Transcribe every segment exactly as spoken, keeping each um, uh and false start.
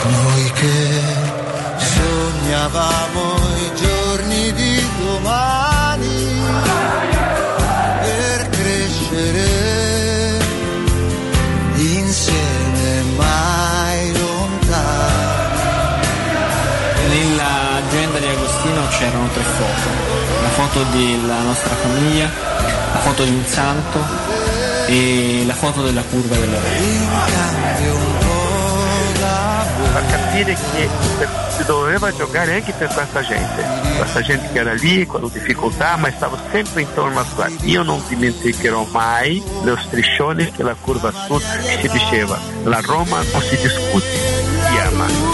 Noi che sognavamo i giorni di domani per crescere insieme mai lontani. Nell'agenda di Agostino c'erano tre foto: la foto della nostra famiglia, la foto di un santo e la foto della curva della Roma. Per capire che si doveva giocare anche per questa gente, questa gente che era lì con difficoltà, ma stava sempre intorno a qua. Io non dimenticherò mai lo striscione che la curva sud si diceva: la Roma non si discute, si ama.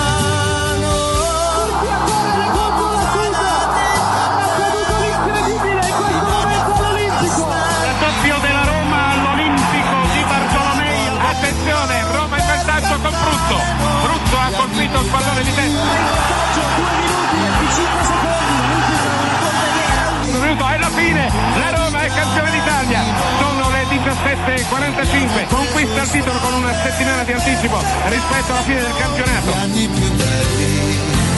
Con Brutto, Brutto ha colpito il pallone di testa. due minuti e cinque secondi. Un minuto, è la fine, la Roma è campione d'Italia. Sono le diciassette e quarantacinque, conquista il titolo con una settimana di anticipo rispetto alla fine del campionato. Gli anni più belli.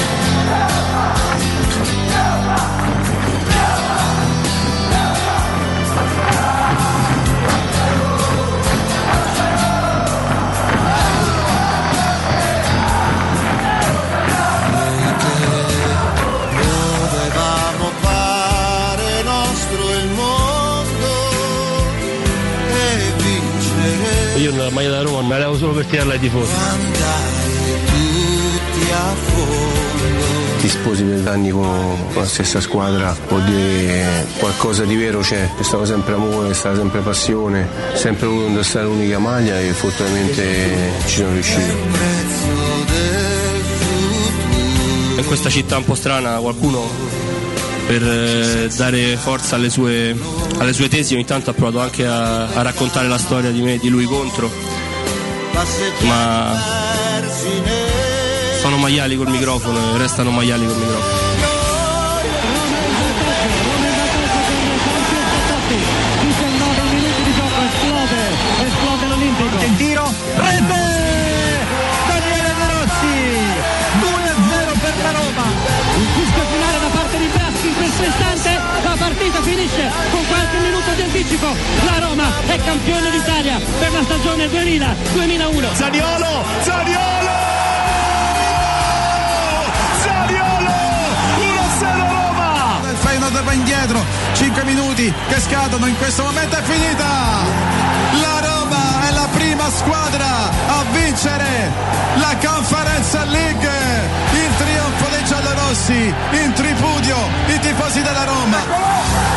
Io nella maglia da Roma me la levo solo per tirarla ai tifosi. Ti sposi per anni con la stessa squadra, vuol dire qualcosa di vero c'è, c'è stato sempre amore, c'è stata sempre passione, sempre voluto indossare l'unica maglia e fortunatamente ci sono riuscito. In questa città un po' strana qualcuno, per eh, dare forza alle sue, alle sue tesi, ogni tanto ha provato anche a, a raccontare la storia di me e di lui contro, ma sono maiali col microfono e restano maiali col microfono. diciannove minuti di gioco, esplode, esplode l'Olimpico. Il tiro, rete! Daniele De Rossi, due a zero per la Roma. Il fischio finale da parte di Braschi in questo istante, la partita finisce con qualche minuto di anticipo. La Roma è campione d'Italia per la stagione duemila duemilauno. Zaniolo, Zaniolo! Zaniolo! uno a zero Roma! Il Feyenoord va indietro, cinque minuti che scadono, in questo momento è finita! La Roma è la prima squadra a vincere la Conference League, il trionfo dei giallorossi, in tripudio i tifosi della Roma.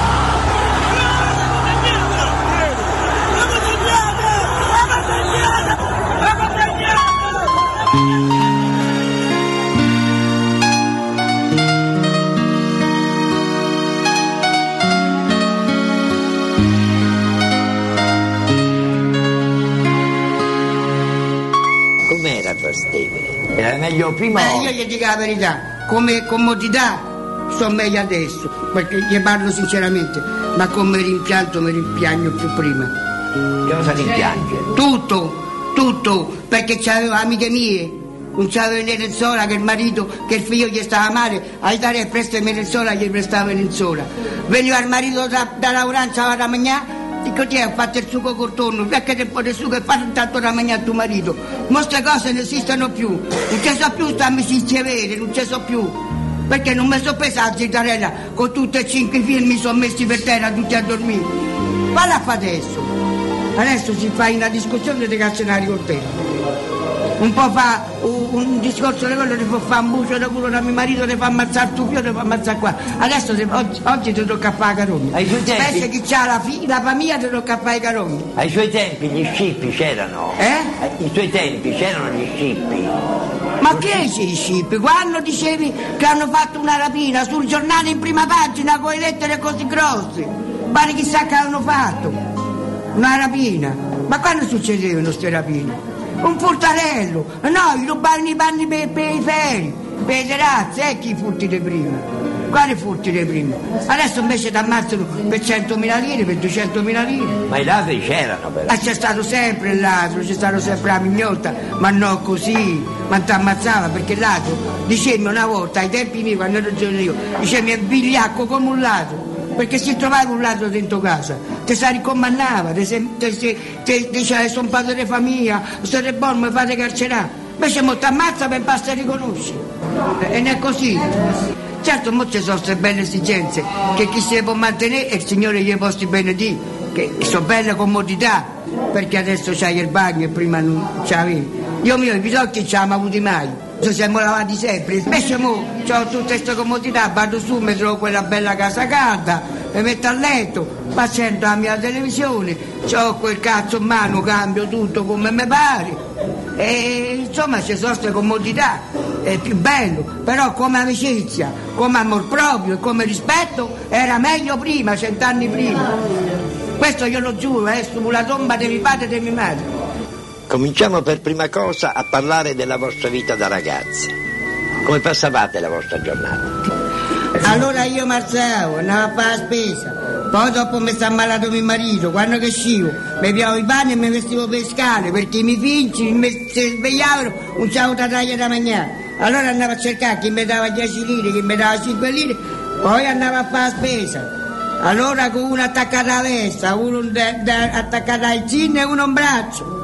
Com'era Trastevere? Era meglio prima? Beh, io gli dico la verità, come comodità sto meglio adesso, perché gli parlo sinceramente, ma come rimpianto mi rimpiango più prima. Che cosa rimpiange? Tutto, tutto, perché c'avevo amiche mie, non c'avevo né lenzuola, che il marito, che il figlio gli stava male, a dare presto in lenzuola gli prestava lenzuola. Veniva il marito da, da lavoranza da mangiare, dico ti hai fatto il sugo col tonno, perché te poi il sugo e fate tanto da mangiare a tuo marito. Ma queste cose non esistono più, non ci so più sta amicizia vera, non ci so più. Perché non mi sono presa la gitarella con tutti e cinque i film, mi sono messi per terra tutti a dormire. Valla a fare adesso. Adesso si fa una discussione dei cazzionari con te. Un po' fa un, un discorso di quello, ti fa fare un bucio da culo da mio marito, ti fa ammazzare il tuo figlio, ti fa ammazzare qua. Adesso ti, oggi, oggi ti tocca fare i caroni. Ai suoi tempi... Pensa che c'ha la, fi, la famiglia, ti tocca fare i caroni. Ai suoi tempi gli scippi c'erano. Eh? Ai suoi tempi c'erano gli scippi. Ma che si scippi? Quando dicevi che hanno fatto una rapina sul giornale in prima pagina con le lettere così grosse? Pare chissà che hanno fatto. Una rapina. Ma quando succedevano queste rapine? Un furtarello. No, gli rubavano i panni per, per i feri, per le terrazze, ecco i furti di prima. quali furti dei primi? Adesso invece ti ammazzano per centomila lire, per duecentomila lire. Ma i ladri c'erano però. Ah, c'è stato sempre il ladro, c'è stato sempre la mignotta, ma no così, ma ti ammazzava perché il ladro, dicemmi una volta, ai tempi miei quando ero giovane io, dicemmi è vigliacco come un ladro. Perché se trovavi un ladro dentro casa, ti si ricomandava, ti diceva sono padre di famiglia, siete buoni, mi fate carcerare. Invece mo ti ammazza per basta riconoscere. E non è così. Certo, mo ci sono queste belle esigenze, che chi si può mantenere e il Signore gli posti benedì, che sono belle comodità, perché adesso c'hai il bagno e prima non c'avevi. Io mio i pidocchi non ci abbiamo avuti mai. Ci siamo lavati sempre, invece mo ho tutte queste comodità, vado su, mi trovo quella bella casa calda, mi metto a letto, accendo la mia televisione, ho quel cazzo in mano, cambio tutto come mi pare e insomma ci sono queste comodità, è più bello, però come amicizia, come amor proprio e come rispetto era meglio prima, cent'anni prima. Questo io lo giuro, è sulla tomba di mio padre e di mia madre. Cominciamo per prima cosa a parlare della vostra vita da ragazzi. Come passavate la vostra giornata? Allora io mi alzavo, andavo a fare la spesa, poi dopo mi sta ammalato mio marito, quando che scivo, mi piavo i panni e mi vestivo per scale, perché i miei figli mi si svegliavano, non c'avevo da taglia da mangiare. Allora andavo a cercare chi mi dava dieci lire, chi mi dava cinque lire, poi andavo a fare la spesa. Allora con uno attaccato alla testa, uno da, da, attaccato al cinno e uno in braccio.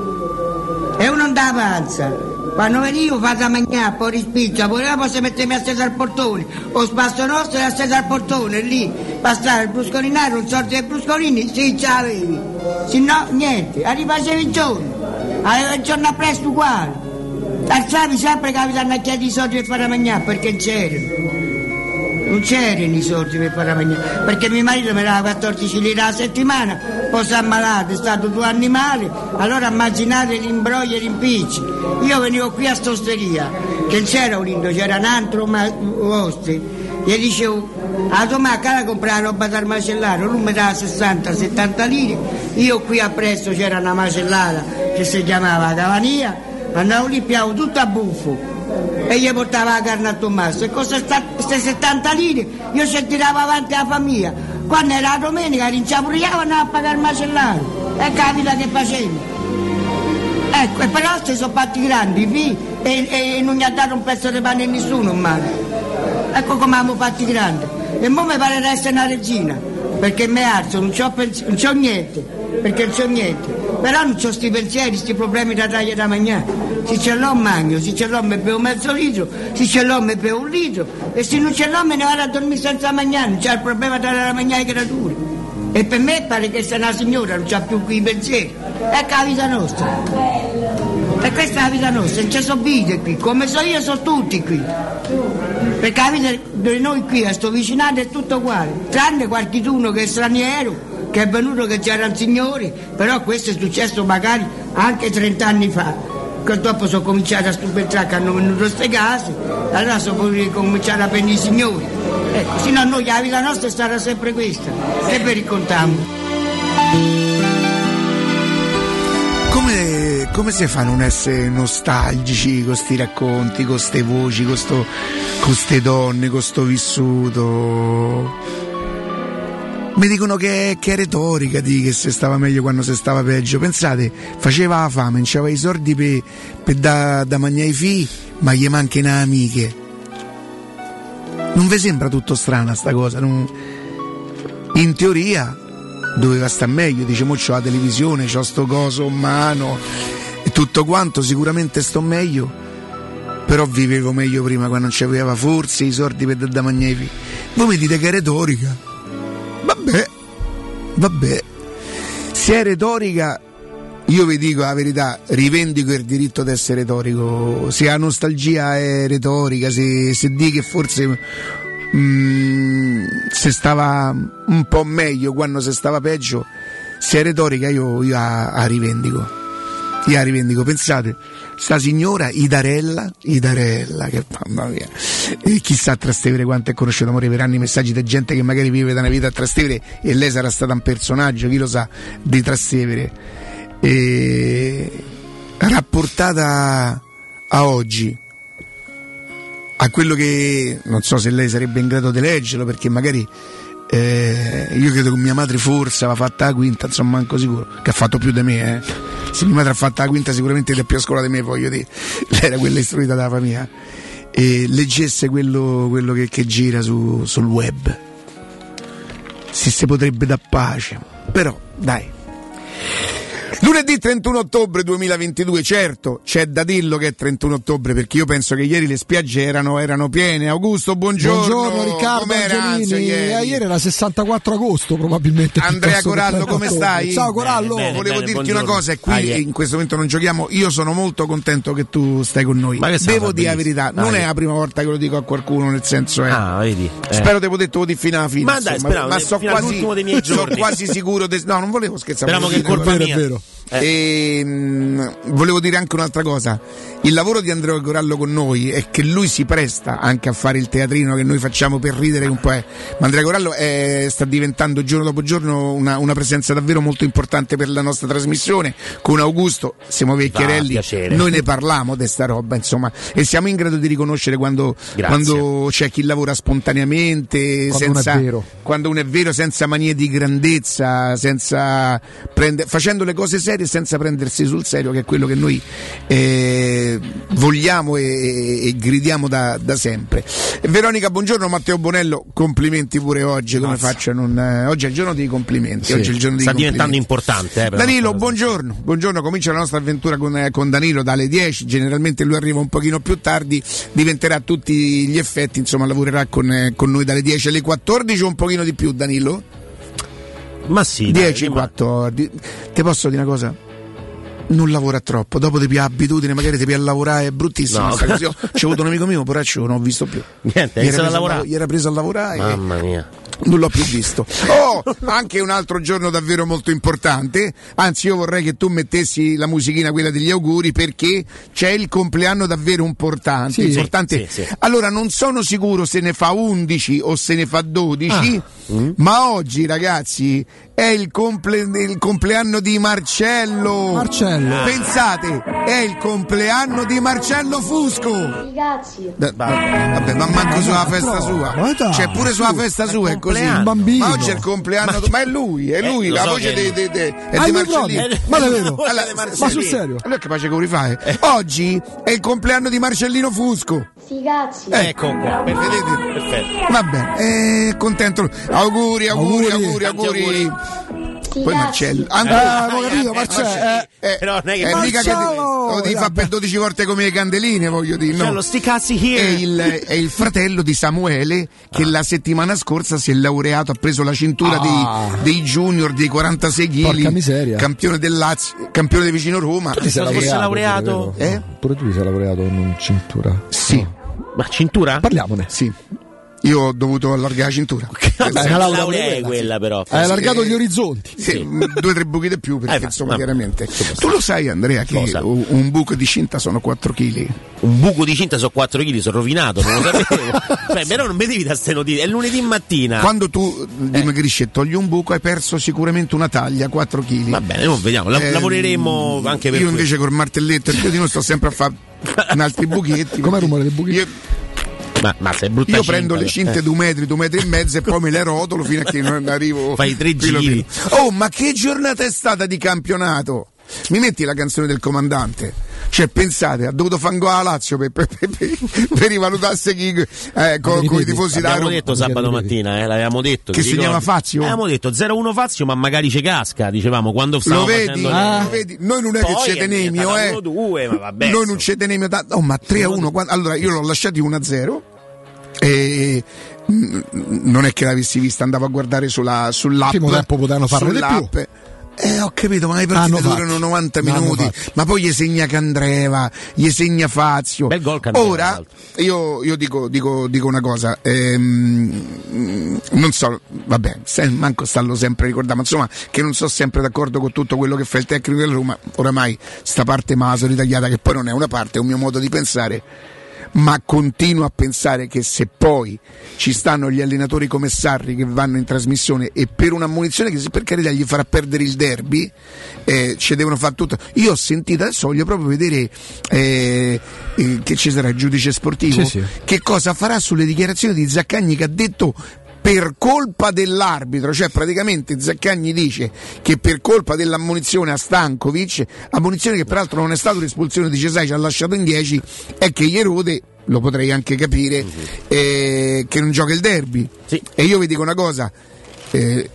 E uno da panza. Quando venivo fate a mangiare, poi rispiccia, poi dopo si metteva a stesa al portone, o spasso nostro e a stesa al portone, lì, passare il bruscolinario, un sorto di bruscolini, sì, ce l'avevi. Se no, niente, rifacevi il giorno, aveva il giorno appresso uguale. Alzavi sempre che avevi a chiedere i soldi per fare a mangiare, perché non c'erano. Non c'erano i soldi per fare a mangiare, perché mio marito mi dava quattordici lire alla settimana, poi si è ammalato, è stato due anni male, allora immaginate gli imbrogli e gli impicci. Io venivo qui a st'osteria, che non c'era un lindo, c'era un altro ma- oste, gli dicevo, a domenica la comprare roba dal macellario, lui mi dava sessanta settanta lire, io qui appresso c'era una macellata che si chiamava Cavania, andavo lì, piavo tutto a buffo. E gli portava la carne a Tommaso e con queste settanta lire io ci tiravo avanti la famiglia. Quando era la domenica rinciapuriavo e andavo a pagare il macellario e capita che facevo. Ecco, e però se sono fatti grandi figli e, e non gli ha dato un pezzo di pane a nessuno ormai. Ecco come abbiamo fatti grandi. E mo mi pare di essere una regina, perché mi alzo, non c'ho, pens- non c'ho niente, perché non c'ho niente. Però non c'ho sti pensieri, sti problemi da taglia da mangiare. Se ce l'ho mangio, se ce l'ho mi bevo mezzo litro, se ce l'ho mi bevo un litro e se non ce l'ho me ne vado a dormire senza mangiare, non c'è il problema di dare da mangiare ai creature. E per me pare che sia una signora, non c'ha più quei pensieri. Ecco la vita nostra. E questa è la vita nostra, non ci sono vite qui, come so io sono tutti qui. Perché la vita di noi qui a sto vicinato è tutto uguale, tranne qualcuno che è straniero, che è venuto che c'era un signore, però questo è successo magari anche trent'anni fa. Che dopo sono cominciato a subentrare che hanno venuto queste case, allora sono cominciato a prendere i signori. Ecco, sino a noi la vita nostra è stata sempre questa. E vi raccontiamo. Come, come si fa a non essere nostalgici con questi racconti, con queste voci, con queste donne, con sto vissuto? Mi dicono che, che è retorica, di che se stava meglio quando si stava peggio. Pensate, faceva la fame, non c'aveva i soldi per pe da, da mangiare i figli, ma gli mancano amiche. Non vi sembra tutto strana sta cosa? Non... In teoria doveva star meglio, dice mo c'ho la televisione, c'ho sto coso in mano e tutto quanto, sicuramente sto meglio, però vivevo meglio prima quando non c'aveva forse i soldi per da, da mangiare i figli. Voi mi dite che è retorica? Vabbè, vabbè, se è retorica, io vi dico la verità, rivendico il diritto di essere retorico. Se la nostalgia è retorica, se, se di che forse mm, se stava un po' meglio quando si stava peggio, se è retorica io, io la, la rivendico. Io la rivendico, pensate, sta signora Idarella, Idarella, che mamma mia, e chissà a Trastevere quanto è conosciuto, amore, per anni messaggi di gente che magari vive da una vita a Trastevere e lei sarà stata un personaggio, chi lo sa, di Trastevere, e rapportata a oggi, a quello che non so se lei sarebbe in grado di leggerlo, perché magari eh, io credo che mia madre forse aveva fatta la quinta, insomma, manco sicuro, che ha fatto più di me, eh. Se mia madre ha fatto la quinta sicuramente è più a scuola di me, voglio dire, lei era quella istruita dalla famiglia, e leggesse quello, quello che, che gira su, sul web, si si potrebbe dar pace, però dai. Lunedì trentuno ottobre duemilaventidue, certo c'è da dirlo che è trentuno ottobre, perché io penso che ieri le spiagge erano, erano piene. Augusto, buongiorno. Buongiorno Riccardo Com'era Angelini. ieri? Eh, ieri era sessantaquattro agosto probabilmente. Andrea Corallo, come stai? Ciao Corallo. Bene, bene, Volevo bene, dirti una cosa, e qui ah, yeah. in questo momento non giochiamo, io sono molto contento che tu stai con noi. Devo dire la verità, non ah, è la prima volta che lo dico a qualcuno, nel senso è ah, vedi. Eh. Spero te potevo dire fino alla fine. Ma dai, insomma, speriamo, ma so fino quasi, all'ultimo dei miei giorni. sono quasi sicuro de... no, non volevo scherzare. Speriamo che è colpa vero, mia. è vero. Eh. E, mh, volevo dire anche un'altra cosa. Il lavoro di Andrea Corallo con noi è che lui si presta anche a fare il teatrino che noi facciamo per ridere un po', è. Ma Andrea Corallo è, sta diventando giorno dopo giorno una, una presenza davvero molto importante per la nostra trasmissione. Con Augusto siamo vecchierelli, noi ne parliamo di sta roba, insomma, e siamo in grado di riconoscere quando, quando c'è chi lavora spontaneamente, quando senza, uno è vero. quando uno è vero, senza manie di grandezza, senza prende, facendo le cose serie senza prendersi sul serio, che è quello che noi eh, vogliamo e, e gridiamo da, da sempre. Veronica, buongiorno. Matteo Bonello, complimenti pure oggi. Come Grazie. faccio? Non, eh, oggi è il giorno dei complimenti. Sì, oggi è il giorno dei sta complimenti. diventando importante. Eh, Danilo, buongiorno. Buongiorno, comincia la nostra avventura con, eh, con Danilo dalle dieci. Generalmente lui arriva un pochino più tardi, diventerà a tutti gli effetti, insomma, lavorerà con, eh, con noi dalle dieci alle quattordici o un pochino di più, Danilo? Ma sì, dieci quattordici. Ti posso dire una cosa? Non lavora troppo, dopo ti pia abitudine, magari ti pia a lavorare, è bruttissimo. No. C'è avuto un amico mio, poraccio, non ho visto più. Niente, Gli era era, a lavorare. gli era preso a lavorare. Mamma mia. Non l'ho più visto. Oh, anche un altro giorno davvero molto importante. Anzi, io vorrei che tu mettessi la musichina, quella degli auguri, perché c'è il compleanno davvero importante. Sì, importante. sì, sì. Allora, non sono sicuro se ne fa undici o se ne fa dodici, Ah. Mm. ma oggi, ragazzi, è il, comple- il compleanno di Marcello. Marcello. Pensate, è il compleanno di Marcello Fusco. Ragazzi, Da- vabbè, ma manco sulla festa sua. Ma dai, C'è pure sulla festa sua, è così. Il bambino. Ma oggi è il compleanno, ma, ma è lui, è lui, Eh, lo la so voce che- de, de, de, è Ah, di lui Marcellino. proprio? Ma davvero? Allora, Ma sul serio? Allora che pace che vuoi fare? Oggi è il compleanno di Marcellino Fusco. figazzi. Ecco qua. Vedete? Perfetto. Va bene, eh, contento. Auguri, auguri, auguri, Auguri. auguri. Figazzi. Poi Marcello. Eh, Ancora. avevo capito, Marcello. Eh, Eh, Però non è che- eh, mica che Marcello! lo devi fare per dodici volte come le candeline, voglio dire. Cioè, No. lo sti cazzi È here. il, è il fratello di Samuele che Ah. la settimana scorsa si è laureato, ha preso la cintura Ah. dei, dei junior dei quarantasei Porca chili, miseria. campione del Lazio, campione di vicino Roma. ti sei Se fosse laureato- pure, Eh? Pure tu ti sei laureato in cintura. Sì, Ma cintura? Parliamone. sì. Io ho dovuto allargare la cintura. Cazzo, Beh, che una laurea laurea è quella, quella però. Hai allargato eh, gli orizzonti. Sì, due o tre buchi di più, perché Eh, insomma vabbè. chiaramente. Tu lo sai, Andrea, che Cosa? un un buco di cinta sono quattro chili. Un buco di cinta su quattro chili, sono rovinato, non lo sapevo. Cioè, però non vedevi da ste notizie. È lunedì mattina. Quando tu dimagrisci e togli un buco hai perso sicuramente una taglia, quattro chili. Va bene, non vediamo. La- Ehm, lavoreremo anche per Io questo. invece col martelletto, perché io di non sto sempre a fare in altri buchetti. Com'è il rumore dei buchetti? Io, Ma, ma sei brutta io cinta, prendo le eh. cinte due metri, due metri e mezzo e poi me le rotolo fino a che non arrivo. Fai tre filo giri. filo. Oh, ma che giornata è stata di campionato! Mi metti la canzone del comandante? Cioè, pensate, ha dovuto fare un gol alla Lazio per, per, per, per, per rivalutarsi chi, eh, con, con i tifosi da L'abbiamo Roma. detto sabato mattina, eh, l'avevamo detto. Che ti si chiama ricordi? Fazio? Eh, Avevamo detto zero uno Fazio, ma magari ci casca, dicevamo quando Lo stavamo vedi? facendo Ah. le- Lo vedi? Noi non è Poi che ci è tenemio, diventata eh. uno due, ma vabbè. Noi non ci tenemio tanto. Oh, ma tre a uno. quando- Allora, io l'ho lasciati uno a zero. E mm, non è che l'avessi vista, andavo a guardare sulla, sull'app. Primo tempo potevano farne di sull'app. Eh, ho capito, ma le partite Hanno durano fatto. novanta L'hanno minuti, fatto. ma poi gli segna Candreva, gli segna Fazio. Bel gol Candreva, tra Ora, l'altro. io, io dico, dico, dico una cosa, ehm, non so, vabbè, se- manco stallo sempre a ricordare, ma insomma, che non sono sempre d'accordo con tutto quello che fa il tecnico del Roma, oramai sta parte me la sono ritagliata, che poi non è una parte, è un mio modo di pensare. ma continuo a pensare che se poi ci stanno gli allenatori come Sarri che vanno in trasmissione e per una munizione che per carità gli farà perdere il derby, eh, ci devono fare tutto. Io ho sentito, adesso voglio proprio vedere eh, eh, che ci sarà il giudice sportivo, sì, sì. che cosa farà sulle dichiarazioni di Zaccagni, che ha detto per colpa dell'arbitro, cioè praticamente Zaccagni dice che per colpa dell'ammonizione a Stankovic, ammonizione che peraltro non è stata un'espulsione di Cesai, ci ha lasciato in dieci, è che gli erode, lo potrei anche capire, eh, che non gioca il derby. Sì. E io vi dico una cosa, eh,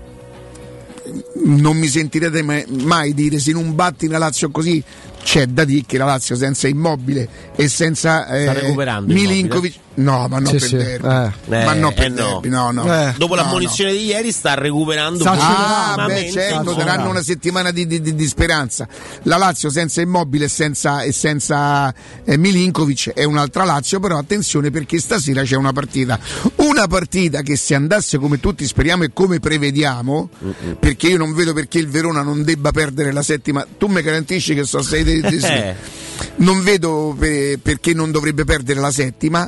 non mi sentirete mai, mai dire se non batti la Lazio così. C'è da dire che la Lazio senza Immobile e senza eh, sta recuperando Milinkovic, no, ma non Sì, per sì. derby, Eh. ma non per Eh, no. derby, no, no. Eh. Dopo No, l'ammonizione di ieri sta recuperando Sta Ah, beh, positivamente. certo, daranno una settimana di, di, di, di speranza. La Lazio senza Immobile e senza, e senza eh, Milinkovic è un'altra Lazio, però attenzione perché stasera c'è una partita. Una partita che se andasse come tutti speriamo e come prevediamo, Mm-mm. perché io non vedo perché il Verona non debba perdere la settima. Tu mi garantisci che sono sei di, di, sì. Non vedo per, perché non dovrebbe perdere la settima.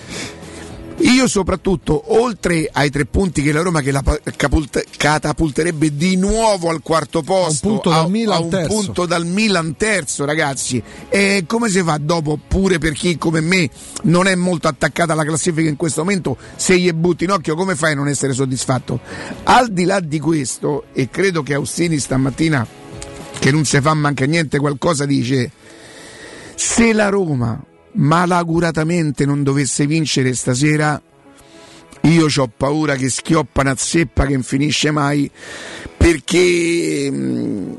Io soprattutto, oltre ai tre punti che la Roma che la capult- catapulterebbe di nuovo al quarto posto, a un punto a, dal Milan a un terzo. punto dal Milan terzo, ragazzi, e come si fa dopo, pure per chi come me non è molto attaccata alla classifica in questo momento, se gli butti in occhio, come fai a non essere soddisfatto? Al di là di questo, e credo che Austini stamattina, che non si fa manca niente, qualcosa dice: se la Roma malauguratamente non dovesse vincere stasera, io c'ho paura che schioppa una zeppa che non finisce mai, perché mh,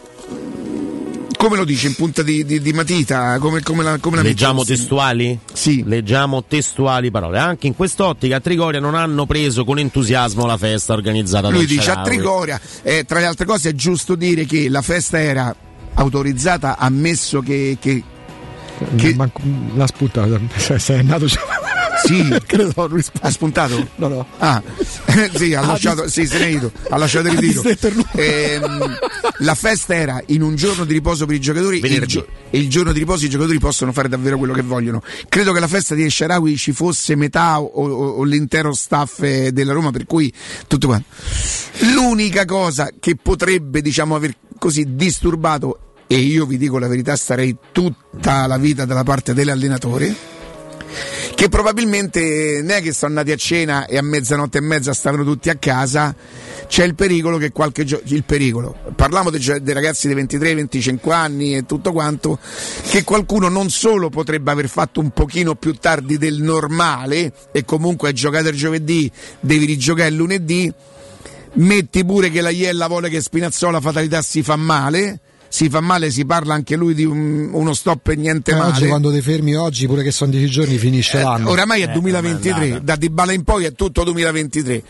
come lo dice in punta di, di, di matita, come, come la, come la Leggiamo mettiamo? testuali? Sì. Leggiamo testuali parole. Anche in quest'ottica a Trigoria non hanno preso con entusiasmo la festa organizzata Lui dal dice a Shaarawy. Trigoria, eh, tra le altre cose è giusto dire che la festa era autorizzata, ammesso che, che Che... Ma l'ha spuntato, sei andato già. Sì, credo lui sp- ha spuntato? No, no. Ah, sì, ha lasciato, sì, se ne è ido, ha lasciato il ritiro. Ehm, la festa era in un giorno di riposo per i giocatori e il, gio- e il giorno di riposo i giocatori possono fare davvero quello che vogliono. Credo che la festa di Shaarawy ci fosse metà o, o, o l'intero staff della Roma, per cui tutto quanto. L'unica cosa che potrebbe, diciamo, aver così disturbato, e io vi dico la verità, starei tutta la vita dalla parte dell'allenatore, che probabilmente non è che sono andati a cena e a mezzanotte e mezza stavano tutti a casa. C'è il pericolo che qualche gio- il pericolo, parliamo dei, dei ragazzi di ventitré venticinque anni e tutto quanto, che qualcuno non solo potrebbe aver fatto un pochino più tardi del normale e comunque hai giocato il giovedì, devi rigiocare il lunedì, metti pure che la Iella vuole che Spinazzola fatalità si fa male, si fa male, si parla anche lui di un, uno stop e niente eh, male. Oggi quando ti fermi oggi, pure che sono dieci giorni, finisce eh, l'anno. Oramai è eh, duemilaventitré, da Dybala in poi è tutto duemilaventitré,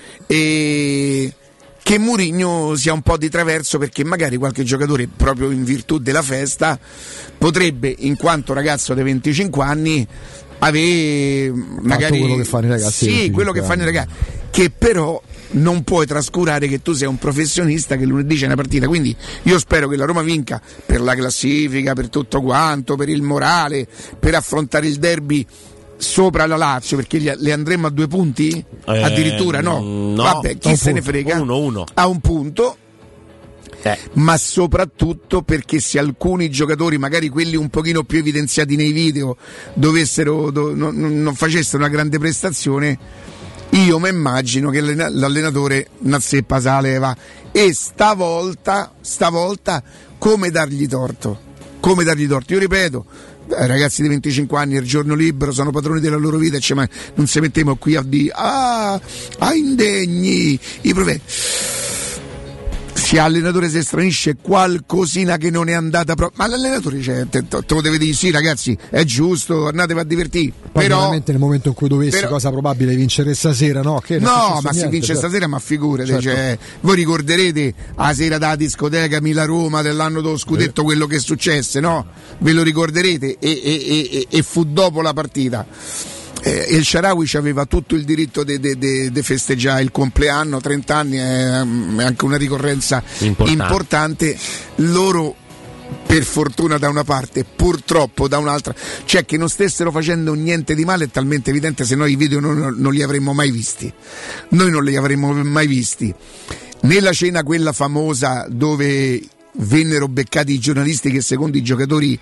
e che Mourinho sia un po' di traverso, perché magari qualche giocatore, proprio in virtù della festa, potrebbe, in quanto ragazzo dei venticinque anni, avere magari quello che fanno i ragazzi. Sì, quello che fanno i ragazzi, che però non puoi trascurare che tu sei un professionista, che lunedì c'è una partita, quindi io spero che la Roma vinca per la classifica, per tutto quanto, per il morale, per affrontare il derby sopra la Lazio, perché le andremo a due punti? Eh, Addirittura no? no. Vabbè, chi Un se ne punto. frega? Uno, uno. A un punto. Eh. Ma soprattutto perché se alcuni giocatori, magari quelli un pochino più evidenziati nei video, dovessero do, non, non facessero una grande prestazione, io mi immagino che l'allenatore Nazzeppa se la leva, e stavolta stavolta come dargli torto come dargli torto io ripeto, ragazzi di venticinque anni, il giorno libero, sono padroni della loro vita, cioè, ma non si mettiamo qui a dire ah, a indegni i profeti. Se l'allenatore si estranisce qualcosina che non è andata proprio, ma l'allenatore cioè, te, te lo deve dire, sì ragazzi è giusto, andatevi a divertire, poi però veramente nel momento in cui dovessi, però, cosa probabile, vincere stasera, no? Che no, ma niente, si vince però. stasera, ma figurate, Certo. cioè, voi ricorderete la sera della discoteca Mila-Roma dell'anno dello scudetto, eh. quello che successe, no? Ve lo ricorderete, e, e, e, e fu dopo la partita. Eh, il Shaarawy aveva tutto il diritto di de, de, de festeggiare il compleanno, trenta anni è, è anche una ricorrenza importante. importante. Loro per fortuna da una parte, purtroppo da un'altra, cioè che non stessero facendo niente di male è talmente evidente, se noi i video non, non li avremmo mai visti, noi non li avremmo mai visti. Nella cena quella famosa dove vennero beccati i giornalisti che secondo i giocatori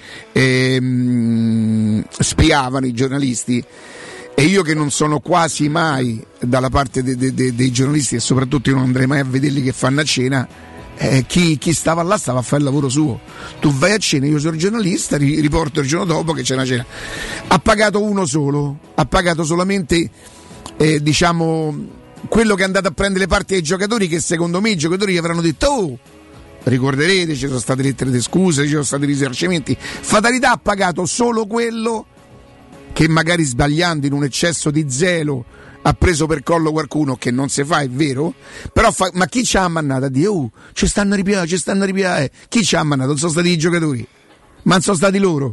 ehm, spiavano i giornalisti, e io che non sono quasi mai dalla parte de, de, de, dei giornalisti e soprattutto io non andrei mai a vederli che fanno a cena, eh, chi, chi stava là stava a fare il lavoro suo. Tu vai a cena, io sono giornalista, ri, riporto il giorno dopo che c'è una cena. Ha pagato uno solo, ha pagato solamente eh, diciamo quello che è andato a prendere le parti ai giocatori, che secondo me i giocatori gli avranno detto: oh, ricorderete, ci sono state lettere di scuse, ci sono stati risarcimenti. Fatalità ha pagato solo quello che magari sbagliando in un eccesso di zelo ha preso per collo qualcuno, che non si fa, è vero, però fa, ma chi ci ha ammannato a dire oh, ci stanno a ripiare, ci stanno a ripiare, chi ci ha ammannato? Non sono stati i giocatori, ma non sono stati loro.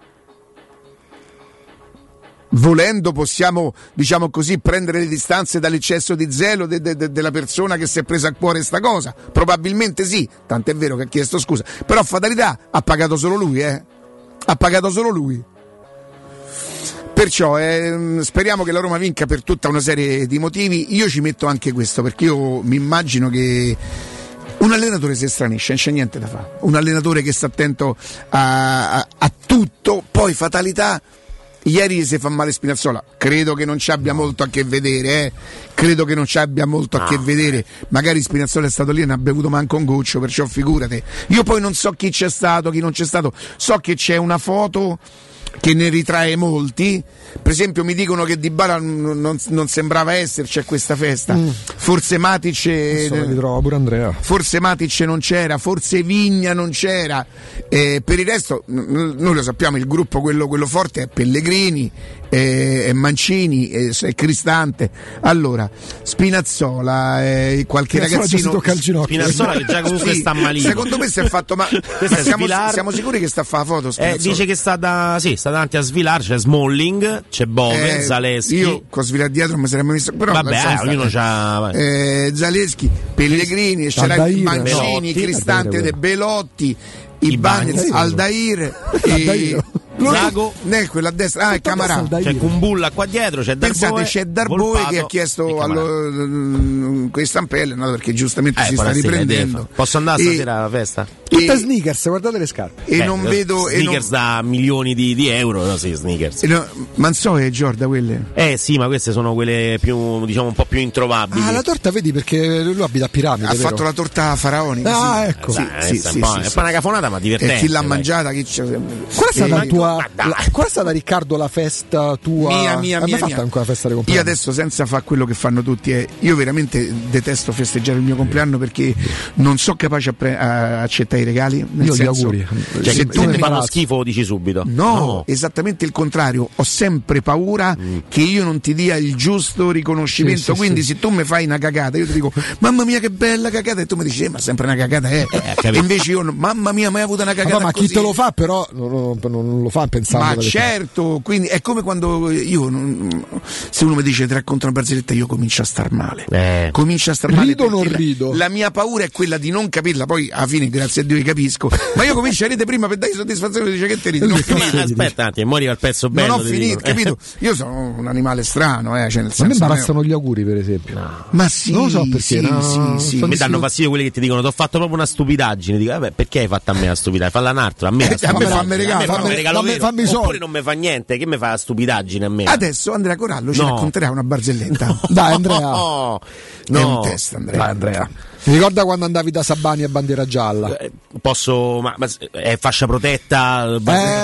Volendo possiamo, diciamo così, prendere le distanze dall'eccesso di zelo de, de, de, della persona che si è presa a cuore sta cosa, probabilmente sì, tant'è vero che ha chiesto scusa, però fatalità ha pagato solo lui, eh ha pagato solo lui. Perciò eh, speriamo che la Roma vinca per tutta una serie di motivi. Io ci metto anche questo, perché io mi immagino che un allenatore si estranisce, non c'è niente da fare, un allenatore che sta attento a, a, a tutto, poi fatalità. Ieri si fa male Spinazzola, credo che non ci abbia molto a che vedere, eh. credo che non ci abbia molto a che vedere, magari Spinazzola è stato lì e non ha bevuto manco un goccio, perciò figurate. Io poi non so chi c'è stato, chi non c'è stato, so che c'è una foto che ne ritrae molti, per esempio mi dicono che Dybala non, non, non sembrava esserci a questa festa, mm. forse Matic eh, ritrova pure Andrea, forse Matic non c'era, forse Vigna non c'era, eh, per il resto n- noi lo sappiamo, il gruppo quello, quello forte è Pellegrini, è Mancini, è Cristante. Allora Spinazzola, eh, qualche Spinazzola ragazzino si tocca il ginocchio. Spinazzola che già comunque sì, sta malino, secondo me si è fatto, ma siamo, siamo sicuri che sta a fare la foto eh, dice che sta da sì, sta davanti a Svilar, c'è Smalling, c'è Bove, eh, Zaleschi. Io con Svilar dietro non mi sarei mai visto, però vabbè, eh, ognuno c'ha eh, Zaleschi, Pellegrini, c'era Mancini, Cristante, De Belotti, Ibanez, Aldair e Zago, né quello a destra, ah, è Camarà, c'è Kumbulla qua dietro, c'è Darboe. Pensate, c'è Darboe che ha chiesto allo, quei stampelle, no, perché giustamente eh, si sta riprendendo. Posso andare e, stasera alla festa? Tutte sneakers, guardate le scarpe. E eh, non vedo sneakers e non... da milioni di, di euro, no, sì, sneakers. E no, Manzo e Giorda quelle? Eh sì, ma queste sono quelle più, diciamo, un po' più introvabili. Ah, la torta vedi perché lui abita a Piramide. Ha vero? fatto la torta faraonica. Ah, sì. ecco. Sì, eh, sì, sì, sì, un sì, è sì. una cafonata, ma divertente. E chi l'ha dai. mangiata? Chi c'è? Qual è stata la tua? La, qual è stata, Riccardo, la festa tua? Mia, mia, Hai mia. mai fatto anche una festa di compleanno? Io adesso, senza fare quello che fanno tutti, eh, io veramente detesto festeggiare il mio compleanno perché non sono capace a, pre- a accettare i regali. Nel io senso, gli auguri. Cioè, se che tu ti fanno schifo lo dici subito. No, no, esattamente il contrario. Ho sempre paura mm. che io non ti dia il giusto riconoscimento. Sì, sì, quindi, sì. se tu mi fai una cagata, io ti dico mamma mia che bella cagata, e tu mi dici eh, ma sempre una cagata è. Eh, e invece io mamma mia mai avuto una cagata. Ma, ma chi così. te lo fa, però non, non, non lo fa pensando. Ma certo, quindi è come quando io non, se uno mi dice ti racconto una barzelletta, io comincio a star male. Eh. Comincio a star male. Rido o non la, rido? La mia paura è quella di non capirla, poi alla fine, grazie a Dio, li capisco. Ma io comincio a ridere prima per dare soddisfazione, dice che te ridi. Non finito. Aspetta, ti muori al pezzo bello. Non ho finito, capito? Io sono un animale strano, eh, cioè nel senso. A me imbarazzano gli auguri, per esempio. No. Ma sì, non lo so perché. Sì, no, sì, sì. Mi danno fastidio quelli che ti dicono: ti ho fatto proprio una stupidaggine. Dico, vabbè, perché hai fatto a me la stupidaggine? Falla un altro, a me. Eh, a me fammi regalo, fammi, fammi regalo fammi, fammi oppure non mi fa niente, che mi fa la stupidaggine a me? Adesso Andrea Corallo ci no. racconterà una barzelletta. Dai, Andrea. No, no. È no. un test, Andrea. Dai, Andrea. Mi ricorda quando andavi da Sabani a bandiera gialla? Eh, posso, ma, ma è fascia protetta,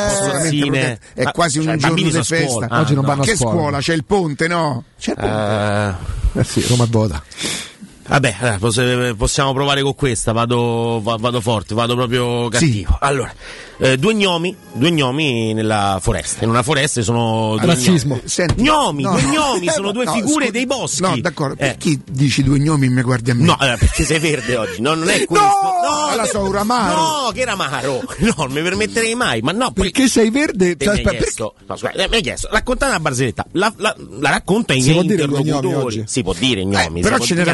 eh, è ma, quasi cioè, un giorno di festa. Ah, oggi non no. vanno che a scuola. scuola? C'è il ponte, no? C'è il ponte. Uh, eh sì, Roma vota. Vabbè, possiamo provare con questa, vado, vado forte, vado proprio cattivo. Sì. Allora, eh, due gnomi, due gnomi nella foresta. In una foresta sono due razzismo. Senti, gnomi, no, due no, gnomi, eh, sono due no, figure scu- dei boschi. No, d'accordo, eh. perché dici due gnomi e mi guardi a me? No, allora, perché sei verde oggi, no, non è questo. No, no, la so, Ramaro. No, che Ramaro. No, non mi permetterei mai, ma no. Perché sei verde? Cioè, mi hai chiesto, no, scusa, mi hai chiesto, raccontate una barzelletta, la, la, la racconta ai miei interlocutori. Si può dire gnomi. Eh, però ce n'era pure un altro.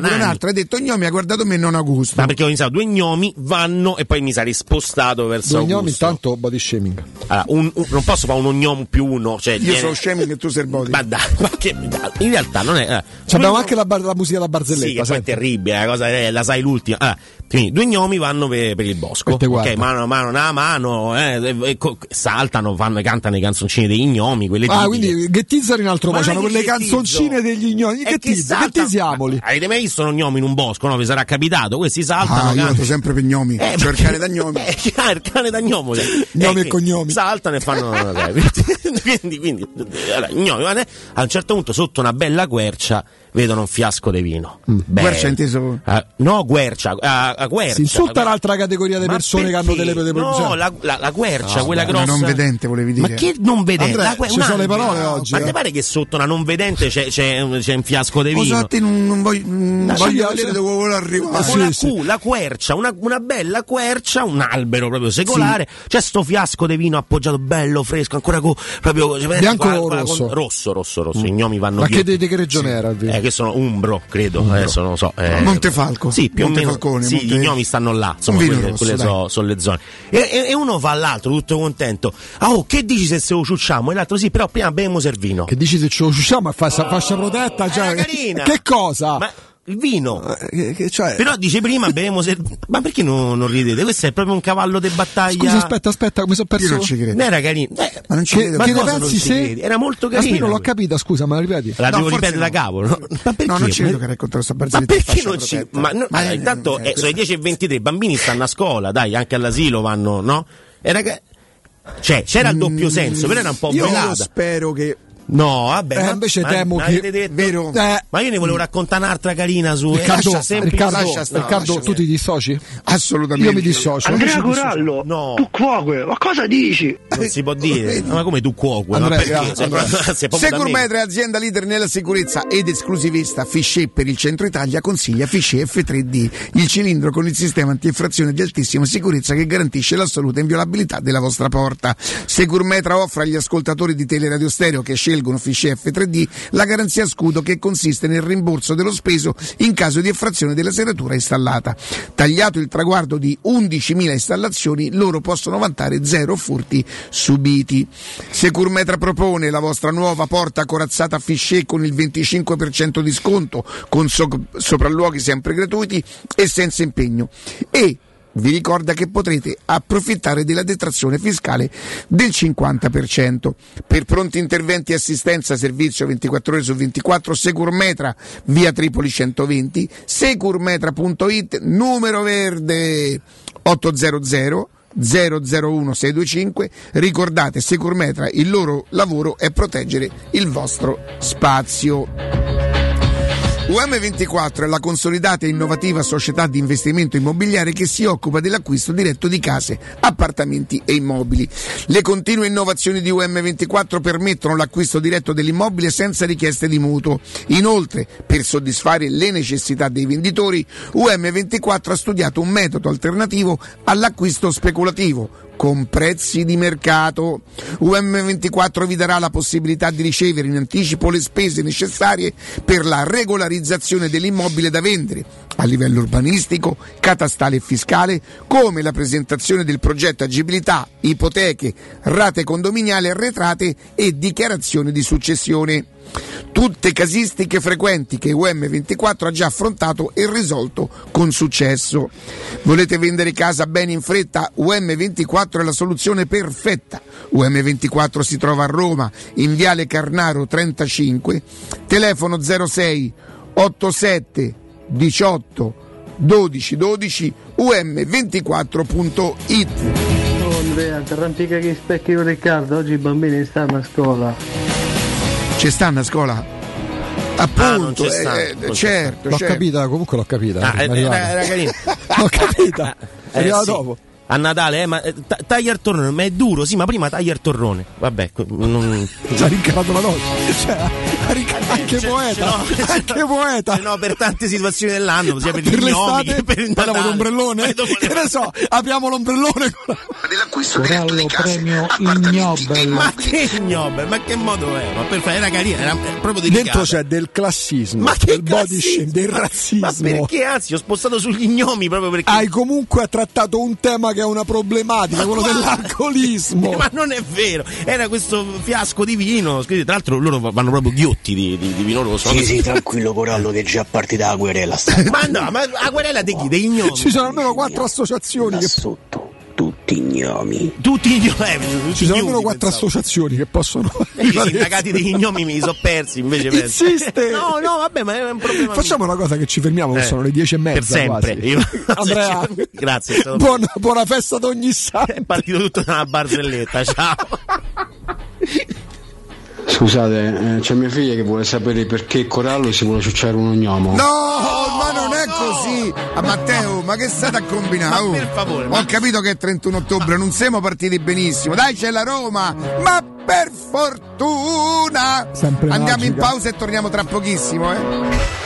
l'altro, hai detto gnomi, ha guardato me e non Augusto. Ma perché ho iniziato due gnomi vanno e poi mi sarei spostato verso due Augusto. gnomi intanto body shaming. Allora, un, un, non posso fare uno gnomo più uno, cioè Io viene... sono shaming e tu sei il body. Ma dai, ma che, in realtà non è. Eh, Cioè, abbiamo anche la, bar- la musica da barzelletta. Sì, che poi è sempre. terribile, la cosa eh, la sai l'ultima. Ah, quindi due gnomi vanno per, per il bosco. Ok, mano a mano, a mano, eh, e, e, co- saltano, fanno, cantano le canzoncine dei gnomi, quelle Ah, tipiche. quindi ghettizzano in altro Ma modo, non hanno è quelle che ghettizzo. canzoncine degli gnomi. È che Ghettizza, salta- ghettizziamoli. Ma avete mai visto uno gnomo in un bosco? No, vi sarà capitato. Questi saltano. Ah, io cantano. vado sempre per gnomi. Eh, Cioè il cane da gnomi. Eh, il cane da gnomo. Cioè, Gnomi eh, e cognomi. Saltano e fanno. Dai, quindi, quindi, allora, gnomi, ma ne- a un certo punto, sotto una bella quercia, vedono un fiasco di vino. Mm. Bello. Guercia inteso? Ah, no, quercia. A, a quercia. Si insulta l'altra categoria di Ma persone che hanno perché? delle delle No, la, la, la quercia, No, quella beh, grossa. Una non vedente volevi dire. Ma che non vedente? Andrea, La que- ci sono un le albero. parole oggi, Ma eh. ti pare che sotto una non vedente c'è, c'è, c'è un fiasco di vino? Osatti non, non voglio, non Lascia voglio via, vedere lascia- dove vuole arrivare. Ma sì, la, sì. cu- la quercia, una, una bella quercia, un albero proprio secolare, c'è sto fiasco di vino appoggiato bello fresco, ancora co- proprio cioè, Bianco qua- o qua- rosso? rosso, rosso, rosso. I gnomi vanno Ma via. che, di, di che regione era il vino? Eh, che sono umbro, credo, adesso non lo so. Eh, Montefalco. Sì, più Montefalcone, o meno. Sì, Monte- gli gnomi stanno là, insomma, Un vino quelle, rosso, quelle dai. so- sono le zone. E, e- e uno fa all'altro, tutto contento. Ah, oh, che dici se se lo ciucciamo? E l'altro sì, però prima beviamo il vino. Che dici se ce lo ciucciamo a fascia, fascia protetta? Cioè, Era carina. che cosa? Ma il vino. Eh, che- cioè- Però dice prima beviamo ser- ma perché non, non ridete? Questo è proprio un cavallo di battaglia. Scusa, aspetta, aspetta, come sono perso. Io non ci credo. Non era carino. Eh, Ma non ci Che, credo. ma che ne cosa non pensi ci se credi? Era molto Aspetta, carino. non l'ho capita, scusa, ma la ripeti? La No, devo forse ripetere da no. capo. No? Ma perché? No, non ci credo Ma- che racconta questa Ma barzelletta. perché fascia non ci. protetta. Ma, no, Ma allora, eh, intanto eh, eh, sono le dieci e ventitré, i bambini stanno a scuola, dai, anche all'asilo vanno, no? Era che. Cioè, c'era il doppio senso, però era un po' Io velata. spero che No, vabbè, Eh, ma, invece ma- temo ma che- avete detto- vero? Eh, Ma io ne volevo raccontare un'altra carina su eh, Riccardo, lascia sempre- Riccardo, lascia stare, Riccardo, lascia tu ti dissoci? assolutamente. Io mi dissocio. Andrea Io mi dissocio. Corallo, No. tu cuoque, ma cosa dici? non si può dire. Ma come tu cuoco? Andrea, Ma perché? grazie, Sei Andrea. proprio- sei proprio da me. Securmetra è azienda leader nella sicurezza ed esclusivista Fichet per il centro Italia consiglia Fichet F tre D, il cilindro con il sistema antieffrazione di altissima sicurezza che garantisce l'assoluta inviolabilità della vostra porta. Securmetra offre agli ascoltatori di Teleradio Stereo che scelgono Fichet F tre D la garanzia scudo che consiste nel rimborso dello speso in caso di effrazione della serratura installata. Tagliato il traguardo di undicimila installazioni, loro possono vantare zero furti subiti. Securmetra propone la vostra nuova porta corazzata Fichet con il venticinque per cento di sconto, con so- sopralluoghi sempre gratuiti e senza impegno. E vi ricorda che potrete approfittare della detrazione fiscale del cinquanta per cento. Per pronti interventi e assistenza, servizio ventiquattro ore su ventiquattro, Securmetra, via Tripoli centoventi, securmetra punto it, numero verde ottocento zero zero uno sei due cinque. Ricordate, Securmetra, il loro lavoro è proteggere il vostro spazio. U M ventiquattro è la consolidata e innovativa società di investimento immobiliare che si occupa dell'acquisto diretto di case, appartamenti e immobili. Le continue innovazioni di U M ventiquattro permettono l'acquisto diretto dell'immobile senza richieste di mutuo. Inoltre, per soddisfare le necessità dei venditori, U M ventiquattro ha studiato un metodo alternativo all'acquisto speculativo, con prezzi di mercato. U M ventiquattro vi darà la possibilità di ricevere in anticipo le spese necessarie per la regolarizzazione dell'immobile da vendere a livello urbanistico, catastale e fiscale, come la presentazione del progetto agibilità, ipoteche, rate condominiali arretrate e dichiarazione di successione. Tutte casistiche frequenti che U M ventiquattro ha già affrontato e risolto con successo. Volete vendere casa bene in fretta? U M ventiquattro è la soluzione perfetta. U M ventiquattro si trova a Roma, in Viale Carnaro trentacinque, telefono zero sei ottantasette diciotto dodici dodici, u m ventiquattro punto it. Oh Andrea, ti arrampica che specchi con Riccardo, oggi i bambini stanno a scuola. Ci stanno a scuola? Appunto, Ah, sta, eh, eh, certo, L'ho certo. capita, comunque l'ho capita. Ah, è era, arrivata. era carino. L'ho capita. È Eh, arrivata sì. dopo. a Natale, eh, ma eh, t- taglia il torrone, ma è duro, sì, ma prima taglia il torrone. Vabbè, non... ci ha rincarato la noce, cioè, ha rincarato anche c'è, poeta, c'è no, anche no, poeta. No, per tante situazioni dell'anno, sia per, per gli gnomi, l'estate, per il parliamo Natale. d'ombrellone, che ne so, apriamo l'ombrellone con la... Corallo premio Ignobel. Ma che Ignobel, ma che modo è? Ma per fare era carina, era proprio delicata. Dentro c'è del classismo, ma che del body shame, del razzismo. Ma perché anzi ho spostato sugli gnomi proprio perché hai comunque trattato un tema che è una problematica, ma quello guarda, dell'alcolismo. Ma non è vero, era questo fiasco di vino, tra l'altro loro vanno proprio ghiotti di, di, di vino rosso. Sì, sì, tranquillo Corallo che è già partita la querela. Ma no, ma la querela di chi? Dei gnomi? Ci sono almeno quattro associazioni da che... sotto. Tutti gnomi. Tutti gnomi. Eh, tutti ci sono almeno quattro pensavo. associazioni che possono. E i sindacati degli gnomi mi sono persi invece. Insiste. No, no, vabbè, ma è un problema. Facciamo mio. una cosa che ci fermiamo, eh, che sono le dieci e mezza. Per sempre. Quasi. Io... Andrea, grazie. Buona, buona festa ad ogni santo. È partito tutto da una barzelletta. Ciao. Scusate, eh, c'è mia figlia che vuole sapere perché Corallo si vuole ciucciare un gnomo. No, ma non è così. A Matteo, ma che state a combinare? Ma per favore. Ma... Ho capito che è trentuno ottobre, non siamo partiti benissimo. Dai, c'è la Roma. Ma per fortuna. Sempre andiamo magica. in pausa e torniamo tra pochissimo, eh.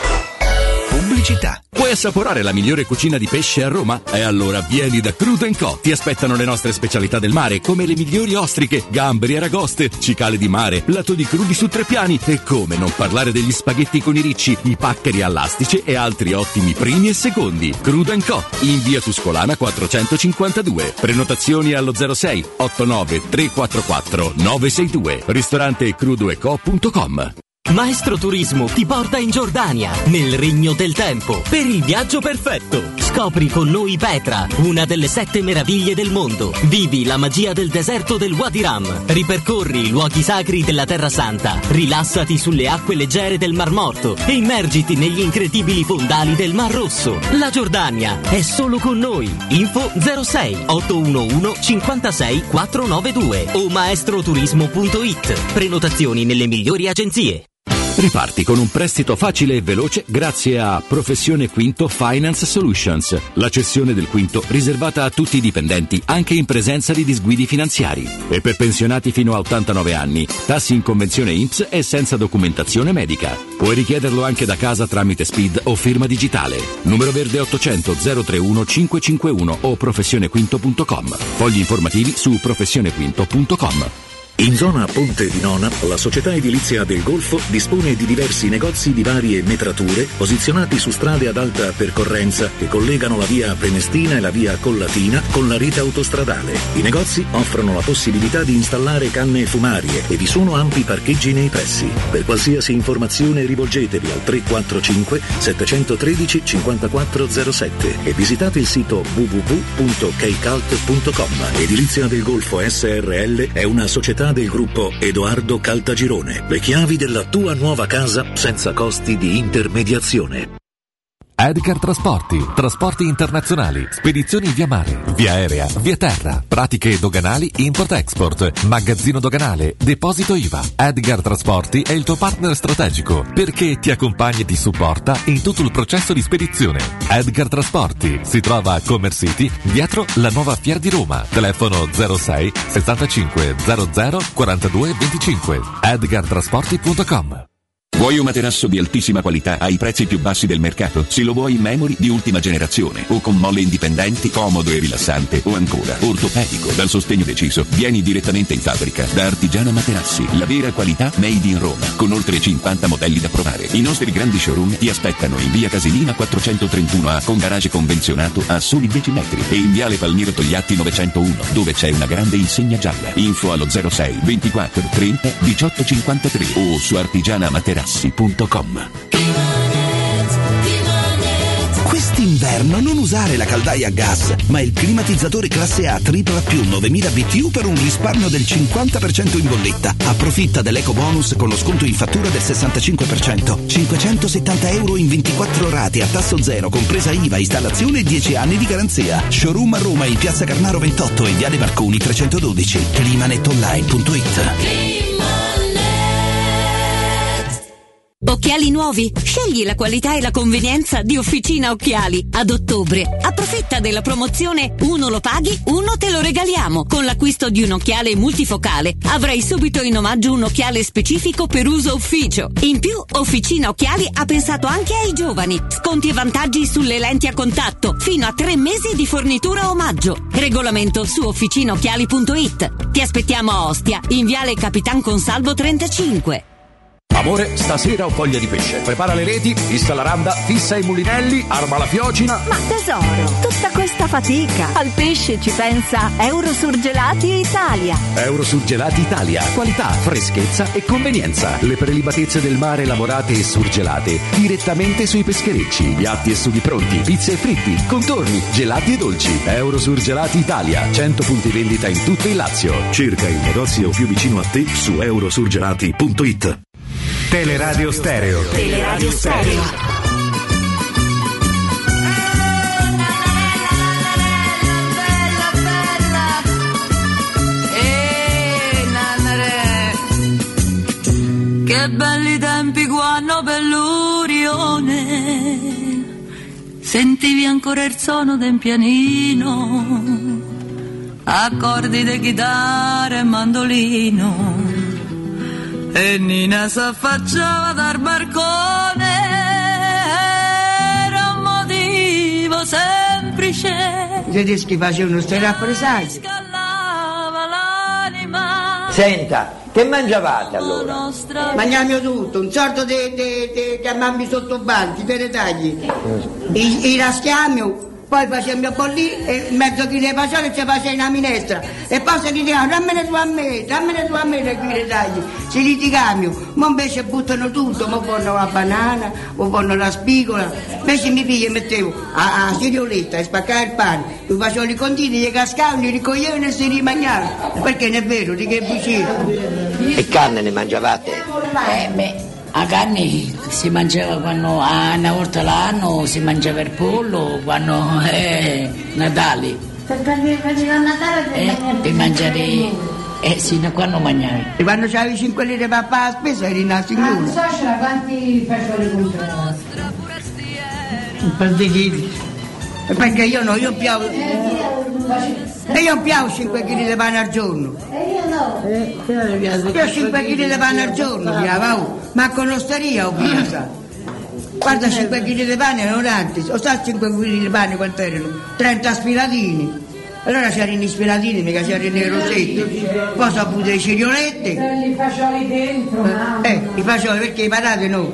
Pubblicità. Puoi assaporare la migliore cucina di pesce a Roma? E allora vieni da Crudo and Co. Ti aspettano le nostre specialità del mare, come le migliori ostriche, gamberi e aragoste, cicale di mare, platoni crudi su tre piani e come non parlare degli spaghetti con i ricci, i paccheri all'astice e altri ottimi primi e secondi. Crudo and Co. in via Tuscolana quattrocentocinquantadue. Prenotazioni allo zero sei otto nove tre quattro quattro nove sei due. Ristorante crudo e co punto com. Maestro Turismo ti porta in Giordania, nel Regno del Tempo, per il viaggio perfetto. Scopri con noi Petra, una delle sette meraviglie del mondo. Vivi la magia del deserto del Wadi Rum. Ripercorri i luoghi sacri della Terra Santa. Rilassati sulle acque leggere del Mar Morto e immergiti negli incredibili fondali del Mar Rosso. La Giordania è solo con noi. Info zero sei otto uno uno cinquantasei quattrocentonovantanove o maestroturismo punto it. Prenotazioni nelle migliori agenzie. Riparti con un prestito facile e veloce grazie a Professione Quinto Finance Solutions, la cessione del quinto riservata a tutti i dipendenti anche in presenza di disguidi finanziari. E per pensionati fino a ottantanove anni, tassi in convenzione I N P S e senza documentazione medica. Puoi richiederlo anche da casa tramite S P I D o firma digitale. Numero verde ottocento zero trentuno cinquecentocinquantuno o professionequinto punto com. Fogli informativi su professionequinto punto com. In zona Ponte di Nona, la società edilizia del Golfo dispone di diversi negozi di varie metrature posizionati su strade ad alta percorrenza che collegano la via Prenestina e la via Collatina con la rete autostradale. I negozi offrono la possibilità di installare canne fumarie e vi sono ampi parcheggi nei pressi. Per qualsiasi informazione rivolgetevi al tre quattro cinque sette uno tre cinque zero sette e visitate il sito w w w punto keicalt punto com. Edilizia del Golfo S R L è una società del gruppo Edoardo Caltagirone. Le chiavi della tua nuova casa senza costi di intermediazione. Edgar Trasporti, trasporti internazionali, spedizioni via mare, via aerea, via terra, pratiche doganali import-export, magazzino doganale, deposito I V A. Edgar Trasporti è il tuo partner strategico perché ti accompagna e ti supporta in tutto il processo di spedizione. Edgar Trasporti si trova a Commerce City, dietro la nuova Fiera di Roma. Telefono zero sei sessantacinque zero zero quarantadue venticinque. edgar trasporti punto com. Vuoi un materasso di altissima qualità ai prezzi più bassi del mercato? Se lo vuoi in memory di ultima generazione o con molle indipendenti, comodo e rilassante o ancora ortopedico dal sostegno deciso, vieni direttamente in fabbrica da Artigiana Materassi, la vera qualità made in Roma, con oltre cinquanta modelli da provare. I nostri grandi showroom ti aspettano in via Casilina quattrocentotrentuno A con garage convenzionato a soli dieci metri e in viale Palmiro Togliatti novecentouno dove c'è una grande insegna gialla. Info allo zero sei ventiquattro trenta diciotto cinquantatré o su artigiana materassi punto com. Quest'inverno non usare la caldaia a gas, ma il climatizzatore classe A tripla più novemila B T U per un risparmio del cinquanta per cento in bolletta. Approfitta dell'eco bonus con lo sconto in fattura del sessantacinque per cento. cinquecentosettanta euro in ventiquattro rate a tasso zero, compresa I V A, installazione e dieci anni di garanzia. Showroom a Roma in piazza Carnaro ventotto e viale Marconi trecentododici. climanetonline punto it. Poco Occhiali nuovi? Scegli la qualità e la convenienza di Officina Occhiali. Ad ottobre approfitta della promozione uno lo paghi, uno te lo regaliamo. Con l'acquisto di un occhiale multifocale avrai subito in omaggio un occhiale specifico per uso ufficio. In più, Officina Occhiali ha pensato anche ai giovani. Sconti e vantaggi sulle lenti a contatto, fino a tre mesi di fornitura omaggio. Regolamento su officinaocchiali punto it. Ti aspettiamo a Ostia, in viale Capitan Consalvo trentacinque. Amore, stasera ho voglia di pesce. Prepara le reti, fissa la randa, fissa i mulinelli, arma la fiocina. Ma tesoro, tutta questa fatica. Al pesce ci pensa Eurosurgelati Italia. Eurosurgelati Italia. Qualità, freschezza e convenienza. Le prelibatezze del mare lavorate e surgelate direttamente sui pescherecci. Piatti e sughi pronti, pizze e fritti, contorni, gelati e dolci. Eurosurgelati Italia. cento punti vendita in tutto il Lazio. Cerca il negozio più vicino a te su eurosurgelati punto it. Teleradio Stereo. Teleradio Stereo. Che belli tempi quando per l'Urione sentivi ancora il suono del pianino, accordi di chitarra e mandolino. E Nina s'affacciava dal barcone, era un motivo semplice. I tedeschi facevano ste rappresaglie. Senta, che mangiavate allora? Mangiamo tutto, un sorto di chiamammi sotto banchi, per i tagli. I, i raschiamo. Poi facciamo bollire e mezzo chilo di fagioli ci faceva una minestra e poi si litigano, dammene tu a me, dammene tu a me le chili tagli, ci litigano, ma invece buttano tutto, ma fanno la banana, o fanno la spigola, invece mi figlio mettevo a, a sirioletta e spaccare il pane, i fagioli continui, li cascavano, li ricoglievano e si rimangiavano, perché non è vero, di che bucino. E carne ne mangiavate? Eh beh. La carne si mangiava quando a una volta l'anno si mangiava il pollo, quando è Natale. Per venire a Natale eh, per mangiare, eh sì, quando mangiavi. E quando c'avevi cinque lire per fare la spesa eri una signora. Ah, so c'era quanti fagioli comprava? Un po' di chili. Perché io no, io piavo. E io piavo cinque chili di pane al giorno. E io no. Io cinque chili di pane al giorno piavo. Ma con l'osteria ho piato. Guarda, cinque chili di pane erano tanti. O sa cinque chili di pane quanto erano? trenta spiratini. Allora c'erano i spiratini, mica c'erano i rosetti. Poi sono pure le ciriolette. I fagioli dentro, mamma. Eh, i fagioli perché i patate no.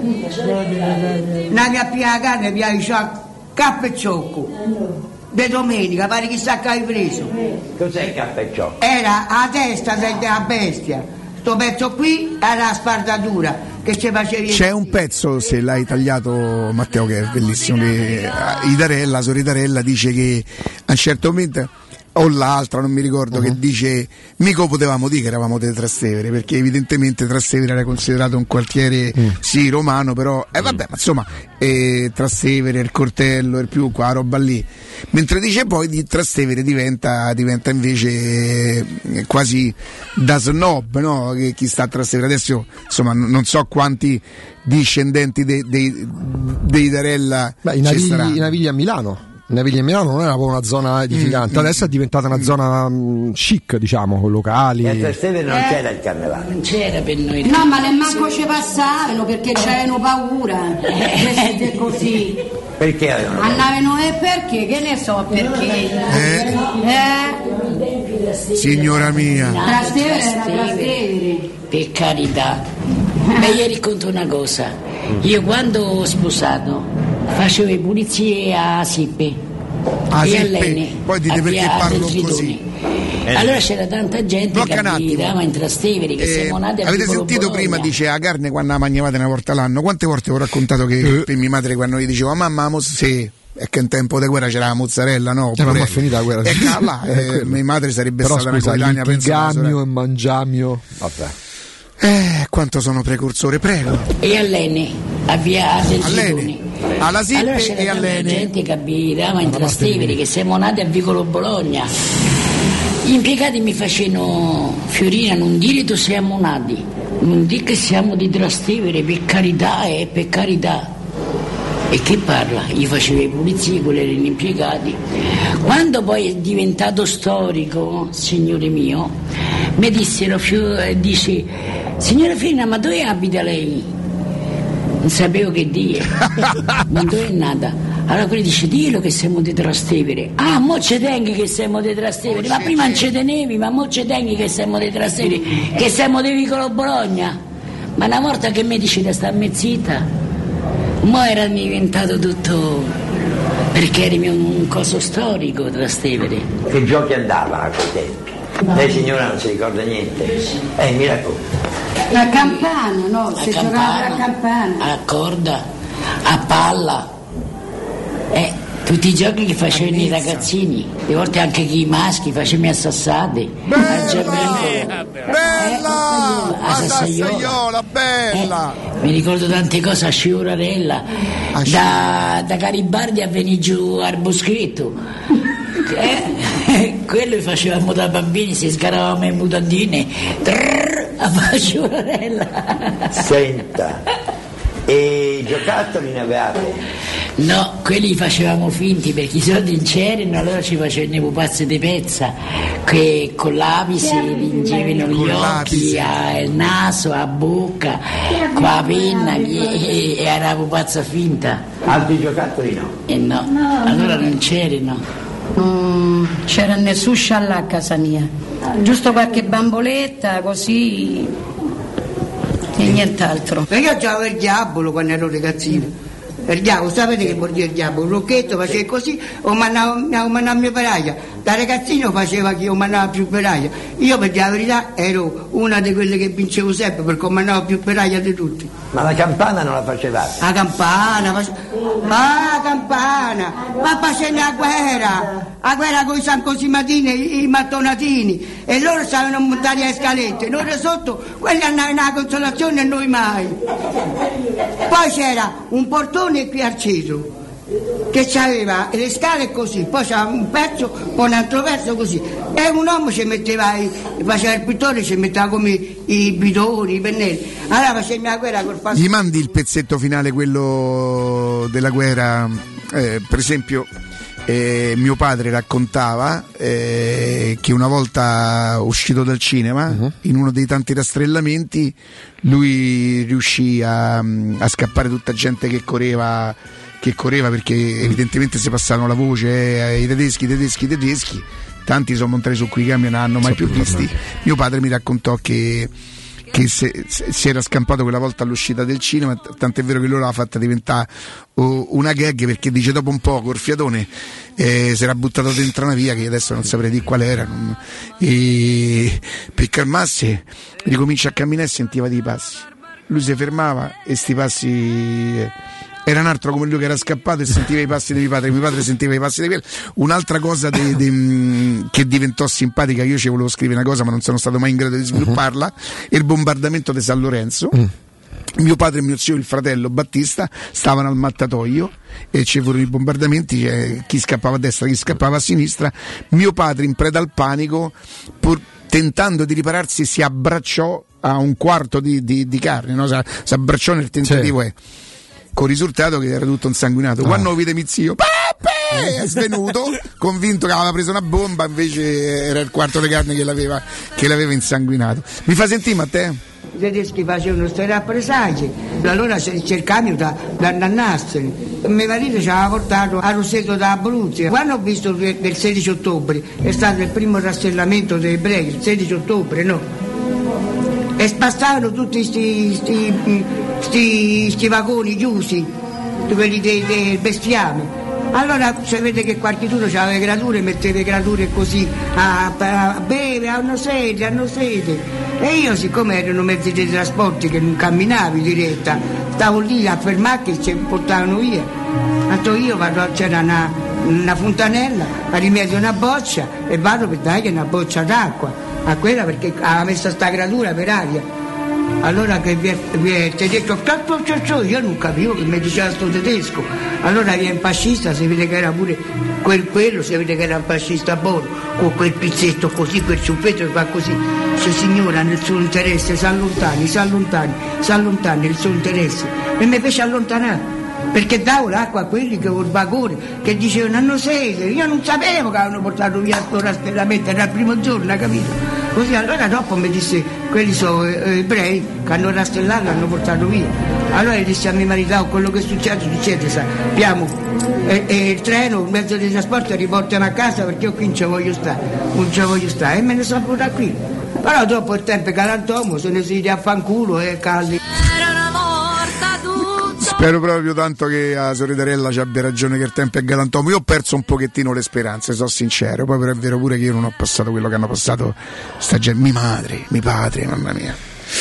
Una mia pia carne piavi cappa e ciocco. De domenica, pare chissà che hai preso. Cos'è il cappa e ciocco? Era la testa della bestia. Sto pezzo qui era la spardatura che ci facevi. C'è un pezzo, se l'hai tagliato Matteo, che è bellissimo, che Idarella, Soritarella dice che a un certo momento, o l'altra non mi ricordo, uh-huh. che dice mica potevamo dire che eravamo delle Trastevere, perché evidentemente Trastevere era considerato un quartiere uh-huh. sì romano, però eh, vabbè, ma insomma eh, Trastevere, il Cortello, il più qua roba lì, mentre dice poi di Trastevere diventa, diventa invece eh, quasi da snob, no? Che chi sta a Trastevere adesso, insomma non so quanti discendenti dei de, de Idarella Beh, i navigli, i navigli a Milano. Navigli a Milano non era proprio una zona edificante, mm, adesso è diventata una zona um, chic, diciamo, con locali. E a Trastevere non eh, c'era il carnevale. Non c'era per noi. No, ma nemmeno ci passavano perché c'avevano paura. Eh. È così. Perché avevano? Andavano e perché? Che ne so perché? Eh. eh. Signora mia. No, Trastevere era Trastevere. Per carità. Ma io racconto una cosa. Io quando ho sposato facevo le pulizie a Sippe ah, e Sippe. a Lene, poi dite perché parlo così. Eh. Allora c'era tanta gente Blocca che abitava in Trastevere, che eh, siamo nati a avete sentito Bologna. Prima dice la carne quando la mangiavate una volta l'anno, quante volte ho raccontato che eh. per mia madre quando gli dicevo mamma mos- sì, è che in tempo di guerra c'era la mozzarella, no? Oppure, eh, ma finita la guerra e là, eh, mia madre sarebbe però stata scusa, una coetanea, gamio e mangiamio, vabbè. Eh, quanto sono precursore, prego. E a Lene, a via del Gidoni. Alla Sippe allora c'era e a Lene. gente che abitava in Trastevere, che siamo nati a Vicolo Bologna. Gli impiegati mi facevano Fiorina, non dire tu siamo nati. non dico che siamo di Trastevere, per carità è per carità. E che parla? Gli facevo le pulizie, quelli erano impiegati. Quando poi è diventato storico, signore mio, mi dissero, dice, signora Fina, ma dove abita lei? Non sapevo che dire, ma dove è nata? Allora quelli dice, dillo che siamo di Trastevere. Ah, mo ci tengi che siamo di Trastevere, ma prima non ci tenevi, ma mo ci tengi che siamo di Trastevere, che siamo di Vicolo Bologna. Ma una volta che mi dice da sta mezzita, mo era diventato tutto, perché eri un coso storico Trastevere. Che giochi andava a quei tempi? Lei signora non si ricorda niente? Eh, mi racconta. La campana, no? La Si campana, giocava la campana. a corda, a palla, eh, tutti i giochi che facevano i ragazzini, le volte anche chi i maschi facevano a Sassate, a Giabricolo, Bella! a Sassaiola, bella! Eh, mi ricordo tante cose a Sciorarella, da, da Garibaldi a venire giù al boschetto. Eh, quello facevamo da bambini, si scaravamo in mutandine, trrr, a Sciorarella. Senta, e giocattoli ne avevate? No, quelli facevamo finti perché i soldi non c'erano, allora ci facevano i pupazzi di pezza che con l'apisi tingevano gli occhi, a, il naso, a bocca, con la penna e, e era pupazza finta. Altri giocattoli no? E no, allora non c'erano. Non c'era nessun scialla a casa mia, giusto qualche bamboletta così e nient'altro. Ma io giocavo il diavolo quando ero ragazzino. Il diavolo, sapete che vuol dire il diavolo? Un rocchetto faceva così, o mandava, mandava mio peraia. Da ragazzino faceva che io mandava più peraia. Io per dire la verità ero una di quelle che vincevo sempre perché mandavo più peraia di tutti. Ma la campana non la facevate? La campana, face... ma la campana, ma facendo la guerra, la guerra con i sancosimatini, i mattonatini, e loro stavano montati alle scalette, noi da sotto, quelli andavano alla consolazione e noi mai. Poi c'era un portone qui al centro che aveva le scale così, poi c'era un pezzo, poi un altro pezzo così, e un uomo ci metteva, i, faceva il pittore, ci metteva come i bidoni, i pennelli, allora faceva la guerra col fatto. Gli mandi il pezzetto finale, quello della guerra, eh, per esempio eh, mio padre raccontava eh, che una volta uscito dal cinema, uh-huh. in uno dei tanti rastrellamenti, lui riuscì a, a scappare tutta gente che correva che correva perché evidentemente si passavano la voce eh, i tedeschi, i tedeschi, i tedeschi, tanti sono montati su quei camion, non hanno mai più visti. Mio padre mi raccontò che, che se, se, si era scampato quella volta all'uscita del cinema, tant'è vero che lui l'ha fatta diventare uh, una gag, perché dice dopo un po' col fiatone eh, si era buttato dentro una via che adesso non saprei di qual era, non, e per calmarsi ricomincia a camminare e sentiva dei passi, lui si fermava e sti passi eh, era un altro come lui che era scappato e sentiva i passi di mio padre, mio padre sentiva i passi di quello. Un'altra cosa de, de, mh, che diventò simpatica, io ci volevo scrivere una cosa ma non sono stato mai in grado di svilupparla, uh-huh. il bombardamento di San Lorenzo. Uh-huh. Mio padre e mio zio, il fratello Battista, stavano al mattatoio e ci furono i bombardamenti, cioè, chi scappava a destra, chi scappava a sinistra. Mio padre, in preda al panico, pur tentando di ripararsi, si abbracciò a un quarto di, di, di carne, no? Si abbracciò nel tentativo, sì. eh. Con il risultato che era tutto insanguinato. Ah. Quando vide mio zio, Peppe! È svenuto, convinto che aveva preso una bomba, invece era il quarto di carne che l'aveva, che l'aveva insanguinato. Mi fa sentire, Matteo? I tedeschi facevano queste rappresaglie, allora cercavano da, da andarsene. Mio marito ci aveva portato a Roseto da Abruzzo. Quando ho visto del sedici ottobre, è stato il primo rastrellamento dei ebrei, il sedici ottobre, no? E spazzavano tutti questi vagoni chiusi, quelli del de bestiame. Allora si vede che qualcuno aveva le gradure, metteva le gradure così a, a bere, hanno sete, hanno sete. E io, siccome erano mezzi di trasporti che non camminavi diretta, stavo lì a fermare che ci portavano via. Tanto io vado, c'era una, una fontanella, a rimedio una boccia e vado per dargli una boccia d'acqua a quella perché aveva messo sta gradura per aria. allora che vi è, vi è tedesco, io non capivo che mi diceva sto tedesco, allora viene un fascista, si vede che era pure quel quello, si vede che era un fascista buono, con quel pizzetto così, quel ciuffetto che fa così, se signora nel suo interesse si allontani, si allontani, si allontani nel suo interesse, e mi fece allontanare. Perché davo l'acqua a quelli che col vagone che dicevano hanno sete, io non sapevo che avevano portato via sto rastellamento, era il primo giorno, capito? Così allora dopo mi disse quelli sono eh, ebrei che hanno rastellato, l'hanno portato via. Allora gli disse a mio marito oh, quello che è successo, succede, sappiamo, e, e il treno, il mezzo di trasporto riportano a casa perché io qui non ci voglio stare, non ci voglio stare e me ne sono portato qui. Però dopo il tempo galantomo se ne si dia a fanculo e caldi. Spero proprio tanto che a Sorridarella ci abbia ragione che il tempo è galantomo. Io ho perso un pochettino le speranze, sono sincero. Poi però è vero pure che io non ho passato quello che hanno passato sta gente, mia madre, mio padre, mamma mia.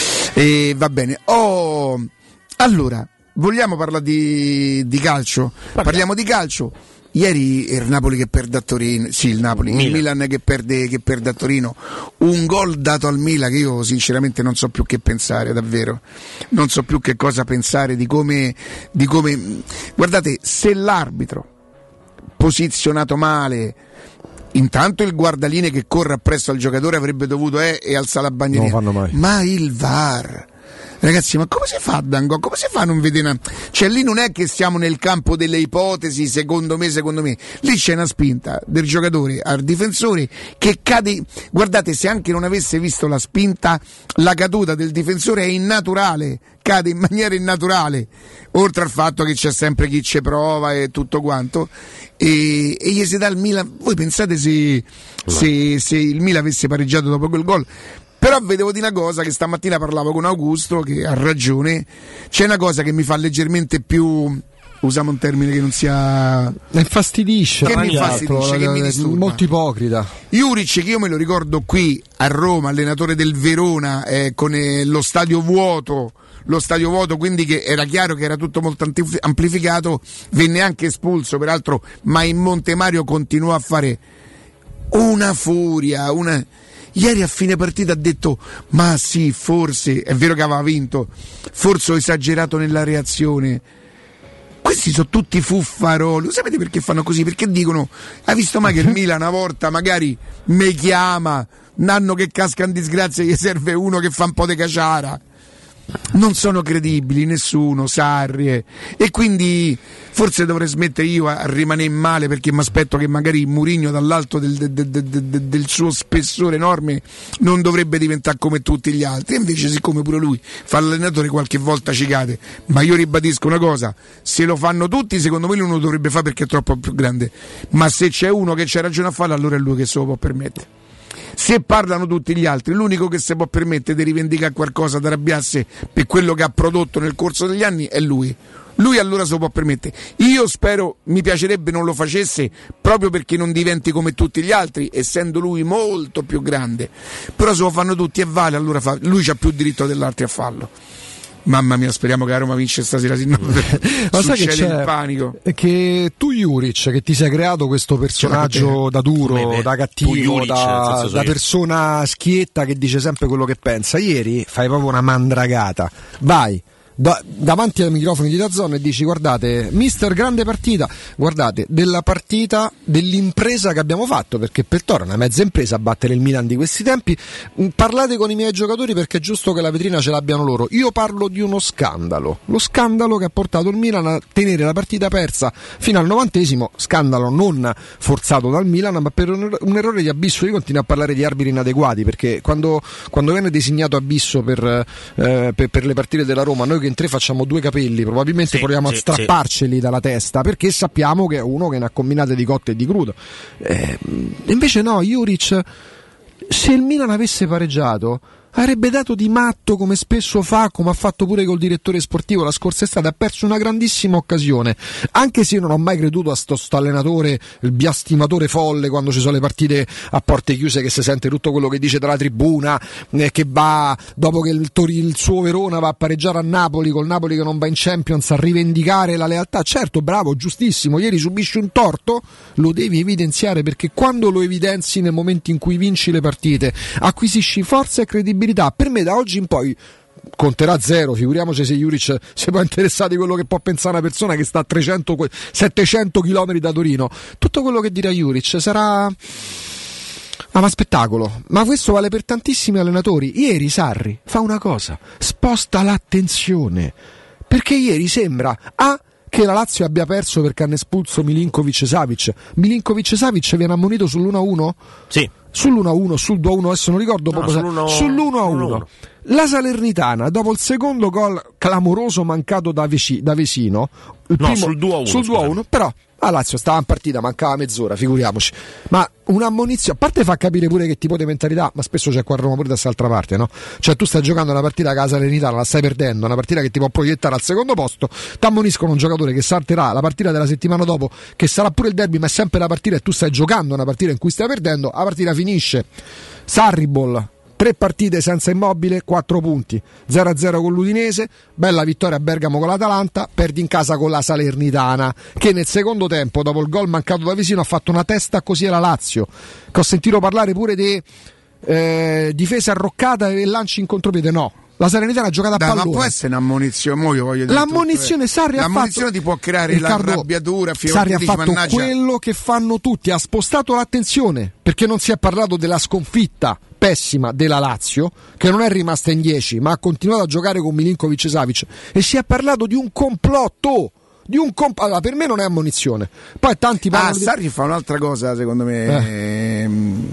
E va bene. Oh, allora, vogliamo parlare di, di calcio? Parliamo. Parliamo di calcio. Ieri il Napoli che perde a Torino, sì il Napoli, Milan. il Milan che perde, che perde a Torino, un gol dato al Milan che io sinceramente non so più che pensare, davvero, non so più che cosa pensare di come, di come, guardate, se l'arbitro posizionato male, intanto il guardaline che corre appresso al giocatore avrebbe dovuto eh, e alza la bandierina, non lo fanno mai. Ma il V A R, ragazzi, ma come si fa a Dango? Come si fa a non vedere? Una... Cioè lì non è che siamo nel campo delle ipotesi, secondo me, secondo me. Lì c'è una spinta del giocatore al difensore che cade. Guardate, se anche non avesse visto la spinta, la caduta del difensore è innaturale, cade in maniera innaturale. Oltre al fatto che c'è sempre chi ci prova e tutto quanto. E, e gli si dà il Milan. Voi pensate se, se, se il Milan avesse pareggiato dopo quel gol? Però vedevo di una cosa che stamattina parlavo con Augusto, che ha ragione, c'è una cosa che mi fa leggermente più, usiamo un termine che non sia... Mi infastidisce, che mi infastidisce, che mi disturba. Molto ipocrita. Juric, che io me lo ricordo qui a Roma, allenatore del Verona, eh, con eh, lo stadio vuoto, lo stadio vuoto, quindi che era chiaro che era tutto molto amplificato, venne anche espulso peraltro, ma in Montemario continuò a fare una furia, una... Ieri a fine partita ha detto ma sì, forse, è vero che aveva vinto, forse ho esagerato nella reazione. Questi sono tutti fuffaroli. Sapete perché fanno così? Perché dicono, hai visto mai che il Milan una volta magari me chiama, un anno che casca in disgrazia gli serve uno che fa un po' di caciara. Non sono credibili nessuno, Sarri, eh. E quindi forse dovrei smettere io a rimanere male perché mi aspetto che magari Mourinho dall'alto del, del, del, del, del suo spessore enorme non dovrebbe diventare come tutti gli altri, e invece siccome pure lui fa l'allenatore qualche volta ci cade, ma io ribadisco una cosa, se lo fanno tutti secondo me lui non lo dovrebbe fare perché è troppo più grande, ma se c'è uno che c'ha ragione a farlo allora è lui che se lo può permettere. Se parlano tutti gli altri, l'unico che si può permettere di rivendicare qualcosa, di arrabbiarsi per quello che ha prodotto nel corso degli anni è lui. Lui allora se lo può permettere. Io spero, mi piacerebbe non lo facesse proprio perché non diventi come tutti gli altri, essendo lui molto più grande. Però se lo fanno tutti e vale, allora fa... lui c'ha più diritto dell'altro a farlo. Mamma mia, speriamo che la Roma vince stasera, se no ma sai che c'è il panico. Che tu Juric, che ti sei creato questo personaggio da duro, da cattivo, Juric, da, da persona schietta che dice sempre quello che pensa, ieri fai proprio una mandragata, vai Da, davanti ai microfoni di DAZN e dici guardate mister grande partita, guardate della partita, dell'impresa che abbiamo fatto, perché per Toro è una mezza impresa battere il Milan di questi tempi, parlate con i miei giocatori perché è giusto che la vetrina ce l'abbiano loro, io parlo di uno scandalo, lo scandalo che ha portato il Milan a tenere la partita persa fino al novantesimo, scandalo non forzato dal Milan ma per un, un errore di Abisso. Io continuo a parlare di arbitri inadeguati perché quando, quando viene designato Abisso per, eh, per, per le partite della Roma, noi che in tre facciamo due capelli, probabilmente sì, proviamo sì, a strapparceli sì. dalla testa, perché sappiamo che è uno che ne ha combinate di cotte e di crudo. Eh, invece no, Juric, se il Milan avesse pareggiato avrebbe dato di matto come spesso fa, come ha fatto pure col direttore sportivo la scorsa estate, ha perso una grandissima occasione, anche se io non ho mai creduto a sto, sto allenatore, il biastimatore folle quando ci sono le partite a porte chiuse che si sente tutto quello che dice dalla tribuna, eh, che va dopo che il, il suo Verona va a pareggiare a Napoli, col Napoli che non va in Champions, a rivendicare la lealtà. Certo, bravo, giustissimo, ieri subisci un torto, lo devi evidenziare, perché quando lo evidenzi nel momento in cui vinci le partite acquisisci forza e credibilità. Per me da oggi in poi conterà zero, figuriamoci se Juric si può interessare di quello che può pensare una persona che sta a trecento settecento chilometri da Torino. Tutto quello che dirà Juric sarà ah, ma spettacolo, ma questo vale per tantissimi allenatori. Ieri Sarri fa una cosa, sposta l'attenzione, perché ieri sembra a che la Lazio abbia perso perché hanno espulso Milinkovic-Savic. Milinkovic-Savic viene ammonito sull'uno a uno? Sì. Sull'uno a uno, sul due a uno, adesso non ricordo no, proprio. sull'uno, sull'uno a uno. La Salernitana, dopo il secondo gol clamoroso mancato da, Veci, da Vesino, il no, primo, sul due a uno, sul due a uno, però a Lazio stava in partita, mancava mezz'ora, figuriamoci. Ma un'ammonizione, a parte fa capire pure che tipo di mentalità, ma spesso c'è qua a Roma pure da quest'altra parte, no? Cioè tu stai giocando una partita che la Salernitana la stai perdendo, una partita che ti può proiettare al secondo posto, ti ammoniscono un giocatore che salterà la partita della settimana dopo, che sarà pure il derby, ma è sempre la partita e tu stai giocando una partita in cui stai perdendo, la partita finisce. Sarribol, tre partite senza Immobile, quattro punti, zero a zero con l'Udinese, bella vittoria a Bergamo con l'Atalanta, perdi in casa con la Salernitana, che nel secondo tempo, dopo il gol mancato da Vesino, ha fatto una testa così alla Lazio, che ho sentito parlare pure di eh, difesa arroccata e lanci in contropiede, no. La Salernitana ha giocato a Dai, pallone. Ma può essere un'ammonizione, mo io voglio dire l'ammonizione tutto, eh. Sarri ha fatto, l'ammonizione ti può creare Riccardo, l'arrabbiatura. Sarri ha fatto mannaggia. quello che fanno tutti, ha spostato l'attenzione, perché non si è parlato della sconfitta pessima della Lazio, che non è rimasta in dieci, ma ha continuato a giocare con Milinkovic-Savic, e si è parlato di un complotto. Di un comp- allora, per me non è ammonizione. Poi tanti parlano ah, di... Sarri fa un'altra cosa, secondo me. Eh.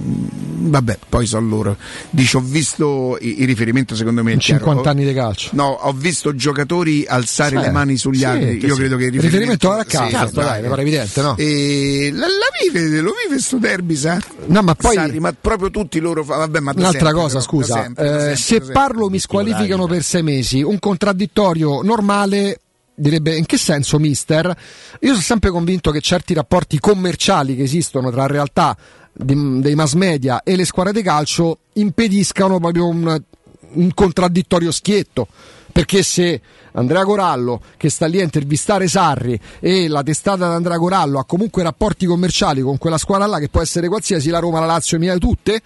Vabbè, poi sono loro. Dice, ho visto il riferimento, secondo me, in cinquanta chiaro. anni di calcio. No, ho visto giocatori alzare sì, le mani sugli sì, altri. Io sì. credo che il riferimento, riferimento era a caso, sì, dai, mi pare evidente, no? E la, la vive, lo vive sto derby, sa? No, ma poi Sarri, ma proprio tutti loro fa... Vabbè, ma un'altra sempre, cosa, però, scusa, da sempre, da eh, sempre, se da sempre. parlo mi squalificano per sei mesi, un contraddittorio normale direbbe in che senso, mister? Io sono sempre convinto che certi rapporti commerciali che esistono tra realtà di, dei mass media e le squadre di calcio impediscano proprio un, un contraddittorio schietto, perché se Andrea Corallo, che sta lì a intervistare Sarri, e la testata di Andrea Corallo ha comunque rapporti commerciali con quella squadra là, che può essere qualsiasi, la Roma, la Lazio, Milan, tutte,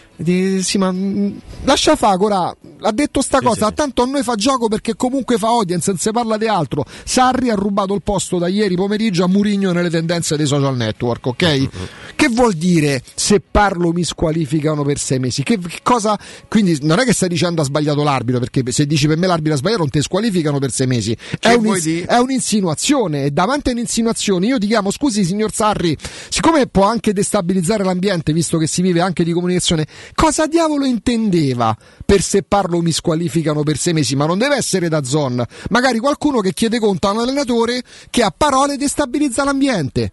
di, sì, ma lascia fa, Corà ha detto sta cosa, sì, sì. Tanto a noi fa gioco perché comunque fa audience, non si parla di altro. Sarri ha rubato il posto da ieri pomeriggio a Mourinho nelle tendenze dei social network, ok? Mm-hmm. Che vuol dire se parlo mi squalificano per sei mesi? Che, che cosa? Quindi non è che stai dicendo ha sbagliato l'arbitro, perché se dici per me l'arbitro ha sbagliato non ti squalificano per sei mesi. È, un, è un'insinuazione, e davanti a un'insinuazione io ti chiamo, scusi signor Sarri, siccome può anche destabilizzare l'ambiente visto che si vive anche di comunicazione, cosa diavolo intendeva per se parlo mi squalificano per sei mesi? Ma non deve essere da zon, magari qualcuno che chiede conto a un allenatore che a parole destabilizza l'ambiente.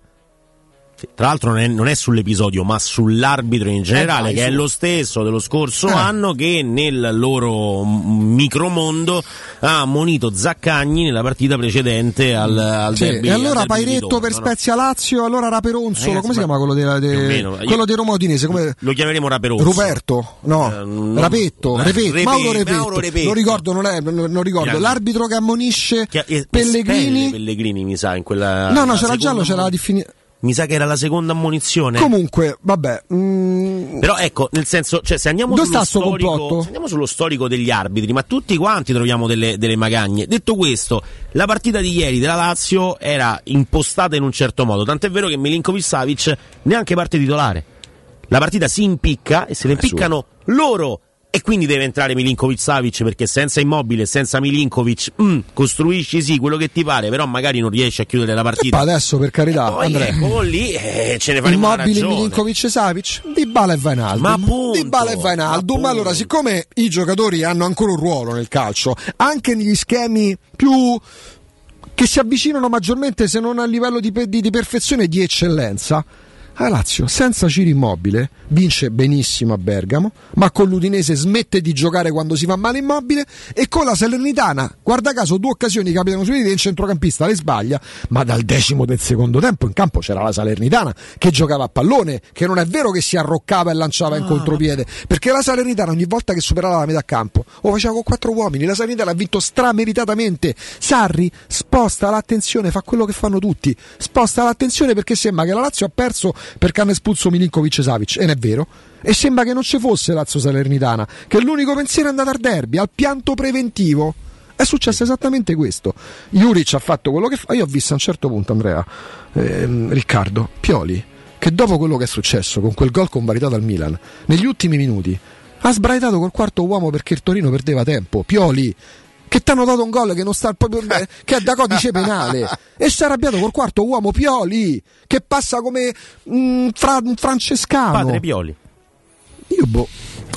Sì, tra l'altro non è, non è sull'episodio, ma sull'arbitro in generale, eh, che su. è lo stesso dello scorso eh. anno, che nel loro micromondo ha ammonito Zaccagni nella partita precedente al, al sì, derby. E allora al derby Pairetto per Spezia Lazio, allora Raperonzolo, Ragazzi, come si chiama quello de, de, meno, quello di Roma Udinese? Come... Lo chiameremo Raperonzo. Ruperto? No, eh, non... Rapetto, Repetto, Repe, Mauro Repetto. Mauro Repetto. Non ricordo, non, è, non, non ricordo. Grande. L'arbitro che ammonisce che, eh, Pellegrini. Pellegrini mi sa in quella. No, no, c'era giallo, c'era la definizione. Mi sa che era la seconda ammonizione. Comunque, vabbè. Mm... Però ecco, nel senso, cioè se andiamo Dove sullo sta storico, se andiamo sullo storico degli arbitri, ma tutti quanti troviamo delle, delle magagne. Detto questo, la partita di ieri della Lazio era impostata in un certo modo, tant'è vero che Milinkovic-Savic neanche parte titolare. La partita si impicca e se ne impiccano loro. E quindi deve entrare Milinkovic-Savic, perché senza Immobile, senza Milinkovic, mm, costruisci sì quello che ti pare, però magari non riesci a chiudere la partita. E adesso per carità, poi, Andrea, ecco lì eh, ce ne faremo una ragione. Immobile, Milinkovic-Savic, Dybala e Wijnaldum. Ma appunto, Dybala e Wijnaldum. Ma allora, siccome i giocatori hanno ancora un ruolo nel calcio, anche negli schemi più che si avvicinano maggiormente, se non a livello di, di, di perfezione, di eccellenza, la Lazio senza Ciro Immobile vince benissimo a Bergamo, ma con l'Udinese smette di giocare quando si fa male Immobile, e con la Salernitana, guarda caso, due occasioni capitano su di te, il centrocampista le sbaglia, ma dal decimo del secondo tempo in campo c'era la Salernitana che giocava a pallone, che non è vero che si arroccava e lanciava in ah. contropiede, perché la Salernitana ogni volta che superava la metà campo lo faceva con quattro uomini. La Salernitana ha vinto strameritatamente. Sarri sposta l'attenzione, fa quello che fanno tutti, sposta l'attenzione, perché sembra che la Lazio ha perso perché hanno espulso Milinkovic-Savic, e non è vero, e sembra che non ci fosse Lazio Salernitana, che l'unico pensiero è andato al derby, al pianto preventivo. È successo esattamente questo. Juric ha fatto quello che fa. Io ho visto a un certo punto, Andrea, ehm, Riccardo, Pioli, che dopo quello che è successo con quel gol convalidato al Milan, negli ultimi minuti ha sbraitato col quarto uomo perché il Torino perdeva tempo. Pioli, che ti hanno dato un gol che non sta proprio, che è da codice penale, e si è arrabbiato col quarto uomo. Pioli, che passa come un fra, francescano. Padre Pioli. Io boh.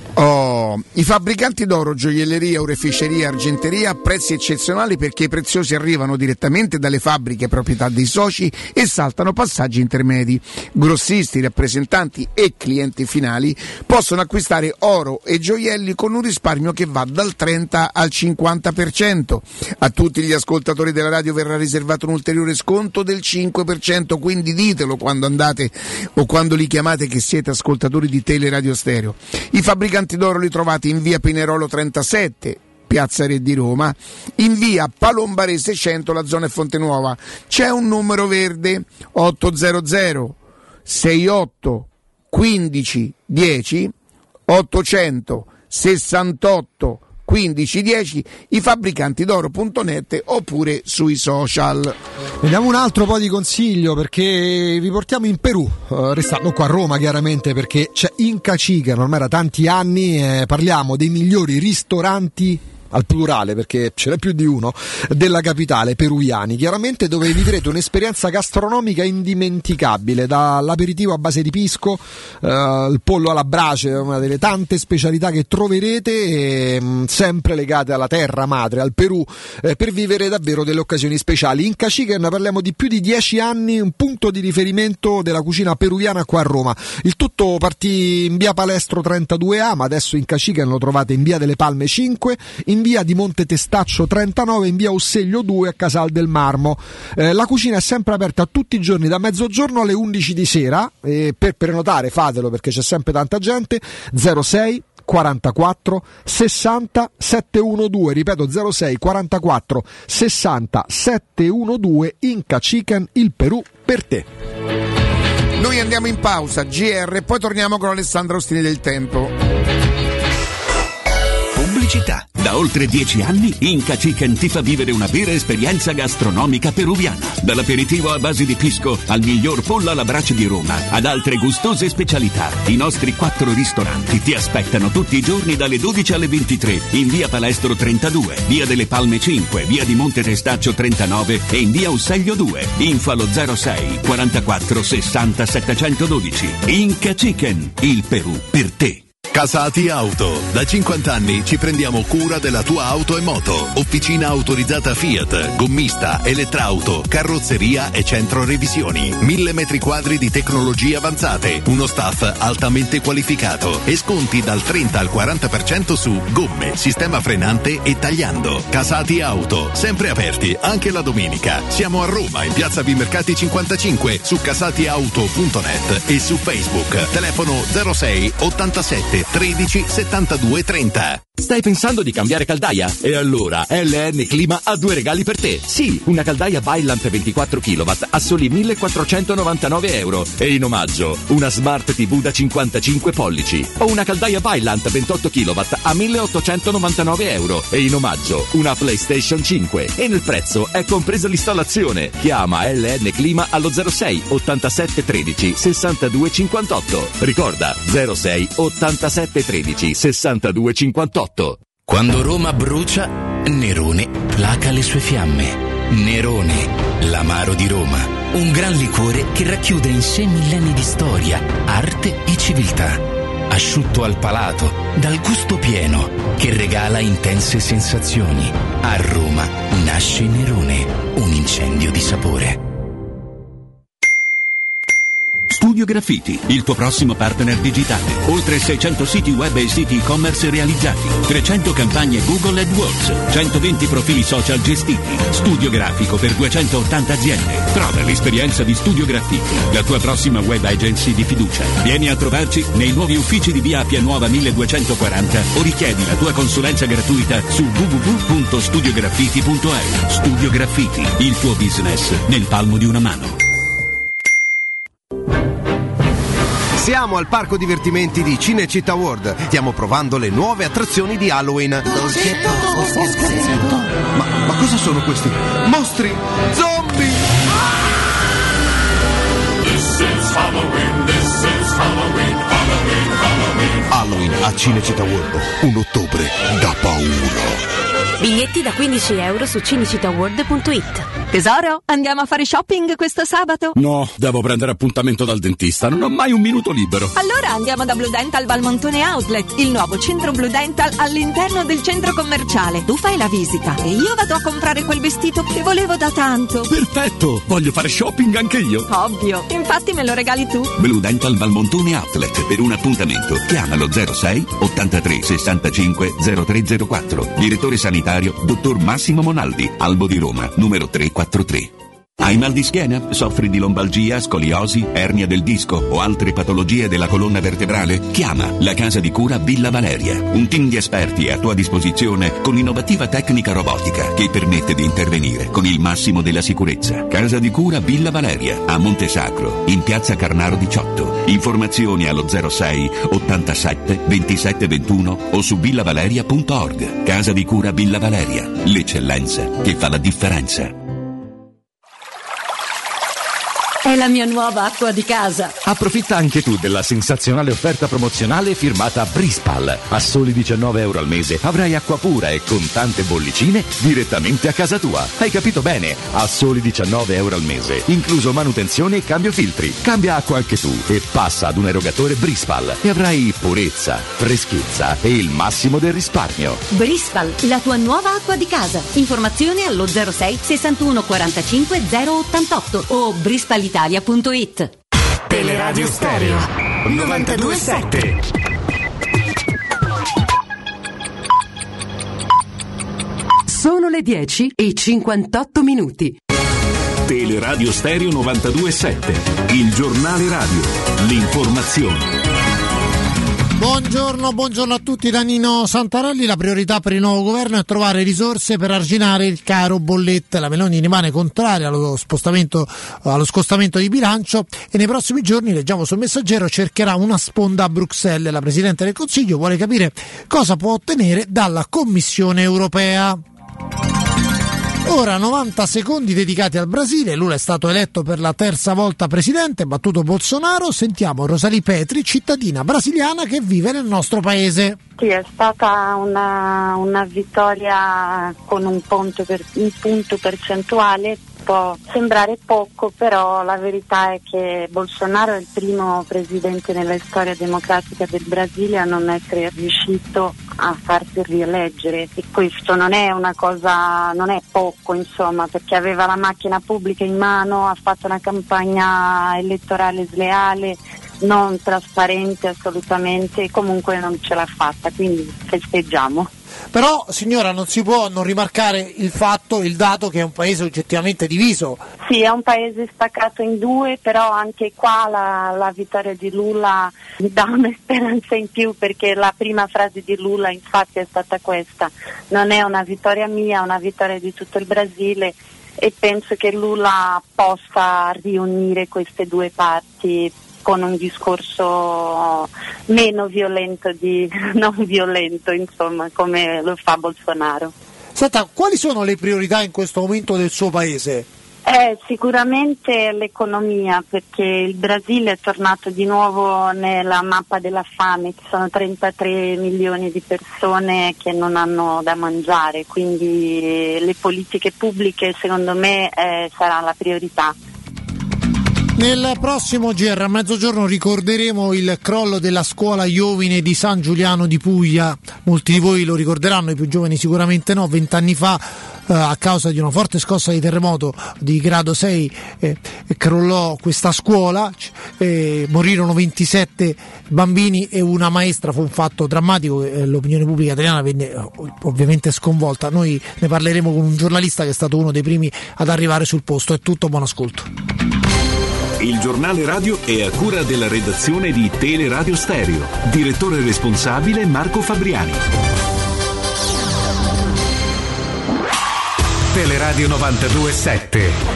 Oh, i fabbricanti d'oro, gioielleria, oreficeria, argenteria a prezzi eccezionali perché i preziosi arrivano direttamente dalle fabbriche proprietà dei soci e saltano passaggi intermedi. Grossisti, rappresentanti e clienti finali possono acquistare oro e gioielli con un risparmio che va dal trenta al cinquanta per cento. A tutti gli ascoltatori della radio verrà riservato un ulteriore sconto del cinque per cento, quindi ditelo quando andate o quando li chiamate che siete ascoltatori di Teleradio Stereo. I fabbricanti d'oro li trovate in via Pinerolo trentasette, Piazza Re di Roma, in via Palombarese cento, la zona è Fonte Nuova. C'è un numero verde ottocento sessantotto quindici dieci, ottocento sessantotto quindici dieci, i fabbricanti d'oro punto net oppure sui social. Vediamo un altro po' di consiglio, perché vi portiamo in Perù, uh, restando qua a Roma chiaramente, perché c'è Inca Chicken, ormai da tanti anni, eh, parliamo dei migliori ristoranti al plurale, perché ce n'è più di uno, della capitale, peruviani, chiaramente, dove vivrete un'esperienza gastronomica indimenticabile, dall'aperitivo a base di pisco, eh, il pollo alla brace, una delle tante specialità che troverete, e, mh, sempre legate alla terra madre, al Perù, eh, per vivere davvero delle occasioni speciali. Inca Chicken, parliamo di più di dieci anni, un punto di riferimento della cucina peruviana qua a Roma. Il tutto partì in via Palestro trentadue A, ma adesso Inca Chicken lo trovate in via delle Palme cinque, in via di Monte Testaccio trentanove, in via Osseglio due a Casal del Marmo. Eh, la cucina è sempre aperta tutti i giorni da mezzogiorno alle undici di sera, e per prenotare fatelo perché c'è sempre tanta gente. zero sei quarantaquattro sessanta settecentoundodici, ripeto zero sei quarantaquattro sessanta settecentoundodici. Inca Chicken, il Perù per te. Noi andiamo in pausa, G R, e poi torniamo con Alessandro Ostini del Tempo. Pubblicità. Da oltre dieci anni Inca Chicken ti fa vivere una vera esperienza gastronomica peruviana. Dall'aperitivo a base di pisco al miglior pollo alla brace di Roma, ad altre gustose specialità. I nostri quattro ristoranti ti aspettano tutti i giorni dalle dodici alle ventitré in via Palestro trentadue, via delle Palme cinque, via di Monte Testaccio trentanove e in via Osseglio due. Info allo zero sei quarantaquattro sessanta settecentododici. Inca Chicken, il Perù per te. Casati Auto. Da cinquanta anni ci prendiamo cura della tua auto e moto. Officina autorizzata Fiat, gommista, elettrauto, carrozzeria e centro revisioni. Mille metri quadri di tecnologie avanzate. Uno staff altamente qualificato. E sconti dal trenta al quaranta per cento su gomme, sistema frenante e tagliando. Casati Auto. Sempre aperti anche la domenica. Siamo a Roma in piazza Vimercati cinquantacinque, su casatiauto punto net e su Facebook. Telefono zero sei ottantasette tredici settantadue trenta. Stai pensando di cambiare caldaia? E allora L N Clima ha due regali per te. Sì, una caldaia Vaillant ventiquattro chilowatt a soli millequattrocentonovantanove euro, e in omaggio una Smart T V da cinquantacinque pollici. O una caldaia Vaillant ventotto chilowatt a milleottocentonovantanove euro, e in omaggio una PlayStation cinque. E nel prezzo è compresa l'installazione. Chiama L N Clima allo zero sei ottantasette tredici sessantadue cinquantotto. Ricorda zero sei ottantasette tredici sessantadue cinquantotto. Quando Roma brucia, Nerone placa le sue fiamme. Nerone, l'amaro di Roma. Un gran liquore che racchiude in sé millenni di storia, arte e civiltà. Asciutto al palato, dal gusto pieno, che regala intense sensazioni. A Roma nasce Nerone, un incendio di sapore. Studio Graffiti, il tuo prossimo partner digitale. Oltre seicento siti web e siti e-commerce realizzati, trecento campagne Google AdWords, centoventi profili social gestiti. Studio grafico per duecentottanta aziende. Trova l'esperienza di Studio Graffiti, la tua prossima web agency di fiducia. Vieni a trovarci nei nuovi uffici di via Appia Nuova milleduecentoquaranta o richiedi la tua consulenza gratuita su w w w punto studio graffiti punto e u. Studio Graffiti, il tuo business nel palmo di una mano. Siamo al parco divertimenti di Cinecittà World. Stiamo provando le nuove attrazioni di Halloween. Ma, ma cosa sono questi? Mostri! Zombie! This is Halloween, this is Halloween, Halloween, Halloween. Halloween a Cinecittà World. Un ottobre da paura. Biglietti da quindici euro su cinecittàworld punto it. Tesoro, andiamo a fare shopping questo sabato? No, devo prendere appuntamento dal dentista, non ho mai un minuto libero. Allora andiamo da Blue Dental Valmontone Outlet, il nuovo centro Blue Dental all'interno del centro commerciale. Tu fai la visita e io vado a comprare quel vestito che volevo da tanto. Perfetto, voglio fare shopping anche io. Ovvio, infatti me lo regali tu. Blue Dental Valmontone Outlet, per un appuntamento chiama lo zero sei ottantatré sessantacinque zero tre zero quattro. Direttore sanitario dottor Massimo Monaldi, Albo di Roma, numero trecentoquarantatré. Hai mal di schiena? Soffri di lombalgia, scoliosi, ernia del disco o altre patologie della colonna vertebrale? Chiama la Casa di Cura Villa Valeria. Un team di esperti è a tua disposizione con innovativa tecnica robotica che permette di intervenire con il massimo della sicurezza. Casa di Cura Villa Valeria, a Montesacro, in piazza Carnaro diciotto. Informazioni allo zero sei ottantasette ventisette ventuno o su villavaleria punto org. Casa di Cura Villa Valeria, l'eccellenza che fa la differenza. È la mia nuova acqua di casa. Approfitta anche tu della sensazionale offerta promozionale firmata Brispal. A soli diciannove euro al mese avrai acqua pura e con tante bollicine direttamente a casa tua. Hai capito bene? A soli diciannove euro al mese, incluso manutenzione e cambio filtri. Cambia acqua anche tu e passa ad un erogatore Brispal e avrai purezza, freschezza e il massimo del risparmio. Brispal, la tua nuova acqua di casa. Informazioni allo zero sei sessantuno quarantacinque zero ottantotto o brispalitalia punto it. Teleradio Stereo novantadue sette. Sono le dieci e cinquantotto minuti. Teleradio Stereo novantadue sette, il giornale radio, l'informazione. Buongiorno, buongiorno a tutti da Nino Santarelli. La priorità per il nuovo governo è trovare risorse per arginare il caro bollette. La Meloni rimane contraria allo spostamento, allo scostamento di bilancio e nei prossimi giorni, leggiamo sul Messaggero, cercherà una sponda a Bruxelles. La Presidente del Consiglio vuole capire cosa può ottenere dalla Commissione europea. Ora novanta secondi dedicati al Brasile. Lula è stato eletto per la terza volta presidente, battuto Bolsonaro. Sentiamo Rosalie Petri, cittadina brasiliana che vive nel nostro paese. Sì, è stata una, una vittoria con un punto, per, un punto percentuale. Può sembrare poco, però la verità è che Bolsonaro è il primo presidente nella storia democratica del Brasile a non essere riuscito a farsi rieleggere, e questo non è una cosa, non è poco insomma, perché aveva la macchina pubblica in mano, ha fatto una campagna elettorale sleale, non trasparente assolutamente, e comunque non ce l'ha fatta, quindi festeggiamo. Però signora, non si può non rimarcare il fatto, il dato che è un paese oggettivamente diviso. Sì, è un paese staccato in due, però anche qua la, la vittoria di Lula mi dà una speranza in più, perché la prima frase di Lula infatti è stata questa: non è una vittoria mia, è una vittoria di tutto il Brasile, e penso che Lula possa riunire queste due parti con un discorso meno violento di non violento, insomma, come lo fa Bolsonaro. Senta, quali sono le priorità in questo momento del suo paese? Eh, sicuramente l'economia, perché il Brasile è tornato di nuovo nella mappa della fame, ci sono trentatré milioni di persone che non hanno da mangiare, quindi le politiche pubbliche secondo me eh, sarà la priorità. Nel prossimo G R a mezzogiorno ricorderemo il crollo della scuola Iovine di San Giuliano di Puglia. Molti di voi lo ricorderanno, i più giovani sicuramente no. Vent'anni fa, eh, a causa di una forte scossa di terremoto di grado sei, eh, crollò questa scuola, eh, morirono ventisette bambini e una maestra. Fu un fatto drammatico, eh, l'opinione pubblica italiana venne eh, ovviamente sconvolta. Noi ne parleremo con un giornalista che è stato uno dei primi ad arrivare sul posto. È tutto, buon ascolto. Il giornale radio è a cura della redazione di Teleradio Stereo. Direttore responsabile Marco Fabriani. Teleradio novantadue sette.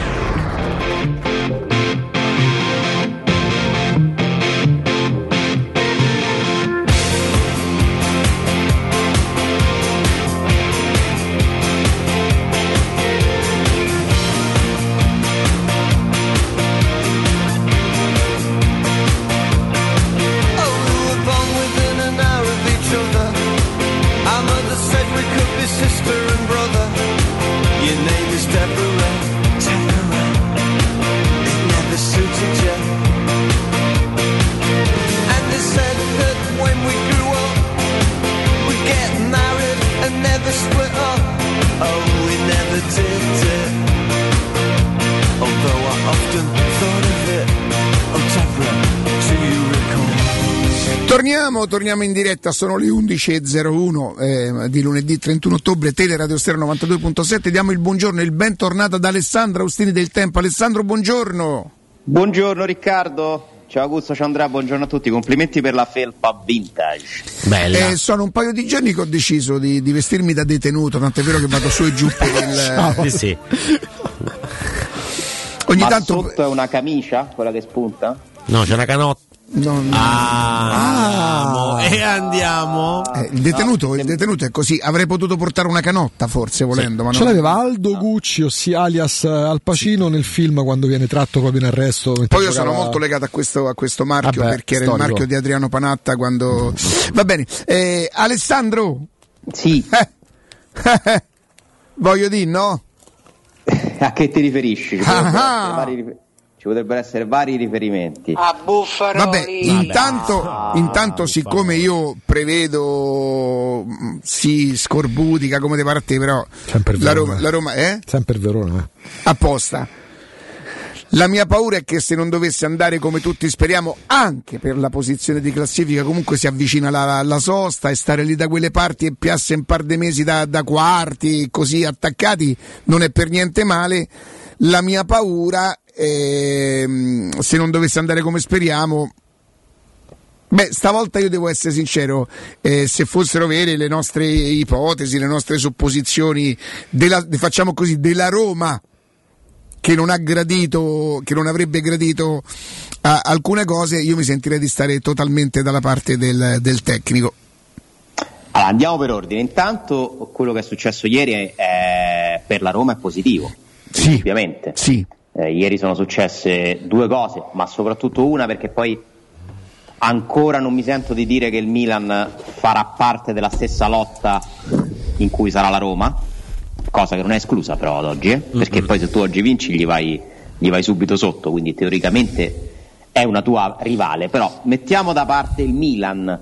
step away, step away. It never suited you. And they said that when we grew up, we'd get married and never split up. Oh, we never did it. Although I often thought of it. Oh, Deborah, do you recall? Torniamo, torniamo in diretta, sono le undici e zero uno eh, di lunedì trentuno ottobre, Teleradio Stereo novantadue virgola sette. Diamo il buongiorno e il bentornato ad Alessandro Austini del Tempo. Alessandro, buongiorno. Buongiorno Riccardo. Ciao Augusto, ciao Andrea, buongiorno a tutti, complimenti per la felpa vintage. Bella. Eh, sono un paio di giorni che ho deciso di, di vestirmi da detenuto, tant'è vero che vado su e giù per il... Sì, sì. Ogni Ma tanto... sotto è una camicia, quella che spunta? No, c'è una canotta. No, no. Ah, ah, e andiamo. Eh, il, detenuto, no. il detenuto è così. Avrei potuto portare una canotta, forse, volendo. Sì. Ma Ce no. l'aveva Aldo Gucci, ossia alias Al Pacino, sì, nel film quando viene tratto proprio in arresto. Poi io giocava... sono molto legato a questo, a questo marchio. Vabbè, perché era storico. Il marchio di Adriano Panatta quando. Va bene. Eh, Alessandro? Sì. Eh. Voglio dire, no? A che ti riferisci? Ci ah Ci potrebbero essere vari riferimenti. A Buffaroli. Vabbè, intanto, ah, intanto siccome io prevedo si scorbutica come te pare a te, però la Roma, la Roma è? Sempre Verona. Eh. Apposta. La mia paura è che se non dovesse andare come tutti speriamo, anche per la posizione di classifica, comunque si avvicina la, la sosta e stare lì da quelle parti e piasse un par di mesi da, da quarti, così attaccati, non è per niente male. La mia paura, eh, se non dovesse andare come speriamo, beh, stavolta io devo essere sincero, eh, se fossero vere le nostre ipotesi, le nostre supposizioni, della, facciamo così, della Roma che non ha gradito, che non avrebbe gradito a, alcune cose, io mi sentirei di stare totalmente dalla parte del, del tecnico. Allora, andiamo per ordine. Intanto quello che è successo ieri è, è, per la Roma è positivo. Sì, ovviamente. Sì. Eh, ieri sono successe due cose, ma soprattutto una, perché poi ancora non mi sento di dire che il Milan farà parte della stessa lotta in cui sarà la Roma, cosa che non è esclusa però ad oggi, eh? Perché mm-hmm. poi se tu oggi vinci gli vai, gli vai subito sotto, quindi teoricamente è una tua rivale. Però mettiamo da parte il Milan,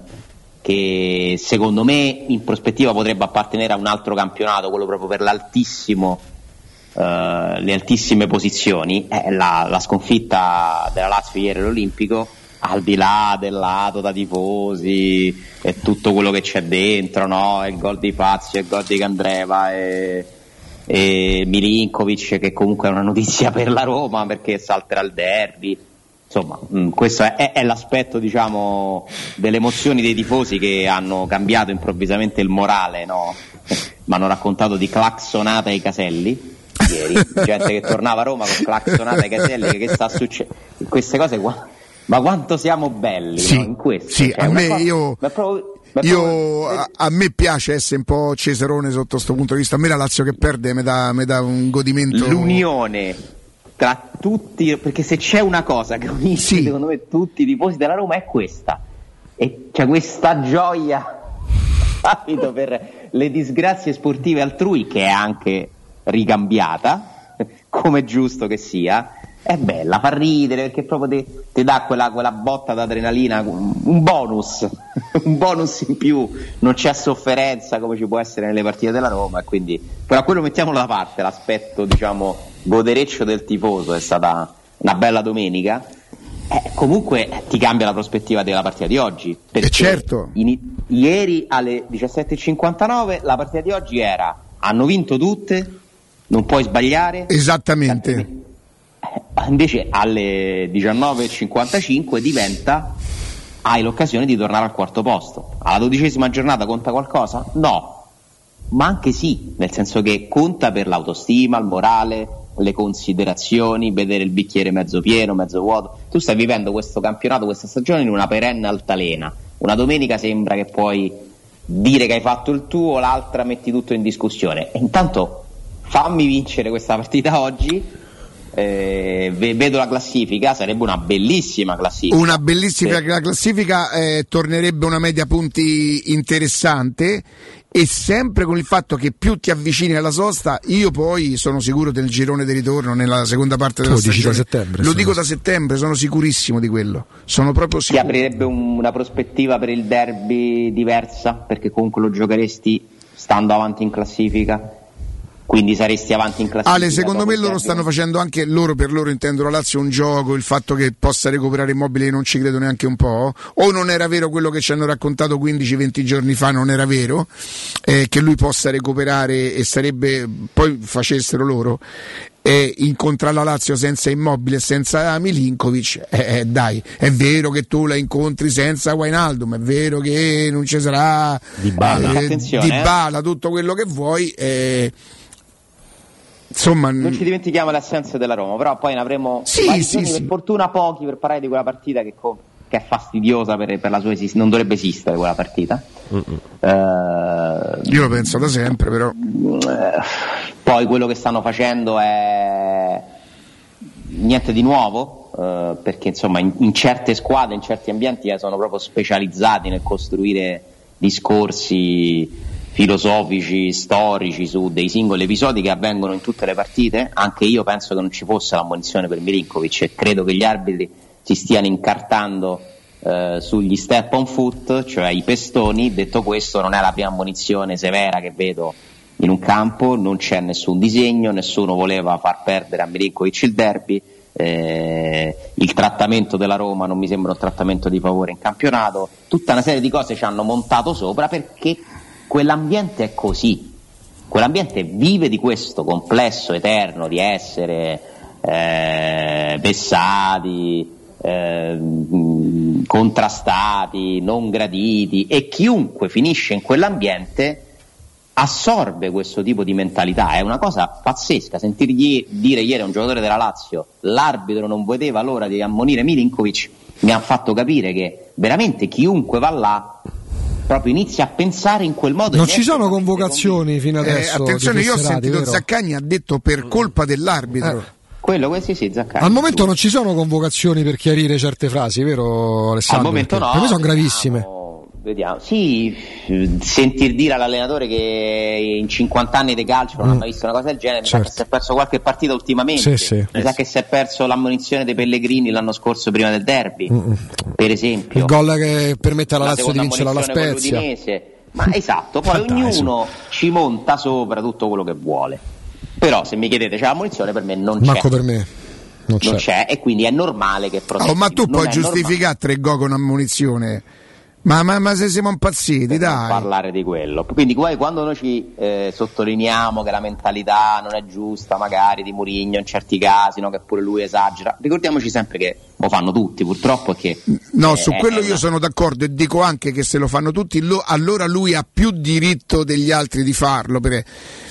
che secondo me in prospettiva potrebbe appartenere a un altro campionato, quello proprio per l'altissimo Uh, le altissime posizioni. Eh, la, la sconfitta della Lazio ieri all'Olimpico, al di là del lato da tifosi e tutto quello che c'è dentro, no? Il gol di Fazio, il gol di Candreva e, e Milinkovic, che comunque è una notizia per la Roma perché salterà il derby. Insomma, mh, questo è, è, è l'aspetto, diciamo, delle emozioni dei tifosi che hanno cambiato improvvisamente il morale, no? Mi hanno raccontato di claxonata ai caselli ieri, gente che tornava a Roma con claxonata ai caselli, che, che sta succedendo queste cose qua, ma quanto siamo belli, sì, no? In questo, sì, cioè, a me cosa, io, proprio, io proprio... a, a me piace essere un po' Cesarone sotto questo punto di vista. A me la Lazio che perde mi dà, mi dà un godimento. L'unione tra tutti, perché se c'è una cosa che unisce, sì, secondo me tutti i tifosi della Roma è questa, e c'è questa gioia capito, per le disgrazie sportive altrui, che è anche ricambiata, come è giusto che sia. È bella, fa ridere, perché proprio ti, ti dà quella, quella botta d'adrenalina, un bonus un bonus in più, non c'è sofferenza come ci può essere nelle partite della Roma, e quindi però quello mettiamolo da parte, l'aspetto, diciamo, godereccio del tifoso. È stata una bella domenica. Eh, comunque ti cambia la prospettiva della partita di oggi, perché eh certo. in, ieri alle diciassette e cinquantanove la partita di oggi era: hanno vinto tutte, non puoi sbagliare. Esattamente. Eh, invece alle diciannove e cinquantacinque diventa: hai l'occasione di tornare al quarto posto. Alla dodicesima giornata conta qualcosa? No, ma anche sì, nel senso che conta per l'autostima, il morale, le considerazioni, vedere il bicchiere mezzo pieno, mezzo vuoto. Tu stai vivendo questo campionato, questa stagione, in una perenne altalena. Una domenica sembra che puoi dire che hai fatto il tuo, l'altra metti tutto in discussione. E intanto fammi vincere questa partita oggi, eh, vedo la classifica, sarebbe una bellissima classifica. Una bellissima sì. classifica, eh, tornerebbe una media punti interessante, e sempre con il fatto che più ti avvicini alla sosta, io poi sono sicuro del girone di ritorno nella seconda parte della tu stagione. Dici da settembre, lo dico da settembre, sono sicurissimo di quello, sono proprio sicuro. Ti aprirebbe un, una prospettiva per il derby diversa, perché comunque lo giocheresti stando avanti in classifica, quindi saresti avanti in classifica. Ale, secondo me loro stanno facendo anche, loro per loro intendo la Lazio, un gioco, il fatto che possa recuperare Immobile non ci credo neanche un po', o non era vero quello che ci hanno raccontato quindici venti giorni fa, non era vero, eh, che lui possa recuperare, e sarebbe, poi facessero loro, e incontrare la Lazio senza Immobile e senza Milinkovic, eh, eh, dai, è vero che tu la incontri senza Wijnaldum, è vero che non ci sarà Dybala, eh, Dybala, tutto quello che vuoi, eh, insomma, non ci dimentichiamo le assenze della Roma, però poi ne avremo sì, vari sì, giorni, sì. per fortuna pochi, per parlare di quella partita che, co- che è fastidiosa per, per la sua esistenza, non dovrebbe esistere quella partita. Uh, io lo penso da sempre, però eh, poi quello che stanno facendo è niente di nuovo, eh, perché insomma in, in certe squadre, in certi ambienti eh, sono proprio specializzati nel costruire discorsi filosofici, storici su dei singoli episodi che avvengono in tutte le partite. Anche io penso che non ci fosse l'ammonizione per Milinkovic, e credo che gli arbitri si stiano incartando eh, sugli step on foot, cioè i pestoni. Detto questo, non è la prima ammonizione severa che vedo in un campo, non c'è nessun disegno, nessuno voleva far perdere a Milinkovic il derby, eh, il trattamento della Roma non mi sembra un trattamento di favore in campionato, tutta una serie di cose ci hanno montato sopra, perché quell'ambiente è così, quell'ambiente vive di questo complesso eterno di essere eh, vessati, eh, contrastati, non graditi, e chiunque finisce in quell'ambiente assorbe questo tipo di mentalità. È una cosa pazzesca sentirgli dire ieri a un giocatore della Lazio l'arbitro non vedeva l'ora di ammonire Milinkovic, mi ha fatto capire che veramente chiunque va là proprio inizia a pensare in quel modo. Non ci sono convocazioni fino adesso. Eh, attenzione, io ho Fesserati, sentito vero? Zaccagni ha detto per colpa dell'arbitro. Eh. Quello, questi sì, Zaccagni. Al momento non ci sono convocazioni per chiarire certe frasi, vero Alessandro? Al momento no. Per me sono gravissime. Vediamo, sì, sentir dire all'allenatore che in cinquanta anni di calcio non mm. ha mai visto una cosa del genere, certo. Mi sa che si è perso qualche partita ultimamente, sì, sì. mi eh sa sì. che si è perso l'ammonizione dei Pellegrini l'anno scorso prima del derby, mm. per esempio. Il gol che permette alla la Lazio di vincere alla Spezia. Ma esatto, poi ognuno ci monta sopra tutto quello che vuole. Però se mi chiedete c'è l'ammonizione, per me non c'è. Manco per me. Non c'è. non c'è, e quindi è normale che oh, ma tu puoi giustificare tre gol con ammonizione? Ma, ma, ma se siamo impazziti, per dai. Non parlare di quello. Quindi quando noi ci eh, sottolineiamo che la mentalità non è giusta, magari di Mourinho in certi casi, no, che pure lui esagera, ricordiamoci sempre che lo fanno tutti, purtroppo. Che no, eh, su quello io una... sono d'accordo, e dico anche che se lo fanno tutti, lo, allora lui ha più diritto degli altri di farlo. Perché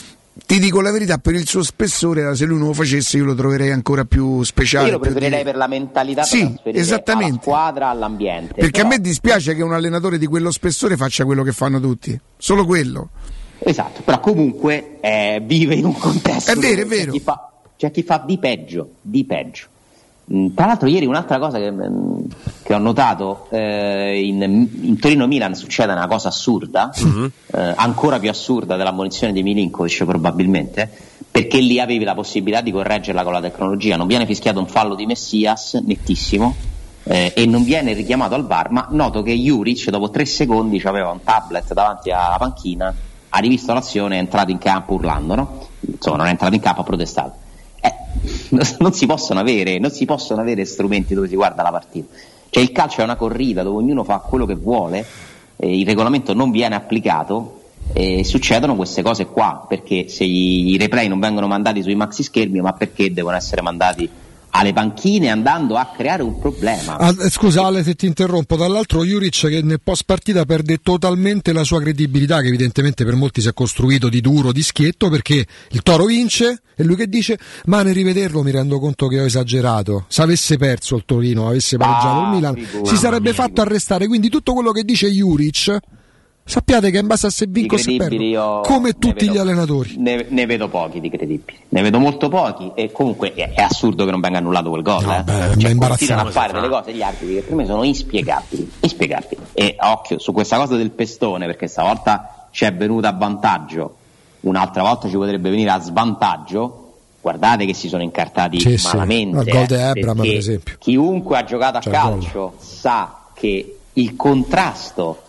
ti dico la verità, per il suo spessore, se lui non lo facesse io lo troverei ancora più speciale. Io lo preferirei di... per la mentalità, sì, per esattamente. alla squadra, all'ambiente. Perché però... a me dispiace che un allenatore di quello spessore faccia quello che fanno tutti, solo quello. Esatto, però comunque eh, vive in un contesto. È vero, è vero. C'è chi fa, c'è chi fa di peggio, di peggio. Tra l'altro ieri un'altra cosa che, che ho notato, eh, in, in Torino-Milan succede una cosa assurda, mm-hmm. eh, ancora più assurda dell'ammonizione di Milinkovic probabilmente, perché lì avevi la possibilità di correggerla con la tecnologia. Non viene fischiato un fallo di Messias, nettissimo, eh, e non viene richiamato al V A R, ma noto che Juric dopo tre secondi aveva un tablet davanti alla panchina, ha rivisto l'azione, è entrato in campo urlando, no? Insomma, non è entrato in campo, ha protestato. Eh, non si possono avere non si possono avere strumenti dove si guarda la partita, cioè il calcio è una corrida dove ognuno fa quello che vuole, eh, il regolamento non viene applicato e succedono queste cose qua, perché se i, i replay non vengono mandati sui maxi schermi, ma perché devono essere mandati alle panchine, andando a creare un problema. Ah, scusa Ale se ti interrompo, dall'altro Juric che nel post partita perde totalmente la sua credibilità, che evidentemente per molti si è costruito di duro, di schietto, perché il Toro vince e lui che dice ma nel rivederlo mi rendo conto che ho esagerato, se avesse perso il Torino, avesse pareggiato ah, il Milan, si sarebbe fatto arrestare, quindi tutto quello che dice Juric Sappiate che in base a se vinco o se perdo, come tutti vedo, gli allenatori. Ne, ne vedo pochi di credibili, ne vedo molto pochi e comunque è, è assurdo che non venga annullato quel gol. No, eh. beh, cioè, ma continuano a fare delle cose gli arbitri che per me sono inspiegabili, inspiegabili. E occhio su questa cosa del pestone, perché stavolta ci è venuta a vantaggio, un'altra volta ci potrebbe venire a svantaggio. Guardate che si sono incartati sì, malamente. Sì. Il gol di eh, Ebram, per esempio. Chiunque ha giocato a C'è calcio sa che il contrasto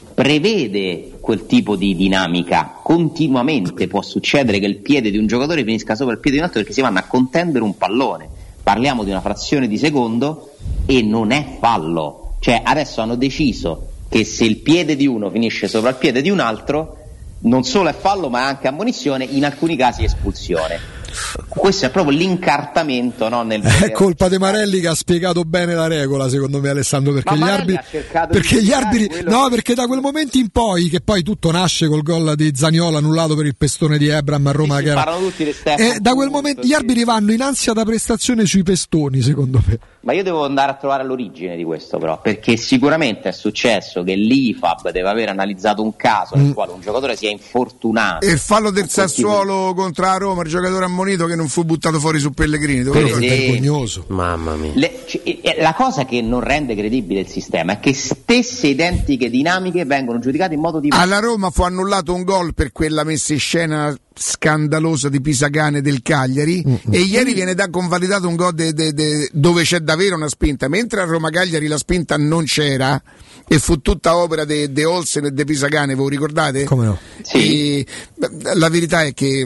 prevede quel tipo di dinamica continuamente. Può succedere che il piede di un giocatore finisca sopra il piede di un altro perché si vanno a contendere un pallone. Parliamo di una frazione di secondo e non è fallo. Cioè adesso hanno deciso che se il piede di uno finisce sopra il piede di un altro non solo è fallo ma è anche ammonizione, in alcuni casi espulsione. Questo è proprio l'incartamento, no, nel è colpa di Marelli che ha spiegato bene la regola, secondo me, Alessandro, perché ma gli arbitri perché gli arbitri no, perché da quel momento in poi, che poi tutto nasce col gol di Zaniolo annullato per il pestone di Ebram a Roma, sì, che era tutti le e da quel momento gli arbitri vanno in ansia da prestazione sui pestoni, secondo me. Ma io devo andare a trovare l'origine di questo, però, perché sicuramente è successo che l'I F A B deve aver analizzato un caso nel mm. quale un giocatore sia infortunato. E il fallo del Sassuolo contro la Roma, il giocatore ammonito che non fu buttato fuori su Pellegrini, quello è vergognoso. Mamma mia. Le, c- la cosa che non rende credibile il sistema è che stesse identiche dinamiche vengono giudicate in modo diverso. Alla Roma fu annullato un gol per quella messa in scena scandalosa di Pisacane del Cagliari mm-hmm. e ieri viene da convalidato un gol de, de, de, dove c'è davvero una spinta, mentre a Roma Cagliari la spinta non c'era e fu tutta opera de, de Olsen e de Pisacane, ve lo ricordate? Come no? Sì. E, la verità è che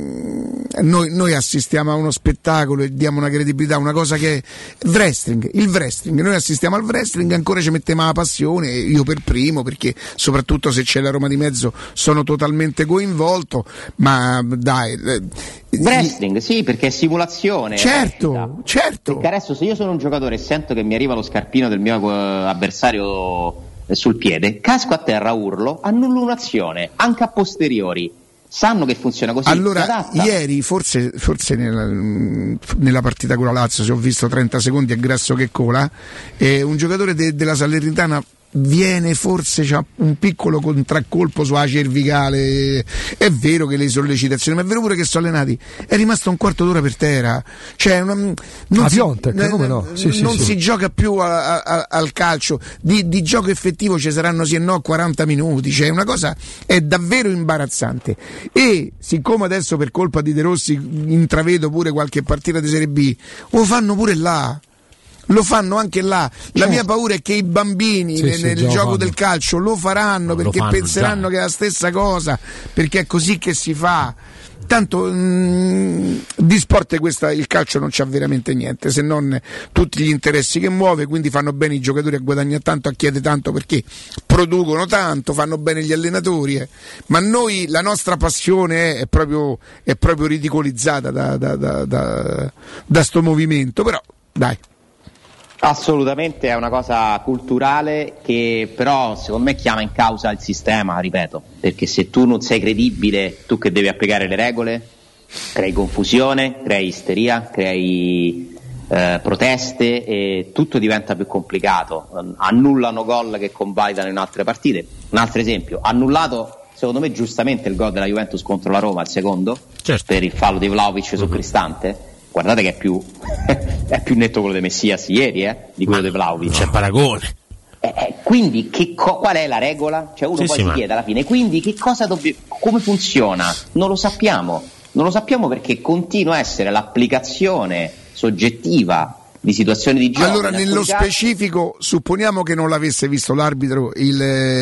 mh, noi, noi assistiamo a uno spettacolo e diamo una credibilità, una cosa che è wrestling, il wrestling, noi assistiamo al wrestling, ancora ci mettiamo la passione, io per primo, perché soprattutto se c'è la Roma di mezzo sono totalmente coinvolto, ma dai, wrestling, sì, perché è simulazione. Certo, è certo. Perché adesso se io sono un giocatore e sento che mi arriva lo scarpino del mio avversario sul piede, casco a terra, urlo, annullo un'azione, anche a posteriori. Sanno che funziona così. Allora, ieri, forse, forse nella, nella partita con la Lazio, se ho visto trenta secondi è grasso che cola, eh, un giocatore de, della Salernitana viene forse, c'ha un piccolo contraccolpo sulla cervicale, è vero che le sollecitazioni, ma è vero pure che sono allenati, è rimasto un quarto d'ora per terra, cioè una, non, si, Piontek, come no? sì, non sì, si sì. gioca più a, a, al calcio, di, di gioco effettivo ci saranno sì e no quaranta minuti, cioè una cosa è davvero imbarazzante. E siccome adesso per colpa di De Rossi intravedo pure qualche partita di Serie B, lo fanno pure là, lo fanno anche là. La certo. mia paura è che i bambini sì, nel, sì, nel gioco fanno. del calcio lo faranno, perché lo fanno penseranno già. che è la stessa cosa, perché è così che si fa. Tanto mh, di sport questa, il calcio non c'ha veramente niente, se non tutti gli interessi che muove, quindi fanno bene i giocatori a guadagnare tanto, a chiedere tanto, perché producono tanto, fanno bene gli allenatori, eh. Ma noi, la nostra passione è, è, proprio, è proprio ridicolizzata da, da, da, da, da sto movimento, però dai. Assolutamente è una cosa culturale che però secondo me chiama in causa il sistema, ripeto, perché se tu non sei credibile, tu che devi applicare le regole, crei confusione, crei isteria, crei eh, proteste e tutto diventa più complicato. Annullano gol che convalidano in altre partite. Un altro esempio, annullato secondo me giustamente il gol della Juventus contro la Roma, il secondo, certo. per il fallo di Vlahovic su Cristante. Guardate che è più è più netto quello di Messias ieri, eh, di quello di Vlahovic. C'è paragone. Eh, eh, quindi che co- qual è la regola? Cioè uno sì, poi sì, si ma... chiede alla fine, quindi che cosa dobbiamo, come funziona? Non lo sappiamo. Non lo sappiamo perché continua a essere l'applicazione soggettiva di situazioni di gioco. Allora, nello specifico, supponiamo che non l'avesse visto l'arbitro, il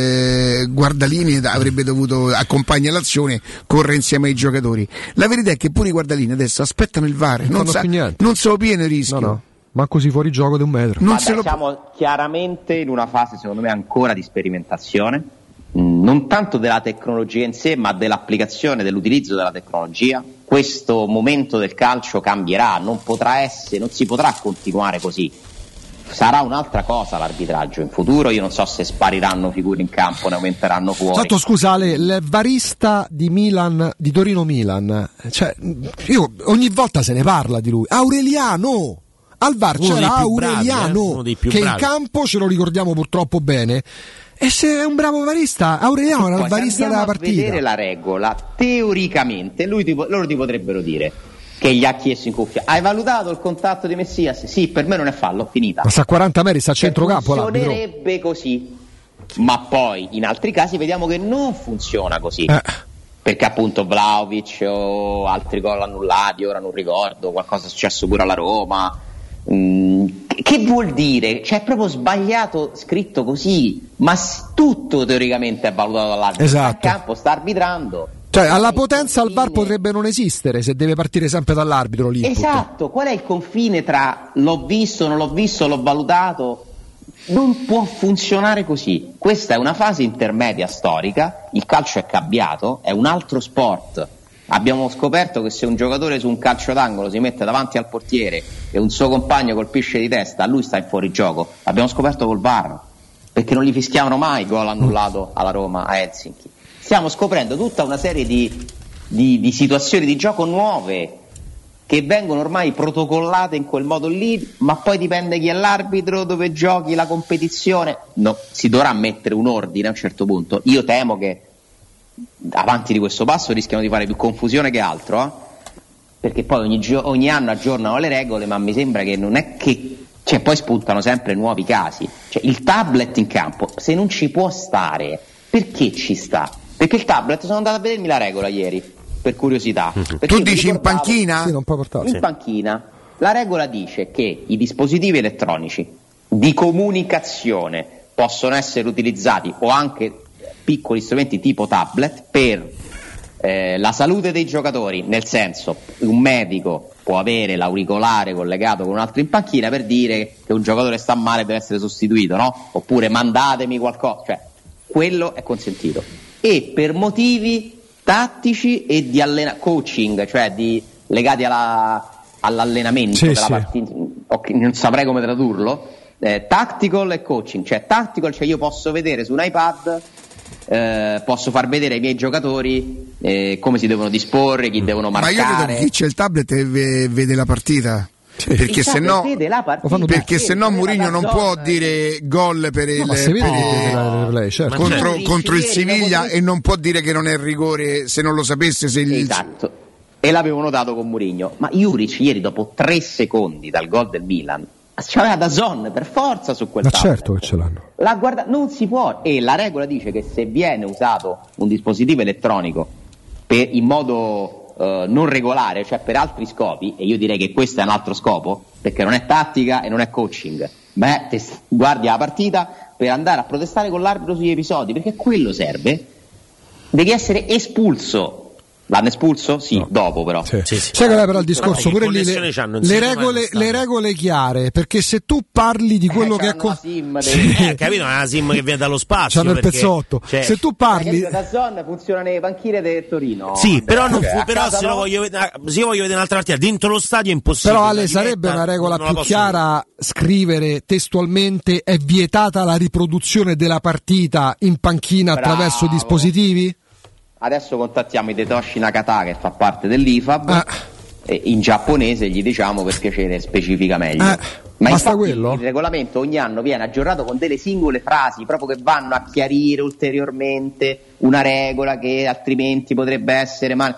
eh, Guardalini avrebbe dovuto accompagnare l'azione, correre insieme ai giocatori. La verità è che pure i Guardalini adesso aspettano il V A R, non, sa, non so pieno il rischio. No, no. Ma così fuori gioco di un metro. Non Vabbè, lo... Siamo chiaramente in una fase, secondo me, ancora di sperimentazione, non tanto della tecnologia in sé, ma dell'applicazione, dell'utilizzo della tecnologia. Questo momento del calcio cambierà, non potrà essere, non si potrà continuare così. Sarà un'altra cosa l'arbitraggio in futuro. Io non so se spariranno figure in campo, ne aumenteranno fuori. Esatto, scusa Ale, il varista di Milan, di Torino Milan, cioè io ogni volta se ne parla di lui. Aureliano! Al V A R c'era Aureliano, bravi, eh? Uno dei più che bravi. in campo ce lo ricordiamo purtroppo bene. E se è un bravo barista, Aureliano era il barista della partita. Se vedere la regola, teoricamente lui ti, loro ti potrebbero dire che gli ha chiesto in cuffia: hai valutato il contatto di Messias? Sì, per me non è fallo, finita. Ma sta a quaranta metri, sta a centrocampo l'arbitro. Funzionerebbe così, ma poi in altri casi vediamo che non funziona così. Eh. Perché appunto Vlahovic o altri gol annullati, ora non ricordo, qualcosa è successo pure alla Roma. Mm, che vuol dire? Cioè è proprio sbagliato scritto così, ma tutto teoricamente è valutato dall'arbitro. Esatto. Il campo sta arbitrando. Cioè alla potenza al V A R potrebbe non esistere se deve partire sempre dall'arbitro lì. Esatto, qual è il confine tra l'ho visto, non l'ho visto, l'ho valutato? Non può funzionare così. Questa è una fase intermedia storica, il calcio è cambiato, è un altro sport. Abbiamo scoperto che se un giocatore su un calcio d'angolo si mette davanti al portiere e un suo compagno colpisce di testa, lui sta in fuorigioco. L'abbiamo scoperto col V A R, perché non gli fischiavano mai gol annullato alla Roma, a Helsinki. Stiamo scoprendo tutta una serie di, di, di situazioni di gioco nuove che vengono ormai protocollate in quel modo lì, ma poi dipende chi è l'arbitro, dove giochi, la competizione. No, si dovrà mettere un ordine a un certo punto. Io temo che avanti di questo passo rischiano di fare più confusione che altro, eh? Perché poi ogni, gio- ogni anno aggiornano le regole, ma mi sembra che non è che, cioè poi spuntano sempre nuovi casi. Cioè il tablet in campo, se non ci può stare, perché ci sta? Perché il tablet, sono andato a vedermi la regola ieri, per curiosità. Tu dici in panchina? Sì, non puoi portare. In Sì. panchina la regola dice che i dispositivi elettronici di comunicazione possono essere utilizzati, o anche piccoli strumenti tipo tablet, per eh, la salute dei giocatori, nel senso, un medico può avere l'auricolare collegato con un altro in panchina per dire che un giocatore sta male e deve essere sostituito, no? Oppure mandatemi qualcosa, cioè quello è consentito. E per motivi tattici e di allena- coaching, cioè di, legati alla, all'allenamento sì, della sì. partita, okay, non saprei come tradurlo, eh, tactical e coaching, cioè tactical, cioè io posso vedere su un iPad, eh, posso far vedere ai miei giocatori eh, come si devono disporre, chi devono marcare. Ma io vedo chi c'è il tablet e ve- vede la partita. Sì. Perché se no, perché se no Mourinho non può dire gol per il, no, per il lei, certo. contro, contro il Siviglia e non può dire che non è rigore se non lo sapesse. Se il... Esatto. E l'avevo notato con Mourinho. Ma Juric ieri dopo tre secondi dal gol del Milan c'aveva da zone per forza su quel ma tablet. Certo che ce l'hanno. La guarda, non si può, e la regola dice che se viene usato un dispositivo elettronico per, in modo Uh, non regolare, cioè per altri scopi, e io direi che questo è un altro scopo, perché non è tattica e non è coaching, ma è te guardi la partita per andare a protestare con l'arbitro sugli episodi, perché quello serve. Devi essere espulso. L'hanno espulso? Sì, no. Dopo però. Sì. Sì, sì. Sai qual è però il discorso? Pure lì le, le, regole, le regole chiare, perché se tu parli di quello eh, che è con sim sì. eh, capito, è una sim che viene dallo spazio. C'hanno il pezzotto. Cioè... Se tu parli da zone funziona nelle panchine del Torino. Sì, Vabbè, però, non cioè, fu, però se, no? lo voglio vedere, se io voglio vedere un'altra partita dentro lo stadio è impossibile. Però Ale, sarebbe una regola più chiara scrivere testualmente: è vietata la riproduzione della partita in panchina Bravo. attraverso dispositivi? Adesso contattiamo i Detoshi Nakata, che fa parte dell'I F A B, ah. e in giapponese gli diciamo per piacere specifica meglio. Ah. Ma basta infatti quello? Il regolamento ogni anno viene aggiornato con delle singole frasi proprio che vanno a chiarire ulteriormente una regola che altrimenti potrebbe essere male.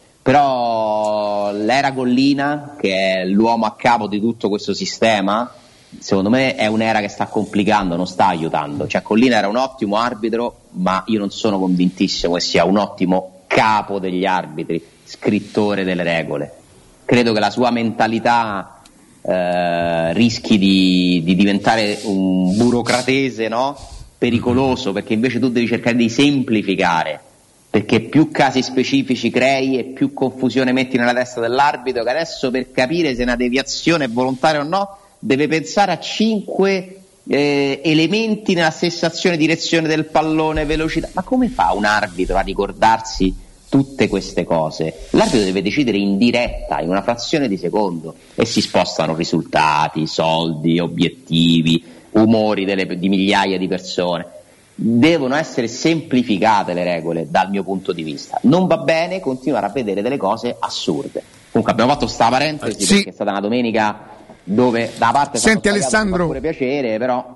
Però l'era Collina, che è l'uomo a capo di tutto questo sistema, secondo me è un'era che sta complicando, non sta aiutando. Cioè Collina era un ottimo arbitro, ma io non sono convintissimo che sia un ottimo capo degli arbitri, scrittore delle regole. Credo che la sua mentalità eh, rischi di, di diventare un burocratese, no? Pericoloso, perché invece tu devi cercare di semplificare, perché più casi specifici crei e più confusione metti nella testa dell'arbitro, che adesso per capire se una deviazione è volontaria o no deve pensare a cinque eh, elementi nella stessa azione: direzione del pallone, velocità. Ma come fa un arbitro a ricordarsi tutte queste cose? L'arbitro deve decidere in diretta, in una frazione di secondo, e si spostano risultati, soldi, obiettivi, umori delle, di migliaia di persone. Devono essere semplificate le regole dal mio punto di vista. Non va bene continuare a vedere delle cose assurde. Comunque abbiamo fatto sta parentesi, sì, perché è stata una domenica dove da parte senti Alessandro, pure piacere, però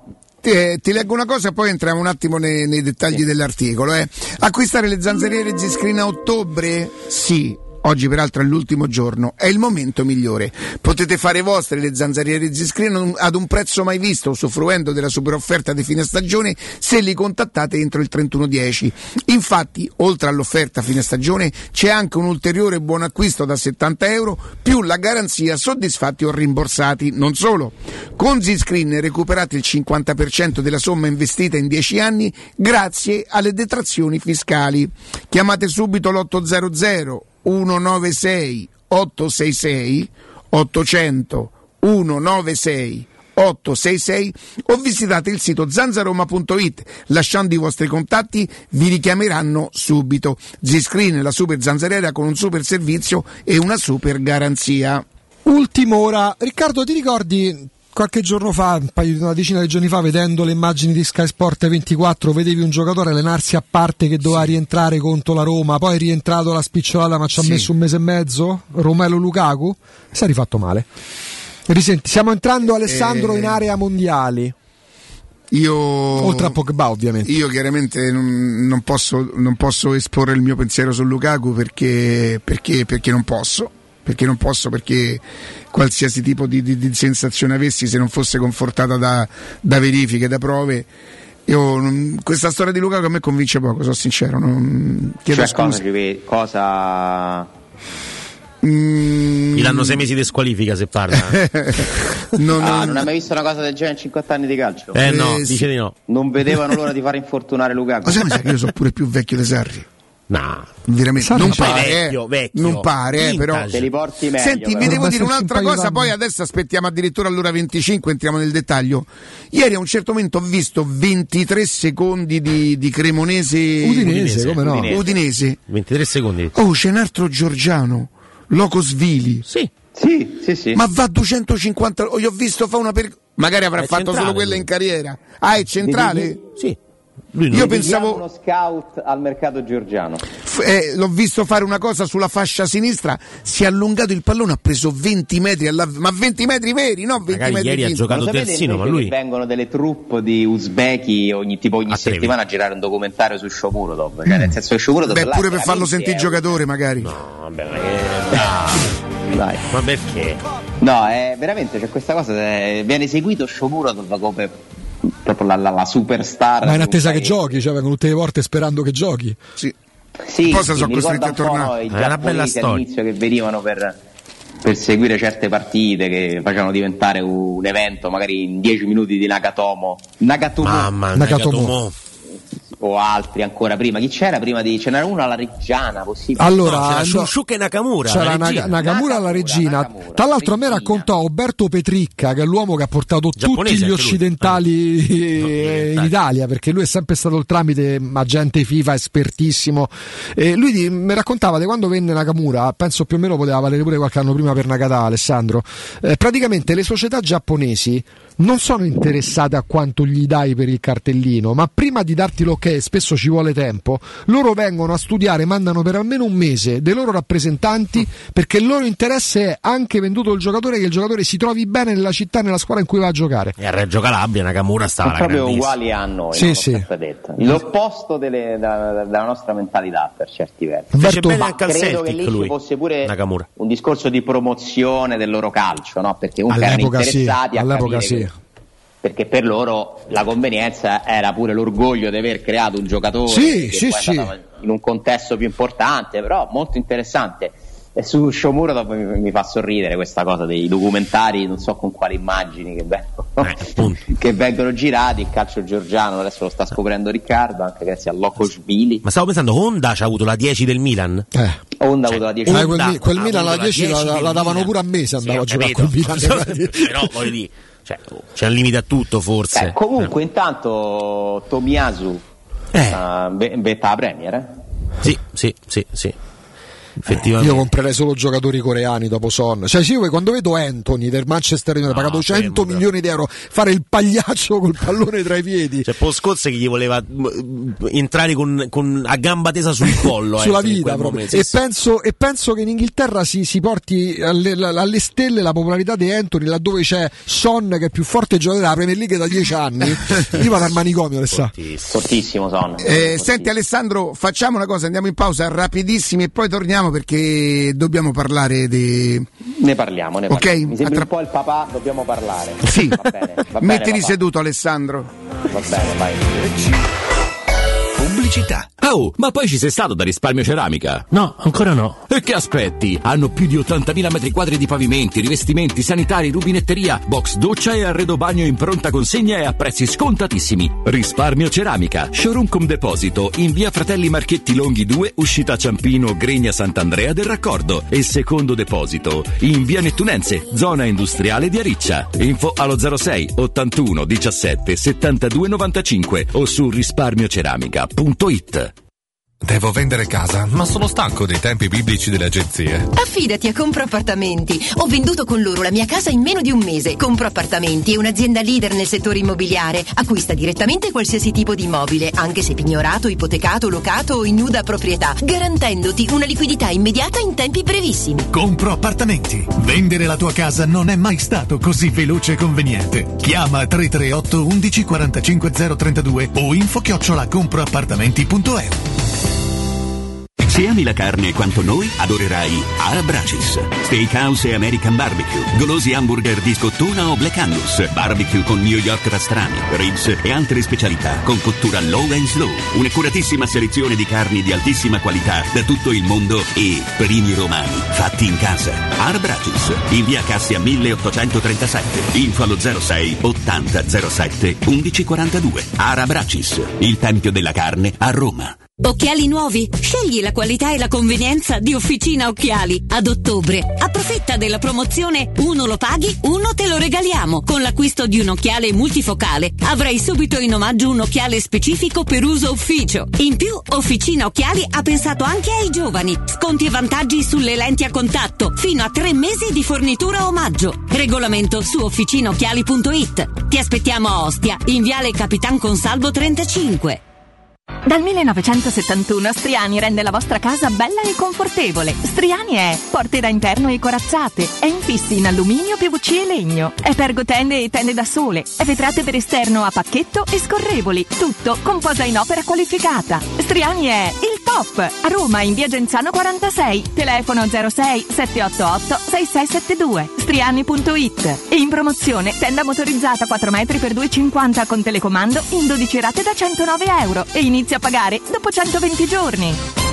Ti, ti leggo una cosa e poi entriamo un attimo nei, nei dettagli dell'articolo. Eh. Acquistare le zanzariere Z-Screen a ottobre? Sì. Oggi peraltro è l'ultimo giorno, è il momento migliore. Potete fare vostre le zanzariere Z-Screen ad un prezzo mai visto, usufruendo della super offerta di fine stagione se li contattate entro il trentuno dieci. Infatti, oltre all'offerta fine stagione, c'è anche un ulteriore buon acquisto da settanta euro più la garanzia soddisfatti o rimborsati. Non solo, con Z-Screen recuperate il cinquanta per cento della somma investita in dieci anni grazie alle detrazioni fiscali. Chiamate subito l'ottocento centonovantasei ottocentosessantasei ottocento centonovantasei ottocentosessantasei o visitate il sito zanzaroma punto it. Lasciando i vostri contatti vi richiameranno subito. Z-Screen, la super zanzariera con un super servizio e una super garanzia. Ultima ora, Riccardo, ti ricordi qualche giorno fa, un paio di una decina di giorni fa, vedendo le immagini di Sky Sport ventiquattro, vedevi un giocatore allenarsi a parte che doveva sì. rientrare contro la Roma, poi è rientrato la spicciolata ma ci ha sì. messo un mese e mezzo, Romelu Lukaku, si è rifatto male. Risenti, stiamo entrando, Alessandro, eh... in area mondiali. Io, oltre a Pogba ovviamente, io chiaramente non, non, posso, non posso esporre il mio pensiero su Lukaku perché, perché, perché non posso. Perché non posso, perché qualsiasi tipo di, di, di sensazione avessi, se non fosse confortata da, da verifiche, da prove, io non, questa storia di Lukaku a me convince poco, sono sincero. Non, chiedo cioè, scusa. Cosa, cosa... Mm. Gli danno sei mesi di squalifica se parla. non, ah, non hai mai visto una cosa del genere in cinquanta anni di calcio? Eh, eh no, sì. Dice di no. Non vedevano l'ora di far infortunare Lukaku. Ma sai che io sono pure più vecchio di Sarri? No, veramente non pare, vecchio, vecchio. non pare, eh, però te li porti meglio. Senti, però. vi devo dire un'altra cosa, poi adesso aspettiamo addirittura all'ora venticinque, entriamo nel dettaglio. Ieri a un certo momento ho visto ventitré secondi di, di Cremonese Udinese, Udinese, come no? Udinese. Udinese. ventitré secondi. Oh, c'è un altro Giorgiano, Locosvili. Sì. Sì, sì, sì. Ma va duecentocinquanta, oh, io ho visto fa una per... magari avrà è fatto centrale, solo quella in carriera. Ah, è centrale? Sì. Io pensavo uno scout al mercato georgiano. F- eh, l'ho visto fare una cosa sulla fascia sinistra, si è allungato il pallone, ha preso venti metri alla... ma venti metri veri, no venti magari metri ieri finti. ha giocato terzino, ma lui vengono delle troupe di uzbeki ogni tipo ogni Atrevi. settimana a girare un documentario su Shomurodov, cioè nel senso che Shomurodov beh pure per farlo sentire giocatore magari. No, vabbè, ma che dai. Ma perché? No, è veramente, cioè questa cosa è... viene eseguito Shomurodov come proprio la, la, la superstar. Ma in attesa che giochi, cioè vengono tutte le volte sperando che giochi. Sì. Sì, poi sì, sono costretti a tornare. È una bella storia. All'inizio che venivano per, per seguire certe partite che facevano diventare un evento magari in dieci minuti di Nagatomo. Nagatomo. Mamma, Nagatomo. Nagatomo. O altri ancora prima. Chi c'era prima di... ce n'era uno alla Reggiana, possibile? Allora, no, c'era no, Shunsuke Nakamura. C'era Naga, Nakamura, Nakamura alla Regina. Nakamura, Tra l'altro Regina. a me raccontò Umberto Petricca, che è l'uomo che ha portato Giapponese tutti gli occidentali lui. in Italia, perché lui è sempre stato il tramite agente FIFA espertissimo. E lui di, mi raccontava di quando venne Nakamura, penso più o meno poteva valere pure qualche anno prima per Nakata, Alessandro. Eh, praticamente le società giapponesi non sono interessate a quanto gli dai per il cartellino, ma prima di darti l'ok, spesso ci vuole tempo, loro vengono a studiare, mandano per almeno un mese dei loro rappresentanti, perché il loro interesse è, anche venduto il giocatore, che il giocatore si trovi bene nella città, nella squadra in cui va a giocare. E a Reggio Calabria Nakamura stava sono proprio uguali a noi, sì, no? sì. Detto. L'opposto delle, da, della nostra mentalità per certi versi. Fece bene anche al credo Celtic, che lì lui. ci fosse pure Nakamura. un discorso di promozione del loro calcio, no? Perché comunque all'epoca erano interessati sì, a all'epoca capire sì. che, perché per loro la convenienza era pure l'orgoglio di aver creato un giocatore sì, che sì, poi sì. andava in un contesto più importante, però molto interessante. E su Shomurodov mi, mi fa sorridere questa cosa dei documentari, non so con quali immagini che vengono, eh, che vengono girati, il calcio georgiano adesso lo sta scoprendo Riccardo anche grazie a Locosvili. Ma stavo pensando, Honda c'ha avuto la dieci del Milan? Eh. Honda ha avuto la dieci eh, del quel, Milan. quel Milan la dieci la, la, la davano pure a me se andavo sì, a giocare col Milan. Però voglio dire, cioè, c'è un limite a tutto forse. Eh, comunque eh. intanto Tomiyasu eh. uh, betta la Premier, eh? Sì, sì, sì, sì. Effettivamente. Io comprerei solo giocatori coreani dopo Son. Cioè, io quando vedo Anthony del Manchester United no, pagato cento milioni di euro fare il pagliaccio col pallone tra i piedi. C'è Paul Scholes che gli voleva entrare con, con a gamba tesa sul collo sulla eh, vita proprio. E, penso, e penso che in Inghilterra si, si porti alle, alle stelle la popolarità di Anthony, laddove c'è Son che è più forte giocatore della Premier League da dieci anni. Io vado al manicomio, le sa. Fortissimo Son. Eh, senti Alessandro, facciamo una cosa, andiamo in pausa rapidissimi e poi torniamo perché dobbiamo parlare di... Ne parliamo, ne parliamo. Ok, mi sembra tra... un po' il papà, dobbiamo parlare. Sì, va bene, va mettiti bene, seduto Alessandro. Va bene, vai. Pubblicità. Oh, ma poi ci sei stato da Risparmio Ceramica? No, ancora no. E che aspetti? Hanno più di ottantamila metri quadri di pavimenti, rivestimenti, sanitari, rubinetteria, box doccia e arredo bagno in pronta consegna e a prezzi scontatissimi. Risparmio Ceramica, showroom com deposito in via Fratelli Marchetti Longhi due, uscita Ciampino, Gregna Sant'Andrea del Raccordo, e secondo deposito in via Nettunense, zona industriale di Ariccia. Info allo zero sei ottantuno diciassette settantadue novantacinque o su risparmioceramica punto it. Devo vendere casa, ma sono stanco dei tempi biblici delle agenzie. Affidati a Compro Appartamenti. Ho venduto con loro la mia casa in meno di un mese. Compro Appartamenti è un'azienda leader nel settore immobiliare. Acquista direttamente qualsiasi tipo di immobile, anche se pignorato, ipotecato, locato o in nuda proprietà, garantendoti una liquidità immediata in tempi brevissimi. Compro Appartamenti. Vendere la tua casa non è mai stato così veloce e conveniente. Chiama tre tre otto undici quarantacinque zero trentadue o info chiocciola comproappartamenti punto e u. Se ami la carne quanto noi, adorerai Arabracis. Steakhouse e American Barbecue, golosi hamburger di scottuna o Black Angus, barbecue con New York pastrami, ribs e altre specialità con cottura low and slow. Un'accuratissima selezione di carni di altissima qualità da tutto il mondo e primi romani fatti in casa. Arabracis, in via Cassia milleottocentotrentasette. Info allo zero sei ottanta zero sette undici quarantadue. Arabracis, il tempio della carne a Roma. Occhiali nuovi? Scegli la qualità e la convenienza di Officina Occhiali. Ad ottobre approfitta della promozione uno lo paghi, uno te lo regaliamo. Con l'acquisto di un occhiale multifocale avrai subito in omaggio un occhiale specifico per uso ufficio. In più, Officina Occhiali ha pensato anche ai giovani. Sconti e vantaggi sulle lenti a contatto, fino a tre mesi di fornitura omaggio. Regolamento su officinaocchiali punto it. Ti aspettiamo a Ostia, in viale Capitan Consalvo trentacinque. Dal millenovecentosettantuno Striani rende la vostra casa bella e confortevole. Striani è porte da interno e corazzate, è infissi in alluminio, P V C e legno, è pergotende e tende da sole, è vetrate per esterno a pacchetto e scorrevoli, tutto con posa in opera qualificata. Striani è il top! A Roma in via Genzano quarantasei, telefono zero sei sette otto otto sei sei sette due, striani punto it. E in promozione tenda motorizzata quattro metri per due e cinquanta con telecomando in dodici rate da centonove euro e inizia a pagare dopo centoventi giorni.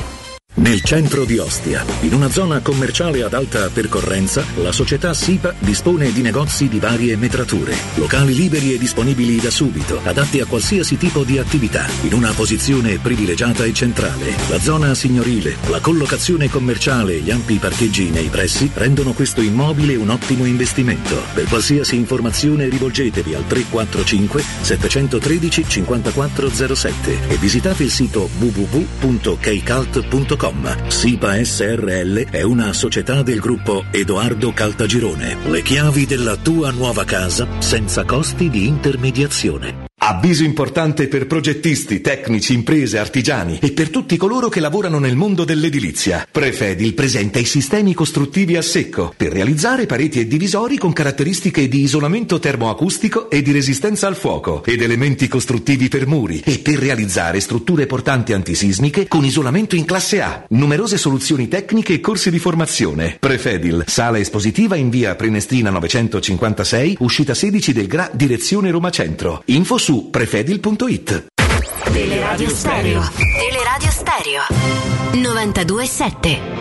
Nel centro di Ostia, in una zona commerciale ad alta percorrenza, la società SIPA dispone di negozi di varie metrature, locali liberi e disponibili da subito, adatti a qualsiasi tipo di attività, in una posizione privilegiata e centrale. La zona signorile, la collocazione commerciale e gli ampi parcheggi nei pressi rendono questo immobile un ottimo investimento. Per qualsiasi informazione rivolgetevi al tre quattro cinque sette uno tre cinque zero sette e visitate il sito w w w punto keycult punto com. SIPA S R L è una società del gruppo Edoardo Caltagirone. Le chiavi della tua nuova casa senza costi di intermediazione. Avviso importante per progettisti, tecnici, imprese, artigiani e per tutti coloro che lavorano nel mondo dell'edilizia. Prefedil presenta i sistemi costruttivi a secco per realizzare pareti e divisori con caratteristiche di isolamento termoacustico e di resistenza al fuoco ed elementi costruttivi per muri e per realizzare strutture portanti antisismiche con isolamento in classe A. Numerose soluzioni tecniche e corsi di formazione. Prefedil, sala espositiva in via Prenestina novecentocinquantasei, uscita sedici del Gra, direzione Roma Centro. Info su prefedil punto it. Teleradio Stereo. Teleradio Stereo. novantadue sette.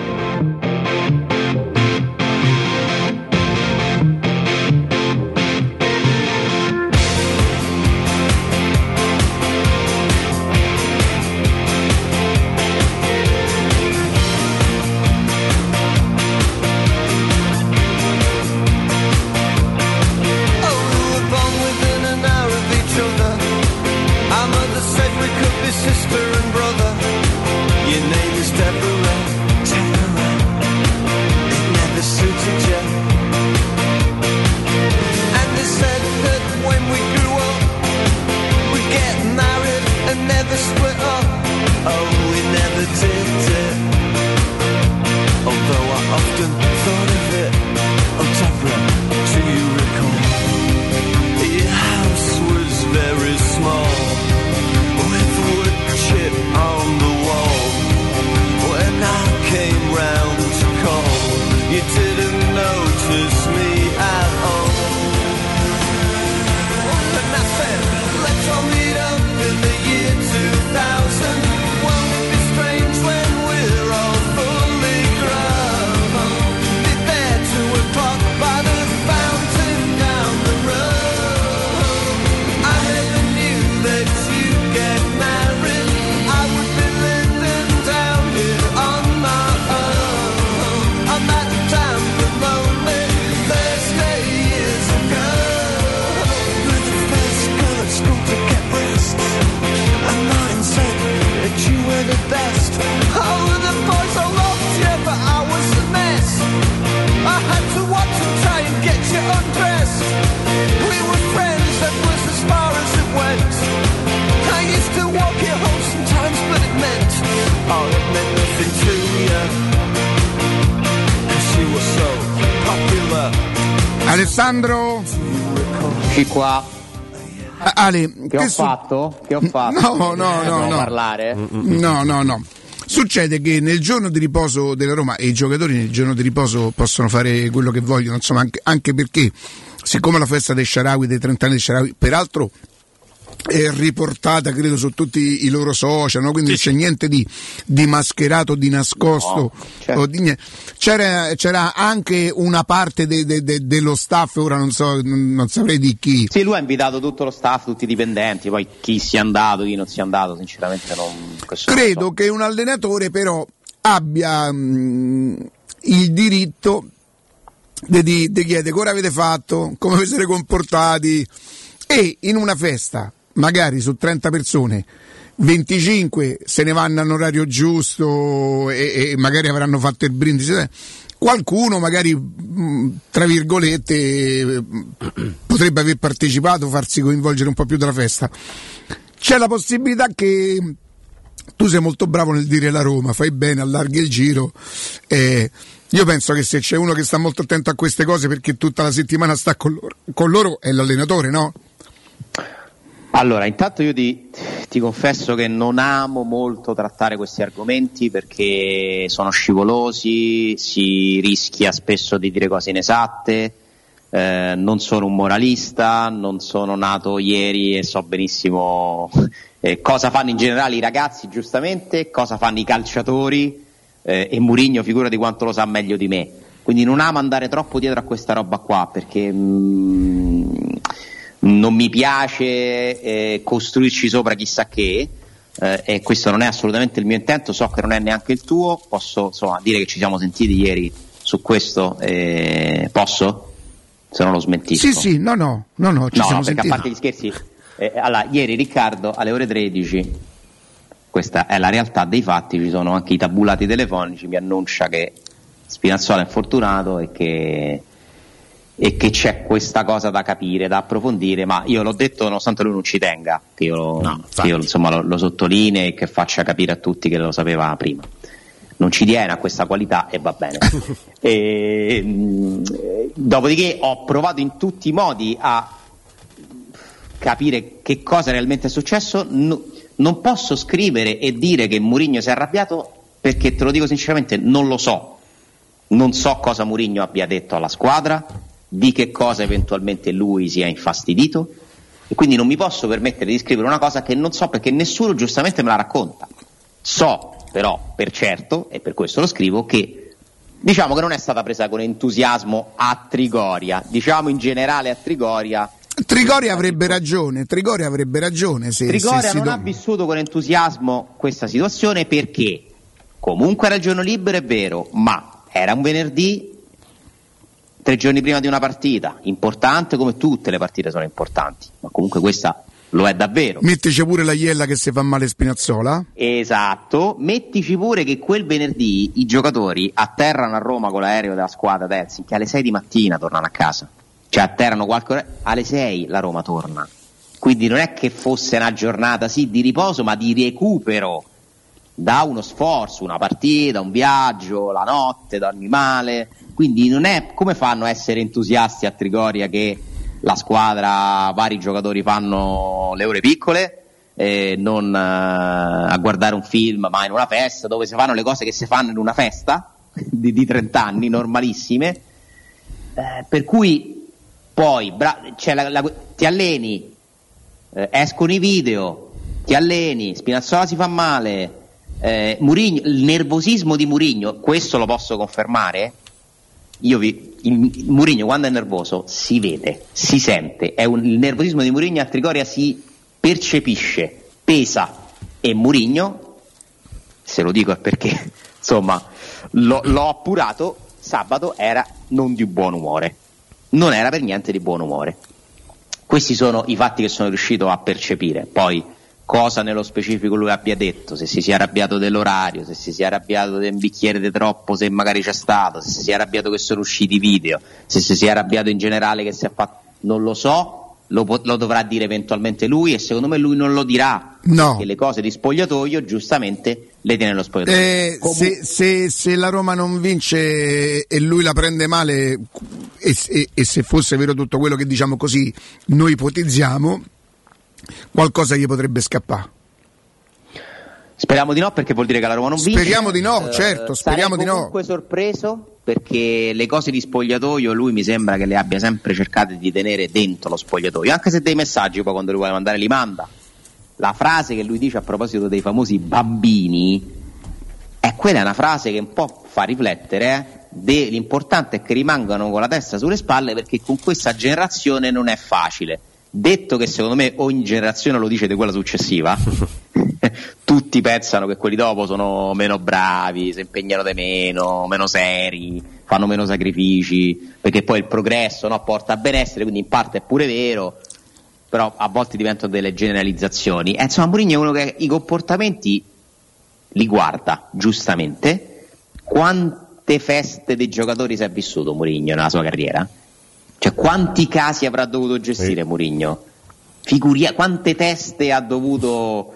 Sister and brother, your name is Deborah. Alessandro? Qui qua. Ale, che, che ho su- fatto? Che ho fatto? No, no, Eh, no, devo no. parlare? No, no, no. Succede che nel giorno di riposo della Roma, e i giocatori nel giorno di riposo possono fare quello che vogliono, insomma, anche, anche perché, siccome la festa dei Shaarawy, dei trenta anni dei Shaarawy, peraltro è riportata credo su tutti i loro social, no? Quindi non c'è niente di, di mascherato, di nascosto, No, certo. o di niente. C'era, c'era anche una parte de, de, de, dello staff, ora non so, non, non saprei di chi. Sì, lui ha invitato tutto lo staff, tutti i dipendenti, poi chi sia andato, chi non sia andato, sinceramente non... questo non lo Credo so. che un allenatore però abbia mh, il diritto di, di, di chiedere cosa avete fatto, come vi siete comportati, e in una festa magari su trenta persone venticinque se ne vanno all'orario giusto e, e magari avranno fatto il brindisi, qualcuno magari mh, tra virgolette mh, potrebbe aver partecipato, farsi coinvolgere un po' più dalla festa. C'è la possibilità che tu sei molto bravo nel dire la Roma, fai bene, allarghi il giro, eh, io penso che se c'è uno che sta molto attento a queste cose perché tutta la settimana sta con loro, con loro è l'allenatore, no? Allora, intanto io ti, ti confesso che non amo molto trattare questi argomenti perché sono scivolosi, si rischia spesso di dire cose inesatte, eh, non sono un moralista, non sono nato ieri e so benissimo eh, cosa fanno in generale i ragazzi, giustamente, cosa fanno i calciatori, eh, e Mourinho figurati quanto lo sa meglio di me. Quindi non amo andare troppo dietro a questa roba qua perché... Mm, non mi piace eh, costruirci sopra chissà che, eh, e questo non è assolutamente il mio intento, so che non è neanche il tuo, posso insomma dire che ci siamo sentiti ieri su questo, eh, posso? Se non lo smentisco. Sì, sì, no, no, no, no, ci no, siamo no, perché sentiti. a parte gli scherzi, eh, allora, ieri Riccardo alle ore tredici, questa è la realtà dei fatti, ci sono anche i tabulati telefonici, mi annuncia che Spinazzola è infortunato e che... e che c'è questa cosa da capire, da approfondire, ma io l'ho detto nonostante lui non ci tenga, che io, No, che io insomma lo, lo sottolinei e che faccia capire a tutti che lo sapeva prima. Non ci tiene a questa qualità e va bene. e, mh, dopodiché ho provato in tutti i modi a capire che cosa realmente è successo. No, non posso scrivere e dire che Mourinho si è arrabbiato perché, te lo dico sinceramente, non lo so. Non so cosa Mourinho abbia detto alla squadra, di che cosa eventualmente lui sia infastidito, e quindi non mi posso permettere di scrivere una cosa che non so perché nessuno giustamente me la racconta. So però per certo, e per questo lo scrivo, che diciamo che non è stata presa con entusiasmo a Trigoria, diciamo in generale a Trigoria. Trigoria avrebbe ragione, Trigoria avrebbe ragione se, Trigoria se si non do- ha vissuto con entusiasmo questa situazione perché comunque era il giorno libero, è vero, ma era un venerdì, tre giorni prima di una partita importante, come tutte le partite sono importanti, ma comunque questa lo è davvero. Mettici pure la Iella che si fa male Spinazzola. Esatto, mettici pure che quel venerdì i giocatori atterrano a Roma con l'aereo della squadra da Helsinki alle sei di mattina, tornano a casa, cioè atterrano qualche ora, alle sei la Roma torna, quindi non è che fosse una giornata sì di riposo ma di recupero da uno sforzo, una partita, un viaggio, la notte, dormi male, quindi non è come fanno a essere entusiasti a Trigoria che la squadra, vari giocatori fanno le ore piccole, eh, non eh, a guardare un film ma in una festa dove si fanno le cose che si fanno in una festa di, di trenta anni normalissime, eh, per cui poi bra- cioè la, la, ti alleni, eh, escono i video, ti alleni, Spinazzola si fa male, eh, Mourinho, il nervosismo di Mourinho, questo lo posso confermare. Io vi, il Mourinho quando è nervoso si vede, si sente, è un, il nervosismo di Mourinho a Trigoria si percepisce, pesa, e Mourinho, se lo dico è perché insomma lo, l'ho appurato, sabato era non di buon umore, non era per niente di buon umore. Questi sono i fatti che sono riuscito a percepire. Poi cosa nello specifico lui abbia detto, se si sia arrabbiato dell'orario, se si sia arrabbiato del bicchiere di troppo, se magari c'è stato, se si sia arrabbiato che sono usciti i video, se si sia arrabbiato in generale che si è fatto, non lo so, lo, lo dovrà dire eventualmente lui, e secondo me lui non lo dirà, no. Che le cose di spogliatoio giustamente le tiene lo spogliatoio. Eh, se, se, se la Roma non vince e lui la prende male, e, e, e se fosse vero tutto quello che diciamo così noi ipotizziamo, qualcosa gli potrebbe scappare. Speriamo di no, perché vuol dire che la Roma non vince. Speriamo di no, certo, speriamo di no. Sarei comunque sorpreso, perché le cose di spogliatoio lui mi sembra che le abbia sempre cercate di tenere dentro lo spogliatoio, anche se dei messaggi poi quando lui vuole mandare li manda. La frase che lui dice a proposito dei famosi bambini, è quella è una frase che un po' fa riflettere, eh? De, l'importante è che rimangano con la testa sulle spalle, perché con questa generazione non è facile. Detto che secondo me ogni generazione lo dice di quella successiva, tutti pensano che quelli dopo sono meno bravi, si impegnano di meno, meno seri, fanno meno sacrifici, perché poi il progresso, no, porta a benessere, quindi in parte è pure vero, però a volte diventano delle generalizzazioni. E insomma Mourinho è uno che i comportamenti li guarda, giustamente. Quante feste dei giocatori si è vissuto Mourinho nella sua carriera? Cioè, quanti casi avrà dovuto gestire sì. Mourinho? Figuria, quante teste ha dovuto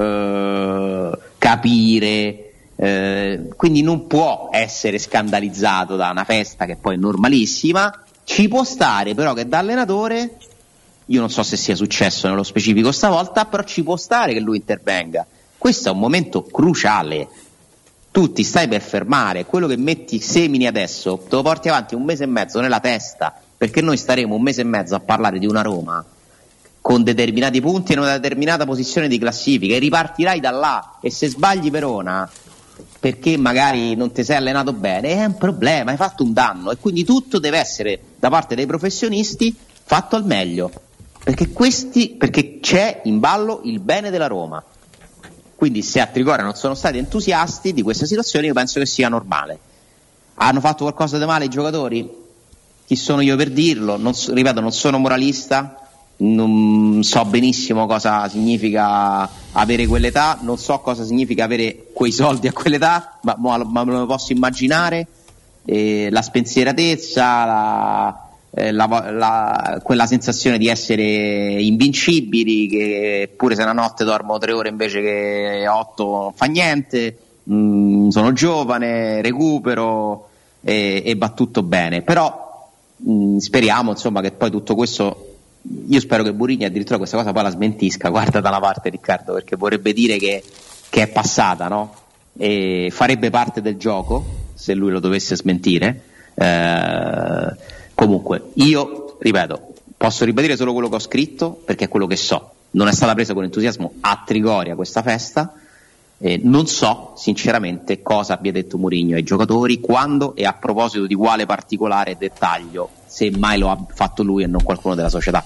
eh, capire, eh, quindi non può essere scandalizzato da una festa che poi è normalissima. Ci può stare però che da allenatore, io non so se sia successo nello specifico stavolta, però ci può stare che lui intervenga. Questo è un momento cruciale. Tu ti stai per fermare, quello che metti semini adesso te lo porti avanti un mese e mezzo nella testa, perché noi staremo un mese e mezzo a parlare di una Roma con determinati punti e una determinata posizione di classifica, e ripartirai da là, e se sbagli Verona perché magari non ti sei allenato bene è un problema, hai fatto un danno, e quindi tutto deve essere da parte dei professionisti fatto al meglio, perché questi perché c'è in ballo il bene della Roma. Quindi se a Trigoria non sono stati entusiasti di questa situazione, io penso che sia normale. Hanno fatto qualcosa di male i giocatori? Chi sono io per dirlo? Non so, ripeto, non sono moralista, non so benissimo cosa significa avere quell'età, non so cosa significa avere quei soldi a quell'età, ma, ma me lo posso immaginare. Eh, la spensieratezza, la, eh, la, la, quella sensazione di essere invincibili, che pure se una notte dormo tre ore invece che otto non fa niente, mm, sono giovane, recupero e, e va tutto bene. Però mh, speriamo insomma che poi tutto questo, io spero che Mourinho addirittura questa cosa poi la smentisca, guarda da una parte Riccardo, perché vorrebbe dire che, che è passata, no? E farebbe parte del gioco se lui lo dovesse smentire. Eh, comunque io ripeto, posso ribadire solo quello che ho scritto, perché è quello che so. Non è stata presa con entusiasmo a Trigoria questa festa. Eh, non so sinceramente cosa abbia detto Mourinho ai giocatori, quando e a proposito di quale particolare dettaglio, se mai lo ha fatto lui e non qualcuno della società.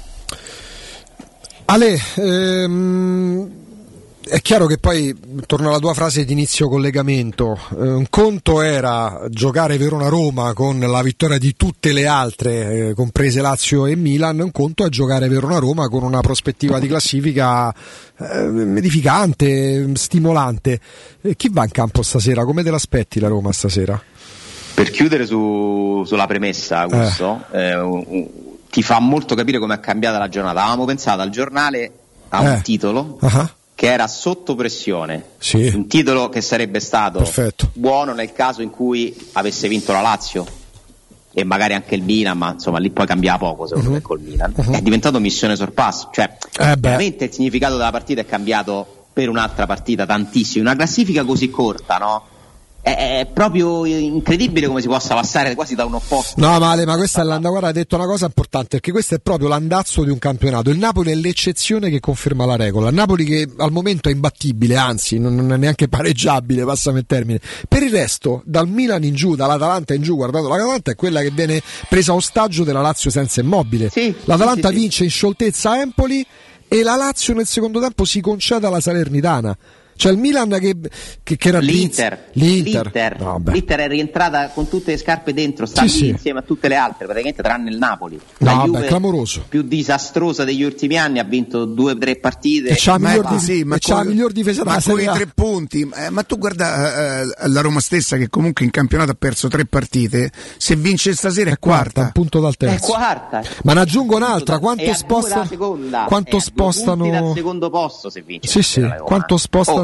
Ale, ehm, è chiaro che poi, torno alla tua frase di inizio collegamento, eh, un conto era giocare Verona-Roma con la vittoria di tutte le altre, eh, comprese Lazio e Milan, un conto è giocare Verona-Roma con una prospettiva di classifica eh, edificante, stimolante. Eh, chi va in campo stasera? Come te l'aspetti la Roma stasera? Per chiudere su, sulla premessa, Augusto, eh. Eh, un, un, ti fa molto capire come è cambiata la giornata. Avevamo pensato al giornale a un eh. titolo uh-huh. che era Sotto pressione, sì. un titolo che sarebbe stato Perfetto. buono nel caso in cui avesse vinto la Lazio e magari anche il Milan, ma insomma lì poi cambia poco secondo uh-huh. me col Milan. Uh-huh. È diventato missione sorpasso, cioè eh veramente il significato della partita è cambiato per un'altra partita tantissimo, una classifica così corta, no? È proprio incredibile come si possa passare quasi da un opposto. No, ma, ma questa è l'anda, guarda, hai detto una cosa importante, perché questo è proprio l'andazzo di un campionato. Il Napoli è l'eccezione che conferma la regola. Il Napoli che al momento è imbattibile, anzi non è neanche pareggiabile, passami il termine. Per il resto, dal Milan in giù, dall'Atalanta in giù, guardando l'Atalanta è quella che viene presa ostaggio della Lazio senza Immobile. Sì, L'Atalanta sì, sì, vince in scioltezza a Empoli e la Lazio nel secondo tempo si concede alla Salernitana. Cioè il Milan che, che, che era l'Inter, l'Inter. L'Inter. No, l'Inter è rientrata con tutte le scarpe dentro, sta sì, lì sì. insieme a tutte le altre, praticamente tranne il Napoli. La no, Juve beh, clamoroso. Più disastrosa degli ultimi anni, ha vinto due o tre partite. E c'ha ma miglior, è così, ma c'ha con, miglior difesa ma da con i tre punti. Eh, ma tu guarda eh, la Roma stessa che comunque in campionato ha perso tre partite, se vince stasera è, è quarta, quarta, un punto dal terzo. È quarta. Ma ne aggiungo un'altra, quanto è spostano seconda, quanto è spostano dal secondo posto se vince. Sì, sì, quanto spostano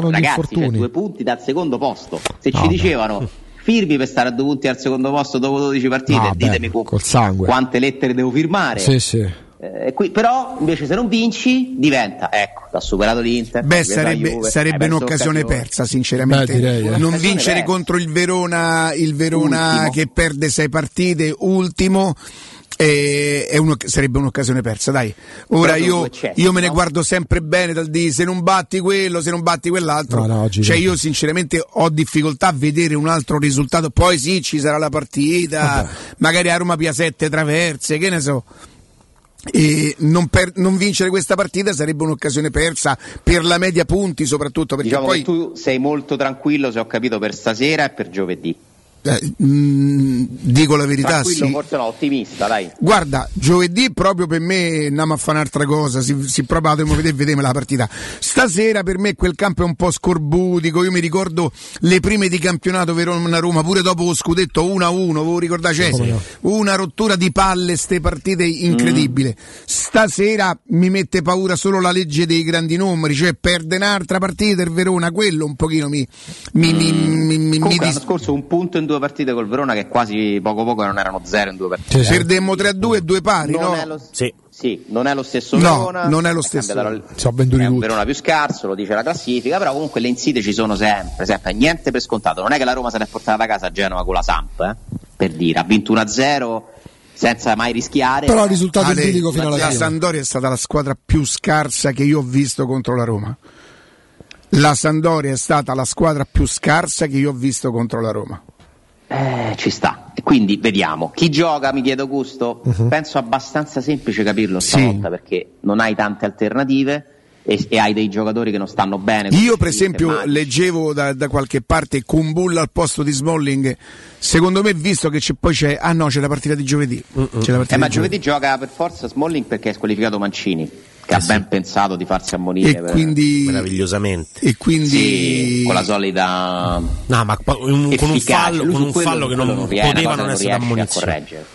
aumentano gli ragazzi, infortuni. Cioè, due punti dal secondo posto. Se No, ci beh. dicevano firmi per stare a due punti al secondo posto dopo dodici partite, No, beh, ditemi cu- col sangue. quante lettere devo firmare. Sì, sì. Eh, qui, però invece se non vinci diventa, ecco, ha superato l'Inter. Beh, ha superato la sarebbe, Juve, sarebbe hai perso un'occasione l'occasione. persa, sinceramente. Beh, direi, eh. Non Un'occasione vincere persa. contro il Verona, il Verona Ultimo. che perde sei partite, ultimo. eh, È uno, sarebbe un'occasione persa, dai. Ora Proprio io, due cessi, io me ne no? guardo sempre bene dal dire se non batti quello, se non batti quell'altro. No, no, oggi cioè no. io sinceramente ho difficoltà a vedere un altro risultato. Poi sì, ci sarà la partita, Vabbè. magari a Roma Pia sette traverse, che ne so. E non, per, non vincere questa partita sarebbe un'occasione persa per la media punti, soprattutto perché Diciamo poi che tu sei molto tranquillo, se ho capito, per stasera e per giovedì. eh, mh, dico la verità, Tranquillo, sì. forse no, ottimista, dai. Guarda, giovedì proprio per me andiamo a fare un'altra cosa, si, si proprio la dobbiamo vedere, vedeme la partita. Stasera per me quel campo è un po' scorbutico, io mi ricordo le prime di campionato Verona-Roma, pure dopo lo scudetto uno a uno, voi ricordate? C'è Come no? una rottura di palle, ste partite incredibile. Stasera mi mette paura solo la legge dei grandi numeri, cioè perde un'altra partita il Verona, quello un pochino mi, mi, mi, mi, mi, mi Comunque dis- l'anno scorso un punto in due partite col Verona, che quasi poco poco non erano zero in due partite. Sì, sì. Perdemmo tre a due e due pari, Non no? è lo, Sì. sì, non è lo stesso No, Verona. non è lo stesso. cambiato la- Sono venduti è un tutti. Verona più scarso, lo dice la classifica, però comunque le insidie ci sono sempre, sempre, niente per scontato. Non è che la Roma se l'è portata a casa a Genova con la Samp, eh, per dire, ha vinto uno a zero senza mai rischiare. Però il risultato Ale, idillico fino alla la fine. Sampdoria è stata la squadra più scarsa che io ho visto contro la Roma. La Sampdoria è stata la squadra più scarsa che io ho visto contro la Roma. Eh, ci sta. E quindi vediamo. Chi gioca, mi chiedo Gusto? Mhm. Penso abbastanza semplice capirlo Sì. stavolta, perché non hai tante alternative e, e hai dei giocatori che non stanno bene. Io per Sì, esempio Magic. leggevo da, da qualche parte Kumbulla al posto di Smalling, secondo me visto che c'è, poi c'è, ah no c'è la partita di giovedì, c'è la partita Eh, ma di giovedì gioca per forza Smalling perché è squalificato Mancini, che ha ben pensato di farsi ammonire e per- quindi, Meravigliosamente. e quindi Sì, con la solita No, ma poi un- con un efficacia. fallo, Lui con su un quello- fallo che quello non riesce, poteva una cosa non che essere riesce a ammonizione. correggere.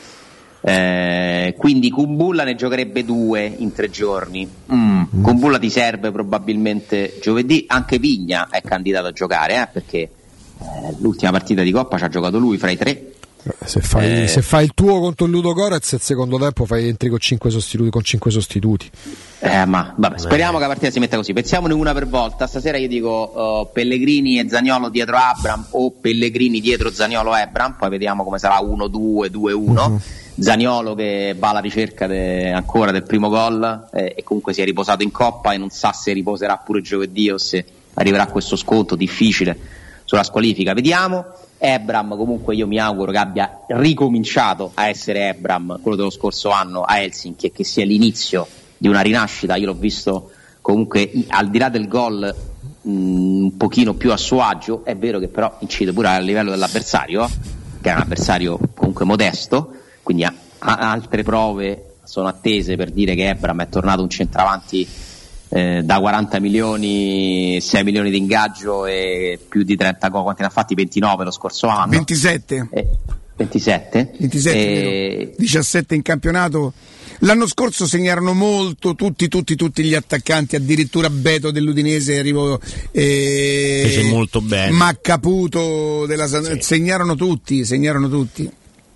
Eh, quindi Kumbulla ne giocherebbe due in tre giorni. Mm. Kumbulla ti serve probabilmente giovedì. Anche Vigna è candidato a giocare, eh, perché eh, l'ultima partita di Coppa ci ha giocato lui fra i tre. Se fai, Eh. se fai il tuo contro il Ludo Gorez, il secondo tempo fai entri con cinque sostituti. Con cinque sostituti. Eh, ma vabbè, speriamo che la partita si metta così. Pensiamone una per volta. Stasera io dico uh, Pellegrini e Zaniolo dietro Abram o Pellegrini dietro Zaniolo e Abram. Poi vediamo come sarà uno due, due uno. Uh-huh. Zaniolo che va alla ricerca de- ancora del primo gol eh, e comunque si è riposato in Coppa e non sa se riposerà pure giovedì o se arriverà questo sconto difficile sulla squalifica. Vediamo. Ebram comunque io mi auguro che abbia ricominciato a essere Ebram, quello dello scorso anno a Helsinki, e che sia l'inizio di una rinascita. Io l'ho visto comunque i- al di là del gol mh, un pochino più a suo agio. È vero che però incide pure a livello dell'avversario, eh, che è un avversario comunque modesto, quindi ha, ha altre prove sono attese per dire che Ebram è tornato un centravanti eh, da quaranta milioni, sei milioni di ingaggio e più di trenta gol. Quanti ne ha fatti? ventinove lo scorso anno. ventisette Eh, ventisette ventisette Eh, vero? diciassette in campionato. L'anno scorso segnarono molto tutti tutti tutti gli attaccanti, addirittura Beto dell'Udinese arrivò, eh, Fece molto bene. ma Caputo della San- segnarono tutti segnarono tutti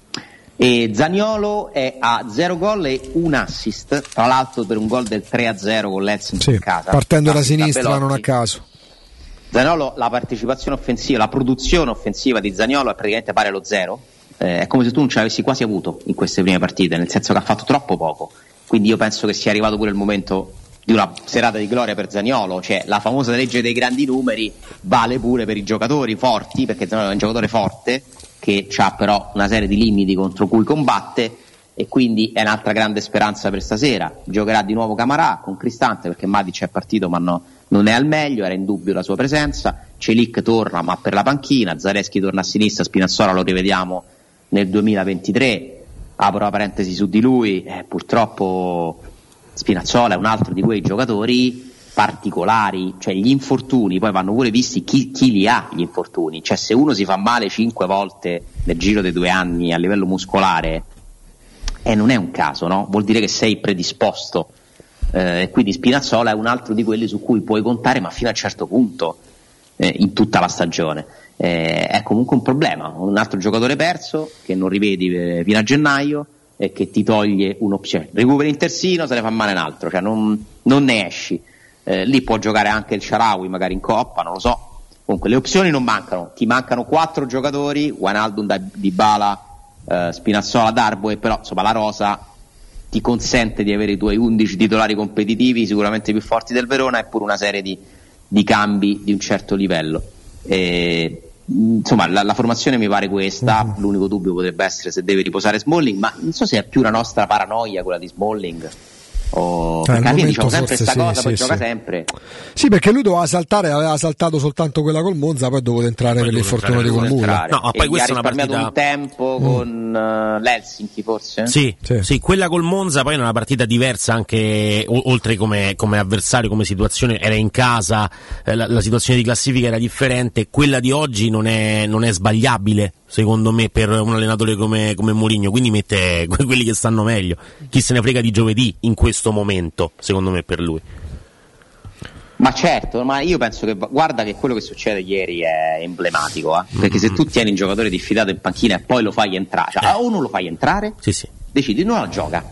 E Zaniolo è a zero gol e un assist, tra l'altro per un gol del tre a zero con l'Helsinki Sì, in casa. partendo da Assist a sinistra Belotti. non a caso. Zaniolo, la partecipazione offensiva, la produzione offensiva di Zaniolo è praticamente pari allo zero. Eh, è come se tu non ce l'avessi quasi avuto in queste prime partite, nel senso che ha fatto troppo poco. Quindi io penso che sia arrivato pure il momento di una serata di gloria per Zaniolo, cioè la famosa legge dei grandi numeri vale pure per i giocatori forti, perché Zaniolo è un giocatore forte che ha però una serie di limiti contro cui combatte, e quindi è un'altra grande speranza per stasera. Giocherà di nuovo Camarà con Cristante, perché Matic è partito ma no, non è al meglio, era in dubbio la sua presenza. Celic torna ma per la panchina, Zalewski torna a sinistra, Spinazzola lo rivediamo nel duemilaventitré. Apro la parentesi su di lui, eh, purtroppo Spinazzola è un altro di quei giocatori particolari, cioè gli infortuni poi vanno pure visti chi, chi li ha gli infortuni, cioè se uno si fa male cinque volte nel giro dei due anni a livello muscolare, eh, non è un caso, no? Vuol dire che sei predisposto, eh, e quindi Spinazzola è un altro di quelli su cui puoi contare ma fino a un certo punto, eh, in tutta la stagione. Eh, è comunque un problema, un altro giocatore perso che non rivedi eh, fino a gennaio e che ti toglie un'opzione. Recuperi in terzino, se ne fa male un altro, cioè non, non ne esci. Eh, lì può giocare anche il Shaarawy magari in Coppa, non lo so. Comunque le opzioni non mancano, ti mancano quattro giocatori, Wijnaldum, Dybala, eh, Spinazzola, Darboe, però insomma la rosa ti consente di avere i tuoi undici titolari competitivi sicuramente più forti del Verona e pure una serie di, di cambi di un certo livello. E, insomma la, la formazione mi pare questa, mm-hmm. L'unico dubbio potrebbe essere se deve riposare Smalling, ma non so se è più una nostra paranoia quella di Smalling. Oh, eh, perché alla fine diciamo sempre questa sì, cosa, sì, poi sì. gioca sempre. Sì, perché lui doveva saltare, aveva saltato soltanto quella col Monza, poi dovuto entrare poi per l'infortunio di Colmula. No, ma poi questa è una partita un tempo mm. con uh, l'Helsinki forse? Sì, sì, sì, quella col Monza poi è una partita diversa anche o- oltre come, come avversario, come situazione, era in casa, eh, la, la situazione di classifica era differente, quella di oggi non è, non è sbagliabile secondo me per un allenatore come, come Mourinho, quindi mette quelli che stanno meglio, chi se ne frega di giovedì in questo momento, secondo me per lui. Ma certo, ma io penso che guarda che quello che succede ieri è emblematico, eh? Perché mm-hmm. se tu tieni un giocatore diffidato in panchina e poi lo fai entrare, cioè, eh. o non lo fai entrare, sì, sì. decidi non la gioca.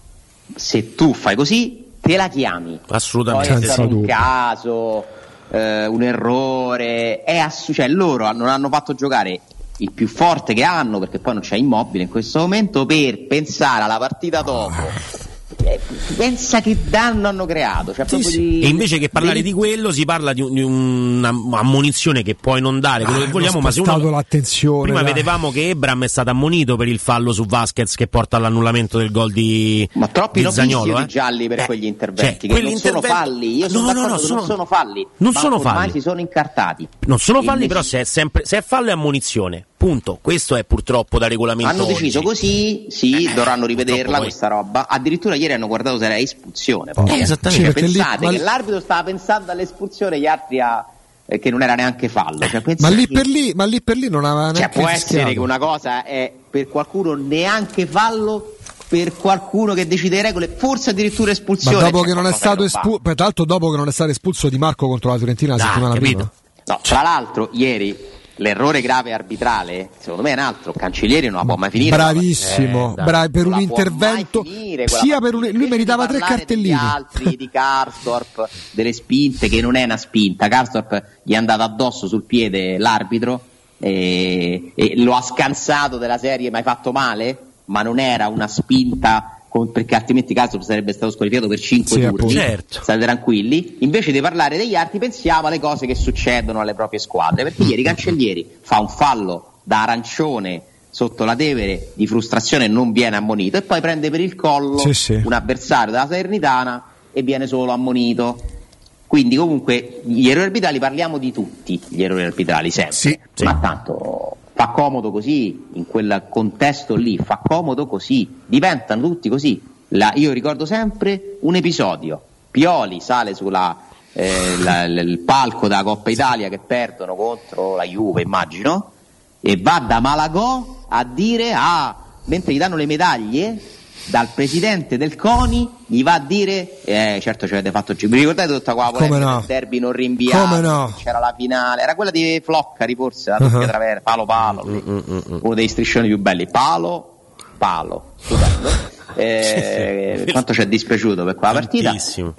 Se tu fai così, te la chiami. Assolutamente. Poi è stato un caso, eh, un errore, è ass- cioè loro non hanno fatto giocare il più forte che hanno, perché poi non c'è Immobile in questo momento, per pensare alla partita dopo. Eh, pensa che danno hanno creato, cioè sì, sì. di... E invece che parlare di quello si parla di, un, di un'ammonizione che puoi non dare quello ah, che vogliamo, ma se uno l'attenzione prima dai. Vedevamo che Ebram è stato ammonito per il fallo su Vasquez che porta all'annullamento del gol di ma troppi di Zaniolo, eh? di gialli per eh, quegli interventi cioè, che non sono falli, io sono no, no, no, sono, non sono falli non ma sono ormai falli, si sono incartati, non sono falli, invece... però se è, sempre, se è fallo è ammonizione, punto. Questo è purtroppo da regolamento hanno deciso oggi. Così, sì, eh, dovranno rivederla poi... questa roba. Addirittura ieri hanno guardato se era espulsione. Poi. Eh, esattamente. Cioè, Sì, pensate lì, che ma... l'arbitro stava pensando all'espulsione, gli altri a eh, che non era neanche fallo. Cioè, ma lì che... per lì, ma lì per lì non aveva neanche cioè, può fischiato. essere che una cosa è per qualcuno neanche fallo, per qualcuno che decide regole, forse addirittura espulsione. Ma dopo cioè, che non è stato espulso, tra l'altro dopo che non è stato espulso Di Marco contro la Fiorentina la ah, settimana capito. prima. No, tra l'altro ieri l'errore grave arbitrale, secondo me è un altro. Cancellieri non la può mai finire. Bravissimo, eh, bravi, per un intervento finire, sia per un, lui meritava tre cartellini. Gli altri di Karsdorp, delle spinte che non è una spinta. Karsdorp gli è andato addosso sul piede l'arbitro e, e lo ha scansato della serie, ma hai fatto male? Ma non era una spinta, perché altrimenti Karsdorp sarebbe stato squalificato per cinque sì, turni. Certo. State tranquilli. Invece di parlare degli altri pensiamo alle cose che succedono alle proprie squadre, perché ieri Cancellieri fa un fallo da arancione sotto la Tevere di frustrazione, non viene ammonito e poi prende per il collo sì, sì. un avversario della Salernitana e viene solo ammonito. Quindi comunque gli errori arbitrali, parliamo di tutti gli errori arbitrali sempre, sì, sì. ma tanto fa comodo così, in quel contesto lì fa comodo così, diventano tutti così. La, io ricordo sempre un episodio, Pioli sale sulla eh, la, il palco della Coppa Italia che perdono contro la Juve, immagino, e va da Malagò a dire ah, mentre gli danno le medaglie dal presidente del CONI, gli va a dire eh certo ci avete fatto vi ricordate tutta quella polemica no? del derby non rinviato, come no? C'era la finale, era quella di Floccari forse, la doppia uh-huh. traversa, palo palo, uh-uh. uno dei striscioni più belli, palo palo, stupendo. Eh, quanto ci è dispiaciuto per quella partita.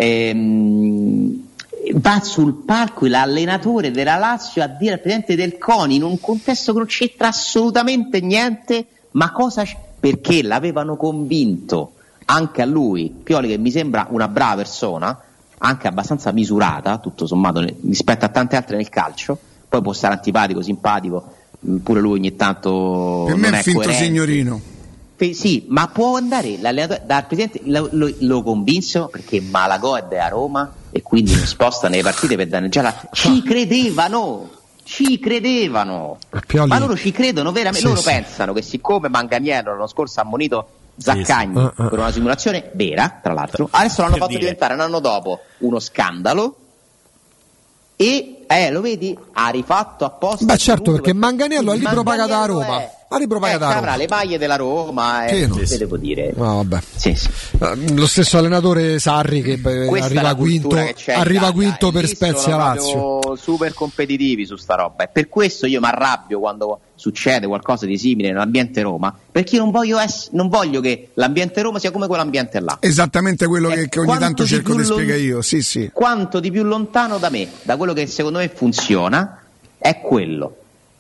Ehm, va sul palco l'allenatore della Lazio a dire al presidente del CONI in un contesto che non c'entra assolutamente niente, ma cosa c'è? Perché l'avevano convinto anche a lui, Pioli, che mi sembra una brava persona, anche abbastanza misurata tutto sommato rispetto a tante altre nel calcio, poi può stare antipatico, simpatico, pure lui ogni tanto per non me è è finto coerente. Signorino. Sì, ma può andare l'allenatore dal presidente, lo, lo, lo convinsero perché Malagò è da Roma e quindi non sposta nelle partite per danneggiarla. Ci credevano, ci credevano, Pioli. Ma loro ci credono veramente. Sì, loro sì. pensano che siccome Manganiello l'anno scorso ha ammonito Zaccagni sì, sì. Uh, uh. per una simulazione vera, tra l'altro, adesso l'hanno per fatto dire. diventare un anno dopo uno scandalo. E eh, lo vedi? Ha rifatto apposta. Beh certo, perché Manganiello è libero pagato a Roma. È Ma ripropaga eh, da Roma. avrà le maglie della Roma e Che che sì. devo dire. No, vabbè. Sì, sì. Lo stesso allenatore Sarri che beh, Questa è arriva la quinto, cultura che c'è in arriva Italia, quinto e per lì Spezia sono Lazio. proprio super competitivi su sta roba e per questo io mi arrabbio quando succede qualcosa di simile nell'ambiente Roma, perché io non voglio, ess- non voglio che l'ambiente Roma sia come quell'ambiente là. Esattamente quello che, che ogni quanto tanto di cerco più di lon- spiegare io, sì sì. Quanto di più lontano da me, da quello che secondo me funziona, è quello.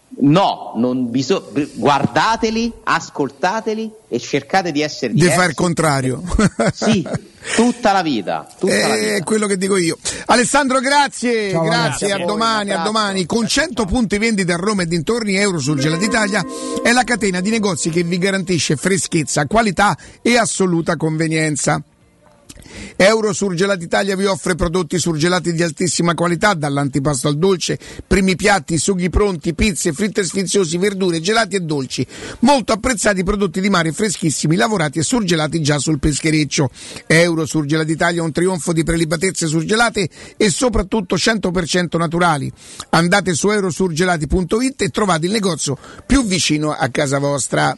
No, non biso- guardateli, ascoltateli e cercate di essere Di diversi. fare il contrario. Sì, tutta la vita, tutta la È vita. quello che dico io. Alessandro, grazie, Ciao, grazie, grazie a a voi, domani, un a abbraccio. domani. Con cento punti vendita a Roma e dintorni, Eurosurgelati Italia è la catena di negozi che vi garantisce freschezza, qualità e assoluta convenienza. Eurosurgelati Italia vi offre prodotti surgelati di altissima qualità, dall'antipasto al dolce, primi piatti, sughi pronti, pizze, fritte sfiziosi, verdure, gelati e dolci. Molto apprezzati prodotti di mare freschissimi, lavorati e surgelati già sul peschereccio. Eurosurgelati Italia è un trionfo di prelibatezze surgelate e soprattutto cento per cento naturali. Andate su eurosurgelati punto it e trovate il negozio più vicino a casa vostra.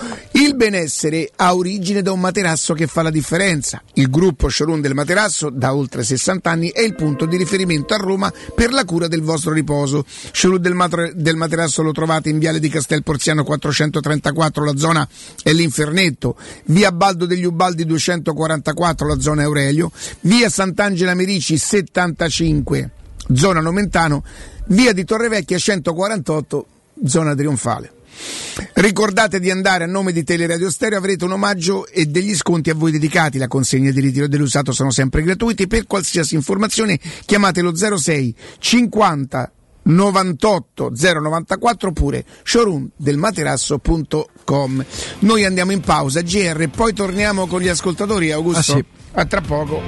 Il benessere ha origine da un materasso che fa la differenza. Il gruppo Showroom del Materasso, da oltre sessanta anni, è il punto di riferimento a Roma per la cura del vostro riposo. Showroom del, Mater- del Materasso lo trovate in Viale di Castel Porziano quattrocentotrentaquattro, la zona è l'Infernetto, via Baldo degli Ubaldi duecentoquarantaquattro, la zona Aurelio, via Sant'Angela Merici settantacinque, zona Nomentano, via di Torrevecchia centoquarantotto, zona Trionfale. Ricordate di andare a nome di Teleradio Stereo, avrete un omaggio e degli sconti a voi dedicati. La consegna di ritiro dell'usato sono sempre gratuiti. Per qualsiasi informazione chiamate lo zero sei cinquanta novantotto zero novantaquattro oppure showroom del materasso punto com. Noi andiamo in pausa G R, poi torniamo con gli ascoltatori. Augusto, ah, sì. A tra poco.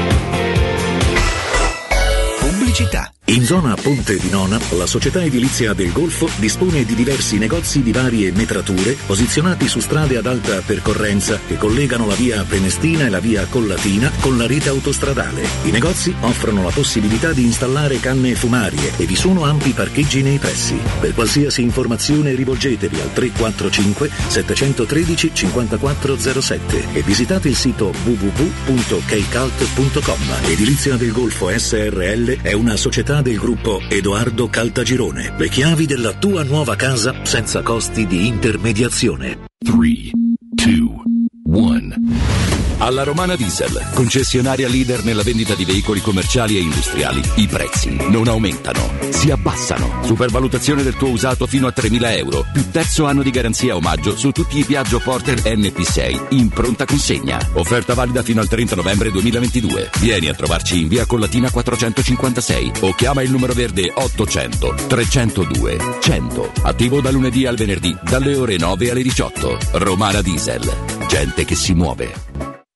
Pubblicità. In zona Ponte di Nona, la società edilizia del Golfo dispone di diversi negozi di varie metrature posizionati su strade ad alta percorrenza che collegano la via Prenestina e la via Collatina con la rete autostradale. I negozi offrono la possibilità di installare canne fumarie e vi sono ampi parcheggi nei pressi. Per qualsiasi informazione rivolgetevi al tre quattro cinque sette uno tre cinque quattro zero sette e visitate il sito w w w punto keicalt punto com. Edilizia del Golfo S R L è una società del gruppo Edoardo Caltagirone. Le chiavi della tua nuova casa senza costi di intermediazione. tre, due, uno. Alla Romana Diesel, concessionaria leader nella vendita di veicoli commerciali e industriali, i prezzi non aumentano, si abbassano. Supervalutazione del tuo usato fino a tremila euro, più terzo anno di garanzia omaggio su tutti i Piaggio Porter N P sei in pronta consegna. Offerta valida fino al trenta novembre duemilaventidue. Vieni a trovarci in via Collatina quattrocentocinquantasei o chiama il numero verde ottocento trecentodue cento. Attivo da lunedì al venerdì dalle ore nove alle diciotto. Romana Diesel, gente che si muove.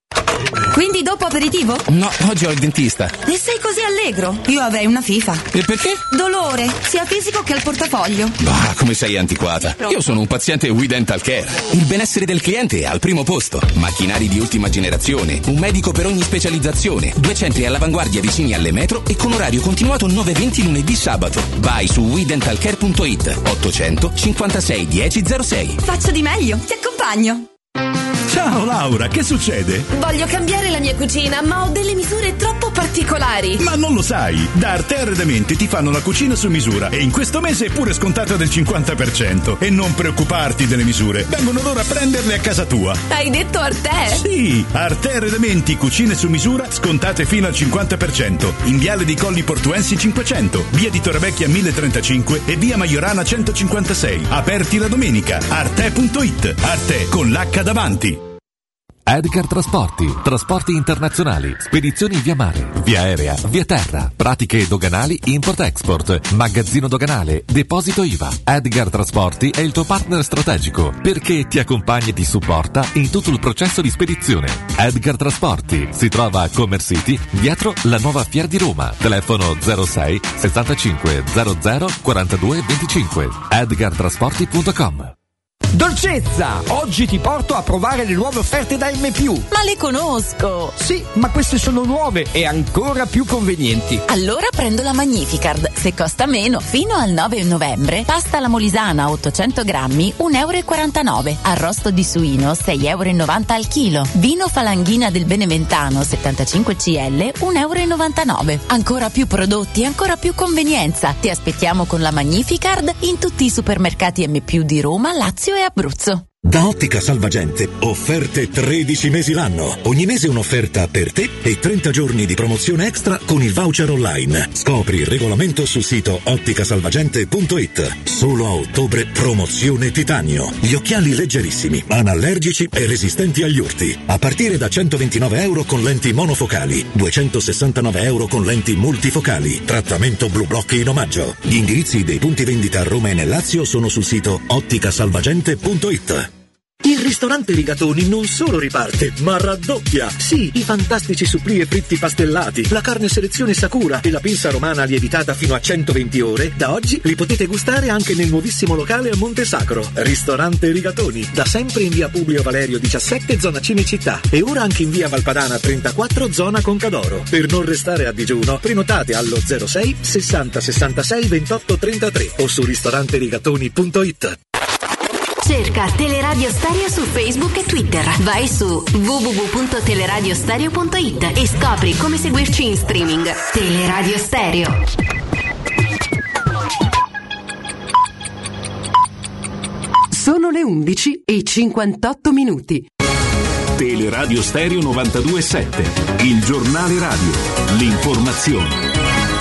Quindi dopo aperitivo? No, oggi ho il dentista. E sei così allegro? Io avrei una FIFA. E perché? Dolore, sia fisico che al portafoglio. Bah, come sei antiquata. Io sono un paziente We Dental Care. Il benessere del cliente è al primo posto. Macchinari di ultima generazione, un medico per ogni specializzazione, due centri all'avanguardia vicini alle metro e con orario continuato nove venti lunedì sabato. Vai su we dental care punto it ottocento cinquantasei dieci zero sei. Faccio di meglio, ti accompagno. Ciao Laura, che succede? Voglio cambiare la mia cucina, ma ho delle misure troppo particolari. Ma non lo sai, da Arte Arredamenti ti fanno la cucina su misura e in questo mese è pure scontata del cinquanta per cento. E non preoccuparti delle misure, vengono loro a prenderle a casa tua. Hai detto Arte? Sì, Arte Arredamenti, cucine su misura, scontate fino al cinquanta per cento. In Viale di Colli Portuensi cinquecento, via di Torrevecchia mille trentacinque e via Maiorana centocinquantasei. Aperti la domenica. arte punto it. Arte con l'H davanti. Edgar Trasporti, trasporti internazionali, spedizioni via mare, via aerea, via terra, pratiche doganali, import-export, magazzino doganale, deposito I V A. Edgar Trasporti è il tuo partner strategico perché ti accompagna e ti supporta in tutto il processo di spedizione. Edgar Trasporti si trova a Commerce City, dietro la nuova Fiera di Roma. Telefono zero sei sessantacinque zero zero quarantadue venticinque. edgar trasporti punto com. Dolcezza! Oggi ti porto a provare le nuove offerte da M più. Ma le conosco! Sì, ma queste sono nuove e ancora più convenienti. Allora prendo la Magnificard. Se costa meno, fino al nove novembre, pasta alla molisana ottocento grammi, un euro e quarantanove. Arrosto di suino, sei euro e novanta al chilo. Vino Falanghina del Beneventano, settantacinque centilitri, un euro e novantanove. Ancora più prodotti, ancora più convenienza. Ti aspettiamo con la Magnificard in tutti i supermercati M più di Roma, Lazio e Abruzzo. Da Ottica Salvagente, offerte tredici mesi l'anno. Ogni mese un'offerta per te e trenta giorni di promozione extra con il voucher online. Scopri il regolamento sul sito otticasalvagente punto it. Solo a ottobre promozione titanio. Gli occhiali leggerissimi, anallergici e resistenti agli urti. A partire da centoventinove euro con lenti monofocali, duecentosessantanove euro con lenti multifocali. Trattamento Blue Block in omaggio. Gli indirizzi dei punti vendita a Roma e nel Lazio sono sul sito otticasalvagente punto it. Il ristorante Rigatoni non solo riparte, ma raddoppia! Sì, i fantastici supplì e fritti pastellati, la carne selezione Sakura e la pinza romana lievitata fino a centoventi ore, da oggi li potete gustare anche nel nuovissimo locale a Monte Sacro. Ristorante Rigatoni, da sempre in via Publio Valerio diciassette, zona Cinecittà, e ora anche in via Valpadana trentaquattro, zona Concadoro. Per non restare a digiuno, prenotate allo zero sei sessanta sessantasei ventotto trentatré o su ristoranterigatoni punto it. Cerca Teleradio Stereo su Facebook e Twitter. Vai su w w w punto teleradiostereo punto it e scopri come seguirci in streaming. Teleradio Stereo. Sono le undici e cinquantotto minuti. Teleradio Stereo novantadue virgola sette, il giornale radio, l'informazione.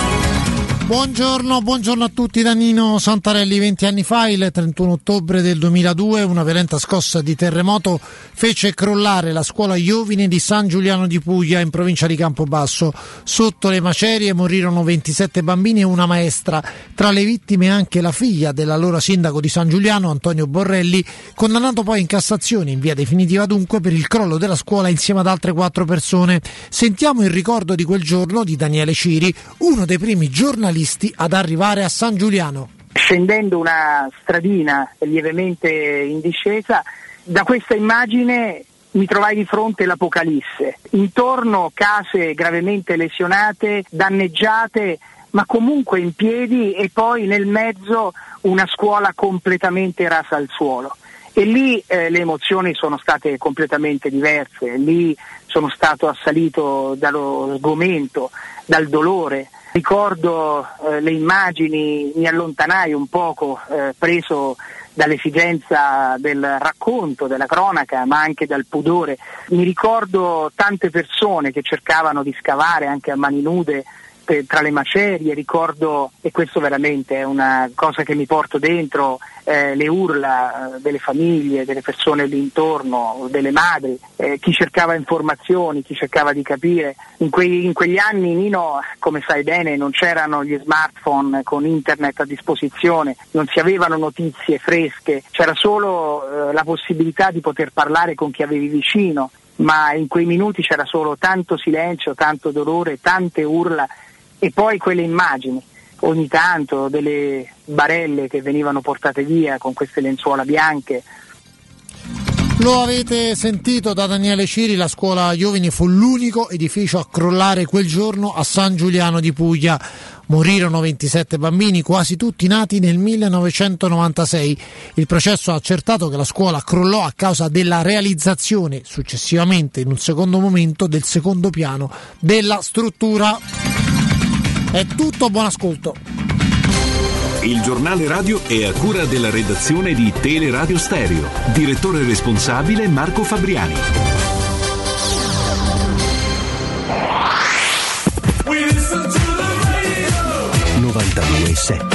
Buongiorno, buongiorno a tutti da Nino Santarelli. venti anni fa, il trentuno ottobre del duemiladue, una violenta scossa di terremoto fece crollare la scuola Iovine di San Giuliano di Puglia in provincia di Campobasso. Sotto le macerie morirono ventisette bambini e una maestra. Tra le vittime anche la figlia dell'allora sindaco di San Giuliano, Antonio Borrelli, condannato poi in Cassazione in via definitiva dunque per il crollo della scuola insieme ad altre quattro persone. Sentiamo il ricordo di quel giorno di Daniele Ciri, uno dei primi giornalisti ad arrivare a San Giuliano. Scendendo una stradina lievemente in discesa, da questa immagine mi trovai di fronte l'Apocalisse. Intorno case gravemente lesionate, danneggiate, ma comunque in piedi, e poi nel mezzo una scuola completamente rasa al suolo. E lì eh, le emozioni sono state completamente diverse, lì sono stato assalito dallo sgomento, dal dolore. Ricordo eh, le immagini, mi allontanai un poco, eh, preso dall'esigenza del racconto, della cronaca, ma anche dal pudore. Mi ricordo tante persone che cercavano di scavare anche a mani nude per, tra le macerie. Ricordo, e questo veramente è una cosa che mi porto dentro, eh, le urla eh, delle famiglie, delle persone lì intorno, delle madri, eh, chi cercava informazioni, chi cercava di capire. In, quei, in quegli anni, Nino, come sai bene, non c'erano gli smartphone con internet a disposizione, non si avevano notizie fresche, c'era solo eh, la possibilità di poter parlare con chi avevi vicino, ma in quei minuti c'era solo tanto silenzio, tanto dolore, tante urla e poi quelle immagini. Ogni tanto delle barelle che venivano portate via con queste lenzuola bianche. Lo avete sentito da Daniele Ciri, la scuola Iovine fu l'unico edificio a crollare quel giorno a San Giuliano di Puglia. Morirono ventisette bambini, quasi tutti nati nel millenovecentonovantasei. Il processo ha accertato che la scuola crollò a causa della realizzazione, successivamente in un secondo momento, del secondo piano della struttura. È tutto, buon ascolto. Il giornale radio è a cura della redazione di Teleradio Stereo. Direttore responsabile Marco Fabriani. novantadue virgola sette.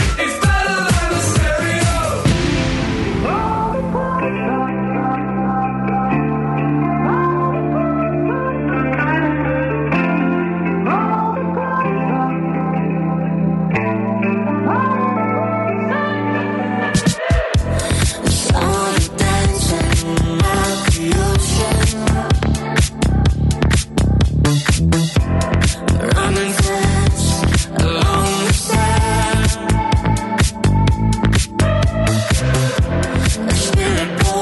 Spirit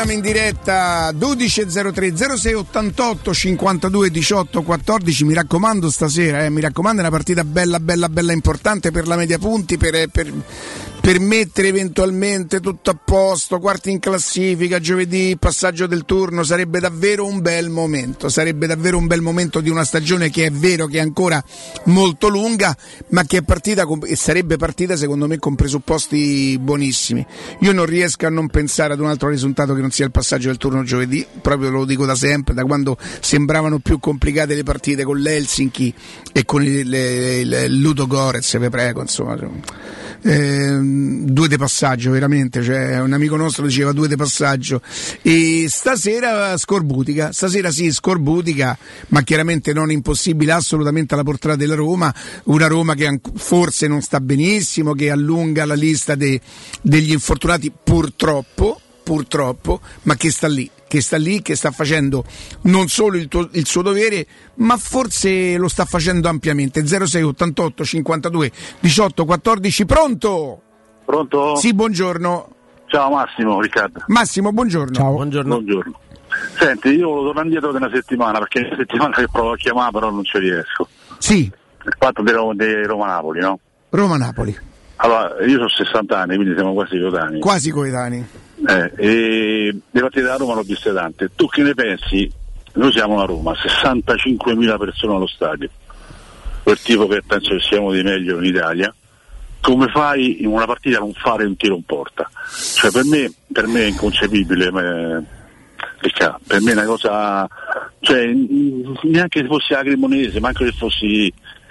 Siamo in diretta dodici zero tre zero sei ottantotto cinquantadue diciotto quattordici. Mi raccomando stasera, eh, mi raccomando, è una partita bella bella bella importante per la media punti, per, per, per mettere eventualmente tutto a posto, quarti in classifica, giovedì passaggio del turno. Sarebbe davvero un bel momento, sarebbe davvero un bel momento di una stagione che è vero che è ancora molto lunga, ma che è partita con, e sarebbe partita secondo me con presupposti buonissimi. Io non riesco a non pensare ad un altro risultato che non sia il passaggio del turno giovedì, proprio lo dico da sempre, da quando sembravano più complicate le partite con l'Helsinki e con il, il, il Ludogorets, vi prego, insomma, eh, due de passaggio veramente, cioè un amico nostro diceva due de passaggio. E stasera scorbutica, stasera sì scorbutica, ma chiaramente non impossibile assolutamente alla portata della Roma, una Roma che forse non sta benissimo, che allunga la lista de, degli infortunati purtroppo purtroppo, ma che sta lì, che sta lì, che sta facendo non solo il, tuo, il suo dovere, ma forse lo sta facendo ampiamente. zero sei ottantotto cinquantadue diciotto quattordici. Pronto? Pronto? Sì, buongiorno. Ciao Massimo, Riccardo. Massimo, buongiorno. Ciao. Buongiorno. Buongiorno. Senti, io volevo tornare indietro di una settimana, perché è una settimana che provo a chiamare, però non ci riesco. Sì. Il fatto di Roma-Napoli, no? Roma-Napoli. Allora, io ho sessanta anni, quindi siamo quasi coetanei. Quasi coetanei. Eh, e le partite da Roma l'ho viste tante. Tu che ne pensi? Noi siamo a Roma, sessantacinquemila persone allo stadio, quel tipo che penso che siamo di meglio in Italia. Come fai in una partita a non fare un tiro in porta? Cioè per me, per me è inconcepibile, ma, per me è una cosa, cioè neanche se fossi la Cremonese, ma anche se fossi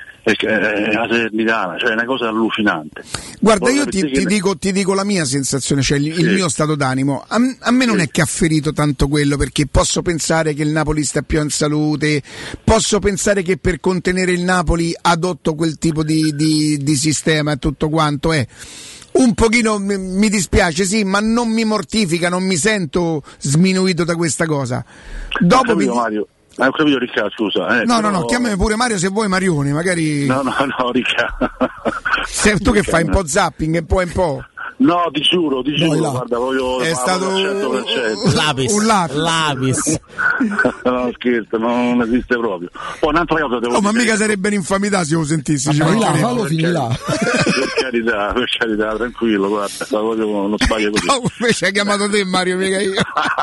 la Salernitana, cioè è una cosa allucinante. Guarda, io ti, ti, dico, ti dico la mia sensazione, cioè il, sì. il mio stato d'animo. A, a me non sì. è che ha ferito tanto quello, perché posso pensare che il Napoli sta più in salute, posso pensare che per contenere il Napoli adotto quel tipo di, di, di sistema e tutto quanto è. Un pochino mi, mi dispiace, sì, ma non mi mortifica, non mi sento sminuito da questa cosa. Dopo capito, mi... Mario. Ah, ho capito, Riccardo, scusa. Eh, no, però... no, no, chiamami pure Mario se vuoi, Marioni, magari... No, no, no, Riccardo. Se, tu che fai un po' zapping e poi un po'... No, ti giuro, ti giuro, guarda, voglio... È stato un cento per cento. Lapis. Un lapis. Lapis. No, scherzo, non esiste proprio. Poi un'altra cosa devo oh, dire... ma mica sarebbe l'infamità se lo sentissi. Ma là, fallo finì là. Per carità, per carità, tranquillo, guarda, non sbaglio così. No, invece hai chiamato te, Mario, mica io.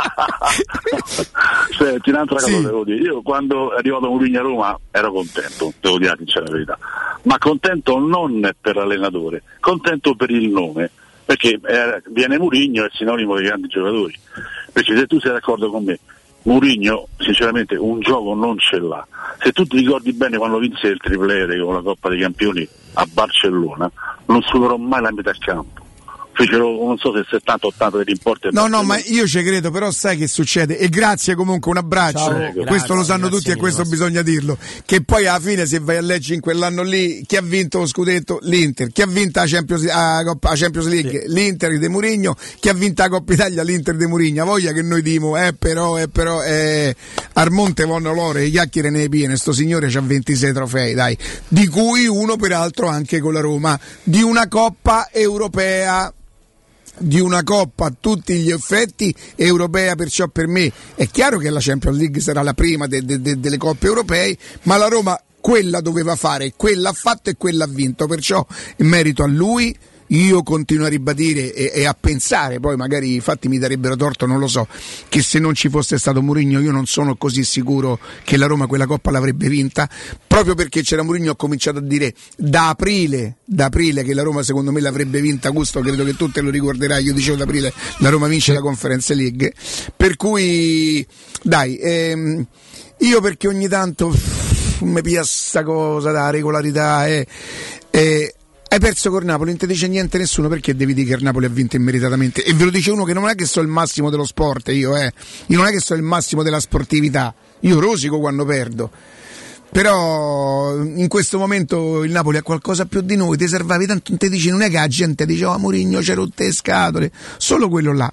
Senti, un'altra cosa sì. devo dire. Io quando è arrivato Mourinho a Roma ero contento, devo dire la verità. Ma contento non per l'allenatore, contento per il nome. Perché eh, viene Mourinho è sinonimo di grandi giocatori, perché se tu sei d'accordo con me, Mourinho sinceramente un gioco non ce l'ha. Se tu ti ricordi bene quando vinse il triplete con la Coppa dei Campioni a Barcellona, non superò mai la metà campo. Fecero non so se settanta ottanta degli importi. No, no, ma io ci credo, però sai che succede? E grazie comunque, un abbraccio. Ciao, questo grazie, lo sanno tutti e questo bisogna dirlo. Che poi alla fine, se vai a leggere in quell'anno lì, chi ha vinto lo scudetto? L'Inter. Chi ha vinto la Champions, la Coppa, la Champions League? Sì. L'Inter di Mourinho. Chi ha vinto la Coppa Italia? L'Inter di Mourinho. Voglia che noi dimo, eh però, eh però, eh, Armonte vanno loro, e chiacchiere ne piene. Sto signore c'ha ventisei trofei, dai. Di cui uno peraltro anche con la Roma. Di una Coppa Europea. Di una Coppa a tutti gli effetti europea, perciò per me è chiaro che la Champions League sarà la prima de- de- de- delle coppe europee, ma la Roma quella doveva fare, quella ha fatto e quella ha vinto, perciò in merito a lui io continuo a ribadire e, e a pensare, poi magari i fatti mi darebbero torto, non lo so, che se non ci fosse stato Mourinho io non sono così sicuro che la Roma quella Coppa l'avrebbe vinta. Proprio perché c'era Mourinho ho cominciato a dire da aprile, da aprile che la Roma secondo me l'avrebbe vinta. Gusto, credo che tu te lo ricorderai, io dicevo da aprile la Roma vince la Conference League, per cui dai, ehm, io perché ogni tanto mi pia sta cosa da regolarità e eh, eh, hai perso con Napoli, non ti dice niente nessuno, perché devi dire che il Napoli ha vinto immeritatamente? E ve lo dice uno che non è che so il massimo dello sport, io eh, io non è che so il massimo della sportività, io rosico quando perdo. Però in questo momento il Napoli ha qualcosa più di noi, ti servavi tanto, non ti dici, non è che la gente dice oh Mourinho c'è rotte le scatole, solo quello là.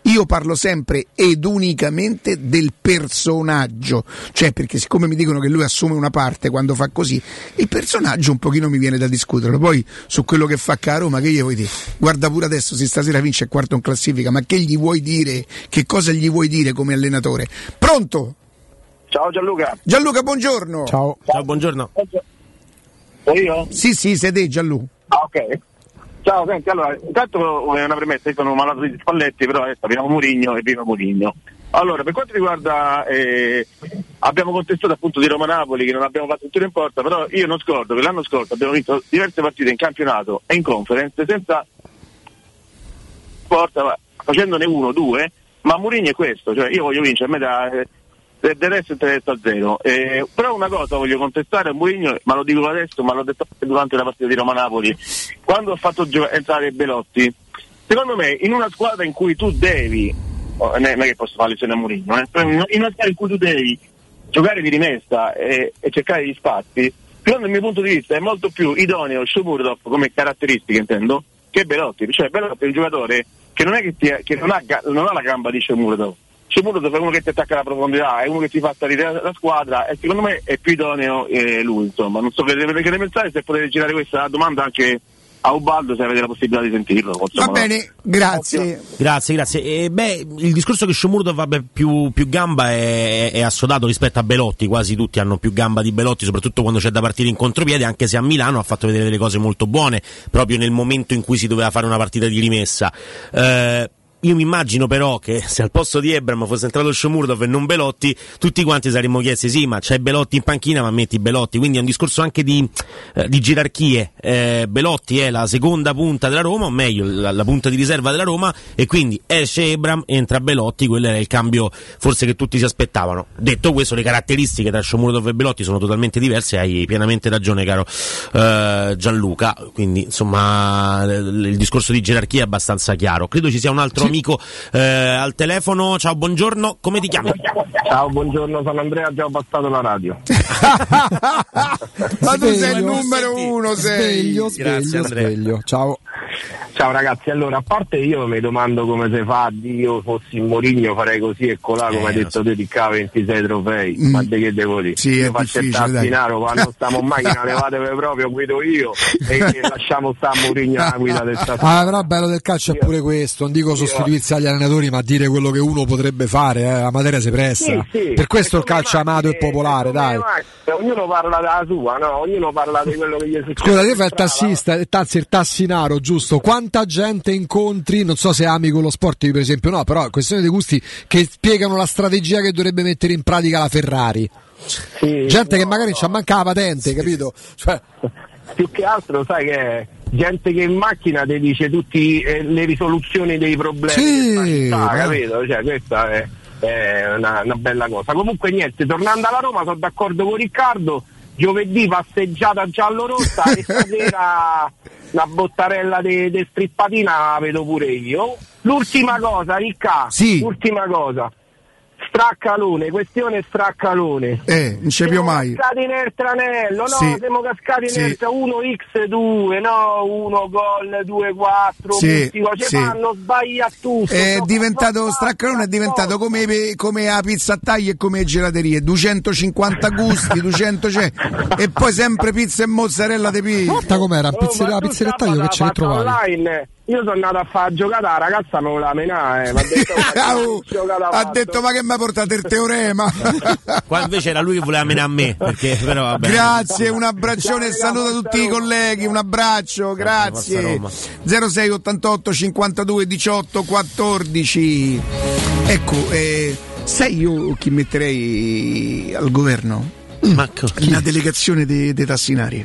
io parlo sempre ed unicamente del personaggio, cioè perché siccome mi dicono che lui assume una parte quando fa così, il personaggio un pochino mi viene da discutere, poi su quello che fa caro, ma che gli vuoi dire? Guarda pure adesso, se stasera vince il quarto in classifica, ma che gli vuoi dire? Che cosa gli vuoi dire come allenatore? Pronto? Ciao Gianluca. Gianluca, buongiorno. Ciao. Ciao, buongiorno. Sono io? Sì, sì, sei te Gianluca. Ah, ok. Ciao, senti, allora, intanto è una premessa, io sono malato di Spalletti, però adesso abbiamo Mourinho e viva Mourinho. Allora, per quanto riguarda, eh, abbiamo contestato appunto di Roma-Napoli, che non abbiamo fatto un tiro in porta, però io non scordo che l'anno scorso abbiamo vinto diverse partite in campionato e in conference senza porta, facendone uno, due, ma Mourinho è questo, cioè io voglio vincere a metà... Eh, del resto è tre a zero, eh, però una cosa voglio contestare a Mourinho, ma lo dico adesso, ma l'ho detto durante la partita di Roma-Napoli, quando ho fatto gio- entrare Belotti, secondo me in una squadra in cui tu devi, oh, non è che posso fare lezione a Mourinho, eh, in una squadra in cui tu devi giocare di rimessa e, e cercare gli spazi, secondo il mio punto di vista è molto più idoneo Shomurodov come caratteristiche, intendo, che Belotti, cioè Belotti è un giocatore che non è che, ti ha, che non, ha, non ha la gamba di Shomurodov. Shomurodov è uno che ti attacca alla profondità, è uno che ti fa salire la, la squadra e secondo me è più idoneo eh, lui, insomma. Non so che ne pensare, se potete girare questa domanda anche a Ubaldo se avete la possibilità di sentirlo. Insomma. Va bene, grazie. Grazie, grazie. E beh, il discorso che Shomurodov abbia più, più gamba è, è assodato rispetto a Belotti, quasi tutti hanno più gamba di Belotti, soprattutto quando c'è da partire in contropiede, anche se a Milano ha fatto vedere delle cose molto buone, proprio nel momento in cui si doveva fare una partita di rimessa. Eh, Io mi immagino però che se al posto di Ebram fosse entrato Shomurodov e non Belotti, tutti quanti saremmo chiesti sì, ma c'è Belotti in panchina, ma metti Belotti, quindi è un discorso anche di, eh, di gerarchie. eh, Belotti è la seconda punta della Roma, o meglio la, la punta di riserva della Roma, e quindi esce Ebram, entra Belotti, quello era il cambio forse che tutti si aspettavano. Detto questo, le caratteristiche tra Shomurodov e Belotti sono totalmente diverse, hai pienamente ragione caro eh, Gianluca, quindi insomma il, il discorso di gerarchia è abbastanza chiaro. Credo ci sia un altro amico eh, al telefono. Ciao, buongiorno, come ti chiami? Ciao, buongiorno, sono Andrea, già ho passato la radio. Ma tu sei il numero uno, sei. Sveglio, sveglio, sveglio. Ciao. Ciao ragazzi, allora a parte io mi domando come si fa, io fossi in Mourinho farei così e colà, come eh, hai detto so. te, di K ventisei trofei, mm. ma di che devo dire? Sì, io è faccio il tassinaro, quando stiamo in macchina levatevi proprio, guido io e, e lasciamo stare Mourinho alla guida del tassinaro. Ah, però bello del calcio è pure questo, non dico sostituirsi agli allenatori, ma dire quello che uno potrebbe fare, eh. La materia si presta. Sì, sì. Per questo il calcio amato e popolare, dai. Ognuno parla della sua, no? Ognuno parla di quello che gli succede. Scusa, te fai il tassista, anzi il tassinaro, giusto? Quanta gente incontri, non so se ami quello sport, io per esempio no, però è questione dei gusti, che spiegano la strategia che dovrebbe mettere in pratica la Ferrari. Sì, gente no, che magari no. ci manca la patente, sì. Capito? Cioè... Più che altro, sai che è gente che in macchina ti dice tutte eh, le risoluzioni dei problemi, sì, città, ma... capito? Cioè, questa è, è una, una bella cosa. Comunque niente, tornando alla Roma, sono d'accordo con Riccardo, giovedì passeggiata giallo-rossa e stasera una bottarella di strippatina la vedo pure io. L'ultima cosa, Ricca, sì. l'ultima cosa. Straccalone, questione Straccalone. Eh, non c'è più mai. Siamo cascati nel tranello, no? Sì. Siamo cascati sì. nel uno a due, no? uno gol, due quattro, sì. ci sì. fanno sbaglia tutto. È diventato Straccalone, è diventato come, come la pizza a taglio e come le gelaterie, duecentocinquanta gusti, duecento c'è, e poi sempre pizza e mozzarella di pizza. Guarda com'era, la pizza, la pizza del taglio che ce l'hai trovato. Online. Io sono andato a fare giocata, la ragazza me la menà, eh. detto, oh, ha detto ma che mi ha portato il teorema. Qua invece era lui che voleva menare a me, perché, però, vabbè. Grazie, un abbraccione e saluto a tutti i colleghi, un abbraccio, grazie. zero sei ottantotto cinquantadue diciotto quattordici. Ecco, eh, sai io chi metterei al governo? Ma una delegazione dei de tassinari.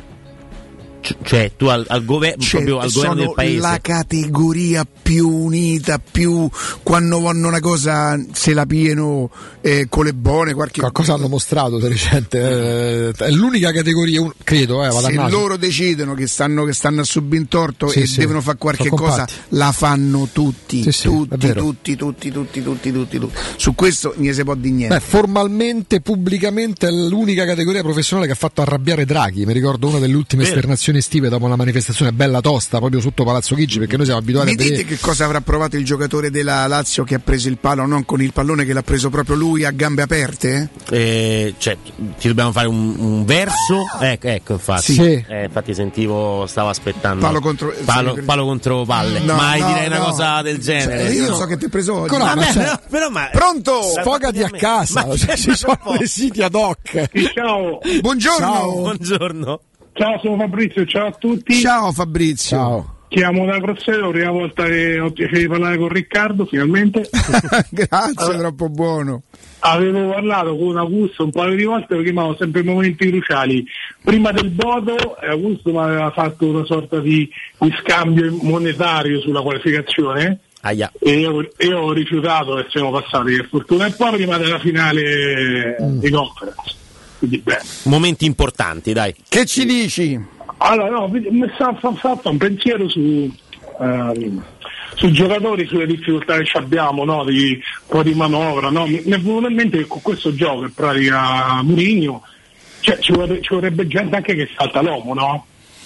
Cioè tu al, al, gover- cioè, proprio al governo del paese, la categoria più unita, più quando vanno una cosa se la pieno eh, con le buone, qualche qualcosa hanno mostrato di recente, eh, è l'unica categoria, un, credo eh, se loro decidono che stanno, che stanno a subintorto sì, e sì, devono fare qualche cosa, la fanno tutti, sì, sì, tutti, tutti, tutti, tutti, tutti, tutti, tutti. Su questo non si può dire niente. Beh, formalmente, pubblicamente è l'unica categoria professionale che ha fatto arrabbiare Draghi, mi ricordo una delle ultime esternazioni vacanzoni estive dopo una manifestazione bella tosta proprio sotto Palazzo Chigi, perché noi siamo abituati Mi a vedere. dite che cosa avrà provato il giocatore della Lazio che ha preso il palo, non con il pallone, che l'ha preso proprio lui a gambe aperte? Eh, cioè, ti dobbiamo fare un, un verso? Ecco, ecco, infatti. Sì. Eh, infatti sentivo, stavo aspettando. Palo contro- palo, sì, palo contro palle. No, Mai no, direi una no. cosa del genere. Cioè, io no. non so che ti hai preso oggi. Ancora, Vabbè, ma c'è- però, però, ma Pronto? Sfogati a casa, Ma- cioè, ci sono dei siti ad hoc. Ciao. Buongiorno. Ciao. Buongiorno. Ciao, sono Fabrizio, ciao a tutti. Ciao Fabrizio. Ciao. Chiamo da Grosseto, la prima volta che ho il piacere di parlare con Riccardo, finalmente. Grazie, Allora, troppo buono. Avevo parlato con Augusto un paio di volte, lo chiamavo sempre i momenti cruciali. Prima del voto Augusto mi aveva fatto una sorta di, di scambio monetario sulla qualificazione. Aia. E io, io ho rifiutato e siamo passati per fortuna. E poi prima della finale mm. di conference. Quindi bene. Momenti importanti, dai. Che ci dici? Allora, no, mi sta fatto un pensiero su, ehm, sui giocatori, sulle difficoltà che abbiamo, no? Di un po' di manovra, no? Mi è venuto in mente che con questo gioco che pratica Mourinho, cioè, ci, vorrebbe, ci vorrebbe gente anche che salta l'uomo, no?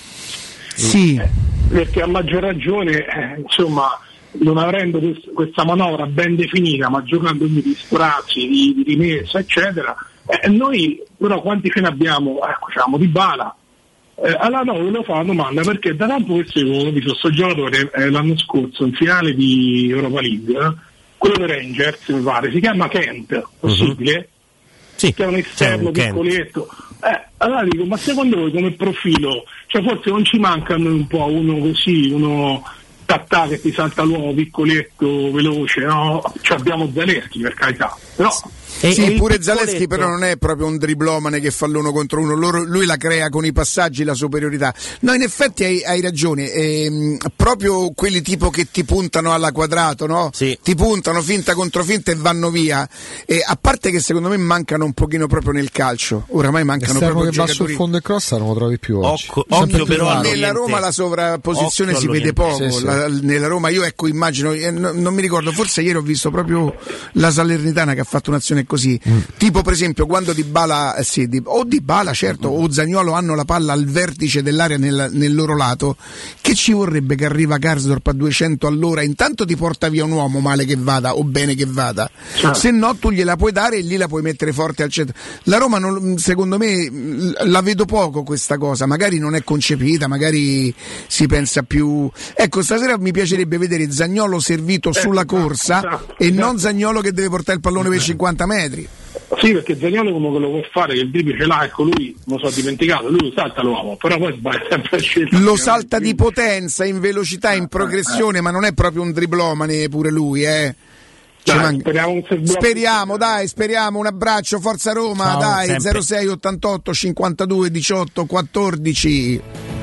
Sì. Eh, perché a maggior ragione, eh, insomma, non avendo quest- questa manovra ben definita, ma giocando di sprazzi, di, di rimessa, eccetera, eh, noi però quanti ce ne abbiamo? Ecco, diciamo di Bala. Eh, allora no, volevo fare una domanda, perché da tanto che seguo, ho visto questo giocatore eh, l'anno scorso in finale di Europa League, eh, quello dei Rangers mi pare, si chiama Kent, possibile? Uh-huh. Sì, che è un esterno piccoletto. Eh, allora dico, ma secondo voi come profilo, cioè forse non ci manca un po' uno così, uno tattà che ti salta l'uomo piccoletto, veloce, no? Cioè abbiamo Zaleschi, per carità, però E, sì, e pure Zaleschi però non è proprio un driblomane che fa l'uno contro uno, Loro, lui la crea con i passaggi, la superiorità. No, in effetti hai, hai ragione, ehm, proprio quelli tipo che ti puntano alla quadrato, no? Sì. Ti puntano finta contro finta e vanno via. E a parte che secondo me mancano un pochino proprio nel calcio, oramai mancano L'esterno proprio che va giocatori. sul fondo e cross non lo trovi più oggi. Occhio, Sempre occhio più però raro. Nella Roma la sovrapposizione Occhio si vede poco, Sì, sì. La, nella Roma io ecco immagino, eh, no, non mi ricordo, forse ieri ho visto proprio la Salernitana che ha fatto un'azione così, mm. tipo per esempio quando Dybala, eh, sì, di, o Dybala certo mm. o Zaniolo hanno la palla al vertice dell'area nel, nel loro lato, che ci vorrebbe che arriva Karsdorp a duecento all'ora, intanto ti porta via un uomo, male che vada o bene che vada, certo. Se no tu gliela puoi dare e lì la puoi mettere forte al centro. La Roma non, secondo me la vedo poco questa cosa, magari non è concepita, magari si pensa più, ecco stasera mi piacerebbe vedere Zaniolo servito sulla corsa esatto, e esatto. non Zaniolo che deve portare il pallone per cinquanta metri. Sì, perché Zaniolo come lo può fare, che il dribble ce l'ha, ecco lui, non so dimenticato, lui lo salta l'uomo, però poi sbaglia sempre a scelta. Lo salta di potenza, in velocità, in progressione, ma non è proprio un driblomane pure lui, eh. Dai, man- speriamo, un seguito. speriamo, dai, speriamo, un abbraccio, Forza Roma, Ciao, dai, sempre. zero sei ottantotto cinquantadue diciotto quattordici.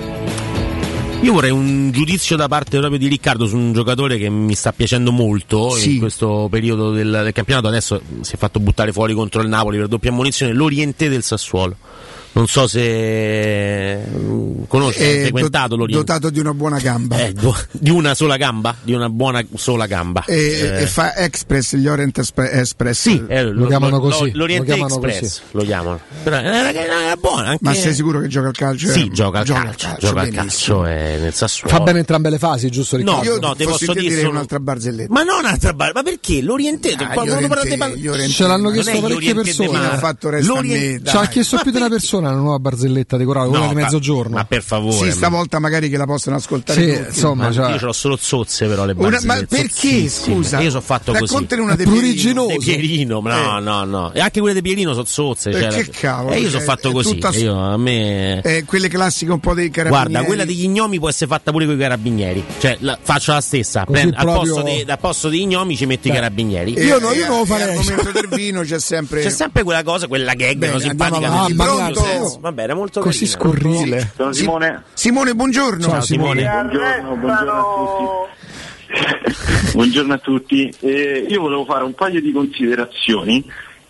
Io vorrei un giudizio da parte proprio di Riccardo su un giocatore che mi sta piacendo molto Sì. in questo periodo del, del campionato. Adesso si è fatto buttare fuori contro il Napoli per doppia ammonizione, l'Orientè del Sassuolo. Non so se mm, conosci, hai È frequentato do- l'Orientè. dotato di una buona gamba. Eh, do- di una sola gamba? Di una buona sola gamba. E, Eh, e fa Express, gli Orient Espe- Espress. Sì, eh, Lo chiamano così, L'Orientè lo chiamano Express così. lo chiamano. Però è una, è una buona. Anche... Ma sei sicuro che gioca al calcio? Sì, Eh, gioca al gioca calcio. al calcio, Gioca al benissimo. calcio e nel Sassuolo. Fa bene entrambe le fasi, giusto Riccardo? No, Io no, te fossi posso te dire direi solo- un'altra barzelletta. Ma non un'altra bar, ma perché l'Orientè? Ah, quando gli parlate Orientè, di- gli Orientè. Ce l'hanno Non chiesto è gli parecchie Orientè persone. de Mi Mar- ha fatto resta a me, L'Orientè- Ci ha dai. chiesto più di una persona la nuova barzelletta decorata, quella No, di ma- mezzogiorno. Ma per favore. Sì, stavolta magari che la possono ascoltare Sì, tutti. insomma, ma cioè- io ce l'ho solo zozze però le Una- barzellette. ma perché, zozzissime. scusa? Io sono fatto così. Raccontane una È De Pierino. pruriginoso. De Pierino, no, Eh. no, no. E anche quelle di Pierino sono zozze. Eh, Cioè, che cavolo, E io sono eh, fatto è così. tutta- Io, a me. Eh, quelle classiche un po' dei carabinieri. Guarda, quella degli gnomi può essere fatta pure con i carabinieri. Cioè, la- faccio la stessa. Così Prend- al, proprio- posto dei, al posto degli gnomi ci metto i carabinieri. E- Io no, io e- non lo e farei. Al momento del vino c'è sempre. C'è sempre quella cosa, quella gag Bene, no, simpatica. andiamo avanti. del Pronto? senso. Vabbè, era molto Così carina. scurrile. Sono Sì. Simone. Simone, buongiorno. Ciao, Simone. Buongiorno, buongiorno a tutti. Buongiorno a tutti. Eh, io volevo fare un paio di considerazioni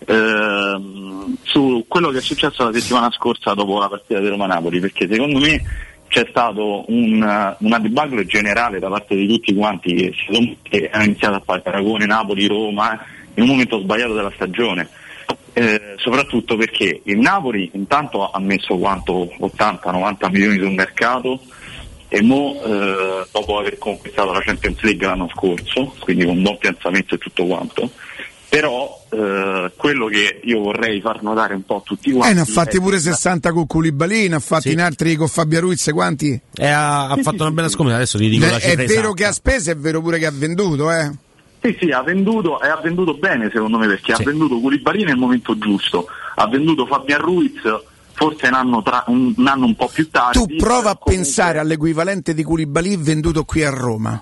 ehm, su quello che è successo la settimana scorsa dopo la partita di Roma-Napoli, perché secondo me c'è stato un, una debacle generale da parte di tutti quanti che, che hanno iniziato a fare paragone Napoli-Roma in un momento sbagliato della stagione. Eh, soprattutto perché il Napoli intanto ha messo quanto ottanta novanta milioni sul mercato e mo eh, dopo aver conquistato la Champions League l'anno scorso, quindi con un buon piazzamento e tutto quanto, però eh, quello che io vorrei far notare un po' a tutti quanti, eh, ne ha fatti è pure che... sessanta con Koulibaly, ne ha fatti sì. in altri con Fabio Ruiz, quanti? Eh, ha, ha sì, fatto sì, una sì, bella sì. scommessa, adesso ti dico Beh, la cifra è vero esatta. che ha speso, è vero pure che ha venduto, eh? Sì, sì, ha venduto e ha venduto bene secondo me, perché sì. ha venduto Koulibaly nel momento giusto, ha venduto Fabian Ruiz forse un anno, tra, un, un anno un po' più tardi. Tu prova a comunque... pensare all'equivalente di Koulibaly venduto qui a Roma.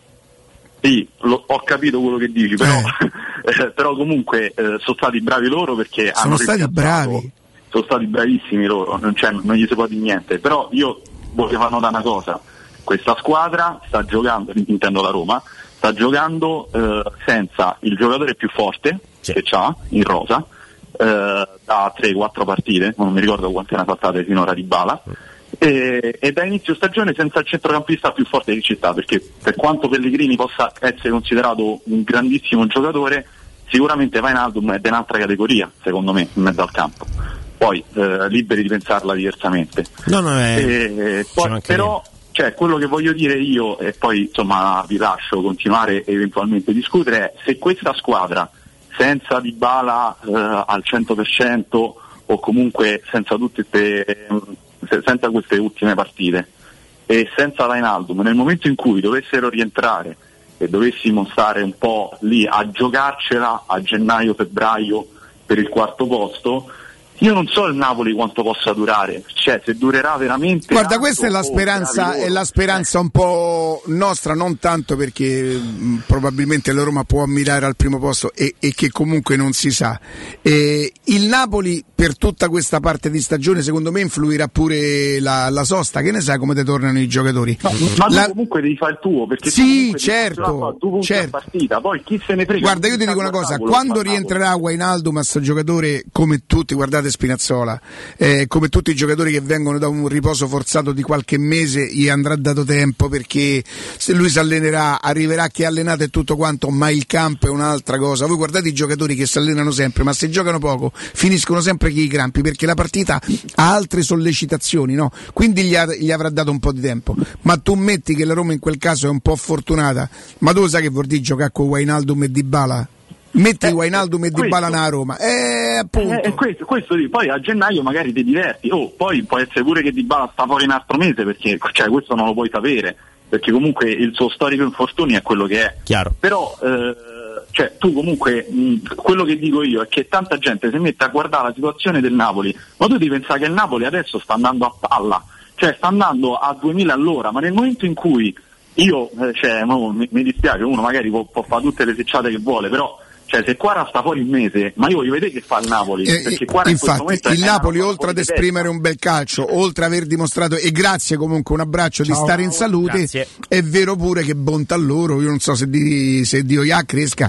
Sì, lo, ho capito quello che dici, però, eh. però comunque eh, sono stati bravi loro perché sono hanno stati bravi. Sono stati bravissimi loro, non, c'è, non gli si può dire niente, però io voglio far notare una cosa, questa squadra sta giocando, intendo la Roma, sta giocando eh, senza il giocatore più forte sì. che c'ha in rosa eh, da tre quattro partite, non mi ricordo quante ne ha fattate finora di Bala, e, e da inizio stagione senza il centrocampista più forte che ci sta, perché per quanto Pellegrini possa essere considerato un grandissimo giocatore, sicuramente Wijnaldum è di un'altra categoria secondo me in mezzo al campo, poi eh, liberi di pensarla diversamente. No, no, è... e, poi, però cioè quello che voglio dire io, e poi insomma vi lascio continuare e eventualmente discutere, è se questa squadra senza Dybala eh, al cento per cento o comunque senza tutte queste, senza queste ultime partite e senza Wijnaldum, nel momento in cui dovessero rientrare e dovessimo stare un po' lì a giocarcela a gennaio-febbraio per il quarto posto, io non so il Napoli quanto possa durare, cioè se durerà veramente. Guarda, questa è la speranza, è la speranza un po' nostra, non tanto perché mh, probabilmente la Roma può ammirare al primo posto e, e che comunque non si sa. Eh, il Napoli per tutta questa parte di stagione secondo me influirà pure la, la sosta, che ne sai come te tornano i giocatori. No, ma tu la... comunque devi fare il tuo, perché sì, certo, tu certo. partita, poi chi se ne frega. Guarda, io ti dico una cosa, quando rientrerà Wijnaldum a sto giocatore, come tutti, guardate Spinazzola, eh, come tutti i giocatori che vengono da un riposo forzato di qualche mese, gli andrà dato tempo, perché se lui si allenerà, arriverà che è allenato e tutto quanto, ma il campo è un'altra cosa. Voi guardate i giocatori che si allenano sempre, ma se giocano poco finiscono sempre chi i crampi, perché la partita ha altre sollecitazioni, no? Quindi gli, ha, gli avrà dato un po' di tempo. Ma tu metti che la Roma in quel caso è un po' fortunata, ma tu sai che vuol dire giocare con Wijnaldum e Dybala? Metti eh, Wijnaldum e Dybala nella Roma, eh, appunto. Eh, questo, questo poi a gennaio magari ti diverti, oh, poi può essere pure che Dybala sta fuori un altro mese, perché cioè, questo non lo puoi sapere, perché comunque il suo storico infortuni è quello che è. Chiaro. Però eh, cioè, tu comunque mh, quello che dico io è che tanta gente si mette a guardare la situazione del Napoli, ma tu devi pensare che il Napoli adesso sta andando a palla, cioè sta andando a duemila all'ora, ma nel momento in cui io, eh, cioè, no, mi, mi dispiace, uno magari può, può fare tutte le secciate che vuole, però cioè se Quara sta fuori il mese, ma io voglio vedere che fa il Napoli, eh, perché Quara infatti in il Napoli oltre ad esprimere un bel calcio, oltre ad aver dimostrato, e grazie comunque, un abbraccio, Ciao. di stare in salute, grazie. È vero pure che bontà loro, io non so se, di, se Dio Ia cresca,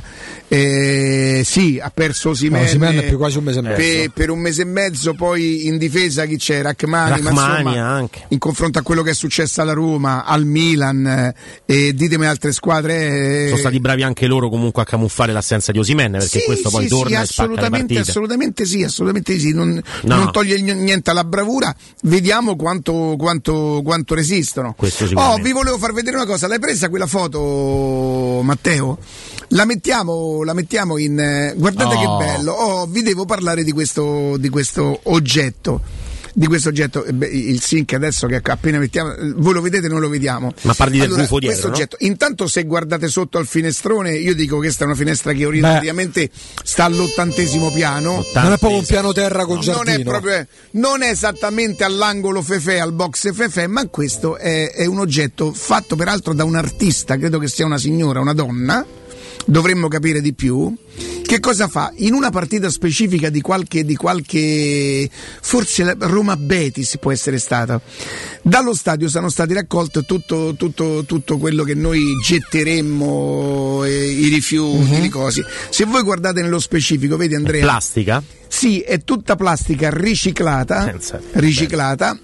eh, sì, ha perso Osimhen no, per quasi un mese e mezzo, per, per un mese e mezzo, poi in difesa chi c'è? Rachmani, Rachmani ma insomma, anche. In confronto a quello che è successo alla Roma, al Milan, eh, e ditemi altre squadre, eh, sono stati bravi anche loro comunque a camuffare l'assenza di Osimhen, perché sì, questo poi sì, torna sì, e spacca le assolutamente, partite. assolutamente sì, assolutamente sì, non, no, non no. toglie niente alla bravura, vediamo quanto, quanto, quanto resistono. Oh, vi volevo far vedere una cosa, l'hai presa quella foto, Matteo? La mettiamo, la mettiamo in, eh, guardate oh. che bello, oh, vi devo parlare di questo, di questo oggetto. Di questo oggetto, beh, il sync adesso che appena mettiamo, voi lo vedete, non lo vediamo. Ma parli del allora, buco dietro, questo oggetto, no? Intanto se guardate sotto al finestrone, io dico che questa è una finestra che orientativamente sta all'ottantesimo piano. ottanta Non è proprio un piano terra con no, giardino. Non è proprio, non è esattamente all'angolo Fefè, al box Fefè, ma questo è, è un oggetto fatto peraltro da un artista, credo che sia una signora, una donna. Dovremmo capire di più. Che cosa fa? In una partita specifica di qualche, di qualche forse Roma Betis può essere stata, dallo stadio sono stati raccolti tutto, tutto, tutto quello che noi getteremmo, eh, i rifiuti, uh-huh. le cose. Se voi guardate nello specifico, vedi Andrea? È plastica? Sì, è tutta plastica riciclata, Senza. riciclata.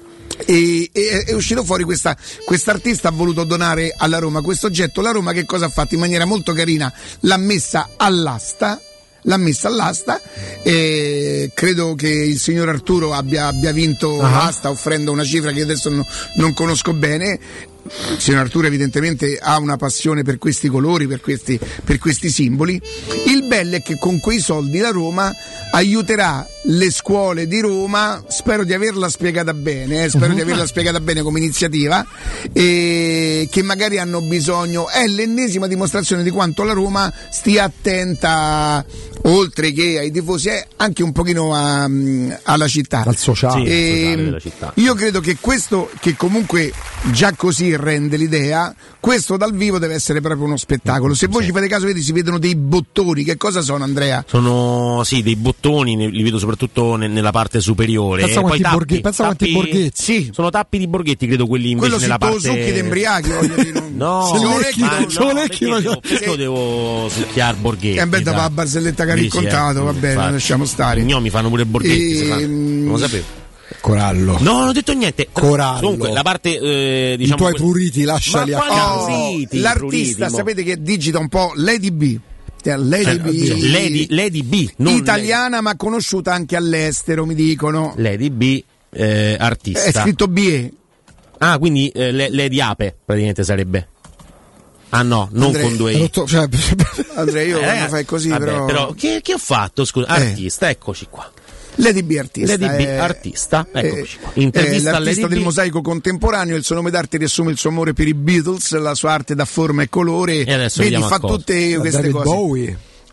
E, e è uscito fuori questa quest'artista ha voluto donare alla Roma questo oggetto. La Roma che cosa ha fatto? In maniera molto carina l'ha messa all'asta l'ha messa all'asta e credo che il signor Arturo abbia, abbia vinto uh-huh. l'asta offrendo una cifra che adesso no, non conosco bene. Il signor Arturo evidentemente ha una passione per questi colori, per questi, per questi simboli. Il bello è che con quei soldi la Roma aiuterà le scuole di Roma, spero di averla spiegata bene, eh, spero uh-huh. di averla spiegata bene come iniziativa, e che magari hanno bisogno, è l'ennesima dimostrazione di quanto la Roma stia attenta, oltre che ai tifosi, eh, anche un pochino a, alla città, al sociale, e, al sociale della città. Io credo che questo, che comunque già così rende l'idea, questo dal vivo deve essere proprio uno spettacolo. Se voi sì. ci fate caso, vedi, si vedono dei bottoni. Che cosa sono, Andrea? Sono sì dei bottoni, li vedo soprattutto nella parte superiore. Pensa quanti, tappi, borghe, pensa tappi, quanti borghetti. Sì, sono tappi di borghetti, credo quelli invece quello nella parte. Quello succhi d'embriachi, voglio dire. No, se lo lecchi, ma no, no, perché, devo, perché lo devo succhiare borghetti? È ben da la barzelletta che ha raccontato, va bene, infatti, lasciamo stare. No, mi fanno pure borghetti, e... non lo sapevo. Corallo. No, non ho detto niente. Corallo. Comunque, la parte eh, diciamo. I tuoi pruriti, lasciali a casa. Oh, l'artista, pruriti, sapete che digita un po' Lady B. Lady, eh, B, Lady, Lady B, non italiana, Lady. Ma conosciuta anche all'estero, mi dicono. Lady B, eh, artista. È scritto B E. Ah, quindi eh, Lady Ape praticamente sarebbe. Ah no, non Andrea, con due I. Cioè, Andrea, io eh, quando fai così, vabbè, però. però che, che ho fatto? Scusa, eh. artista, eccoci qua. Lady B artista. Lady B eh, artista, eccoci eh, qua. Intervista eh, l'artista Lady del B. mosaico contemporaneo, il suo nome d'arte riassume il suo amore per i Beatles, la sua arte da forma e colore. E adesso vedi, fa cosa. tutte queste David cose. Bowie.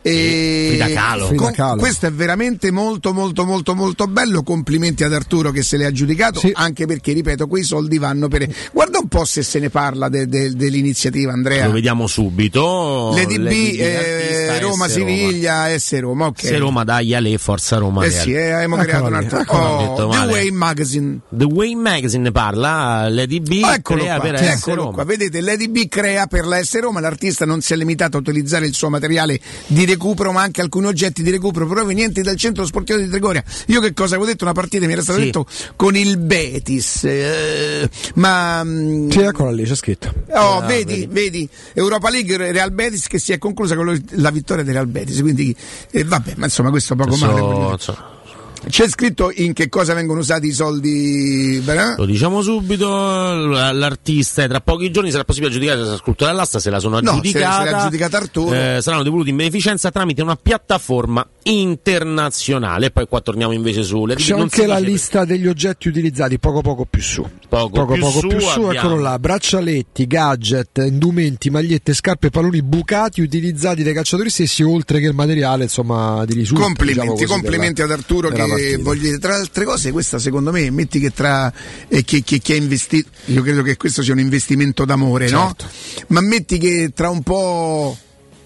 E Frida Kahlo. Con, Frida Kahlo. Questo è veramente molto molto molto molto bello. Complimenti ad Arturo che se l'è aggiudicato, sì. Anche perché, ripeto, quei soldi vanno per. Guarda un po' se se ne parla de, de, dell'iniziativa, Andrea. Lo vediamo subito. Lady B, eh, Roma, Siviglia, S Roma, ok. Se Roma, dai, Ale, Forza Roma. Eh sì, eh, abbiamo creato un'altra. Oh, The Way Magazine. The Way Magazine ne parla. Lady B oh, eccolo crea qua, per sì, S eccolo Roma. Qua. Vedete, Lady B crea per la S Roma. L'artista non si è limitato a utilizzare il suo materiale di recupero, ma anche alcuni oggetti di recupero provenienti dal centro sportivo di Trigoria. Io che cosa avevo detto? Una partita mi era stato sì. detto con il Betis, eh, ma sì, eccola lì, c'è scritto. Oh, ah, vedi, vedi, vedi, Europa League Real Betis che si è conclusa con la vittoria del Real Betis, quindi eh, vabbè, ma insomma questo poco so, male. So. C'è scritto in che cosa vengono usati i soldi? Beh? Lo diciamo subito, l'artista tra pochi giorni sarà possibile aggiudicare la scultura dell'asta, se la sono aggiudicata. No, se l'ha aggiudicata Arturo. Eh, saranno devoluti in beneficenza tramite una piattaforma internazionale. E poi qua torniamo invece sulle. C'è anche la lista per... degli oggetti utilizzati poco poco più su. Poco, poco più, poco su, più su, eccolo là. Braccialetti, gadget, indumenti, magliette, scarpe, palloni bucati utilizzati dai calciatori stessi, oltre che il materiale, insomma, di risultato. Complimenti, diciamo così, complimenti della, ad Arturo che voglio dire, tra altre cose, questa secondo me, metti che tra eh, che, che, che ha investito, io credo che questo sia un investimento d'amore, certo. No? Ma metti che tra un po'.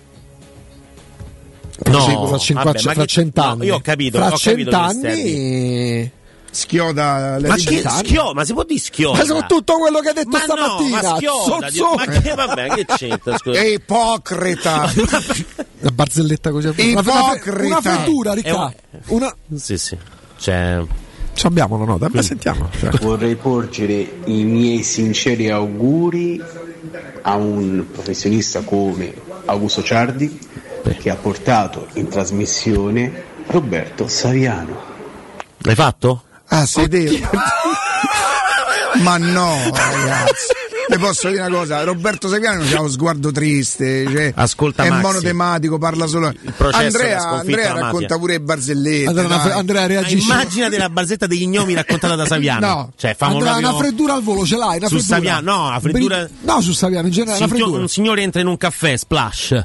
No, fra, cinquanta, vabbè, fra che, cent'anni. No, io ho capito, fra ho capito cent'anni. Schioda ma che schioda? Ma si può dire schioda? Ma soprattutto quello che hai detto ma stamattina. No, ma schioda, so, so. ma che vabbè, che c'entra? Scusa. Ipocrita. Una barzelletta così. Ipocrita. Una, una frattura, Riccardo. Una... Sì, sì. Cioè... Ci abbiamo la nota, beh, sentiamo. Cioè. Vorrei porgere i miei sinceri auguri a un professionista come Augusto Ciardi, che ha portato in trasmissione Roberto Saviano. L'hai fatto? Ah, sei ma no, ragazzi. Le posso dire una cosa, Roberto Saviano c'ha lo sguardo triste, cioè, ascolta è Maxi. Monotematico, parla solo. Andrea, Andrea racconta pure barzellette. Andrea, Andrea reagisce. Immaginate la barzelletta degli gnomi raccontata da Saviano. No, cioè, Andrea, una freddura al volo ce l'hai, una su freddura. Saviano, no, una freddura. No, su Saviano in generale, una freddura. Un signore entra in un caffè, splash.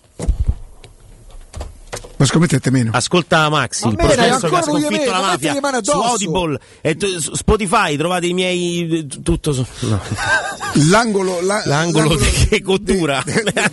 Ma scommettete meno. Ascolta Maxi, il professor che ha sconfitto la mafia su Audible e t- su Spotify trovate i miei tutto su... no. l'angolo la, l'angolo, l'angolo di che cottura.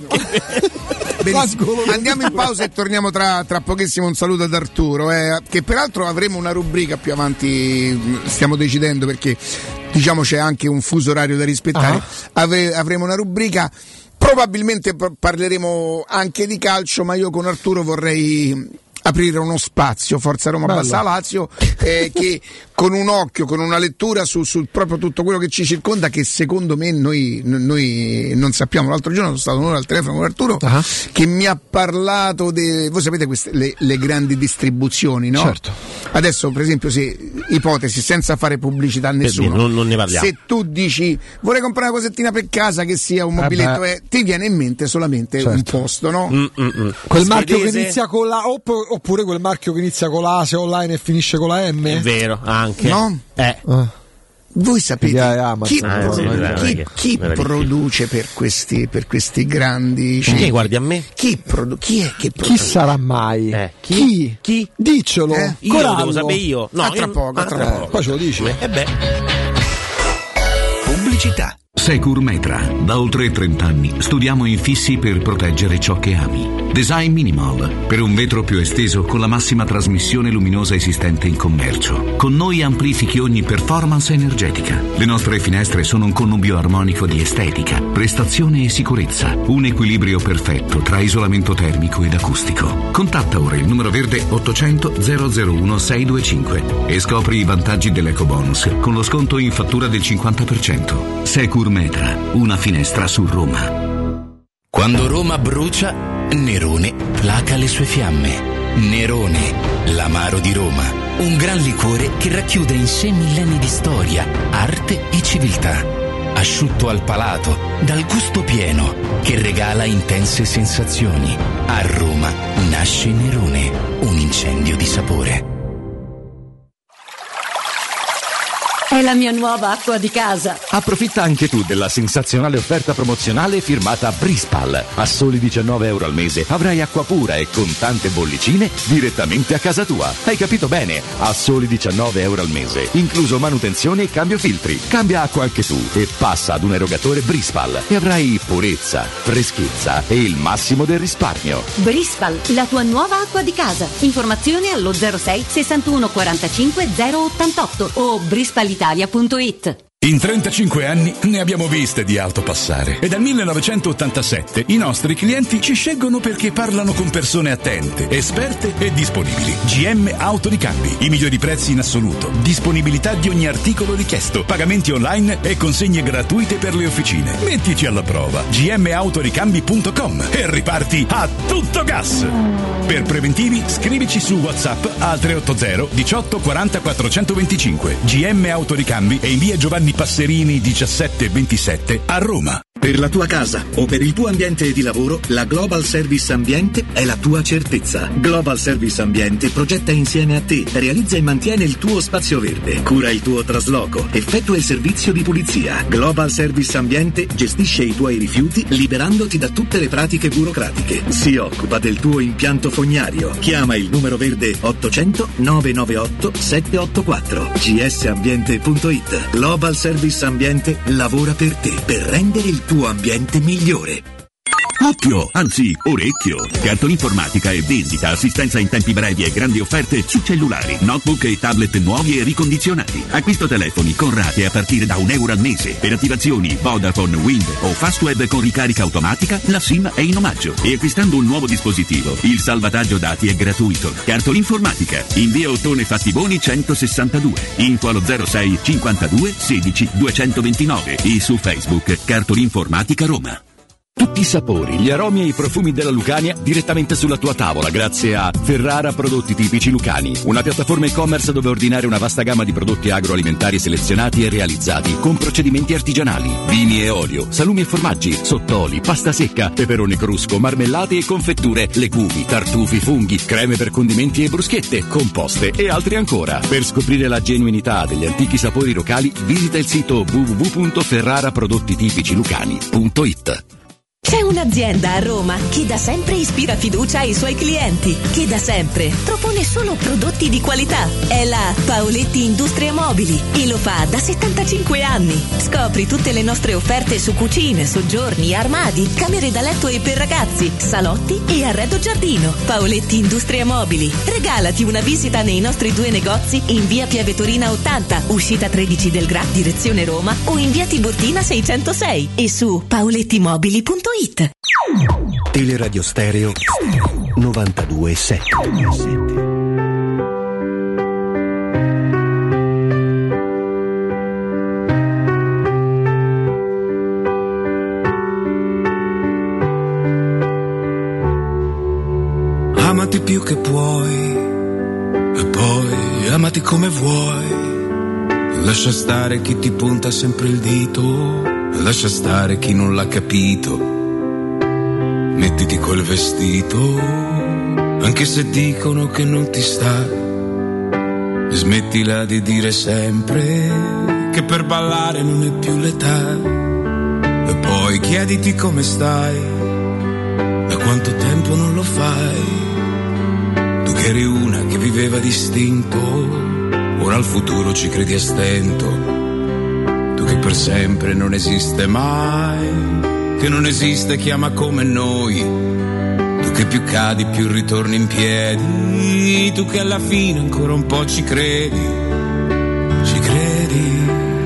Andiamo in pausa e torniamo tra, tra pochissimo. Un saluto ad Arturo, eh, che peraltro avremo una rubrica più avanti, stiamo decidendo perché diciamo c'è anche un fuso orario da rispettare. Uh-huh. Ave, avremo una rubrica. Probabilmente parleremo anche di calcio, ma io con Arturo vorrei aprire uno spazio, Forza Roma Bello. basta Lazio, eh, che con un occhio, con una lettura su, su proprio tutto quello che ci circonda, che secondo me noi, noi non sappiamo. L'altro giorno sono stato un'ora al telefono con Arturo uh-huh. che mi ha parlato de, voi sapete queste le, le grandi distribuzioni, no? Certo. Adesso per esempio, se ipotesi senza fare pubblicità a nessuno, non, non ne parliamo. Se tu dici vorrei comprare una cosettina per casa che sia un mobiletto, eh, ti viene in mente solamente certo. un posto, no? Mm-mm. Quel marchio che inizia con la opp- oppure quel marchio che inizia con la A, se online e finisce con la M? È vero, anche. No? Eh. Uh. Voi sapete chi, ah, sì, chi, chi produce per questi, per questi grandi ceni? Chi guardi a me? Chi, produ- chi è che produce? Chi sarà mai? Eh, chi? chi? Chi? Diccelo. Eh? Io lo devo sapere io. No, ah, tra io... poco, ah, tra tra poco. Poi ce lo dici. E eh beh. Pubblicità. Securmetra. Da oltre trenta anni studiamo infissi per proteggere ciò che ami. Design Minimal. Per un vetro più esteso con la massima trasmissione luminosa esistente in commercio. Con noi amplifichi ogni performance energetica. Le nostre finestre sono un connubio armonico di estetica, prestazione e sicurezza. Un equilibrio perfetto tra isolamento termico ed acustico. Contatta ora il numero verde ottocento zero zero uno sei due cinque e scopri i vantaggi dell'ecobonus con lo sconto in fattura del cinquanta per cento. Securmetra, una finestra su Roma. Quando Roma brucia, Nerone placa le sue fiamme. Nerone, l'amaro di Roma. Un gran liquore che racchiude in sé millenni di storia, arte e civiltà. Asciutto al palato, dal gusto pieno, che regala intense sensazioni. A Roma nasce Nerone, un incendio di sapore. È la mia nuova acqua di casa. Approfitta anche tu della sensazionale offerta promozionale firmata Brispal. A soli diciannove euro al mese avrai acqua pura e con tante bollicine direttamente a casa tua. Hai capito bene? A soli diciannove euro al mese, incluso manutenzione e cambio filtri. Cambia acqua anche tu e passa ad un erogatore Brispal e avrai purezza, freschezza e il massimo del risparmio. Brispal, la tua nuova acqua di casa. Informazioni allo zero sei sessantuno quarantacinque zero ottantotto o brispal italia punto it. In trentacinque anni ne abbiamo viste di auto passare e dal millenovecentottantasette i nostri clienti ci scelgono perché parlano con persone attente, esperte e disponibili. G M Autoricambi, i migliori prezzi in assoluto, disponibilità di ogni articolo richiesto, pagamenti online e consegne gratuite per le officine. Mettiti alla prova. g m autoricambi punto com e riparti a tutto gas. Per preventivi scrivici su WhatsApp al tre otto zero diciotto quaranta quattrocentoventicinque. G M Autoricambi e in via Giovanni Passerini diciassette ventisette a Roma. Per la tua casa o per il tuo ambiente di lavoro, la Global Service Ambiente è la tua certezza. Global Service Ambiente progetta insieme a te, realizza e mantiene il tuo spazio verde, cura il tuo trasloco, effettua il servizio di pulizia. Global Service Ambiente gestisce i tuoi rifiuti liberandoti da tutte le pratiche burocratiche. Si occupa del tuo impianto fognario. Chiama il numero verde ottocento nove nove otto sette otto quattro. g s ambiente punto it. Global Service Ambiente lavora per te, per rendere il tuo ambiente migliore. Occhio, anzi orecchio. Cartolinformatica e vendita, assistenza in tempi brevi e grandi offerte su cellulari, notebook e tablet nuovi e ricondizionati. Acquisto telefoni con rate a partire da un euro al mese. Per attivazioni Vodafone, Wind o Fastweb con ricarica automatica, la SIM è in omaggio. E acquistando un nuovo dispositivo, il salvataggio dati è gratuito. Cartolinformatica, in via Ottone Fattiboni centosessantadue. Info allo zero sei cinquantadue sedici duecentoventinove e su Facebook Cartolinformatica Roma. Tutti i sapori, gli aromi e i profumi della Lucania direttamente sulla tua tavola grazie a Ferrara Prodotti Tipici Lucani, una piattaforma e-commerce dove ordinare una vasta gamma di prodotti agroalimentari selezionati e realizzati con procedimenti artigianali, vini e olio, salumi e formaggi, sottoli, pasta secca, peperone crusco, marmellate e confetture, legumi, tartufi, funghi, creme per condimenti e bruschette, composte e altri ancora. Per scoprire la genuinità degli antichi sapori locali visita il sito w w w punto ferrara prodotti tipici lucani punto it. C'è un'azienda a Roma che da sempre ispira fiducia ai suoi clienti, che da sempre propone solo prodotti di qualità. È la Paoletti Industrie Mobili e lo fa da settantacinque anni. Scopri tutte le nostre offerte su cucine, soggiorni, armadi, camere da letto e per ragazzi, salotti e arredo giardino. Paoletti Industrie Mobili. Regalati una visita nei nostri due negozi in via Pieve Torina ottanta, uscita tredici del Gra, direzione Roma, o in via Tiburtina seicentosei e su paolettimobili punto it. Teleradio Stereo novantadue sette. Amati più che puoi e poi amati come vuoi. Lascia stare chi ti punta sempre il dito, lascia stare chi non l'ha capito. Mettiti quel vestito, anche se dicono che non ti sta. E smettila di dire sempre che per ballare non è più l'età. E poi chiediti come stai, da quanto tempo non lo fai. Tu che eri una che viveva distinto, ora al futuro ci credi a stento. Tu che per sempre non esiste mai, che non esiste chi ama come noi. Tu che più cadi più ritorni in piedi. Tu che alla fine ancora un po' ci credi, ci credi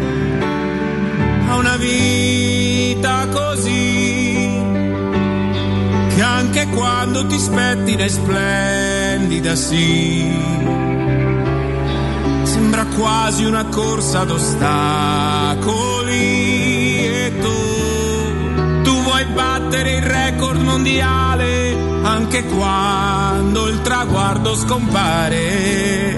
a una vita così, che anche quando ti spettina è splendida, sì. Sembra quasi una corsa ad ostacoli e tu, tu vuoi battere il record mondiale anche quando il traguardo scompare.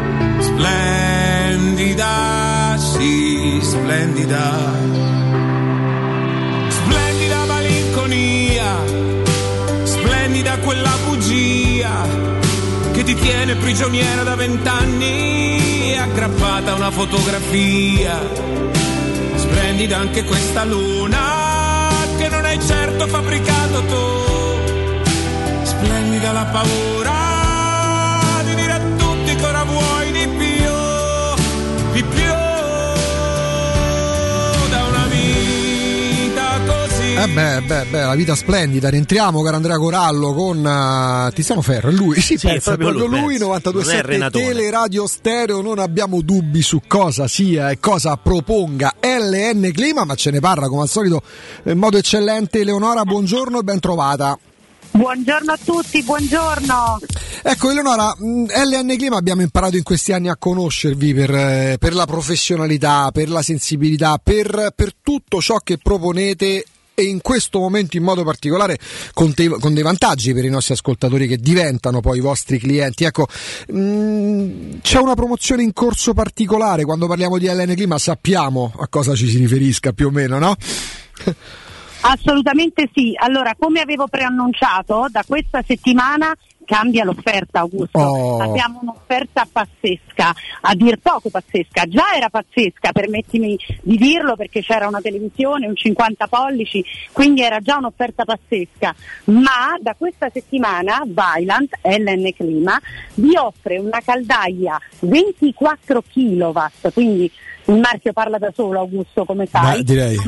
Splendida, sì, splendida. Splendida malinconia, splendida quella bugia che ti tiene prigioniera da vent'anni, aggrappata a una fotografia. Splendida anche questa luna che non hai certo fabbricato tu. Splendida la paura di dire a tutti che ora vuoi di più, di più da una vita così. Eh beh, beh, beh, la vita splendida. Rientriamo, caro Andrea Corallo, con uh, Tiziano Ferro. È lui, sì, sì, pensa, è proprio, proprio lui, novantadue sette Teleradio Stereo. Non abbiamo dubbi su cosa sia e cosa proponga L N Clima, ma ce ne parla come al solito in modo eccellente Eleonora. Buongiorno e ben trovata. Buongiorno a tutti, buongiorno. Ecco Eleonora, L N Clima abbiamo imparato in questi anni a conoscervi per, per la professionalità, per la sensibilità, per, per tutto ciò che proponete, e in questo momento in modo particolare con, te, con dei vantaggi per i nostri ascoltatori che diventano poi i vostri clienti. Ecco, mh, c'è una promozione in corso particolare. Quando parliamo di L N Clima sappiamo a cosa ci si riferisca più o meno, no? Assolutamente sì. Allora, come avevo preannunciato, da questa settimana cambia l'offerta, Augusto. Oh. Abbiamo un'offerta pazzesca, a dir poco pazzesca. Già era pazzesca, permettimi di dirlo, perché c'era una televisione, un cinquanta pollici, quindi era già un'offerta pazzesca. Ma da questa settimana Vaillant, L N Clima, vi offre una caldaia ventiquattro chilowatt, quindi il marchio parla da solo, Augusto, come sai,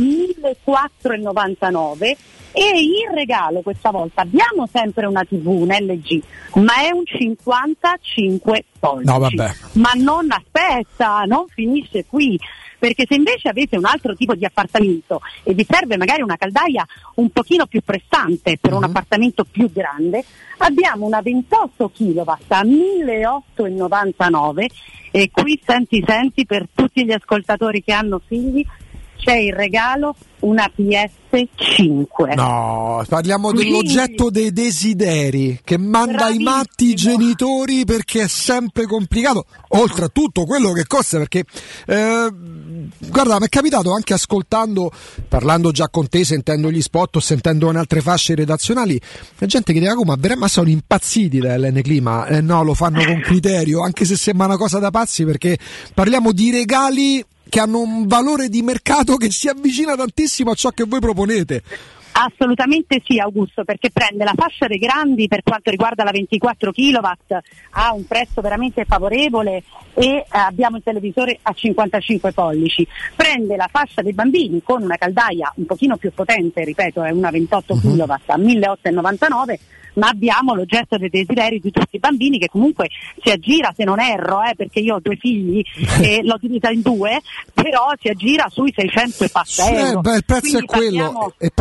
millequattrocentonovantanove, e in regalo questa volta abbiamo sempre una tivù, un L G, ma è un cinquantacinque pollici. No, vabbè. Ma non aspetta, non finisce qui, perché se invece avete un altro tipo di appartamento e vi serve magari una caldaia un pochino più prestante per uh-huh. un appartamento più grande, abbiamo una ventotto chilowatt a milleottocentonovantanove, e qui senti senti per tutti gli ascoltatori che hanno figli c'è il regalo una P S cinque. No, parliamo Quindi, dell'oggetto dei desideri che manda bravissimo. I matti i genitori, perché è sempre complicato, oltre a tutto quello che costa, perché eh, guarda, mi è capitato anche ascoltando, parlando già con te, sentendo gli spot o sentendo in altre fasce redazionali, la gente che dice: ma, ma sono impazziti da L N Clima. Eh, no, lo fanno con criterio, anche se sembra una cosa da pazzi, perché parliamo di regali che hanno un valore di mercato che si avvicina tantissimo a ciò che voi proponete. Assolutamente sì, Augusto, perché prende la fascia dei grandi per quanto riguarda la ventiquattro chilowatt a un prezzo veramente favorevole, e eh, abbiamo il televisore a cinquantacinque pollici. Prende la fascia dei bambini con una caldaia un pochino più potente, ripeto, è una ventotto uh-huh. chilowatt a milleottocentonovantanove, ma abbiamo l'oggetto dei desideri di tutti i bambini, che comunque si aggira, se non erro, eh, perché io ho due figli e l'ho divisa in due, però si aggira sui seicento e passa euro. Eh, beh, il prezzo Quindi è quello, parliamo, e posso esatto, dirti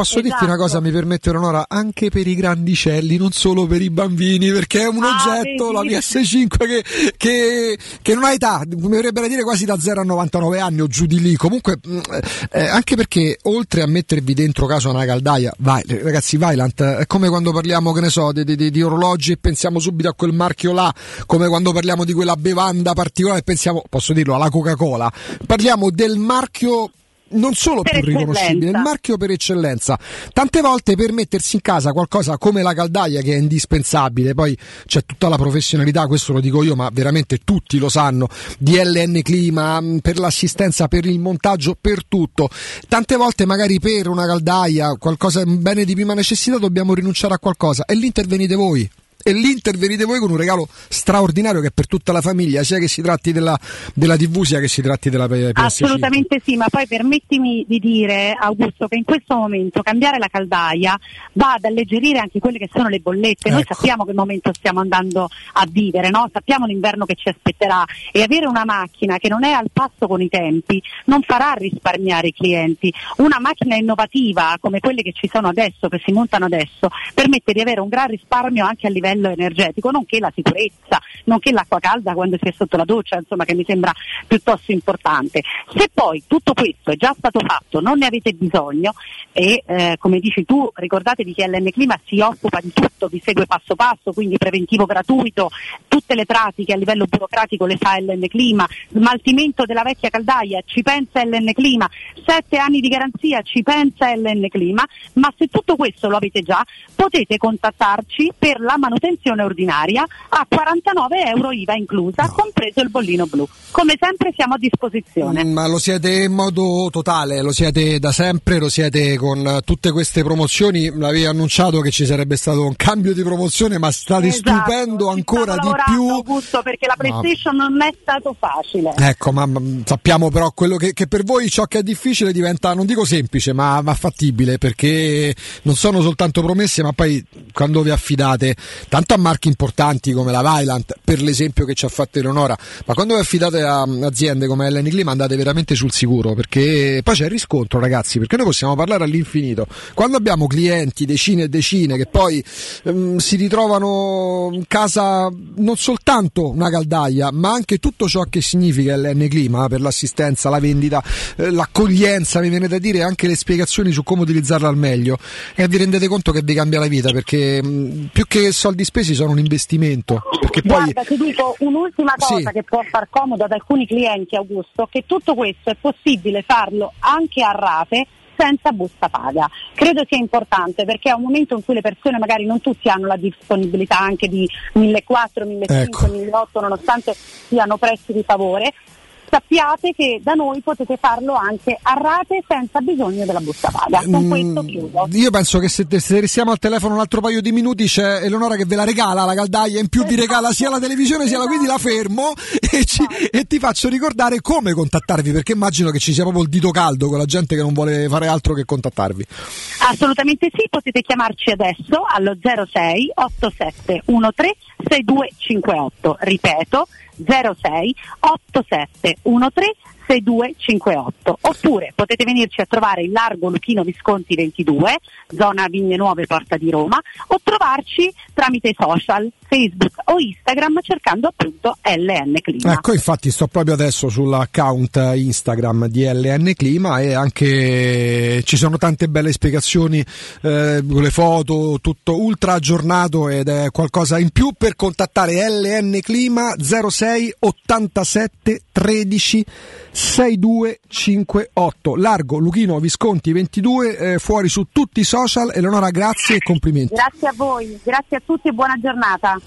una cosa, mi permette Leonora, anche per i grandicelli, non solo per i bambini, perché è un Ah, oggetto, vedi? la P S cinque, che, che, che non ha età, mi verrebbe da dire quasi da zero a novantanove anni o giù di lì. Comunque, mh, eh, anche perché oltre a mettervi dentro caso una caldaia, vai, ragazzi, Vaillant è come quando parliamo, che ne so, di, di, di orologi e pensiamo subito a quel marchio là, come quando parliamo di quella bevanda particolare e pensiamo, posso dirlo, alla Coca-Cola. Parliamo del marchio non solo Per più riconoscibile, eccellenza. il marchio per eccellenza. Tante volte per mettersi in casa qualcosa come la caldaia, che è indispensabile, poi c'è tutta la professionalità, questo lo dico io, ma veramente tutti lo sanno, di L N Clima, mh, per l'assistenza, per il montaggio, per tutto. Tante volte magari per una caldaia, qualcosa, un bene di prima necessità, dobbiamo rinunciare a qualcosa e lì intervenite voi. E lì intervenite voi con un regalo straordinario che è per tutta la famiglia, sia che si tratti della, della tivù sia che si tratti della P S cinque. Assolutamente sì, ma poi permettimi di dire, Augusto, che in questo momento cambiare la caldaia va ad alleggerire anche quelle che sono le bollette. Noi Ecco. sappiamo che momento stiamo andando a vivere, no? Sappiamo l'inverno che ci aspetterà, e avere una macchina che non è al passo con i tempi non farà risparmiare i clienti. Una macchina innovativa come quelle che ci sono adesso, che si montano adesso, permette di avere un gran risparmio anche a livello energetico, nonché la sicurezza, nonché l'acqua calda quando si è sotto la doccia, insomma, che mi sembra piuttosto importante. Se poi tutto questo è già stato fatto, non ne avete bisogno, e eh, come dici tu, ricordatevi che L N Clima si occupa di tutto, vi segue passo passo, quindi preventivo gratuito, tutte le pratiche a livello burocratico le fa L N Clima, smaltimento della vecchia caldaia ci pensa L N Clima, sette anni di garanzia ci pensa L N Clima. Ma se tutto questo lo avete già, potete contattarci per la manutenzione ordinaria a quarantanove euro I V A inclusa, no. compreso il bollino blu. Come sempre siamo a disposizione. Ma lo siete in modo totale, lo siete da sempre, lo siete con tutte queste promozioni. L'avevi annunciato che ci sarebbe stato un cambio di promozione, ma state Esatto, stupendo ancora di più. Augusto, perché la PlayStation no. non è stato facile. Ecco, ma, ma sappiamo però quello che, che per voi ciò che è difficile diventa, non dico semplice, ma, ma fattibile, perché non sono soltanto promesse, ma poi quando vi affidate tanto a marchi importanti come la Vaillant, per l'esempio che ci ha fatto Eleonora, ma quando vi affidate a aziende come L N Clima andate veramente sul sicuro, perché poi c'è il riscontro, ragazzi, perché noi possiamo parlare all'infinito. Quando abbiamo clienti, decine e decine, che poi ehm, si ritrovano in casa non soltanto una caldaia, ma anche tutto ciò che significa L N Clima per l'assistenza, la vendita, eh, l'accoglienza, mi viene da dire, anche le spiegazioni su come utilizzarla al meglio, e vi rendete conto che vi cambia la vita, perché mh, più che soldi spesi sono un investimento. Perché poi... Guarda, ti dico un'ultima cosa, sì, che può far comodo ad alcuni clienti, Augusto, che tutto questo è possibile farlo anche a rate senza busta paga. Credo sia importante, perché è un momento in cui le persone magari non tutti hanno la disponibilità anche di millequattrocento, millecinquecento, ecco. milleottocento, nonostante siano prezzi di favore. Sappiate che da noi potete farlo anche a rate senza bisogno della busta paga. Con mm, questo chiudo. Io penso che se, se restiamo al telefono un altro paio di minuti c'è Eleonora che ve la regala la caldaia, in più vi regala sia la televisione sia la, quindi la fermo e, ci, e ti faccio ricordare come contattarvi, perché immagino che ci sia proprio il dito caldo con la gente che non vuole fare altro che contattarvi. Assolutamente sì, potete chiamarci adesso allo zero sei otto sette uno tre sei due cinque otto, ripeto zero sei otto sette uno tre sei due cinque otto, oppure potete venirci a trovare in largo Luchino Visconti ventidue, zona Vigne Nuove, Porta di Roma, o trovarci tramite i social, Facebook o Instagram, cercando appunto L N Clima. Ecco, infatti sto proprio adesso sull'account Instagram di L N Clima e anche ci sono tante belle spiegazioni, eh, con le foto, tutto ultra aggiornato, ed è qualcosa in più per contattare L N Clima. Zero sei ottantasette tredici sessantadue cinquantotto, largo Luchino Visconti ventidue, eh, fuori su tutti i social. Eleonora, grazie e complimenti. Grazie a voi, grazie a tutti e buona giornata.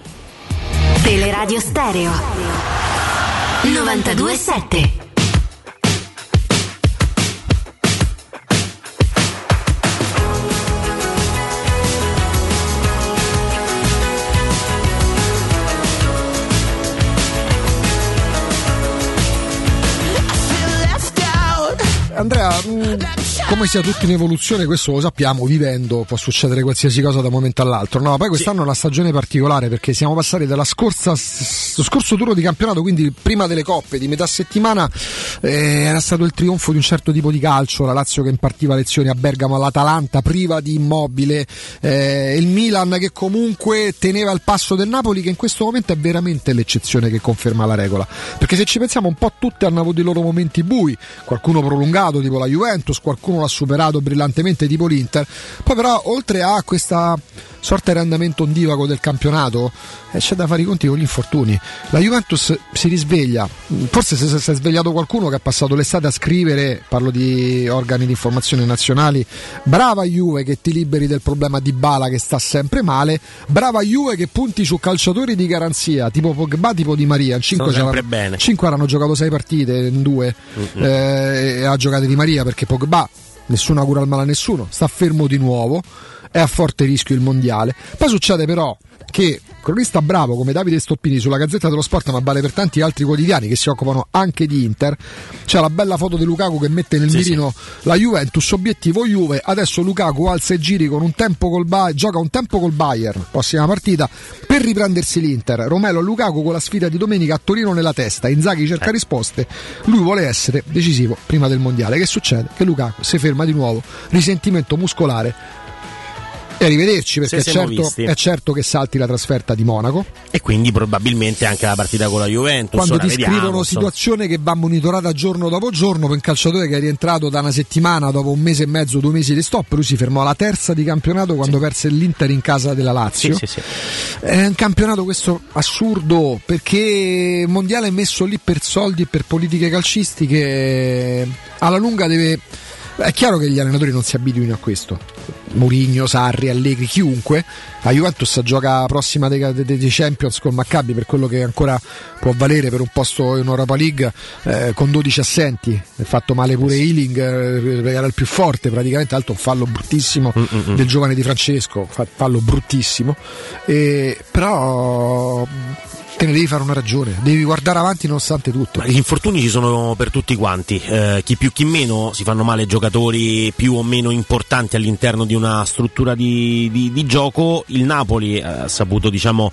Teleradio Stereo novantadue sette. Andrea, mh, come sia tutto in evoluzione, questo lo sappiamo, vivendo può succedere qualsiasi cosa da un momento all'altro. No, poi quest'anno sì. È una stagione particolare perché siamo passati dalla scorsa lo scorso turno di campionato, quindi prima delle coppe di metà settimana, eh, era stato il trionfo di un certo tipo di calcio, la Lazio che impartiva lezioni a Bergamo all'Atalanta priva di Immobile, eh, il Milan che comunque teneva il passo del Napoli, che in questo momento è veramente l'eccezione che conferma la regola, perché se ci pensiamo un po' tutte hanno avuto i loro momenti bui, qualcuno prolungato tipo la Juventus, qualcuno l'ha superato brillantemente tipo l'Inter. Poi però oltre a questa sorta di andamento ondivago del campionato, eh, c'è da fare i conti con gli infortuni. La Juventus si risveglia, forse se si è svegliato qualcuno che ha passato l'estate a scrivere, parlo di organi di informazione nazionali, brava Juve che ti liberi del problema di Dybala che sta sempre male, brava Juve che punti su calciatori di garanzia tipo Pogba, tipo Di Maria, in cinque, cinque hanno giocato sei partite, in due mm-hmm. eh, ha giocato Di Maria perché Pogba, nessuna cura al male a nessuno, sta fermo di nuovo, è a forte rischio il mondiale. Poi succede però che cronista bravo come Davide Stoppini sulla Gazzetta dello Sport, ma vale per tanti altri quotidiani che si occupano anche di Inter, c'è la bella foto di Lukaku che mette nel sì, mirino sì. la Juventus, obiettivo Juve, adesso Lukaku alza i giri con un tempo col Bayern, gioca un tempo col Bayern, prossima partita, per riprendersi l'Inter. Romelo Lukaku con la sfida di domenica a Torino nella testa, Inzaghi cerca eh. risposte, lui vuole essere decisivo prima del mondiale. Che succede? Che Lukaku si ferma di nuovo, risentimento muscolare, e arrivederci, perché è certo, è certo che salti la trasferta di Monaco e quindi probabilmente anche la partita con la Juventus. Quando ora ti vediamo, scrivono insomma. situazione che va monitorata giorno dopo giorno per un calciatore che è rientrato da una settimana dopo un mese e mezzo, due mesi di stop, lui si fermò alla terza di campionato quando sì. perse l'Inter in casa della Lazio. Sì, sì, sì. È un campionato questo assurdo, perché il mondiale è messo lì per soldi e per politiche calcistiche, alla lunga deve... È chiaro che gli allenatori non si abituino a questo. Mourinho, Sarri, Allegri, chiunque. La Juventus gioca prossima dei, dei, dei Champions con Maccabi per quello che ancora può valere per un posto in Europa League, eh, con dodici assenti. È fatto male pure Ealing, eh, era il più forte praticamente, altro un fallo bruttissimo Mm-mm. del giovane Di Francesco, fallo bruttissimo. E, però te ne devi fare una ragione, devi guardare avanti nonostante tutto. Ma gli infortuni ci sono per tutti quanti, eh, chi più chi meno, si fanno male giocatori più o meno importanti all'interno di una struttura di, di, di gioco. Il Napoli ha saputo, diciamo,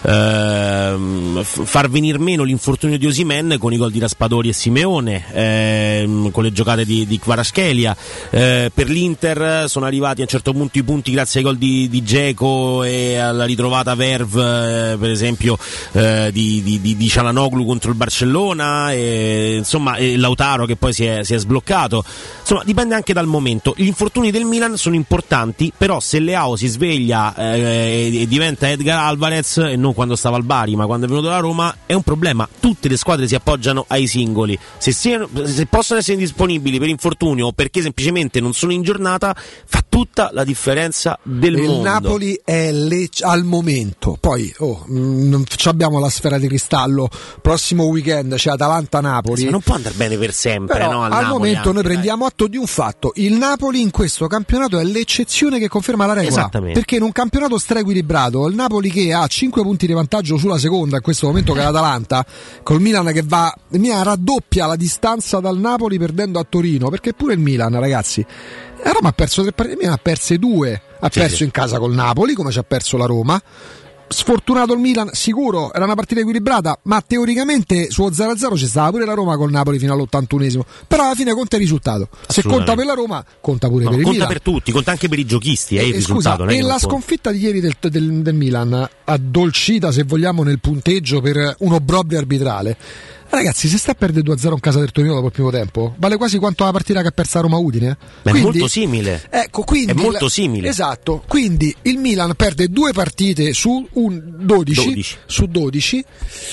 eh, far venir meno l'infortunio di Osimhen con i gol di Raspadori e Simeone, eh, con le giocate di, di Kvaratskhelia. Eh, per l'Inter sono arrivati a un certo punto i punti grazie ai gol di, di Dzeko e alla ritrovata verve, eh, per esempio eh, di, di, di, di Çalhanoğlu contro il Barcellona, e, insomma, e Lautaro che poi si è, si è sbloccato. Insomma, dipende anche dal momento. Gli infortuni del Milan sono importanti, però se Leao si sveglia eh, e diventa Edgar Alvarez, e non quando stava al Bari ma quando è venuto alla Roma, è un problema. Tutte le squadre si appoggiano ai singoli, se, siano, se possono essere indisponibili per infortunio o perché semplicemente non sono in giornata, fa tutta la differenza del il mondo. Il Napoli è le, al momento, poi oh, non abbiamo la sfera di cristallo, prossimo weekend c'è Atalanta-Napoli, sì, non può andare bene per sempre. Però, no, al, al Napoli momento anche, noi prendiamo dai. atto di un fatto: il Napoli in questo campionato è l'eccezione che conferma la regola, perché in un campionato stra-equilibrato il Napoli, che ha cinque punti di vantaggio sulla seconda in questo momento che è l'Atalanta, col Milan che va, il Milan raddoppia la distanza dal Napoli perdendo a Torino, perché pure il Milan, ragazzi, la Roma ha perso tre partite, il Milan ha perse due, ha sì, perso sì. in casa col Napoli come ci ha perso la Roma. Sfortunato il Milan, sicuro, era una partita equilibrata, ma teoricamente su zero a zero c'è stata pure la Roma col Napoli fino all'ottantunesimo, però alla fine conta il risultato. Se conta per la Roma, conta pure no, per il conta Milan. Conta per tutti, conta anche per i giochisti, eh, il e, risultato. Scusa, e la sconfitta di ieri del, del, del Milan, addolcita se vogliamo nel punteggio per un obbrobrio arbitrale. Ragazzi, se sta a perdere due a zero in casa del Torino dopo il primo tempo, vale quasi quanto la partita che ha persa Roma Udine. Ma quindi, è molto simile. Ecco, quindi è molto simile. Esatto. Quindi il Milan perde due partite su un dodici, dodici. su dodici.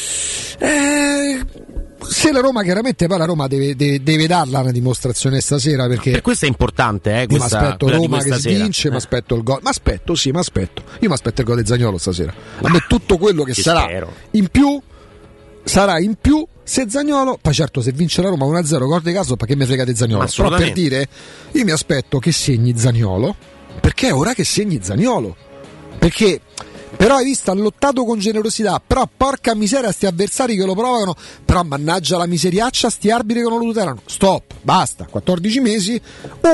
Eh, se la Roma, chiaramente poi la Roma deve, deve, deve darla una dimostrazione stasera, perché per questo è importante, eh, questa, mi aspetto Roma che sera. vince, eh. mi aspetto il gol, mi aspetto, sì, mi aspetto. Io mi aspetto il gol di Zaniolo stasera. A me tutto quello che sarà spero. in più sarà in più se Zaniolo, poi certo se vince la Roma uno a zero, guarda caso, perché mi frega di Zaniolo, però per dire, io mi aspetto che segni Zaniolo, perché è ora che segni Zaniolo, perché però hai visto, ha lottato con generosità, però porca miseria sti avversari che lo provano, però mannaggia la miseriaccia sti arbitri che non lo tutelano, stop, basta, quattordici mesi, un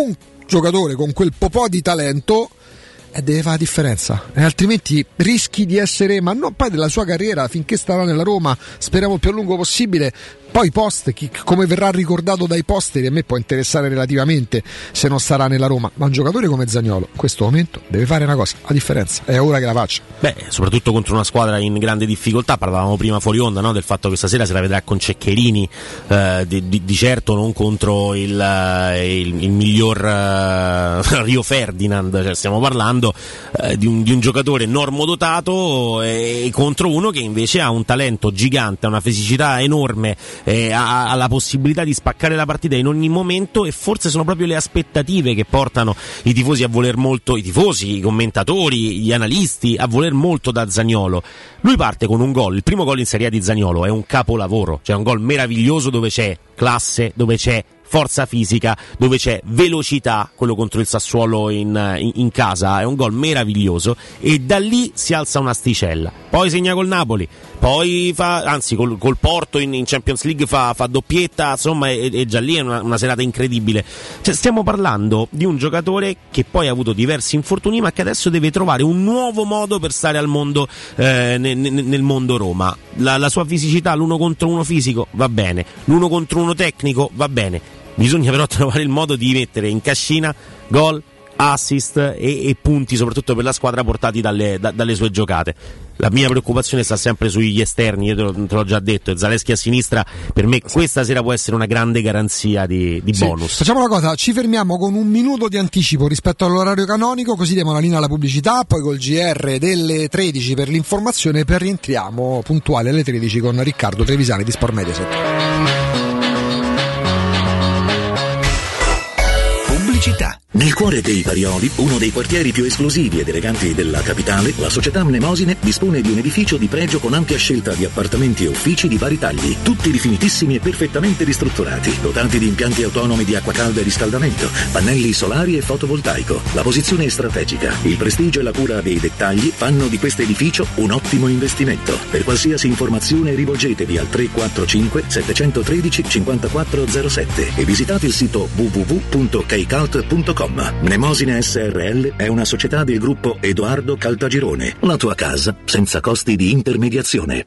giocatore con quel po' di talento e deve fare la differenza, e altrimenti rischi di essere, ma non poi della sua carriera, finché starà nella Roma, speriamo il più a lungo possibile. Poi post, chi, come verrà ricordato dai posteri, a me può interessare relativamente se non starà nella Roma, ma un giocatore come Zaniolo in questo momento deve fare una cosa, la differenza, è ora che la faccia. Beh, soprattutto contro una squadra in grande difficoltà. Parlavamo prima fuori onda, no, del fatto che stasera se la vedrà con Ceccherini, eh, di, di, di certo non contro il, il, il miglior uh, Rio Ferdinand, cioè stiamo parlando uh, di, un, di un giocatore normodotato e contro uno che invece ha un talento gigante, ha una fisicità enorme, Eh, ha, ha la possibilità di spaccare la partita in ogni momento, e forse sono proprio le aspettative che portano i tifosi a voler molto, i tifosi, i commentatori, gli analisti a voler molto da Zaniolo. Lui parte con un gol, il primo gol in Serie A di Zaniolo è un capolavoro, cioè un gol meraviglioso dove c'è classe, dove c'è forza fisica, dove c'è velocità, quello contro il Sassuolo in, in, in casa, è un gol meraviglioso, e da lì si alza un'asticella, poi segna col Napoli, poi fa, anzi col, col Porto in, in Champions League fa, fa doppietta, insomma, e, e già lì è una, una serata incredibile. Cioè, stiamo parlando di un giocatore che poi ha avuto diversi infortuni, ma che adesso deve trovare un nuovo modo per stare al mondo, eh, nel, nel mondo Roma. La, la sua fisicità, l'uno contro uno fisico va bene, l'uno contro uno tecnico va bene. Bisogna però trovare il modo di mettere in cascina gol, assist e, e punti, soprattutto per la squadra, portati dalle, da, dalle sue giocate. La mia preoccupazione sta sempre sugli esterni, io te, lo, te l'ho già detto, Zaleschi a sinistra per me questa sera può essere una grande garanzia di, di sì. bonus. Facciamo una cosa, ci fermiamo con un minuto di anticipo rispetto all'orario canonico, così diamo la linea alla pubblicità, poi col G R delle tredici per l'informazione, e poi rientriamo puntuali alle tredici con Riccardo Trevisani di Sport Mediaset. Pubblicità. Nel cuore dei Parioli, uno dei quartieri più esclusivi ed eleganti della capitale, la società Mnemosine dispone di un edificio di pregio con ampia scelta di appartamenti e uffici di vari tagli, tutti rifinitissimi e perfettamente ristrutturati, dotati di impianti autonomi di acqua calda e riscaldamento, pannelli solari e fotovoltaico. La posizione è strategica, il prestigio e la cura dei dettagli fanno di questo edificio un ottimo investimento. Per qualsiasi informazione rivolgetevi al tre quattro cinque sette uno tre cinque zero sette e visitate il sito w w w punto kcult punto com. Mnemosine S R L è una società del gruppo Edoardo Caltagirone. La tua casa senza costi di intermediazione.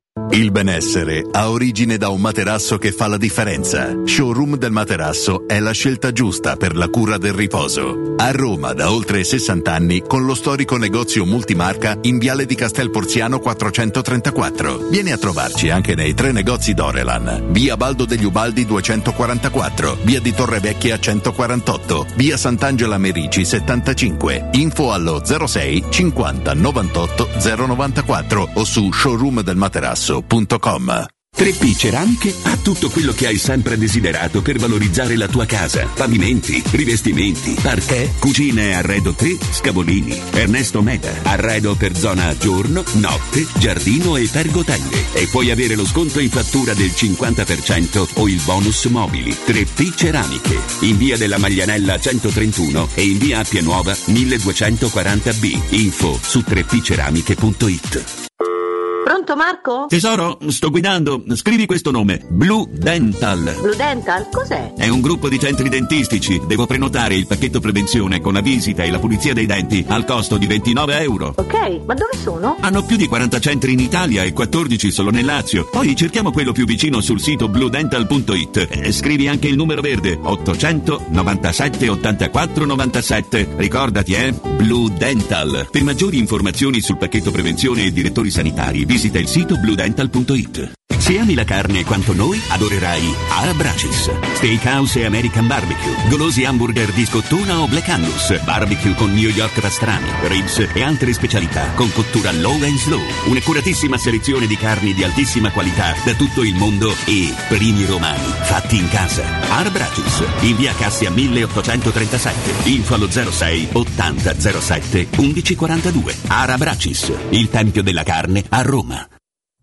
Il benessere ha origine da un materasso che fa la differenza. Showroom del Materasso è la scelta giusta per la cura del riposo. A Roma da oltre sessanta anni con lo storico negozio multimarca in Viale di Castel Porziano quattrocentotrentaquattro. Vieni a trovarci anche nei tre negozi Dorelan. Via Baldo degli Ubaldi duecentoquarantaquattro, Via di Torrevecchia centoquarantotto, Via Sant'Angela Merici settantacinque. Info allo zero sei cinquanta novantotto zero novantaquattro o su showroom del materasso punto com. tre P Ceramiche ha tutto quello che hai sempre desiderato per valorizzare la tua casa. Pavimenti, rivestimenti, parquet, cucine e arredo tre, Scavolini. Ernesto Meda, arredo per zona giorno, notte, giardino e pergotelle. E puoi avere lo sconto in fattura del cinquanta per cento o il bonus mobili. tre P Ceramiche, in via della Maglianella centotrentuno e in via Appia Nuova milleduecentoquaranta B. Info su tre p ceramiche punto it. Pronto Marco? Tesoro, sto guidando. Scrivi questo nome. Blue Dental. Blue Dental? Cos'è? È un gruppo di centri dentistici. Devo prenotare il pacchetto prevenzione con la visita e la pulizia dei denti al costo di ventinove euro. Ok, ma dove sono? Hanno più di quaranta centri in Italia e quattordici solo nel Lazio. Poi cerchiamo quello più vicino sul sito blue dental punto it. E scrivi anche il numero verde ottocento novantasette ottantaquattro novantasette. Ricordati, eh? Blue Dental. Per maggiori informazioni sul pacchetto prevenzione e direttori sanitari, visita il sito blue dental punto it. Se ami la carne quanto noi, adorerai Arabracis. Steakhouse e American Barbecue, golosi hamburger di scottuna o Black Angus, barbecue con New York pastrami, ribs e altre specialità con cottura low and slow. Un'accuratissima selezione di carni di altissima qualità da tutto il mondo e primi romani fatti in casa. Arabracis, in via Cassia milleottocentotrentasette. Info allo zero sei ottanta zero sette undici quarantadue. Arabracis, il tempio della carne a Roma.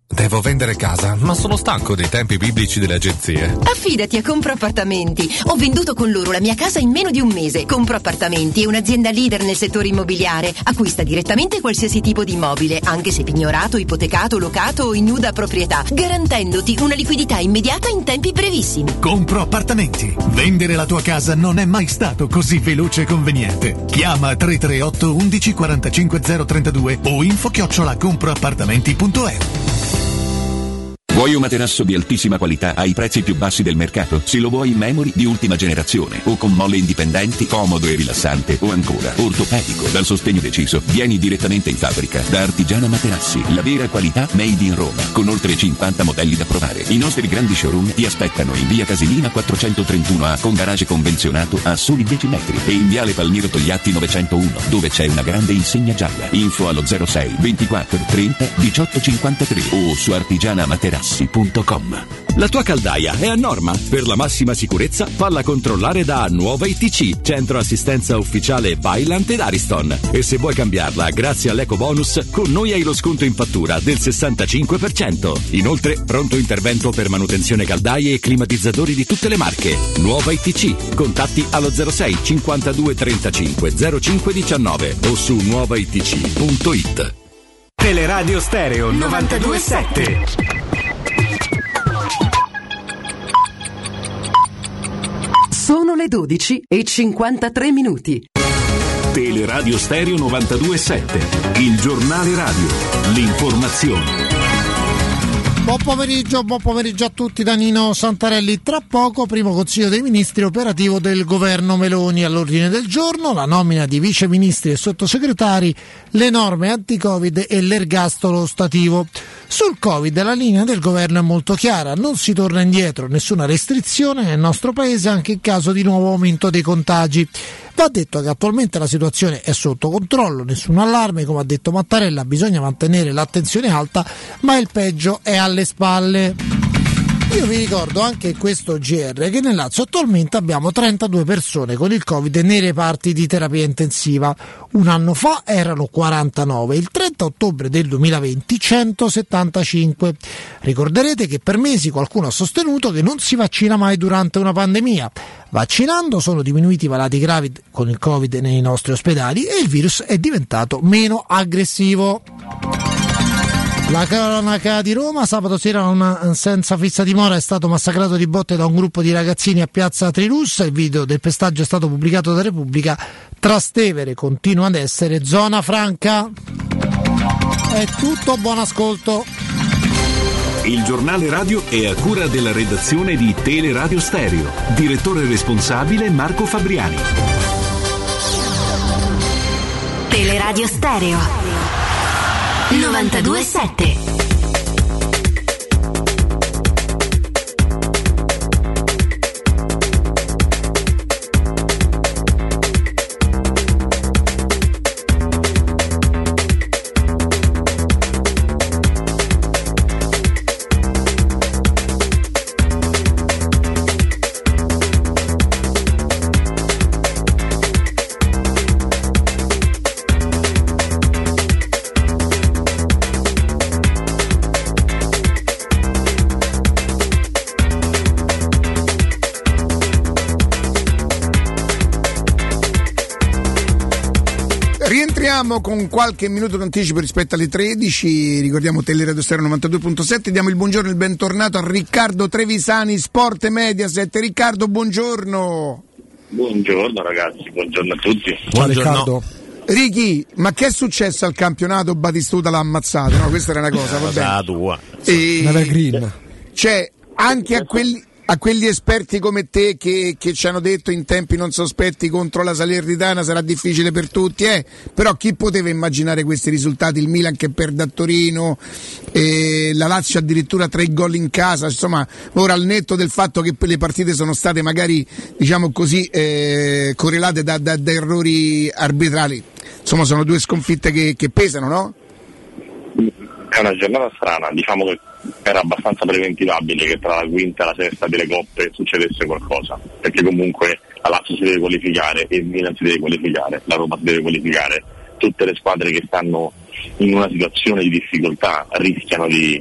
Devo vendere casa, ma sono stanco dei tempi biblici delle agenzie. Affidati a Compro Appartamenti. Ho venduto con loro la mia casa in meno di un mese. Compro Appartamenti è un'azienda leader nel settore immobiliare. Acquista direttamente qualsiasi tipo di immobile, anche se pignorato, ipotecato, locato o in nuda proprietà, garantendoti una liquidità immediata in tempi brevissimi. Compro Appartamenti. Vendere la tua casa non è mai stato così veloce e conveniente. Chiama tre tre otto undici quarantacinque zero trentadue o info chiocciola comproappartamenti punto e u. Vuoi un materasso di altissima qualità ai prezzi più bassi del mercato? Se lo vuoi in memory di ultima generazione o con molle indipendenti, comodo e rilassante, o ancora ortopedico dal sostegno deciso, vieni direttamente in fabbrica da Artigiana Materassi, la vera qualità made in Roma, con oltre cinquanta modelli da provare. I nostri grandi showroom ti aspettano in via Casilina quattrocentotrentuno A con garage convenzionato a soli dieci metri e in viale Palmiro Togliatti novecentouno, dove c'è una grande insegna gialla. Info allo zero sei ventiquattro trenta diciotto cinquantatré o su artigiana materassi punto com. La tua caldaia è a norma? Per la massima sicurezza falla controllare da Nuova I T C, centro assistenza ufficiale Vaillant ed Ariston. E se vuoi cambiarla grazie all'eco bonus, con noi hai lo sconto in fattura del sessantacinque per cento. Inoltre pronto intervento per manutenzione caldaie e climatizzatori di tutte le marche. Nuova I T C, contatti allo zero sei cinquantadue trentacinque zero cinque diciannove o su nuova i t c punto i t. Teleradio Stereo novantadue sette. Sono le dodici e cinquantatré minuti. Teleradio Stereo novantadue sette, il giornale radio, l'informazione. Buon pomeriggio, buon pomeriggio a tutti da Nino Santarelli. Tra poco primo Consiglio dei Ministri operativo del governo Meloni. All'ordine del giorno la nomina di viceministri e sottosegretari, le norme anti-Covid e l'ergastolo ostativo. Sul Covid la linea del governo è molto chiara, non si torna indietro, nessuna restrizione nel nostro paese anche in caso di nuovo aumento dei contagi. Va detto che attualmente la situazione è sotto controllo, nessun allarme, come ha detto Mattarella, bisogna mantenere l'attenzione alta, ma il peggio è alle spalle. Io vi ricordo anche in questo G R che nel Lazio attualmente abbiamo trentadue persone con il Covid nei reparti di terapia intensiva. Un anno fa erano quarantanove, il trenta ottobre del duemilaventi centosettantacinque. Ricorderete che per mesi qualcuno ha sostenuto che non si vaccina mai durante una pandemia. Vaccinando sono diminuiti i malati gravi con il Covid nei nostri ospedali e il virus è diventato meno aggressivo. La cronaca di Roma, sabato sera un senza fissa dimora è stato massacrato di botte da un gruppo di ragazzini a piazza Trilussa. Il video del pestaggio è stato pubblicato da Repubblica. Trastevere continua ad essere zona franca. È tutto, buon ascolto. Il giornale radio è a cura della redazione di Teleradio Stereo. Direttore responsabile Marco Fabriani. Teleradio Stereo novantadue sette. Con qualche minuto d'anticipo rispetto alle tredici, ricordiamo Teleradio Stereo novantadue punto sette, diamo il buongiorno e il bentornato a Riccardo Trevisani, Sport e Mediaset. Riccardo, buongiorno. Buongiorno ragazzi, buongiorno a tutti. Ciao Riccardo. Ricky, ma che è successo al campionato? Batistuta l'ha ammazzato, no? Questa era una cosa, va bene. tua. E... Cioè, anche a quelli... a quegli esperti come te che, che ci hanno detto in tempi non sospetti contro la Salernitana sarà difficile per tutti, eh? Però chi poteva immaginare questi risultati? Il Milan che perde a Torino, eh, la Lazio addirittura tre gol in casa, insomma, ora al netto del fatto che le partite sono state magari, diciamo così, eh, correlate da, da, da errori arbitrali, insomma sono due sconfitte che, che pesano, no? È una giornata strana, diciamo che era abbastanza preventivabile che tra la quinta e la sesta delle coppe succedesse qualcosa, perché comunque la Lazio si deve qualificare e il Milan si deve qualificare, la Roma si deve qualificare, tutte le squadre che stanno in una situazione di difficoltà rischiano di,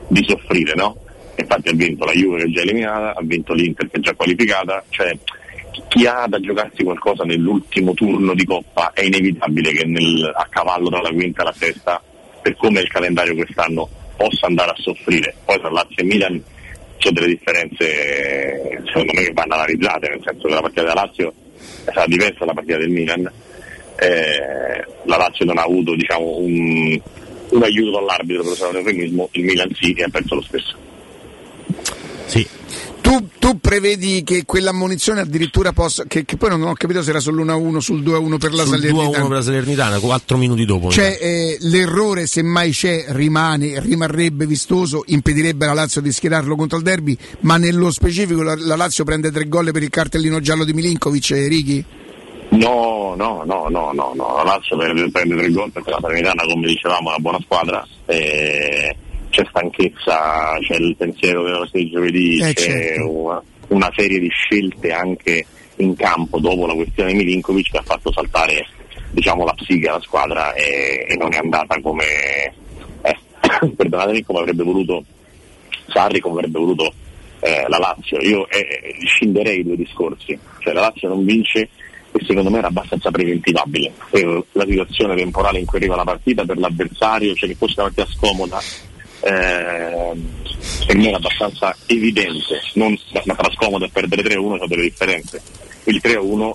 di soffrire, no? Infatti ha vinto la Juve che è già eliminata, ha vinto l'Inter che è già qualificata, cioè chi ha da giocarsi qualcosa nell'ultimo turno di Coppa è inevitabile che nel, a cavallo tra la quinta e la sesta, per come è il calendario quest'anno, possa andare a soffrire. Poi tra Lazio e Milan c'è delle differenze secondo me che vanno analizzate, nel senso che la partita della Lazio è stata diversa dalla partita del Milan, eh, la Lazio non ha avuto diciamo un, un aiuto dall'arbitro per usare un eufemismo, il Milan sì e ha perso lo stesso. Sì. Tu, tu prevedi che quell'ammonizione addirittura possa, che, che poi non ho capito se era sull'uno a uno, sul due a uno per la sul Salernitana. due a uno per la Salernitana, quattro minuti dopo. Cioè eh, l'errore, se mai c'è, rimane, rimarrebbe vistoso, impedirebbe alla Lazio di schierarlo contro il derby, ma nello specifico la, la Lazio prende tre gol per il cartellino giallo di Milinkovic, eh, Righi? No, no, no, no, no, no, la Lazio prende, prende tre gol perché la Salernitana, come dicevamo, è una buona squadra. E c'è stanchezza, c'è il pensiero della partita di giovedì, eh, c'è certo. una, una serie di scelte anche in campo dopo la questione di Milinkovic che ha fatto saltare diciamo la psiche alla squadra e, e non è andata come eh, perdonatemi, come avrebbe voluto Sarri, come avrebbe voluto eh, la Lazio. Io eh, scinderei i due discorsi, cioè la Lazio non vince e secondo me era abbastanza preventivabile per la situazione temporale in cui arriva la partita, per l'avversario, cioè che fosse una partita scomoda. Eh, per me era abbastanza evidente, non, ma tra scomodo e perdere tre a uno sono delle differenze. Il tre a uno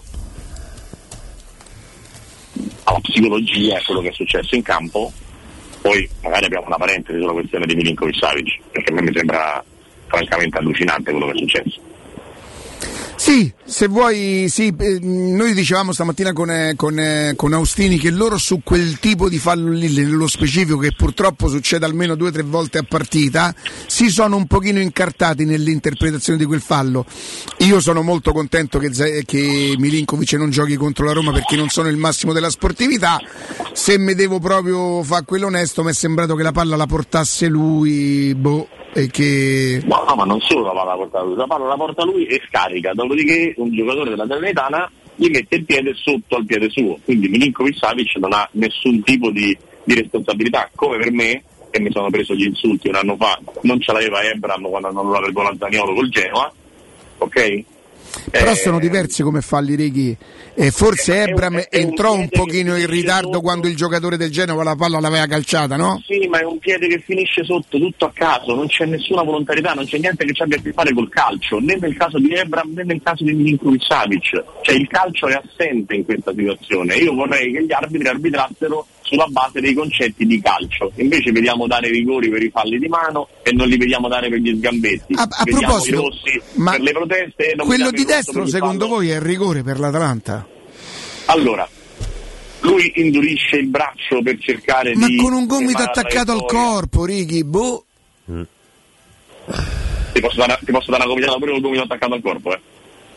alla psicologia è quello che è successo in campo, poi magari abbiamo una parentesi sulla questione di Milinkovic-Savic, perché a me mi sembra francamente allucinante quello che è successo. Sì, se vuoi, sì, eh, noi dicevamo stamattina con, eh, con, eh, con Austini che loro su quel tipo di fallo lì, nello specifico, che purtroppo succede almeno due o tre volte a partita, si sono un pochino incartati nell'interpretazione di quel fallo. Io sono molto contento che, che Milinkovic non giochi contro la Roma perché non sono il massimo della sportività. Se mi devo proprio fare quello onesto, mi è sembrato che la palla la portasse lui, boh. E che... No, no, ma non solo la palla la porta lui, la palla la porta lui e scarica, dopodiché un giocatore della Salernitana gli mette il piede sotto al piede suo, quindi Milinkovic-Savic non ha nessun tipo di, di responsabilità, come per me, che mi sono preso gli insulti un anno fa, non ce l'aveva Ebram quando non aveva il gol a Zaniolo col Genoa, ok? Però eh, sono diversi come falli, Righi, e forse è, Ebram è, è entrò un, un pochino in ritardo sotto. Quando il giocatore del Genova la palla l'aveva calciata, no? Sì, ma è un piede che finisce sotto, tutto a caso, non c'è nessuna volontarietà, non c'è niente che ci abbia a che fare col calcio, né nel caso di Ebram né nel caso di Milinkovic-Savic, cioè il calcio è assente in questa situazione. Io vorrei che gli arbitri arbitrassero sulla base dei concetti di calcio, invece vediamo dare rigori per i falli di mano e non li vediamo dare per gli sgambetti, a, a vediamo proposito, i rossi ma per le proteste e non quello di il destro secondo fallo. voi è rigore per l'Atalanta? Allora, lui indurisce il braccio per cercare ma di... ma con un gomito attaccato al corpo, Righi, boh. Mm. Ti posso dare, ti posso dare una gomitata pure con un gomito attaccato al corpo, eh?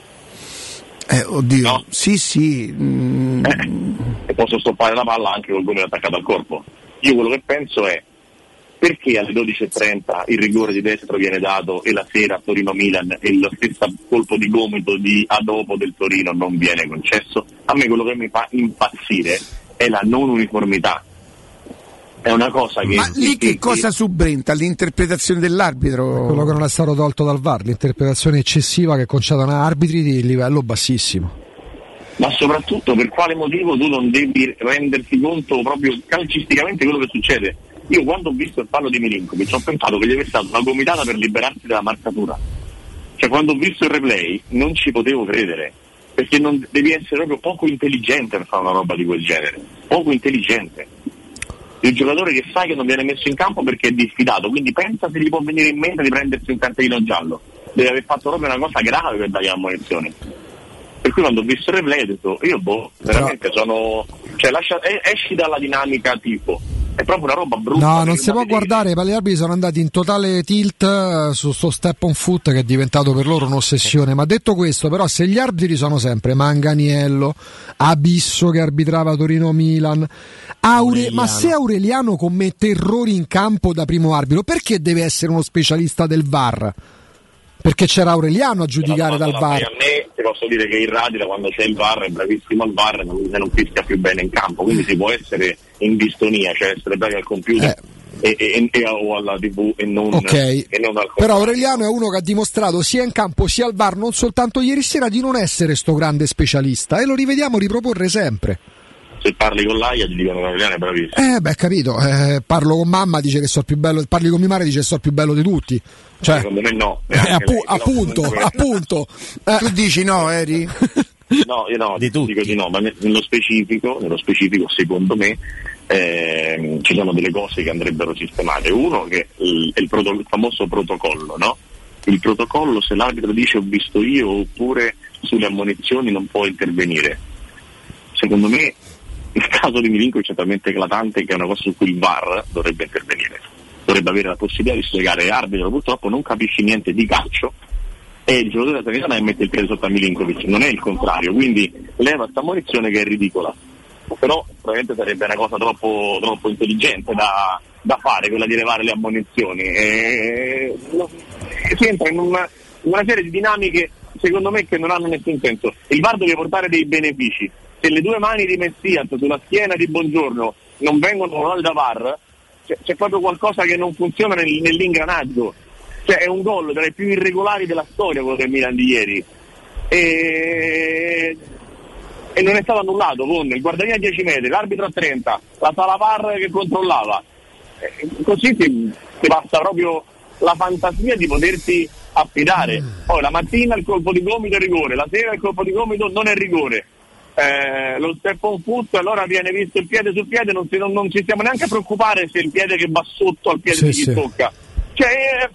Eh, oddio, no? sì, sì. Mm. Eh, e posso stoppare la palla anche col gomito attaccato al corpo. Io quello che penso è: perché alle dodici e trenta il rigore di destro viene dato e la sera a Torino-Milan e lo stesso colpo di gomito di a dopo del Torino non viene concesso? A me quello che mi fa impazzire è la non uniformità. È una cosa che... Ma lì che, che cosa subentra? L'interpretazione dell'arbitro? Quello che non è stato tolto dal V A R, l'interpretazione eccessiva che concedono arbitri di livello bassissimo. Ma soprattutto per quale motivo tu non devi renderti conto proprio calcisticamente quello che succede? Io quando ho visto il fallo di Milinkovic ho pensato che gli avesse dato una gomitata per liberarsi dalla marcatura. Cioè quando ho visto il replay non ci potevo credere, perché non devi essere proprio poco intelligente per fare una roba di quel genere, poco intelligente. Il giocatore che sai che non viene messo in campo perché è diffidato, quindi pensa se gli può venire in mente di prendersi un cartellino giallo. Deve aver fatto proprio una cosa grave per dargli l'ammonizione. Per cui quando ho visto il replay ho detto, io boh, veramente sono... cioè lascia, esci dalla dinamica tipo. È proprio una roba brutta. No, non si può guardare, gli arbitri sono andati in totale tilt su sto step on foot che è diventato per loro un'ossessione. Ma detto questo, però, se gli arbitri sono sempre Manganiello, Abisso che arbitrava Torino-Milan, Aure... ma se Aureliano commette errori in campo da primo arbitro, perché deve essere uno specialista del V A R? Perché c'era Aureliano a giudicare dal V A R. A me ti posso dire che il Radila quando c'è il V A R è bravissimo al V A R, non, non fischia più bene in campo, quindi si può essere in distonia, cioè essere bravi al computer, eh. e, e, e, o alla tivù e non, okay. e non al Però Aureliano è uno che ha dimostrato sia in campo sia al V A R, non soltanto ieri sera, di non essere sto grande specialista, e lo rivediamo riproporre sempre. Se parli con l'Aia ti dicono che Aureliano è bravissimo. Eh beh, capito, eh, parlo con mamma, dice che so il più bello, parli con mia madre, dice che so il più bello di tutti. Cioè, secondo me no. Eh, appu- lei, appunto, comunque... appunto. Eh. Tu dici no, Eri? No, io no, di dico di no, ma nello specifico, nello specifico secondo me eh, ci sono delle cose che andrebbero sistemate. Uno che il, il, proto- il famoso protocollo, no? Il protocollo, se l'arbitro dice ho visto io oppure sulle ammonizioni non può intervenire. Secondo me il caso di Milinkovic è talmente eclatante che è una cosa su cui il V A R dovrebbe intervenire, dovrebbe avere la possibilità di spiegare: arbitro, purtroppo non capisci niente di calcio, e il giocatore della Salernitana e mette il piede sotto a Milinkovic, non è il contrario, quindi leva questa ammonizione che è ridicola. Però probabilmente sarebbe una cosa troppo, troppo intelligente da, da fare, quella di levare le ammonizioni, e, no, si entra in una, in una serie di dinamiche secondo me che non hanno nessun senso. Il V A R deve portare dei benefici. Se le due mani di Messias sulla schiena di Buongiorno non vengono controllate da V A R, c'è, c'è proprio qualcosa che non funziona nel, nell'ingranaggio. Cioè è un gol tra i più irregolari della storia quello del Milan di ieri, e, e non è stato annullato con il guardalinea a dieci metri, l'arbitro a trenta, la sala V A R che controllava, e così ti, ti passa proprio la fantasia di poterti affidare. Poi la mattina il colpo di gomito è rigore, la sera il colpo di gomito non è rigore. Eh, lo step on foot, allora viene visto il piede sul piede, non, si, non, non ci stiamo neanche a preoccupare se il piede che va sotto al piede sì, di chi sì. tocca. Cioè è,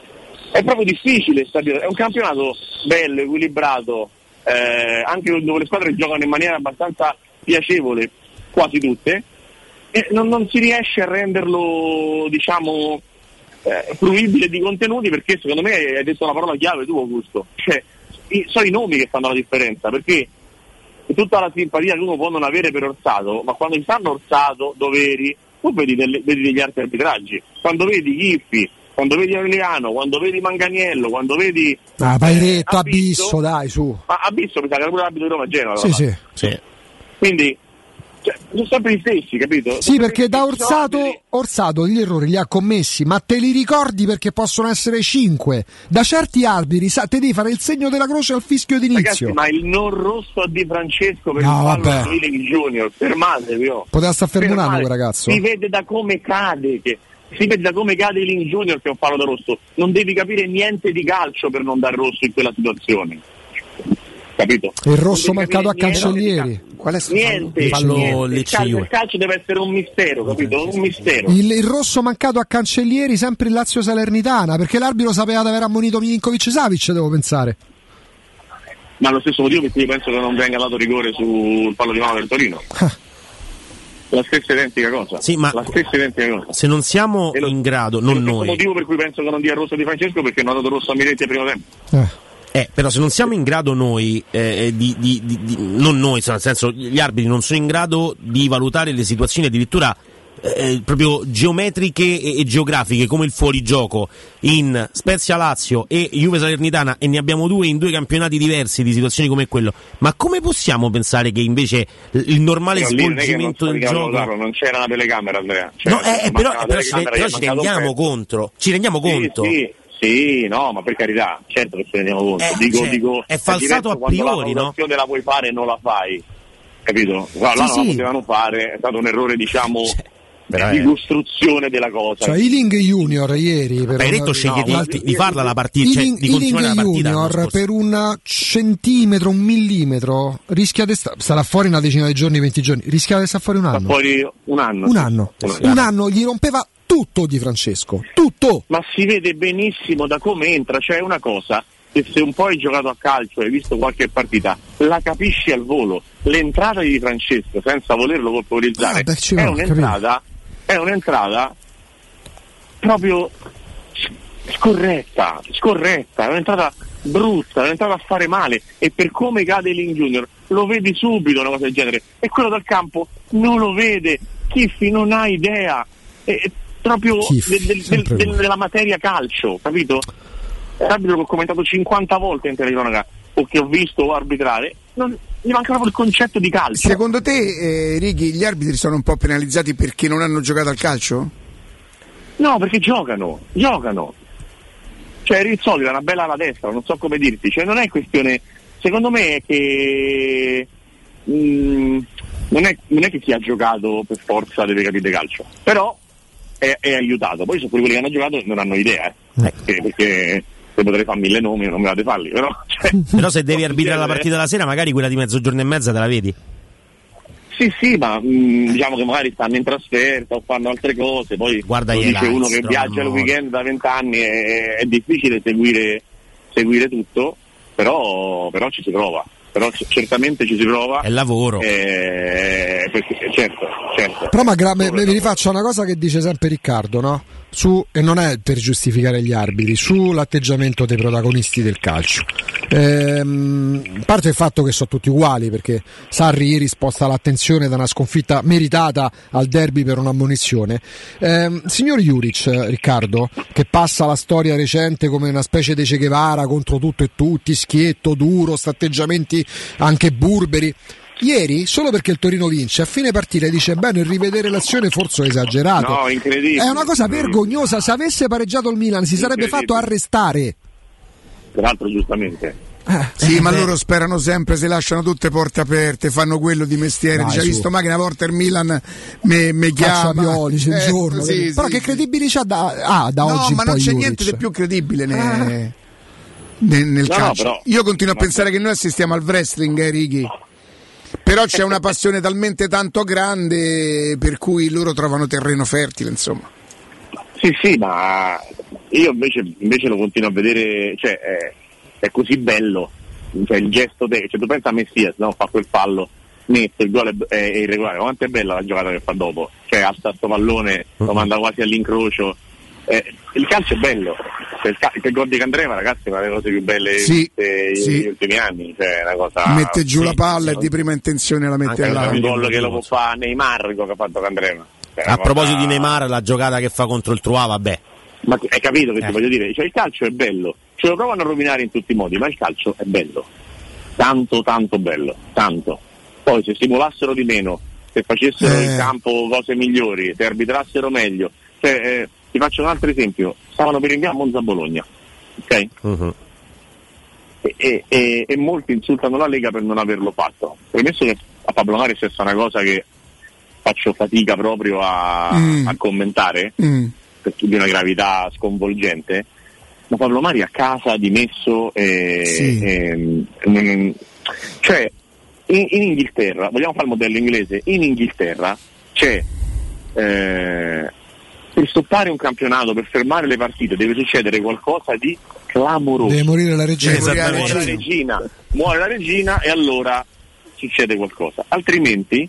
è proprio difficile, è un campionato bello, equilibrato, eh, anche dove le squadre giocano in maniera abbastanza piacevole, quasi tutte, e non, non si riesce a renderlo, diciamo, eh, fruibile di contenuti, perché secondo me hai detto una parola chiave tu, Augusto, cioè i, sono i nomi che fanno la differenza, perché tutta la simpatia che uno può non avere per Orsato, ma quando ci stanno Orsato, Doveri, tu vedi, delle, vedi degli altri arbitraggi, quando vedi Chiffi, quando vedi Aureliano, quando vedi Manganiello, quando vedi ah, Pairetto, eh, Abisso, Abisso, dai su. Ma Abisso mi sa che era pure l'arbitro di Roma Genova. Sì, sì, sì. Quindi cioè, sono sempre gli stessi, capito? Sì, perché da Orsato, Orsato gli errori li ha commessi, ma te li ricordi perché possono essere cinque. Da certi arbitri sa, te devi fare il segno della croce al fischio d'inizio. Ragazzi, ma il non rosso a Di Francesco per no, il fallo di Junior, fermatevi. Oh. Poteva stare fermo un anno quel ragazzo. Si vede da come cade, che, si vede da come cade Link Junior che è un fallo da rosso. Non devi capire niente di calcio per non dar rosso in quella situazione. Capito? Il rosso mancato a Cancellieri. Qual è niente, fallo niente. Il, calcio, il calcio deve essere un mistero, capito? Un mistero. Il, il rosso mancato a Cancellieri sempre il Lazio Salernitana, perché l'arbitro sapeva di aver ammonito Milinkovic Savic, devo pensare. Ma lo stesso motivo per cui penso che non venga dato rigore sul fallo di mano del Torino. Ah. La stessa identica cosa. Sì, ma la stessa identica cosa. Se non siamo lo, in grado, non noi. È il motivo per cui penso che non dia rosso Di Francesco, perché non ha dato rosso a Miretti al primo tempo. Eh. Eh, però se non siamo in grado noi, eh, di, di, di, di, non noi, nel senso gli arbitri non sono in grado di valutare le situazioni addirittura eh, proprio geometriche e, e geografiche, come il fuorigioco in Spezia Lazio e Juve Salernitana, e ne abbiamo due in due campionati diversi di situazioni come quello, ma come possiamo pensare che invece il normale però svolgimento del gioco Laro, non c'era una telecamera, Andrea, cioè, no, eh, però, però, ci, però ci rendiamo conto ci rendiamo sì, conto sì. Sì, no, ma per carità, certo che ci rendiamo conto. Eh, dico, cioè, dico, è falsato a priori, no? La la puoi fare e non la fai, capito? Guarda, sì, là non sì. la potevano fare, è stato un errore, diciamo, cioè, di costruzione della cosa. Cioè, Ealing Junior ieri per Pairetto una... sceglie no, di, di farla la partita, Ealing, cioè, di continuare la partita. Junior per un centimetro, un millimetro rischia di sta... starà fuori una decina di giorni, venti giorni, rischia di stare fuori un anno. Sta fuori un anno. Un anno. Un anno, un anno gli rompeva tutto Di Francesco, tutto. Ma si vede benissimo da come entra, cioè una cosa che se un po' hai giocato a calcio e hai visto qualche partita, la capisci al volo. L'entrata di Di Francesco, senza volerlo colpevolizzare, ah, beh, è un'entrata, è un'entrata proprio scorretta, scorretta, è un'entrata brutta, è un'entrata a fare male, e per come cade Link Junior lo vedi subito una cosa del genere, e quello dal campo non lo vede. Chiffi non ha idea. E, proprio del, del, del, del, della materia calcio, capito? L'arbitro che ho commentato cinquanta volte in telecronaca o che ho visto arbitrare, non, gli manca proprio il concetto di calcio. Secondo te, eh, Righi, gli arbitri sono un po' penalizzati perché non hanno giocato al calcio? No, perché giocano, giocano. Cioè Rizzoli ha una bella alla destra, non so come dirti, cioè non è questione, secondo me è che mh, non, è, non è che chi ha giocato per forza deve capire calcio, però è, è aiutato, poi su quelli che hanno giocato non hanno idea, eh. perché, perché se potrei fare mille nomi non me la devi farli, però, cioè, però se devi arbitrare la partita la sera magari quella di mezzogiorno e mezza te la vedi? Sì, sì, ma mh, diciamo che magari stanno in trasferta o fanno altre cose, poi guarda, lo dice uno che viaggia il weekend da vent'anni, è, è difficile seguire, seguire tutto, però, però ci si prova, però c- certamente ci si prova. È lavoro. Eh, perché, certo, certo. Però ma gra- mi rifaccio una cosa che dice sempre Riccardo, no? Su, e non è per giustificare gli arbitri, sull'atteggiamento dei protagonisti del calcio. Ehm, a parte il fatto che sono tutti uguali, perché Sarri ieri sposta l'attenzione da una sconfitta meritata al derby per un'ammonizione. Ehm, signor Juric, Riccardo, che passa la storia recente come una specie di Che Guevara contro tutto e tutti, schietto, duro, atteggiamenti anche burberi. Ieri, solo perché il Torino vince, a fine partita dice bene, rivedere l'azione forse ho esagerato. No, incredibile. È una cosa vergognosa, se avesse pareggiato il Milan si sarebbe fatto arrestare. Peraltro giustamente. Eh, sì, eh, ma beh. loro sperano sempre, se lasciano tutte porte aperte, fanno quello di mestiere. Dice, visto ma che una volta il Milan mi chiama Pioli, c'è il eh, giorno. Sì, però sì, che sì. credibilità da, ah, da no, oggi? Ma non c'è Juric. niente di più credibile ne, ah. ne, nel no, calcio. No, però, Io continuo a ma... pensare che noi assistiamo al wrestling, eh, Righi. Però c'è una passione talmente tanto grande per cui loro trovano terreno fertile, insomma. Sì, sì, ma io invece, invece lo continuo a vedere, cioè è, è così bello, cioè il gesto, de, cioè tu pensa a Messias, no? Fa quel fallo, mette, il gol è, è, è irregolare, quanto è bella la giocata che fa dopo, cioè alza sto pallone, lo manda quasi all'incrocio, eh, il calcio è bello, cioè, il, cal- il gol di Candreva, ragazzi, è una delle cose più belle sì, degli sì. ultimi anni, cioè una cosa, mette giù sì, la palla sì, e di prima intenzione la mette là. È un gol che lo può fare Neymar, che ha fatto Candreva. Cioè, a proposito cosa... di Neymar, la giocata che fa contro il Troyes, vabbè. Ma hai capito che eh. ti voglio dire? Cioè il calcio è bello, ce lo provano a rovinare in tutti i modi, ma il calcio è bello, tanto tanto bello, tanto. Poi se si volassero di meno, se facessero eh. in campo cose migliori, se arbitrassero meglio, cioè, eh, ti faccio un altro esempio, stavano per rinviare a Monza-Bologna, ok? Uh-huh. E, e, e, e molti insultano la Lega per non averlo fatto, premesso che a Pablo Mari è stessa una cosa che faccio fatica proprio a, mm. a commentare, mm. perché di una gravità sconvolgente, ma Pablo Mari a casa dimesso e, sì. e, e, cioè in, in Inghilterra, vogliamo fare il modello inglese, in Inghilterra c'è eh, per stoppare un campionato, per fermare le partite deve succedere qualcosa di clamoroso, deve morire la regina, muore la regina, muore la regina e allora succede qualcosa, altrimenti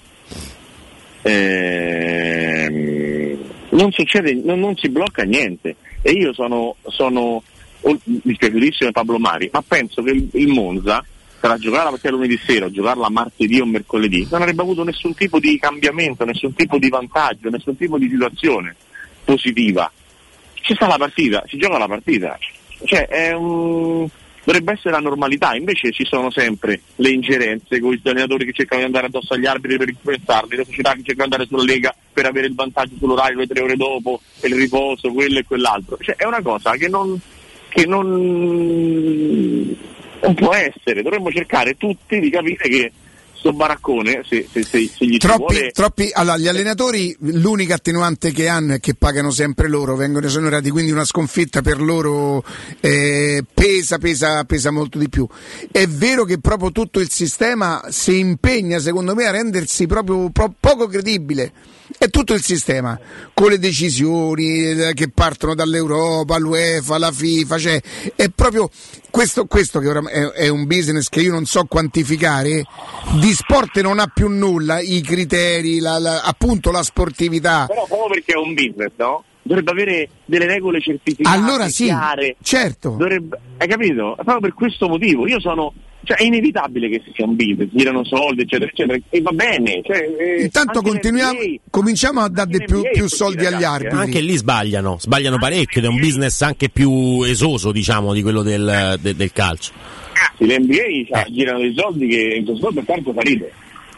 ehm, non succede, non, non si blocca niente. E io sono, sono dispiaciutissimo di Pablo Mari, ma penso che il, il Monza, tra giocare la partita lunedì sera o giocarla martedì o mercoledì, non avrebbe avuto nessun tipo di cambiamento, nessun tipo di vantaggio, nessun tipo di situazione positiva. Ci sta la partita, si gioca la partita, cioè è un... dovrebbe essere la normalità, invece ci sono sempre le ingerenze con gli allenatori che cercano di andare addosso agli arbitri per influenzarli, le società che cercano di andare sulla Lega per avere il vantaggio sull'orario le tre ore dopo, e il riposo, quello e quell'altro, cioè è una cosa che non che non, non può essere, dovremmo cercare tutti di capire che sto baraccone, se, se, se, se gli troppi, vuole... troppi, allora gli allenatori l'unica attenuante che hanno è che pagano sempre loro, vengono esonerati, quindi una sconfitta per loro eh, pesa, pesa, pesa molto di più. È vero che proprio tutto il sistema si impegna, secondo me, a rendersi proprio pro, poco credibile. È tutto il sistema, con le decisioni che partono dall'Europa, l'UEFA, la FIFA, cioè è proprio questo, questo che ora è, è un business che io non so quantificare, di sport non ha più nulla, i criteri, la, la, appunto la sportività. Però proprio perché è un business, no? Dovrebbe avere delle regole certificate, allora sì, chiare. Certo. Dovrebbe, hai capito? Proprio per questo motivo, io sono... Cioè è inevitabile che si sia un business, girano soldi eccetera eccetera e va bene, cioè, eh, intanto continuiamo, cominciamo a dare più, più soldi agli arbitri. Anche lì sbagliano, sbagliano parecchio ed è un business anche più esoso, diciamo, di quello del, de, del calcio. Sì, l'N B A cioè, eh. girano dei soldi che in questo momento tanto fa ridere.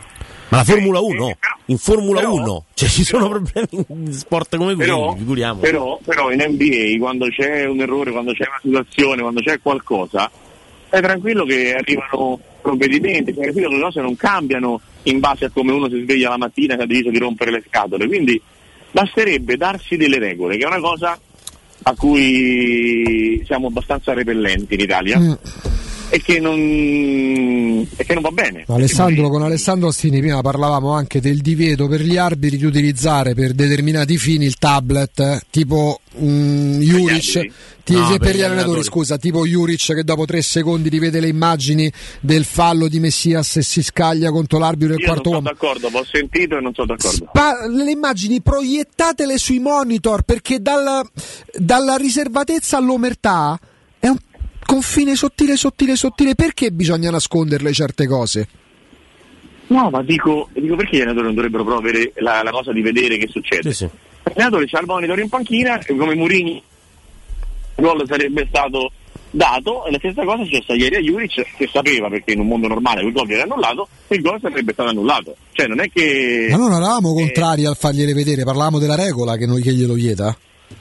Ma la Formula uno? Eh, però, in Formula però, uno? Cioè ci sono però, problemi in sport come quelli, figuriamo. Però, però in N B A quando c'è un errore, quando c'è una situazione, quando c'è qualcosa, stai tranquillo che arrivano provvedimenti, stai tranquillo che le cose non cambiano in base a come uno si sveglia la mattina e ha deciso di rompere le scatole. Quindi basterebbe darsi delle regole, che è una cosa a cui siamo abbastanza repellenti in Italia. Mm. E che non e che non va bene. Alessandro, con Alessandro Ostini prima parlavamo anche del divieto per gli arbitri di utilizzare per determinati fini il tablet, eh, tipo um, Juric, ti, no, per, per gli allenatori, allenatori scusa, tipo Juric che dopo tre secondi rivede le immagini del fallo di Messias e si scaglia contro l'arbitro del quarto uomo. Non sono d'accordo, ho sentito e non sono d'accordo. Spa- le immagini proiettatele sui monitor, perché dalla, dalla riservatezza all'omertà è un confine sottile, sottile, sottile. Perché bisogna nasconderle certe cose? No, ma dico, dico perché gli allenatori non dovrebbero proprio avere la, la cosa di vedere che succede? Sì, sì. L'allenatore c'ha il monitor in panchina e come Mourinho il gol sarebbe stato dato, e la stessa cosa c'è stata ieri a Juric, che sapeva, perché in un mondo normale quel gol viene annullato, e il gol sarebbe stato annullato. Cioè non è che... Ma non eravamo eh... contrari al fargliele vedere, parlavamo della regola che, noi, che glielo vieta.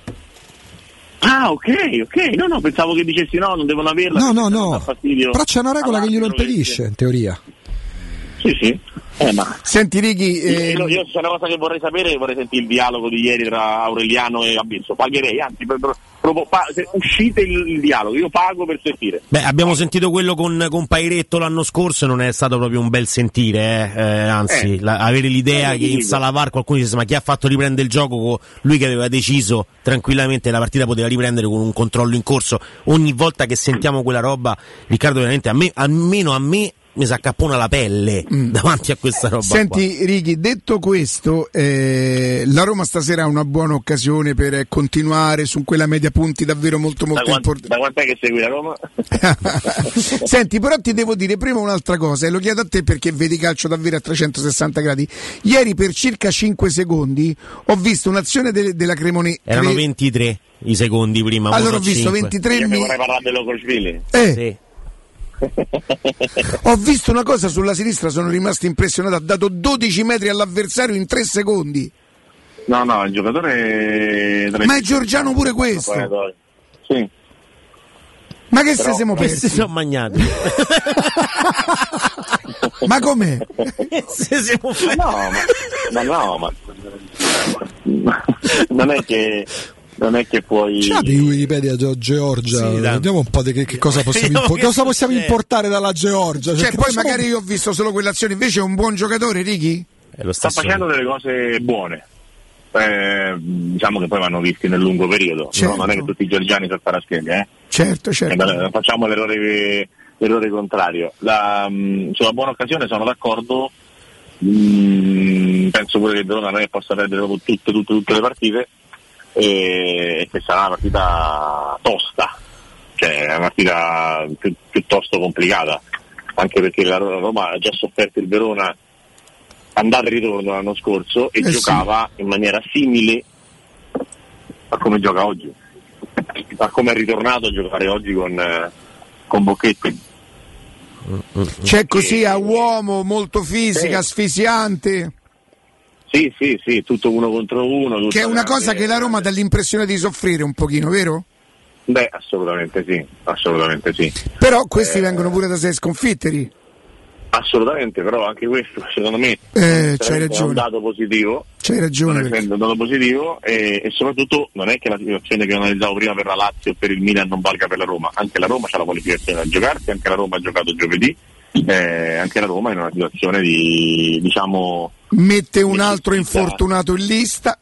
Ah, ok, ok, no, no, pensavo che dicessi no, non devono averla. No, no, no, però c'è una regola che glielo impedisce, in teoria. Sì, sì. Eh, ma... Senti Righi, eh... io, io c'è una cosa che vorrei sapere, vorrei sentire il dialogo di ieri tra Aureliano e Abisso. Pagherei, anzi, per, per, proprio, pa, se uscite il, il dialogo, io pago per sentire. Beh, abbiamo sentito quello con, con Pairetto l'anno scorso e non è stato proprio un bel sentire, eh? Eh, anzi, eh. La, avere l'idea eh, che in sala V A R qualcuno dice ma chi ha fatto riprendere il gioco con lui che aveva deciso tranquillamente la partita poteva riprendere con un controllo in corso. Ogni volta che sentiamo quella roba, Riccardo, veramente a me, almeno a me, mi si accappona la pelle mm. davanti a questa roba. Senti qua. Righi, detto questo, eh, la Roma stasera ha una buona occasione per continuare su quella media punti davvero molto molto importante. Da quant'è che segui la Roma? Senti, però ti devo dire prima un'altra cosa, e lo chiedo a te perché vedi calcio davvero a trecentosessanta gradi. Ieri per circa cinque secondi ho visto un'azione de- della Cremonese. Erano ventitré i secondi prima. Allora ho visto cinque. ventitré. Io mi vorrei parlare dell'Ocosvili. Eh. Sì. Ho visto una cosa sulla sinistra, sono rimasto impressionato, ha dato dodici metri all'avversario in tre secondi. No, no, il giocatore... Ma è Giorgiano pure questo? Sì. Ma che Però, se siamo persi? Si sono magnati. Ma com'è? Se siamo fatti. No, ma, ma no, ma non è che... non è che puoi. C'è di Wikipedia Georgia, sì, vediamo un po' di che, che cosa possiamo, impo- che cosa possiamo importare dalla Georgia. Cioè, poi magari siamo... io ho visto solo quell'azione, invece è un buon giocatore, Righi? Sta facendo delle cose buone. Eh, diciamo che poi vanno visti nel lungo periodo, certo. No? Non è che tutti i georgiani sono paraschelli, eh? Certo, certo. Eh, facciamo l'errore, l'errore contrario. La, mh, sulla buona occasione sono d'accordo. Mh, penso pure che Verona non è che possa perdere proprio tutte, tutte, tutte le partite. E che sarà una partita tosta, cioè una partita pi- piuttosto complicata, anche perché la Roma ha già sofferto il Verona andata e ritorno l'anno scorso e eh giocava sì. in maniera simile a come gioca oggi, a come è ritornato a giocare oggi con, eh, con Bocchetti. C'è così a uomo, molto fisica, eh. asfissiante. Sì, sì, sì, tutto uno contro uno. Che è una cosa che la Roma dà l'impressione di soffrire un pochino, vero? Beh, assolutamente sì, assolutamente sì. Però questi eh, vengono pure da sei sconfitteri. Assolutamente, però anche questo secondo me eh, c'hai ragione. è un dato positivo. C'hai ragione. È un dato positivo e, e soprattutto non è che la situazione che analizzavo prima per la Lazio e per il Milan non valga per la Roma. Anche la Roma c'ha la qualificazione da giocarsi, anche la Roma ha giocato giovedì, eh, anche la Roma è in una situazione di, diciamo... Mette un altro infortunato in lista.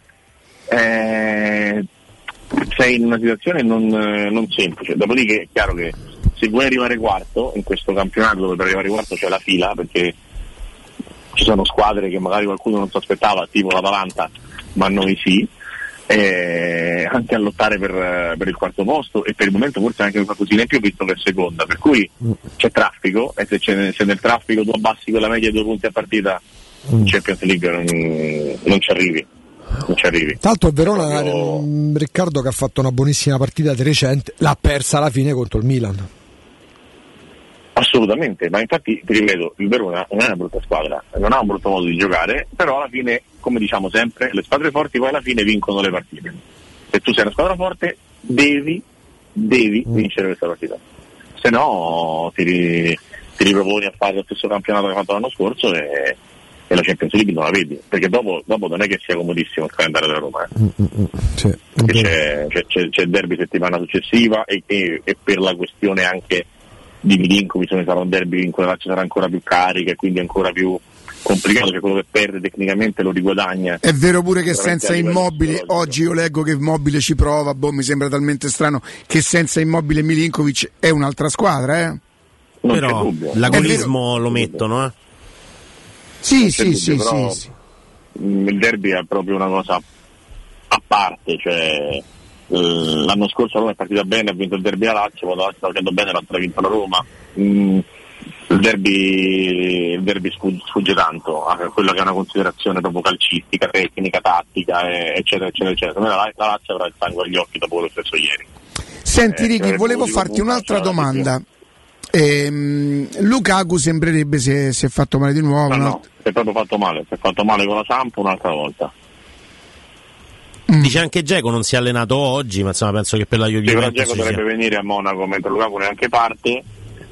Eh, sei in una situazione non, non semplice. Dopodiché è chiaro che se vuoi arrivare quarto in questo campionato, dove per arrivare quarto c'è la fila, perché ci sono squadre che magari qualcuno non si aspettava, tipo l'Atalanta, ma noi sì, eh, anche a lottare per, per il quarto posto e per il momento forse anche qualcosina in più visto che è seconda, per cui c'è traffico e se, c'è, se nel traffico tu abbassi quella media di due punti a partita in Champions League non, non ci arrivi. Non ci arrivi. Tra l'altro il Verona, Proprio... Riccardo, che ha fatto una buonissima partita di recente, l'ha persa alla fine contro il Milan. Assolutamente, ma infatti ti ripeto, il Verona non è una brutta squadra, non ha un brutto modo di giocare, però alla fine, come diciamo sempre, le squadre forti poi alla fine vincono le partite. Se tu sei una squadra forte devi, devi mm. vincere questa partita, se no ti, ri, ti riproponi a fare lo stesso campionato che hai fatto l'anno scorso e, e la Champions League non la vedi, perché dopo, dopo non è che sia comodissimo il calendario della Roma, eh. mm, mm, sì, perché c'è, c'è, c'è, c'è il derby settimana successiva e, e, e per la questione anche di Milinkovic ne sarà un derby in cui la Lazio sarà ancora più carica e quindi ancora più complicato, che quello che perde tecnicamente lo riguadagna. È vero pure che senza Immobile, oggi io leggo che Immobile ci prova, boh, mi sembra talmente strano che senza Immobile Milinkovic è un'altra squadra, eh? Non però dubbio, l'agonismo lo mettono, eh? Sì, sì, sì, però, sì, sì. Il derby è proprio una cosa a parte, cioè l'anno scorso la Roma è partita bene, ha vinto il derby a Lazio, quando la Lazio stava facendo bene l'altra ha vinto la Roma. Mm, il derby, il derby sfugge, sfugge tanto a quello che è una considerazione proprio calcistica, tecnica, tattica, eccetera, eccetera, eccetera. La, la Lazio avrà il sangue agli occhi dopo lo stesso ieri. Senti eh, Ricky, volevo farti un'altra domanda. Ehm, Lukaku sembrerebbe si è, si è fatto male di nuovo. No, no? no, si è proprio fatto male, si è fatto male con la Samp un'altra volta. Mm. Dice anche Dzeko non si è allenato oggi, ma insomma penso che per la Juventus. Sì, però Dzeko dovrebbe venire a Monaco mentre Lukaku neanche parte.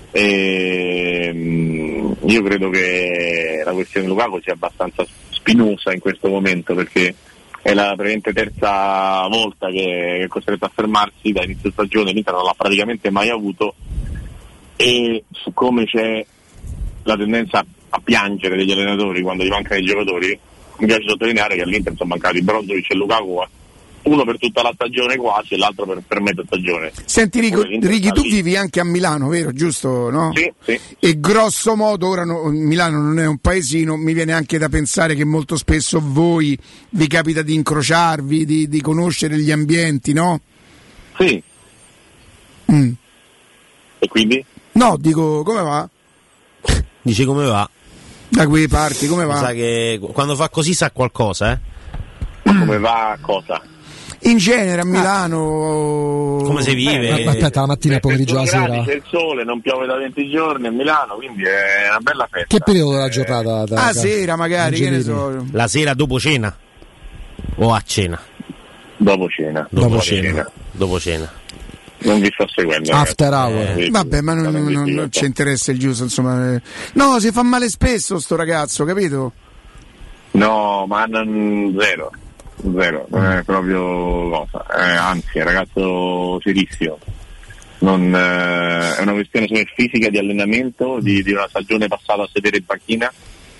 E, um, io credo che la questione di Lukaku sia abbastanza spinosa in questo momento, perché è la praticamente terza volta che è costretto a fermarsi da inizio stagione, l'Inter non l'ha praticamente mai avuto, e su come c'è la tendenza a piangere degli allenatori quando gli mancano i giocatori, mi piace sottolineare che all'Inter sono mancati Brozovic e Lukaku, uno per tutta la stagione quasi e l'altro per, per mezza stagione. Senti Rico, Ricky, tu vivi anche a Milano, vero? Giusto? No? Sì, sì. E grosso modo, ora no, Milano non è un paesino, mi viene anche da pensare che molto spesso voi vi capita di incrociarvi, di, di conoscere gli ambienti, no? Sì. Mm. E quindi? No, dico, come va? Dice come va? Da quei parti, come va? Sa che quando fa così sa qualcosa, eh? Ma come va cosa? In genere a Milano come si vive? Eh, aspetta, la mattina, pomeriggio, la sera. C'è il sole, non piove da venti giorni a Milano, quindi è una bella festa. Che periodo della giornata? Da, a sera magari, che ne so. La sera dopo cena o a cena? Dopo cena. Dopo, dopo cena. cena. Dopo cena. Non vi sto seguendo. After hour. Eh, Vabbè, ma non, non, non, non ci interessa il giusto, insomma. No, si fa male spesso sto ragazzo, capito? No, ma non, zero. Zero, non è proprio cosa. Eh, anzi, è un ragazzo serissimo. Non, eh, è una questione solo fisica, di allenamento, di, di una stagione passata a sedere in panchina.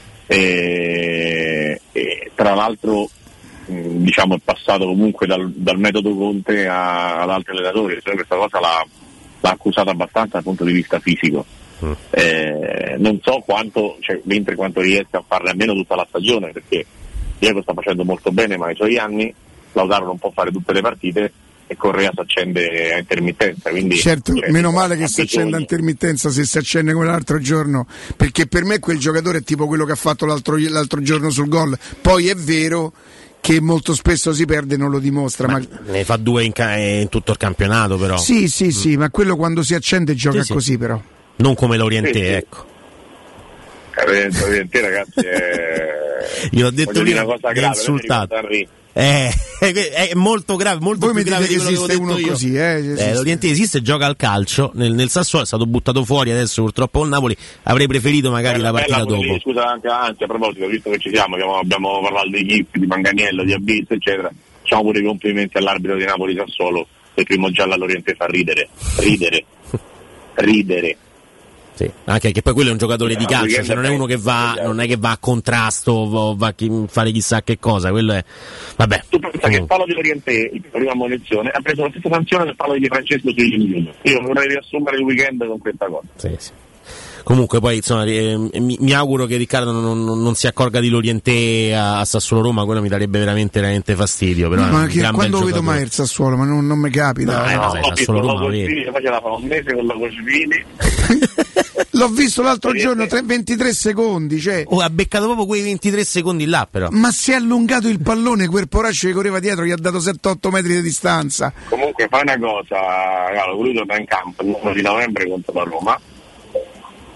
E, e tra l'altro diciamo è passato comunque dal, dal metodo Conte a, ad altri allenatori, cioè questa cosa l'ha, l'ha accusata abbastanza dal punto di vista fisico. Mm. Eh, non so quanto, cioè, mentre quanto riesca a farne almeno tutta la stagione, perché Diego sta facendo molto bene, ma ai suoi anni Lautaro non può fare tutte le partite e Correa si accende a intermittenza, quindi certo, cioè, meno male che si accende a intermittenza se si accende come l'altro giorno, perché per me quel giocatore è tipo quello che ha fatto l'altro, l'altro giorno sul gol. Poi è vero che molto spesso si perde e non lo dimostra, ma, ma... ne fa due in, ca- in tutto il campionato, però sì sì mm. sì, ma quello quando si accende gioca sì, così sì. Però non come l'Orientè, sì, sì. Ecco l'Orientè ragazzi è... io ho detto lì una cosa grave, insultato. Eh, è molto grave, molto voi più grave che di quello esiste che ho uno detto così, io. Eh, eh, L'Orientè esiste, gioca al calcio nel, nel Sassuolo, è stato buttato fuori adesso purtroppo il Napoli, avrei preferito magari la partita dopo. Lì, scusa anche, anche a proposito, visto che ci siamo, abbiamo, abbiamo parlato di Chippi, di Manganiello, di Abiz eccetera, facciamo pure i complimenti all'arbitro di Napoli Sassuolo, il primo giallo all'Orientè fa ridere, ridere, ridere. Sì, anche che poi quello è un giocatore di calcio, cioè non è uno che va, non è che va a contrasto o va a fare chissà che cosa, quello è. Vabbè. Tu pensa che il palo di Orientè, in prima munizione, ha preso la stessa sanzione del palo di Francesco sui Junior. Io vorrei riassumere il weekend con questa cosa. Sì, sì. Comunque poi insomma eh, mi, mi auguro che Riccardo non, non, non si accorga di l'Orientè a, a Sassuolo Roma, quello mi darebbe veramente veramente fastidio. Però no, ma che quando vedo mai il Sassuolo, ma non, non mi capita. No, eh, no, no, Sassuolo Roma, poi ce la fa un mese con la Cosvini. L'ho visto l'altro giorno, ventitré secondi, cioè. Oh, ha beccato proprio quei ventitré secondi là, però. Ma si è allungato il pallone, quel poraccio che correva dietro gli ha dato sette otto metri di distanza. Comunque fai una cosa, Galo, lui torna in campo il nove di novembre contro la Roma.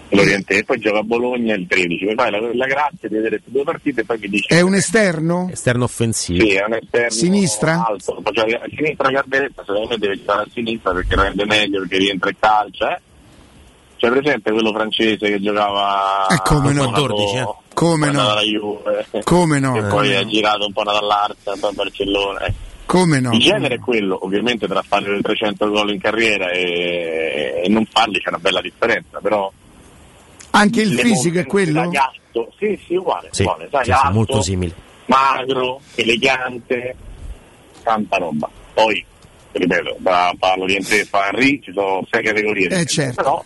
l'Oriente, e poi gioca a Bologna il tredici. Poi fai la, la grazia di vedere queste due partite e poi mi dici. È un esterno? Esterno offensivo. Sì, è un esterno sinistra? Alto. Cioè, a sinistra Garbetta, secondo me deve giocare a sinistra perché rende meglio, perché rientra in calcio, eh? C'è presente quello francese che giocava eh, come no? quattordici, eh? Come no? Juve, come no? E poi eh. ha girato un po' dall'Arsenal, poi a Barcellona. Eh. Come no? Il genere è quello, ovviamente tra fare trecento gol in carriera e, e non farli c'è una bella differenza, però anche il fisico è quello? Gatto, sì, sì, uguale, sì, uguale sai, sì, alto, molto simile. Magro, elegante, tanta roba. Poi, ripeto, da parlo di Ente e Henry ci sono sei categorie. Eh certo. Però,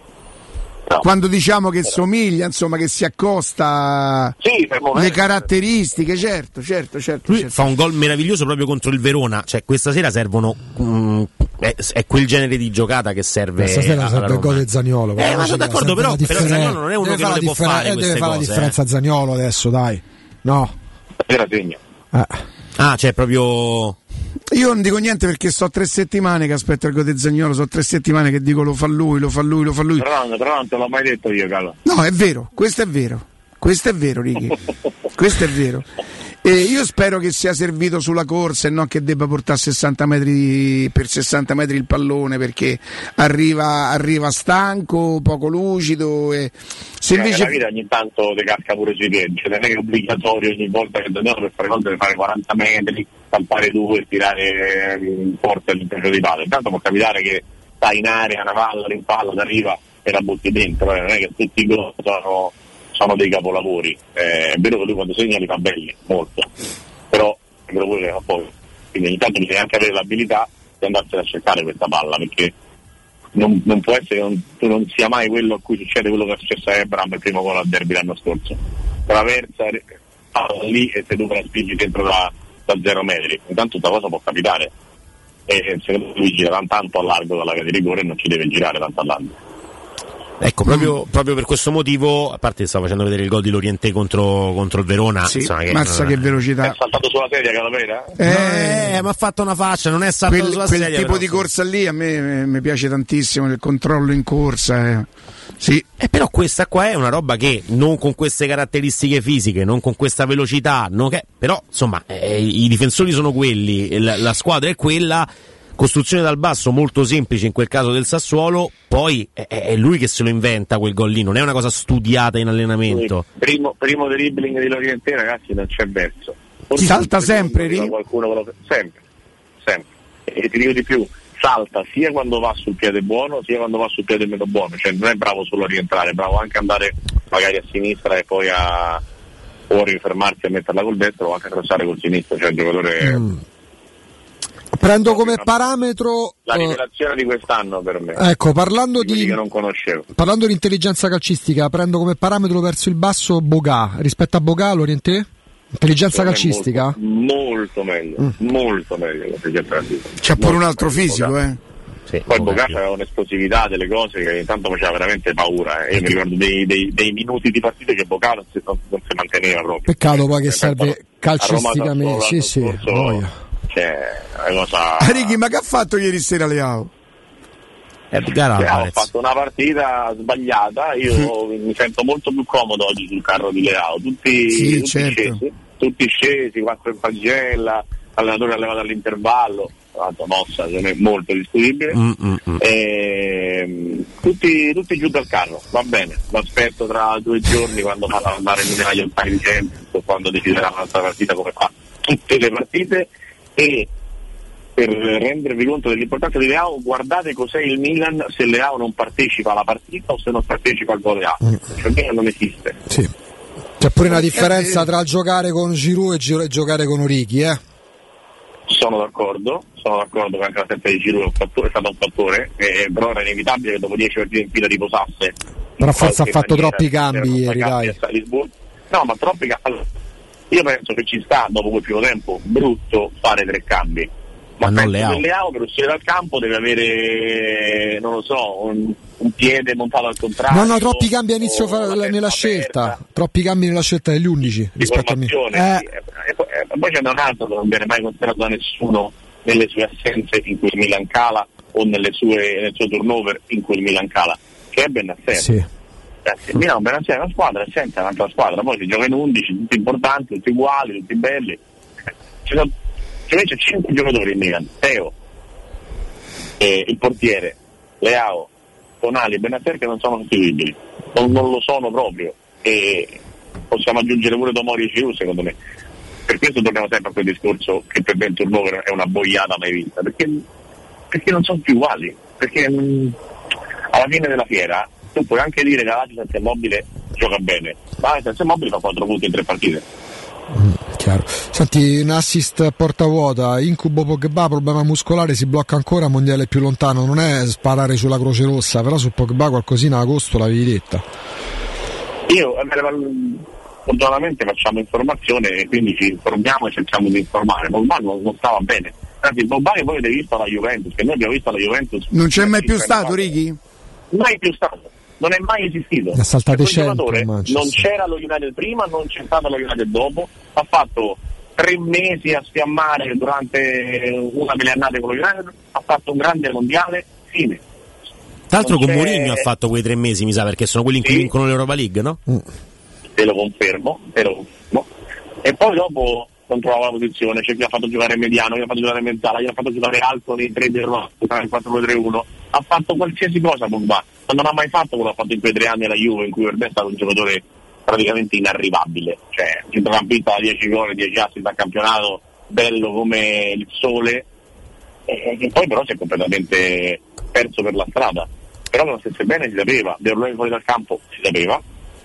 no. Quando diciamo che somiglia, insomma, che si accosta sì, per le caratteristiche, certo, certo, certo. Lui certo. fa un gol meraviglioso proprio contro il Verona, cioè questa sera servono mh, è, è quel genere di giocata che serve. Questa sera serve il gol di Zaniolo. Eh, ma sono d'accordo, però, però Zaniolo non è uno deve che non le può differen- fare eh, queste deve fare cose, la differenza eh. Zaniolo adesso, dai. No. Era segno. Eh. Ah, cioè proprio. Io non dico niente perché sto tre settimane che aspetto il gol di Zaniolo, so tre settimane che dico lo fa lui, lo fa lui, lo fa lui. Però, però non te l'ho mai detto io, Carlo. No, è vero, questo è vero, questo è vero, Ricky, questo è vero. E io spero che sia servito sulla corsa e non che debba portare sessanta metri per sessanta metri il pallone, perché arriva, arriva stanco, poco lucido. E se invece la vita ogni tanto ti casca pure sui piedi, cioè non è che è obbligatorio ogni volta che dobbiamo per fare gol deve fare quaranta metri, stampare due e tirare forte all'interno di palla. Intanto può capitare che stai in area, una palla, rimpalla, ti arriva e la butti dentro, non è che tutti i gol sono sono dei capolavori. Eh, è vero che lui quando segna li fa belli, molto, però è vero pure che fa poco, quindi ogni tanto bisogna anche avere l'abilità di andarsene a cercare questa palla, perché non, non può essere che non, tu non sia mai quello a cui succede quello che è successo a Ebram il primo gol al derby l'anno scorso, traversa lì e se tu la spingi dentro da, da zero metri. Intanto questa cosa può capitare e secondo lui gira tanto a largo dalla via di rigore e non ci deve girare tanto a largo. Ecco, proprio, proprio per questo motivo, a parte che stavo facendo vedere il gol di Lorientè contro, contro il Verona, sì, insomma, che, mazza che velocità. È saltato sulla sedia, Calavera? Eh, eh, ma ha fatto una faccia, non è saltato quel, sulla quel sedia. tipo però. di corsa lì a me mi piace tantissimo, il controllo in corsa. Eh. Sì. Eh, però questa qua è una roba che non con queste caratteristiche fisiche, non con questa velocità, non che, però insomma eh, i difensori sono quelli, la, la squadra è quella. Costruzione dal basso molto semplice in quel caso del Sassuolo, poi è, è lui che se lo inventa quel gol lì, non è una cosa studiata in allenamento. Primo, primo dribbling di Lorientè, ragazzi, non c'è verso. Forse salta sempre, Ri? Qualcuno lo... sempre, sempre. E ti dico di più, salta sia quando va sul piede buono sia quando va sul piede meno buono, cioè non è bravo solo a rientrare, è bravo anche andare magari a sinistra e poi a fuori fermarsi a metterla col destro o anche a crossare col sinistro, cioè il giocatore... Mm. Prendo come parametro la rivelazione uh, di quest'anno per me. Ecco, parlando di, di che non conoscevo. Parlando di intelligenza calcistica, prendo come parametro verso il basso Bogà rispetto a Bogà Lorientè? Intelligenza Secondo calcistica? Molto, molto meglio, mm. molto meglio l'intelligenza calcistica. C'è pure un altro fisico, Bogà. eh. Sì, poi Bogà aveva un'esplosività delle cose che intanto faceva veramente paura. Eh. Io mi ricordo dei, dei, dei minuti di partite che Bogà non si, non, non si manteneva proprio. Peccato poi che serve calcisticamente. Sì, sì, scorso, cioè, una cosa... Righi, ma che ha fatto ieri sera Leao? Eh, cioè, ho fatto una partita sbagliata, io mi sento molto più comodo oggi sul carro di Leao, tutti, sì, tutti certo. scesi, tutti scesi, quattro in pagella, l'allenatore ha levato all'intervallo, tra l'altro mossa, cioè, molto discutibile, mm, mm, mm. E, tutti, tutti giù dal carro, va bene, lo aspetto tra due giorni quando farà andare in Italia un paio di tempo, quando deciderà un'altra partita come fa tutte le partite. E per rendervi conto dell'importanza di Leao, guardate cos'è il Milan se Leao non partecipa alla partita o se non partecipa al gol Leao. Mm. Cioè il Milan non esiste. Sì. C'è pure una differenza tra giocare con Giroud e giocare con Origi, eh? Sono d'accordo, sono d'accordo che anche la scelta di Giroud è, un fattore, è stato un fattore, eh, però era inevitabile che dopo dieci partite in fila riposasse. Però forse ha fatto troppi cambi ieri, dai. No, ma troppi cambi. Allora, io penso che ci sta, dopo quel primo tempo, brutto fare tre cambi. Ma, ma non Leao. Leao per uscire dal campo deve avere, non lo so, un, un piede montato al contrario. No, no, troppi cambi a inizio fa, nella scelta. Aperta. Troppi cambi nella scelta degli undici rispetto a me. Eh. E, e, poi, e poi c'è un altro che non viene mai considerato da nessuno nelle sue assenze in cui il Milan cala o nelle sue, nel suo turnover in cui il Milan cala, che è Bennacer. Sì. Il Milano Benassia è una squadra e senza un'altra squadra, poi si gioca in undici, tutti importanti, tutti uguali, tutti belli. Ci sono c'è cinque giocatori in Milan, Teo, eh, il portiere, Leao, Tonali e Benasser che non sono sostituibili, non, non lo sono proprio, e possiamo aggiungere pure Tomori e Giroud secondo me. Per questo torniamo sempre a quel discorso che per me il turnover è una boiata mai vista, perché, perché non sono più uguali, perché mh, alla fine della fiera tu puoi anche dire che la Lazio senza Immobile gioca bene, ma senza Immobile fa quattro punti in tre partite. Mm, chiaro. Senti, un assist a porta vuota, incubo Pogba, problema muscolare, si blocca ancora, mondiale più lontano, non è sparare sulla Croce Rossa, però su Pogba qualcosina agosto l'avevi detta. Io fortunatamente facciamo informazione e quindi ci informiamo e cerchiamo di informare. Pogba non, non stava bene, anzi Pogba che voi avete visto alla Juventus, che noi abbiamo visto alla Juventus non c'è mai più stato, Righi? Mai più stato, non è mai esistito. Ha saltato quel cento, giocatore non c'era lo United prima, non c'è stato lo United dopo, ha fatto tre mesi a sfiammare durante una delle annate con lo United, ha fatto un grande mondiale, fine. Tra l'altro non con c'è... Mourinho ha fatto quei tre mesi, mi sa, perché sono quelli in cui sì. vincono l'Europa League, no? Mm. Te lo confermo, te lo confermo. E poi dopo non trovava la posizione, c'è chi ha fatto giocare mediano, chi ha fatto giocare mezzala, chi ha fatto giocare alto nei tre del il quattro due tre uno, ha fatto qualsiasi cosa Pogba, ma non ha mai fatto quello che ha fatto in quei tre anni alla Juve, in cui per me è stato un giocatore praticamente inarrivabile, cioè centrocampista da dieci gol, dieci assist dal campionato, bello come il sole, e che poi però si è completamente perso per la strada. Però che non stesse bene si sapeva, dei problemi fuori dal campo si sapeva,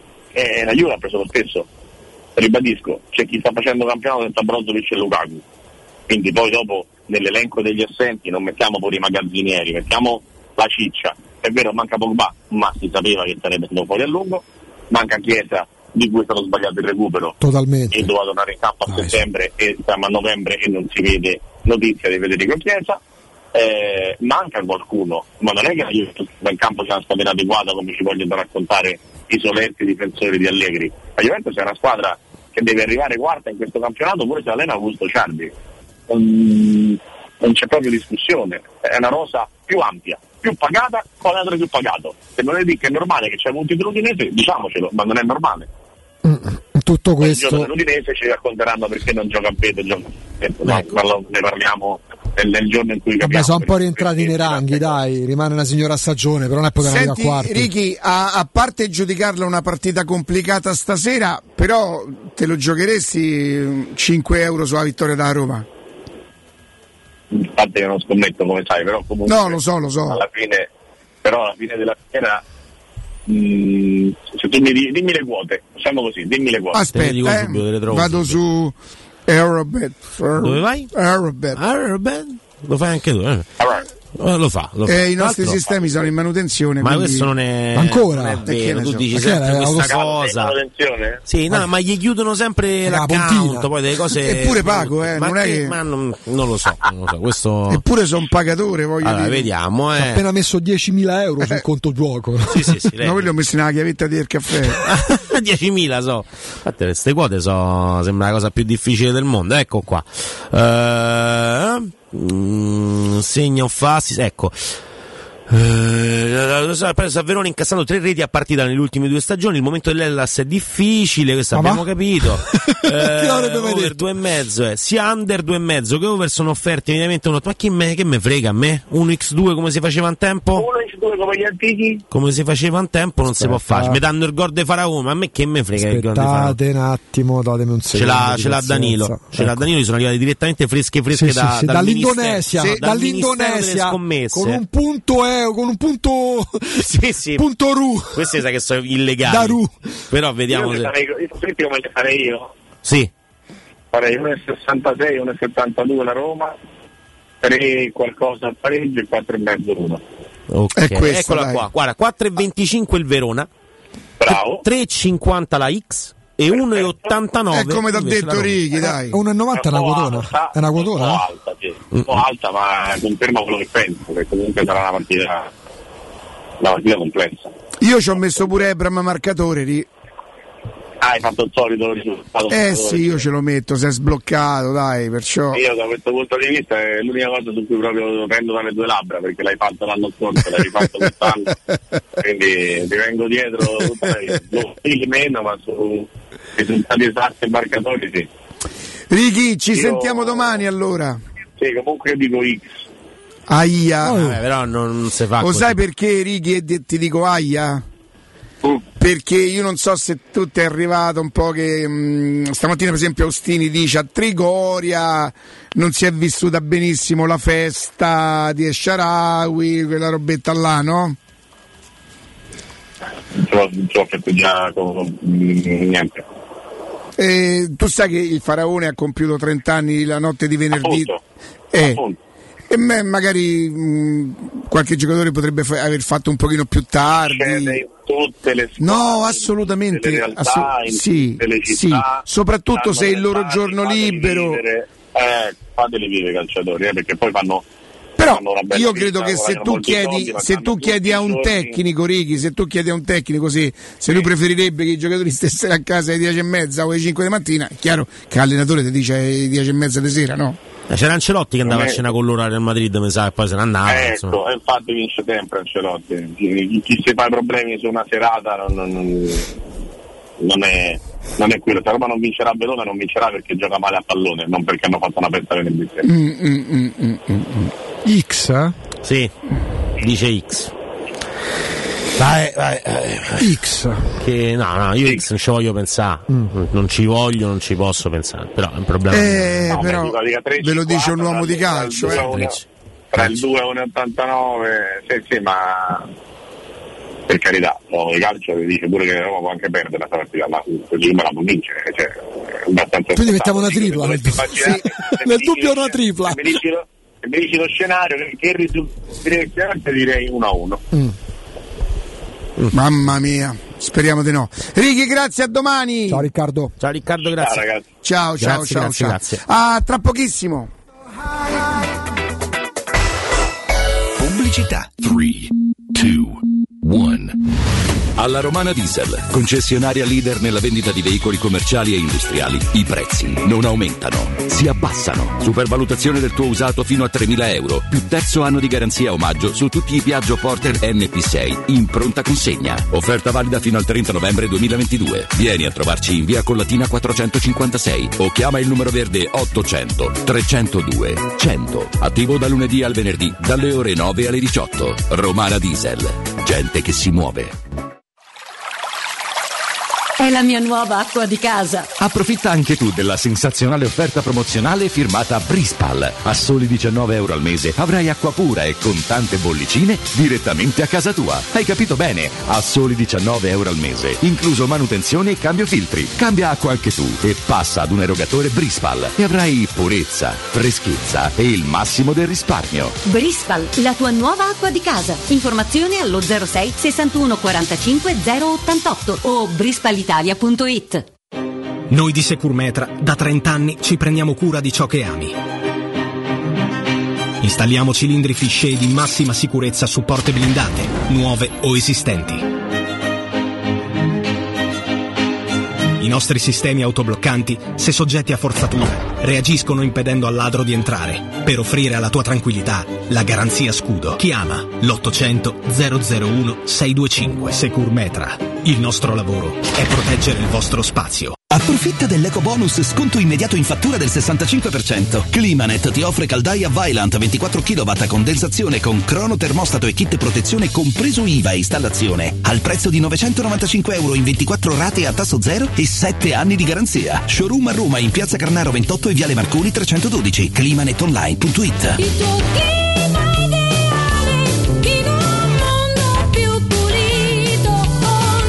e la Juve ha preso lo stesso. Ribadisco, c'è chi sta facendo campionato senza Brozovic e Lukaku, quindi poi dopo nell'elenco degli assenti non mettiamo pure i magazzinieri, mettiamo la ciccia. È vero, manca Pogba, ma si sapeva che sarebbe stato fuori a lungo, manca Chiesa, di cui è stato sbagliato il recupero. Totalmente. E doveva tornare in campo a settembre e siamo a novembre e non si vede notizia di Federico Chiesa. Eh, manca qualcuno, ma non è che la Juventus in campo sia una squadra adeguata come ci vogliono raccontare i solerti difensori di Allegri. La Juventus è una squadra che deve arrivare quarta in questo campionato pure se allena Augusto Ciardi. Um, non c'è proprio discussione, è una rosa più ampia, più pagata, con l'altro più pagato. Se non è lì che è normale che c'è punti dell'Udinese, diciamocelo, ma non è normale. Mm, tutto questo. Il giorno dell'Udinese ci racconteranno perché non gioca a Peto, gioca a Peto. No, ecco. Ne parliamo nel, nel giorno in cui capiamo. Vabbè, sono un po' rientrati nei ranghi, dai, rimane una signora stagione, però non è potuto arrivare a quarti. Ricky, a, a parte giudicarla una partita complicata stasera, però te lo giocheresti cinque euro sulla vittoria da Roma? A parte che non scommetto come sai, però comunque no, lo so, lo so. Alla fine, però alla fine della fiera mh, se tu mi dimmi, dimmi le quote, facciamo così, dimmi le quote. Aspetta, eh, subito, vado subito. Su Eurobet. Dove vai? Eurobet. Eurobet. Lo fai anche tu, eh? Right. Eh, lo fa, lo fa. Eh, i nostri sistemi sono in manutenzione. Ma quindi... questo non è ancora. Non è vero. Tu so. dici sempre questa cosa. Sì, no, ma... ma gli chiudono sempre la l'account, poi delle cose. Eppure pago, eh. Ma, non è che... ma non, non lo so, non lo so. Questo... Eppure sono pagatore, voglio allora, dire. vediamo, eh. Ho appena messo diecimila euro sul conto gioco. Sì, sì, sì. No, quelli ho messo nella chiavetta del caffè. diecimila so. Infatti queste quote so, sembra la cosa più difficile del mondo. Ecco qua. Uh, mm, segna un fassi, ecco. Uh, Verona incassato tre reti a partita nelle ultime due stagioni. Il momento dell'Hellas è difficile, questo ma abbiamo va? capito. eh, over due e mezzo, eh. sia under due e mezzo che over sono offerti evidentemente uno. Ma che me, che me frega a me? uno ics due come si faceva un tempo? uno ics due come gli antichi? Come si faceva un tempo non Aspetta. si può fare. Mi danno il gol de Faraone, ma a me che me frega il gol de Faraone? Aspettate un attimo, datemi un secondo. Ce l'ha, ce l'ha Danilo, ecco. Ce l'ha Danilo, sono arrivati direttamente fresche fresche sì, da, sì, sì, dal dall'Indonesia, sì, dall'Indonesia scommesse. Con un punto eh, con un punto sì, sì. punto ru. Queste sai che sono illegali. Da ru. Però vediamo io se... farei, io senti come le farei io? Sì. Farei uno virgola sessantasei, uno virgola settantadue la Roma, tre qualcosa al pareggio e quattro e mezzo l'uno. Ok, questa, eccola dai. qua. Guarda, quattro e venticinque il Verona. Bravo. tre e cinquanta la X e uno e ottantanove. È come ti ho detto Righi, dai. uno e novanta è una quotona. È una quotona? Un po' alta, sì. Un po' alta, ma conferma quello che penso, che comunque sarà una partita una partita complessa. Io ci ho messo pure Ebram marcatore. Ri... Ah, hai fatto il solito risultato. Eh sì, io ce lo metto, si è sbloccato, dai, perciò. Io da questo punto di vista è l'unica cosa su cui proprio prendo dalle due labbra, perché l'hai fatto l'anno scorso, l'hai rifatto quest'anno, quindi ti vengo dietro tutta la vita. Non di meno, ma su risultati esatti imbarcatori sì. Ricky, ci io... sentiamo domani allora. Sì, comunque io dico X. Aia. Oh, eh, però non si fa. Lo così. sai perché, Ricky, ti dico aia? Mm. Perché io non so se tu ti è arrivato un po' che mh, stamattina per esempio Austini dice a Trigoria non si è vissuta benissimo la festa di Esharawi, quella robetta là, no? Non so festeggiato niente. E tu sai che il Faraone ha compiuto trenta anni la notte di venerdì. Appunto. Eh, Appunto. E me, magari mh, qualche giocatore potrebbe fa- aver fatto un pochino più tardi. In tutte le squadre, No, assolutamente. in tutte le realtà, assu- in sì, tutte le sì. città, Soprattutto se è il loro stanno giorno fateli libero. vivere, eh, fateli vivere i calciatori, eh, perché poi fanno. Però fanno una bella io vita, credo che se guadagnano tu molti chiedi, soldi, ma se stanno tu chiedi a un tutti i giorni- tecnico, Righi, se tu chiedi a un tecnico sì, se lui preferirebbe che i giocatori stessero a casa alle dieci e mezza o alle cinque di mattina, è chiaro che l'allenatore ti dice alle dieci e mezza di sera, no? C'era Ancelotti che andava Non è- a cena con loro al Real Madrid, mi sa, e poi se ne andava. Ecco, e infatti vince sempre Ancelotti. Chi, chi si fa i problemi su una serata non, non, non è non è quello. Se Roma non vincerà a Verona non vincerà perché gioca male a pallone, non perché hanno fatto una festa venerdì sera. Mm, mm, mm, mm, mm. X? Eh? Sì, dice X. Vai, vai, vai. X. Che no, no, io X non ci voglio pensare. Mm. Non ci voglio, non ci posso pensare. Però è un problema. Eh, No, però ma dico, tre, ve lo dice un cinquanta, uomo di tra il calcio, due eh. e uno- tra il due e uno e ottantanove, sì, sì, ma per carità, no, il calcio ti dice pure che Roma può anche perdere la partita, ma Roma la può vincere, cioè, è abbastanza. Quindi mettiamo una tripla. Nel Nel dubbio una tripla. Se mi dici lo, se mi dici lo scenario che, che risulta direttamente direi uno a uno. Mm. Mamma mia, speriamo di no. Righi, grazie, a domani. Ciao Riccardo. Ciao Riccardo, grazie. Ciao ragazzi. Ciao, ciao, Grazie, ciao, grazie, ciao. grazie. Ah, tra pochissimo. Pubblicità. tre, due, uno. Alla Romana Diesel, concessionaria leader nella vendita di veicoli commerciali e industriali, i prezzi non aumentano, si abbassano. Supervalutazione del tuo usato fino a tremila euro, più terzo anno di garanzia omaggio su tutti i Piaggio Porter N P sei in pronta consegna. Offerta valida fino al trenta novembre duemilaventidue. Vieni a trovarci in via Collatina quattrocentocinquantasei o chiama il numero verde ottocento trecentodue cento. Attivo da lunedì al venerdì dalle ore nove alle diciotto. Romana Diesel, gente che si muove. È la mia nuova acqua di casa. Approfitta anche tu della sensazionale offerta promozionale firmata Brispal. A soli diciannove euro al mese avrai acqua pura e con tante bollicine direttamente a casa tua. Hai capito bene? A soli diciannove euro al mese, incluso manutenzione e cambio filtri. Cambia acqua anche tu e passa ad un erogatore Brispal e avrai purezza, freschezza e il massimo del risparmio. Brispal, la tua nuova acqua di casa. Informazioni allo zero sei sessantuno quarantacinque zero ottantotto o brispalitalia punto it. Noi di Securmetra da trenta anni ci prendiamo cura di ciò che ami. Installiamo cilindri Fichet di massima sicurezza su porte blindate, nuove o esistenti. I nostri sistemi autobloccanti, se soggetti a forzatura, reagiscono impedendo al ladro di entrare, per offrire alla tua tranquillità la garanzia scudo. Chiama l'ottocento zero zero uno sei due cinque. Securmetra. Il nostro lavoro è proteggere il vostro spazio. Approfitta dell'eco bonus sconto immediato in fattura del sessantacinque per cento. Climanet ti offre caldaia Vaillant ventiquattro chilowatt a condensazione con crono termostato e kit protezione compreso I V A e installazione al prezzo di novecentonovantacinque euro in ventiquattro rate a tasso zero e sette anni di garanzia. Showroom a Roma in Piazza Carnaro ventotto e Viale Marconi trecentododici. climanetonline punto it. Il tuo clima ideale in un mondo più pulito con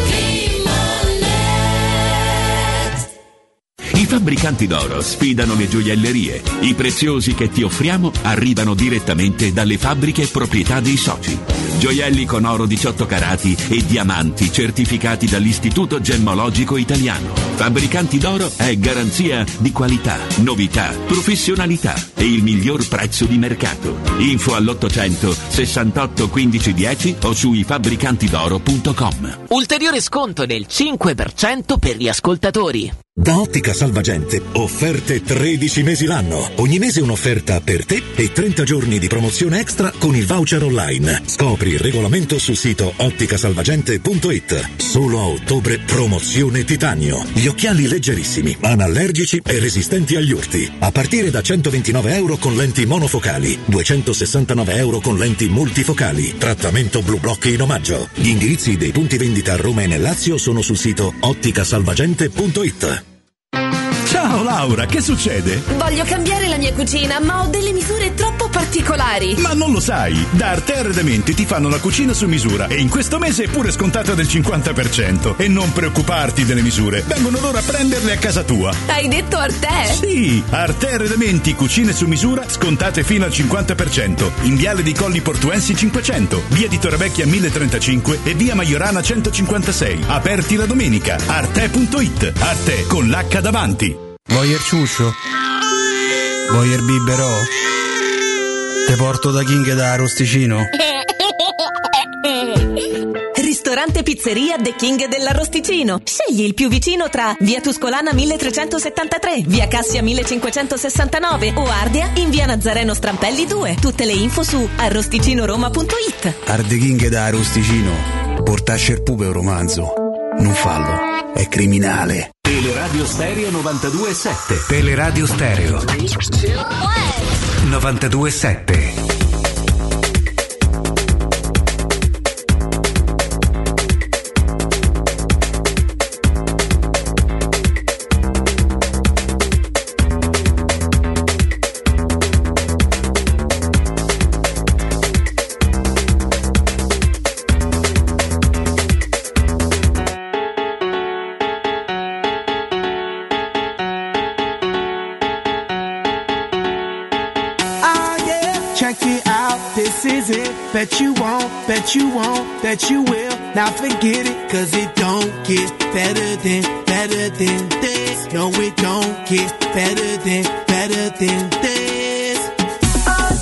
Climanet. I fabbricanti d'oro sfidano le gioiellerie. I preziosi che ti offriamo arrivano direttamente dalle fabbriche proprietà dei soci. Gioielli con oro diciotto carati e diamanti certificati dall'Istituto Gemmologico Italiano. Fabbricanti d'Oro è garanzia di qualità, novità, professionalità e il miglior prezzo di mercato. Info all'ottocento sessantotto quindici dieci o su i fabbricanti d'oro punto com. Ulteriore sconto del cinque per cento per gli ascoltatori. Da Ottica Salvagente, offerte tredici mesi l'anno. Ogni mese un'offerta per te e trenta giorni di promozione extra con il voucher online. Scopri il regolamento sul sito ottica salvagente punto it. Solo a ottobre promozione titanio. Gli occhiali leggerissimi, anallergici e resistenti agli urti. A partire da centoventinove euro con lenti monofocali, duecentosessantanove euro con lenti multifocali. Trattamento Blue Block in omaggio. Gli indirizzi dei punti vendita a Roma e nel Lazio sono sul sito ottica salvagente punto it. Ciao Laura, che succede? Voglio cambiare la mia cucina, ma ho delle misure troppo particolari. Ma non lo sai, da Arte Arredamenti ti fanno la cucina su misura e in questo mese è pure scontata del cinquanta per cento. E non preoccuparti delle misure, vengono loro a prenderle a casa tua. Hai detto Arte? Sì, Arte Arredamenti, cucine su misura, scontate fino al cinquanta per cento. In Viale dei Colli Portuensi cinquecento, via di Torrevecchia mille trentacinque e via Maiorana centocinquantasei. Aperti la domenica. Arte punto it. Arte con l'H davanti. Vuoi il ciuscio? Vuoi il biberò? Te porto da King da Arrosticino? Ristorante Pizzeria The King dell'Arrosticino. Scegli il più vicino tra via Tuscolana milletrecentosettantatré, via Cassia millecinquecentosessantanove o Ardea in via Nazareno Strampelli due. Tutte le info su arrosticinoroma punto it. Arde King da Arrosticino. Portasce il pupe un romanzo. Non fallo, è criminale. Teleradio Stereo novantadue e sette. Teleradio Stereo novantadue e sette. Bet you won't, bet you won't, bet you will. Now forget it, cause it don't get better than, better than this. No, it don't get better than, better than this. Oh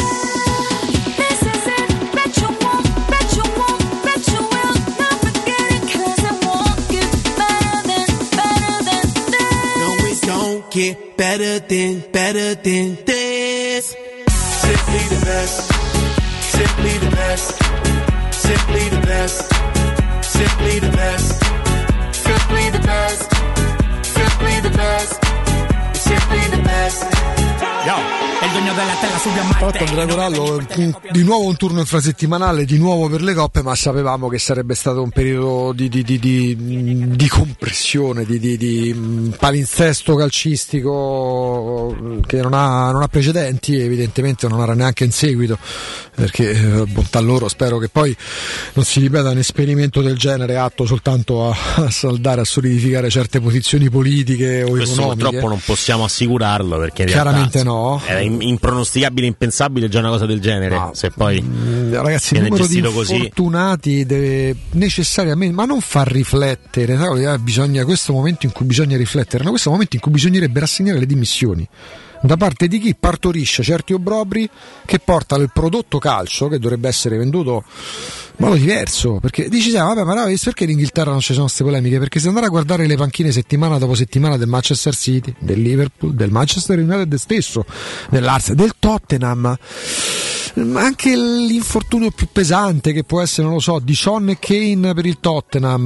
yeah, this is it. Bet you won't, bet you won't, bet you will. Now forget it, cause it won't get better than, better than this. No, it don't get better than, better than this. Simply the best. Simply the best, simply the best, simply the best, simply the best, simply the best, simply the best. Yo, el dueño de la tela sube a Marte. Tra l'altro Andrea Corallo, di nuovo un turno infrasettimanale, di nuovo per le coppe, ma sapevamo che sarebbe stato un periodo di, di, di, di, di compressione, di, di, di palinsesto calcistico che non ha, non ha precedenti e evidentemente non avrà neanche in seguito, perché bontà loro, spero che poi non si ripeta un esperimento del genere atto soltanto a, a saldare, a solidificare certe posizioni politiche o questo economiche. Purtroppo non possiamo assicurarlo, perché in chiaramente realtà, no, era impronosticabile, impensabile già una cosa del genere. No. Se poi mm, ragazzi, il numero di infortunati così deve necessariamente, ma non far riflettere, sai, bisogna, questo momento in cui bisogna riflettere, no, questo è il momento in cui bisognerebbe rassegnare le dimissioni da parte di chi partorisce certi obbrobri che portano il prodotto calcio, che dovrebbe essere venduto in modo diverso, perché dici, ah, vabbè, ma no, perché in Inghilterra non ci sono queste polemiche? Perché se andare a guardare le panchine settimana dopo settimana del Manchester City, del Liverpool, del Manchester United stesso, dell'Arsenal, del Tottenham, anche l'infortunio più pesante che può essere, non lo so, di Son e Kane per il Tottenham,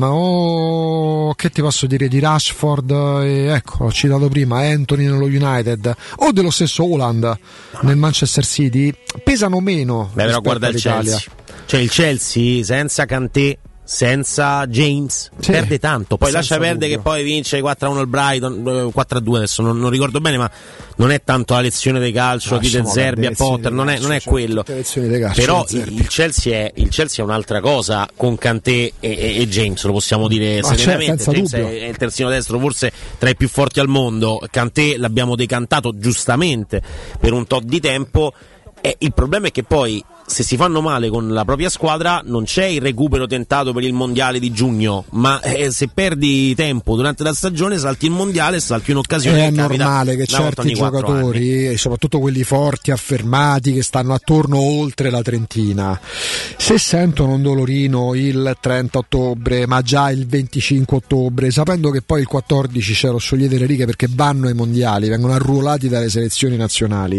o che ti posso dire di Rashford, e ecco, ho citato prima Anthony nello United, o dello stesso Haaland nel Manchester City, pesano meno. Beh, però guarda il Chelsea, cioè il Chelsea senza Kanté, senza James, sì, perde tanto, poi lascia perdere che poi vince quattro a uno il Brighton, quattro a due adesso non, non ricordo bene, ma non è tanto la lezione di calcio di De Zerbi a Potter, non è, non è quello, però il Chelsea, è, il Chelsea è un'altra cosa con Kanté e, e, e James, lo possiamo dire ma serenamente, James è, è il terzino destro forse tra i più forti al mondo, Kanté l'abbiamo decantato giustamente per un tot di tempo, e il problema è che poi se si fanno male con la propria squadra non c'è il recupero tentato per il mondiale di giugno, ma eh, se perdi tempo durante la stagione salti il mondiale e salti un'occasione. È che normale che certi giocatori, e soprattutto quelli forti, affermati, che stanno attorno oltre la trentina, se sentono un dolorino il trenta ottobre, ma già il venticinque ottobre, sapendo che poi il quattordici c'è lo sciogliete le righe perché vanno ai mondiali, vengono arruolati dalle selezioni nazionali,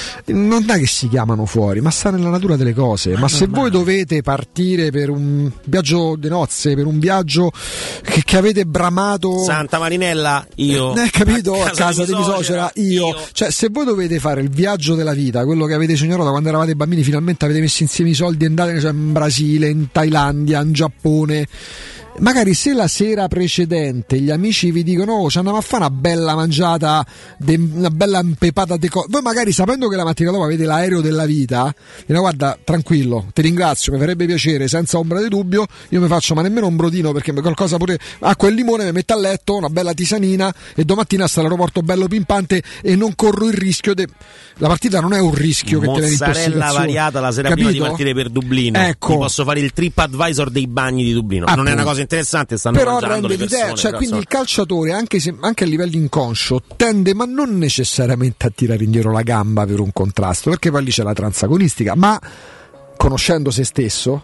non è che si chiamano fuori, ma sta nella natura delle cose. Ma, ma se voi dovete partire per un viaggio di nozze, per un viaggio che, che avete bramato Santa Marinella, io eh, capito, a casa, a casa di di Misocera, io. io cioè se voi dovete fare il viaggio della vita, quello che avete sognato da quando eravate bambini, finalmente avete messo insieme i soldi e andate cioè, in Brasile, in Thailandia, in Giappone, magari se la sera precedente gli amici vi dicono oh, ci andiamo a fare una bella mangiata, de, una bella impepata de co-, voi magari sapendo che la mattina dopo avete l'aereo della vita, dite guarda tranquillo, ti ringrazio, mi farebbe piacere, senza ombra di dubbio, io mi faccio ma nemmeno un brodino perché qualcosa pure acqua e limone, mi metto a letto, una bella tisanina e domattina sta all'aeroporto bello pimpante e non corro il rischio de... la partita non è un rischio che te viene mozzarella variata la sera capito? Prima di partire per Dublino, ecco. Ti posso fare il trip advisor dei bagni di Dublino, ah, non è una cosa interessante, stanno però mangiando rende le persone, l'idea, cioè però, quindi so. il calciatore anche, se, anche a livello inconscio tende ma non necessariamente a tirare indietro la gamba per un contrasto, perché poi lì c'è la transagonistica, ma conoscendo se stesso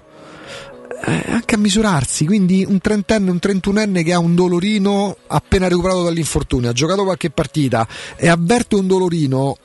eh, anche a misurarsi, quindi un trentenne, un trentunenne che ha un dolorino appena recuperato dall'infortunio, ha giocato qualche partita e avverte un dolorino,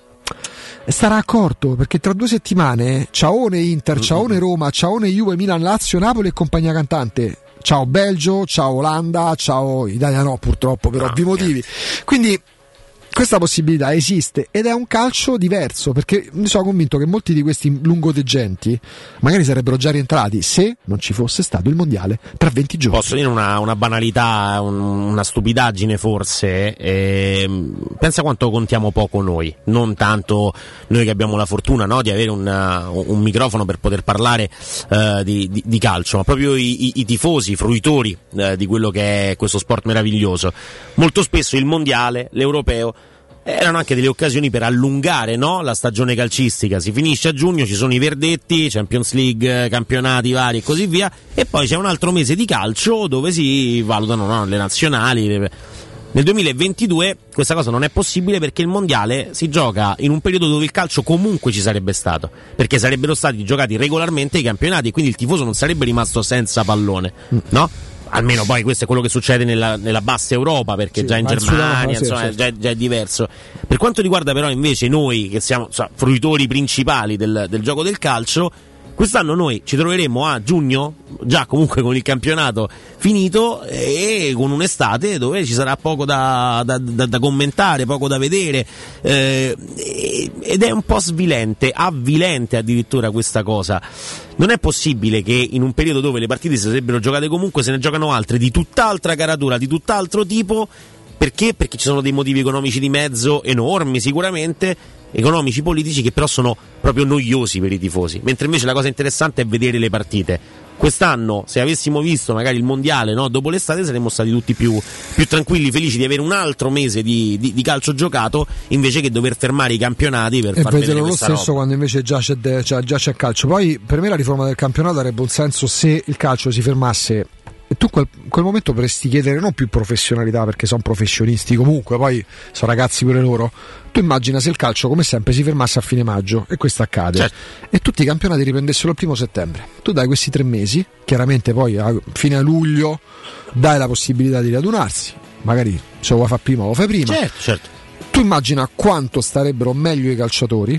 starà accorto, perché tra due settimane ciaone Inter, ciaone Roma, ciaone Juve, Milan, Lazio, Napoli e compagnia cantante, ciao Belgio, ciao Olanda, ciao Italia no purtroppo per ovvi motivi, quindi questa possibilità esiste ed è un calcio diverso, perché mi sono convinto che molti di questi lungotegenti magari sarebbero già rientrati se non ci fosse stato il mondiale tra venti giorni. Posso dire una, una banalità, un, una stupidaggine forse, eh, pensa quanto contiamo poco noi, non tanto noi che abbiamo la fortuna, no, di avere una, un microfono per poter parlare eh, di, di, di calcio, ma proprio i, i, i tifosi, i fruitori eh, di quello che è questo sport meraviglioso. Molto spesso il mondiale, l'europeo erano anche delle occasioni per allungare, no? La stagione calcistica. Si finisce a giugno, ci sono i verdetti, Champions League, campionati vari e così via, e poi c'è un altro mese di calcio dove si valutano, no, le nazionali. Le... Nel duemilaventidue questa cosa non è possibile perché il mondiale si gioca in un periodo dove il calcio comunque ci sarebbe stato, perché sarebbero stati giocati regolarmente i campionati e quindi il tifoso non sarebbe rimasto senza pallone, no? Almeno poi questo è quello che succede nella, nella bassa Europa, perché sì, già in Germania insomma, sì, già, già è diverso. Per quanto riguarda però invece noi che siamo insomma, fruitori principali del, del gioco del calcio, quest'anno noi ci troveremo a giugno, già comunque con il campionato finito e con un'estate dove ci sarà poco da, da, da, da commentare, poco da vedere, eh, ed è un po' svilente, avvilente addirittura questa cosa. Non è possibile che in un periodo dove le partite si sarebbero giocate comunque se ne giocano altre di tutt'altra caratura, di tutt'altro tipo. Perché? Perché ci sono dei motivi economici di mezzo enormi sicuramente, economici, politici, che però sono proprio noiosi per i tifosi, mentre invece la cosa interessante è vedere le partite. Quest'anno, se avessimo visto magari il mondiale, no, dopo l'estate, saremmo stati tutti più, più tranquilli, felici di avere un altro mese di, di, di calcio giocato invece che dover fermare i campionati per e far vedere lo questa stesso roba. Quando invece già c'è, de, già, già c'è calcio. Poi per me la riforma del campionato avrebbe un senso se il calcio si fermasse e tu quel, quel momento potresti chiedere non più professionalità, perché sono professionisti comunque, poi sono ragazzi pure loro. Tu immagina se il calcio come sempre si fermasse a fine maggio, e questo accade, certo, e tutti i campionati riprendessero il primo settembre. Tu dai questi tre mesi, chiaramente poi a fine luglio dai la possibilità di radunarsi, magari se lo vuoi fare prima lo fai prima, certo, certo. Tu immagina quanto starebbero meglio i calciatori,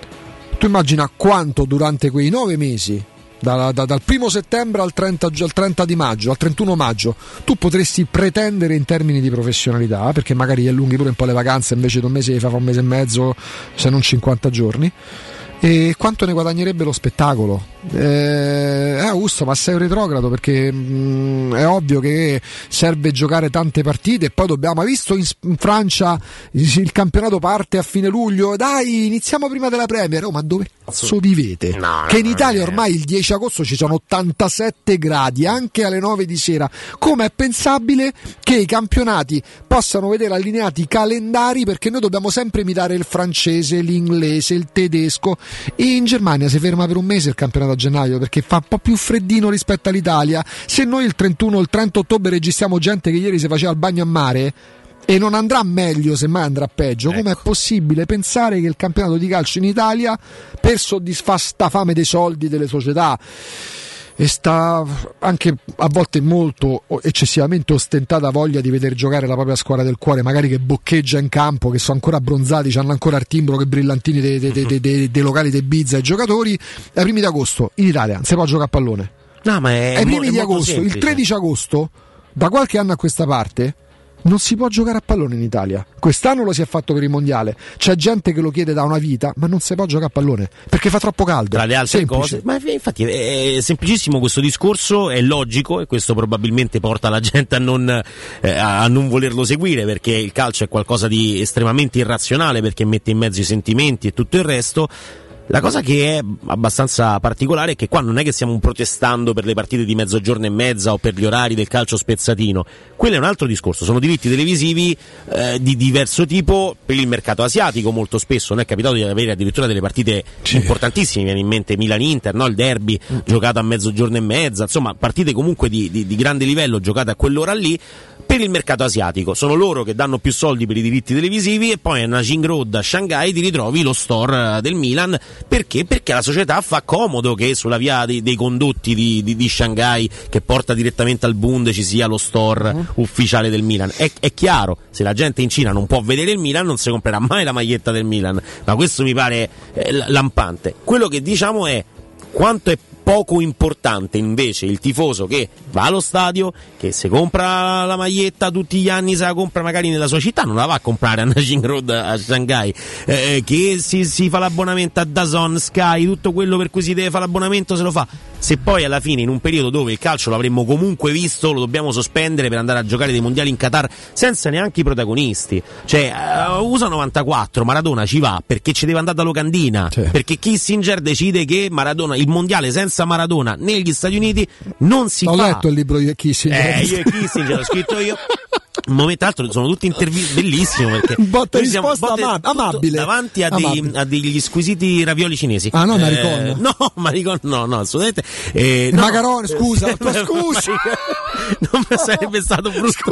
tu immagina quanto durante quei nove mesi Da, da, dal primo settembre al trenta, al trenta di maggio, al trentuno maggio, tu potresti pretendere in termini di professionalità, perché magari allunghi pure un po' le vacanze, invece di un mese fa un mese e mezzo, se non cinquanta giorni. E quanto ne guadagnerebbe lo spettacolo? Eh, Augusto, ma sei un retrogrado perché mh, è ovvio che serve giocare tante partite e poi dobbiamo, ha visto in, in Francia il campionato parte a fine luglio, dai iniziamo prima della Premier. Oh, ma dove cazzo vivete? No, che no, in Italia no, ormai il dieci agosto ci sono ottantasette gradi anche alle nove di sera. Come è pensabile che i campionati possano vedere allineati i calendari, perché noi dobbiamo sempre imitare il francese, l'inglese, il tedesco. In Germania si ferma per un mese il campionato a gennaio perché fa un po' più freddino rispetto all'Italia. Se noi il trentuno o il trenta ottobre registriamo gente che ieri si faceva il bagno a mare e non andrà meglio, semmai andrà peggio, ecco. Com'è possibile pensare che il campionato di calcio in Italia, per soddisfare sta fame dei soldi delle società e sta anche a volte molto eccessivamente ostentata voglia di vedere giocare la propria squadra del cuore, magari che boccheggia in campo, che sono ancora abbronzati, hanno ancora il timbro che brillantini dei, dei, dei, dei, dei locali di Ibiza, i giocatori, ai primi di agosto in Italia non si può giocare a pallone. No, ma è ai primi mo- di è agosto, semplice. il tredici agosto, da qualche anno a questa parte non si può giocare a pallone in Italia. Quest'anno lo si è fatto per il mondiale. C'è gente che lo chiede da una vita, ma non si può giocare a pallone perché fa troppo caldo. Tra le altre Semplice. cose, ma infatti è semplicissimo questo discorso, è logico e questo probabilmente porta la gente a non, eh, a non volerlo seguire, perché il calcio è qualcosa di estremamente irrazionale, perché mette in mezzo i sentimenti e tutto il resto. La cosa che è abbastanza particolare è che qua non è che stiamo protestando per le partite di mezzogiorno e mezza o per gli orari del calcio spezzatino, quello è un altro discorso, sono diritti televisivi eh, di diverso tipo per il mercato asiatico. Molto spesso non è capitato di avere addirittura delle partite sì. importantissime, mi viene in mente Milan-Inter, no? Il derby mm. giocato a mezzogiorno e mezza, insomma partite comunque di, di, di grande livello giocate a quell'ora lì per il mercato asiatico. Sono loro che danno più soldi per i diritti televisivi e poi a Najing Road a Shanghai ti ritrovi lo store del Milan. Perché? Perché la società fa comodo che sulla via dei, dei condotti di, di, di Shanghai, che porta direttamente al Bund, ci sia lo store uh-huh. ufficiale del Milan. È, è chiaro, se la gente in Cina non può vedere il Milan non si comprerà mai la maglietta del Milan, ma questo mi pare eh, lampante. Quello che diciamo è quanto è poco importante invece il tifoso che va allo stadio, che se compra la maglietta tutti gli anni, se la compra magari nella sua città, non la va a comprare a Najing Road a Shanghai, eh, che si, si fa l'abbonamento a D A Z N, Sky, tutto quello per cui si deve fare l'abbonamento se lo fa. Se poi alla fine, in un periodo dove il calcio l'avremmo comunque visto, lo dobbiamo sospendere per andare a giocare dei mondiali in Qatar senza neanche i protagonisti, cioè uh, U S A novantaquattro Maradona ci va perché ci deve andare da locandina, sì. perché Kissinger decide che Maradona, il mondiale senza Maradona negli Stati Uniti non si Ho fa. Ho letto il libro di Kissinger. Eh, io e Kissinger l'ho scritto io. Un momento altro sono tutti interviste bellissimo perché botta siamo risposta ama- amabile davanti a, dei, a degli squisiti ravioli cinesi. Ah no, eh, Maricon. No, Maricon no, no, assolutamente. Eh, no. Macaron, scusa, scusa. Non mi sarebbe stato brusco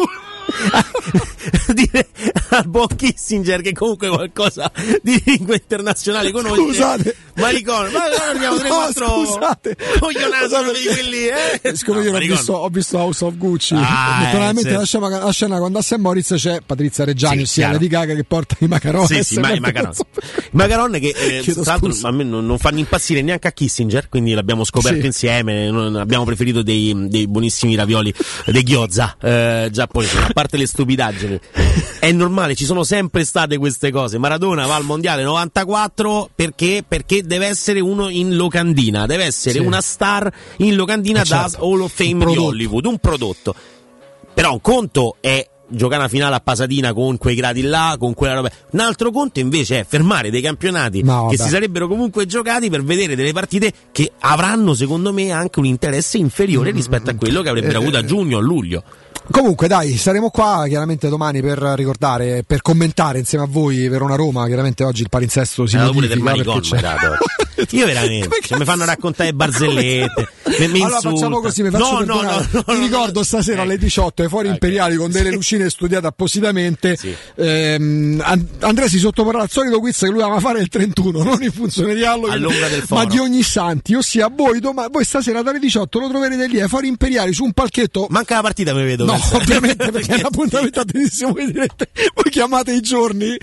dire al buon Kissinger che comunque qualcosa di lingua internazionale conosce. Scusate, Maricon, ma abbiamo tre quattro scusate, coglionazzo di quelli, eh. Siccome io no, ho visto, ho visto House of Gucci, ah, naturalmente eh, la, scena, la scena con Dustin Morris c'è Patrizia Reggiani, sì, ossia Lady Gaga che porta i macaron. Sì, sì, ma i macaron. I macaron che eh, tra l'altro a me non, non fanno impazzire neanche a Kissinger, quindi l'abbiamo scoperto sì. insieme, non, abbiamo preferito dei, dei buonissimi ravioli dei gyoza eh, giapponesi, a parte le stupidaggini. È normale, ci sono sempre state queste cose. Maradona va al mondiale novantaquattro perché perché deve essere uno in locandina, deve essere sì. una star in locandina eh da certo. Hall of Fame di Hollywood, un prodotto. Però un conto è giocare una finale a Pasadena con quei gradi là, con quella roba. Un altro conto invece è fermare dei campionati no, che si sarebbero comunque giocati per vedere delle partite che avranno secondo me anche un interesse inferiore mm-hmm. rispetto a quello che avrebbero eh, avuto a giugno o a luglio. Comunque dai, saremo qua chiaramente domani per ricordare, per commentare insieme a voi Verona-Roma. Chiaramente oggi il palinsesto si modifica perché c'è... Io veramente cioè, mi fanno raccontare barzellette, mi, mi allora facciamo così, mi faccio no, no, no, no, mi ricordo stasera alle diciotto ai Fori okay. Imperiali con delle sì. lucine studiate appositamente sì. ehm, Andrea si sottoporrà al solito quiz che lui ama fare il trentuno, non in funzione di Halloween ma di ogni santi, ossia voi, doma- voi stasera dalle diciotto lo troverete lì ai Fori Imperiali su un palchetto. Manca la partita, mi vedo. No, ovviamente perché è un appuntamento attentissimo, voi direte, voi chiamate i giorni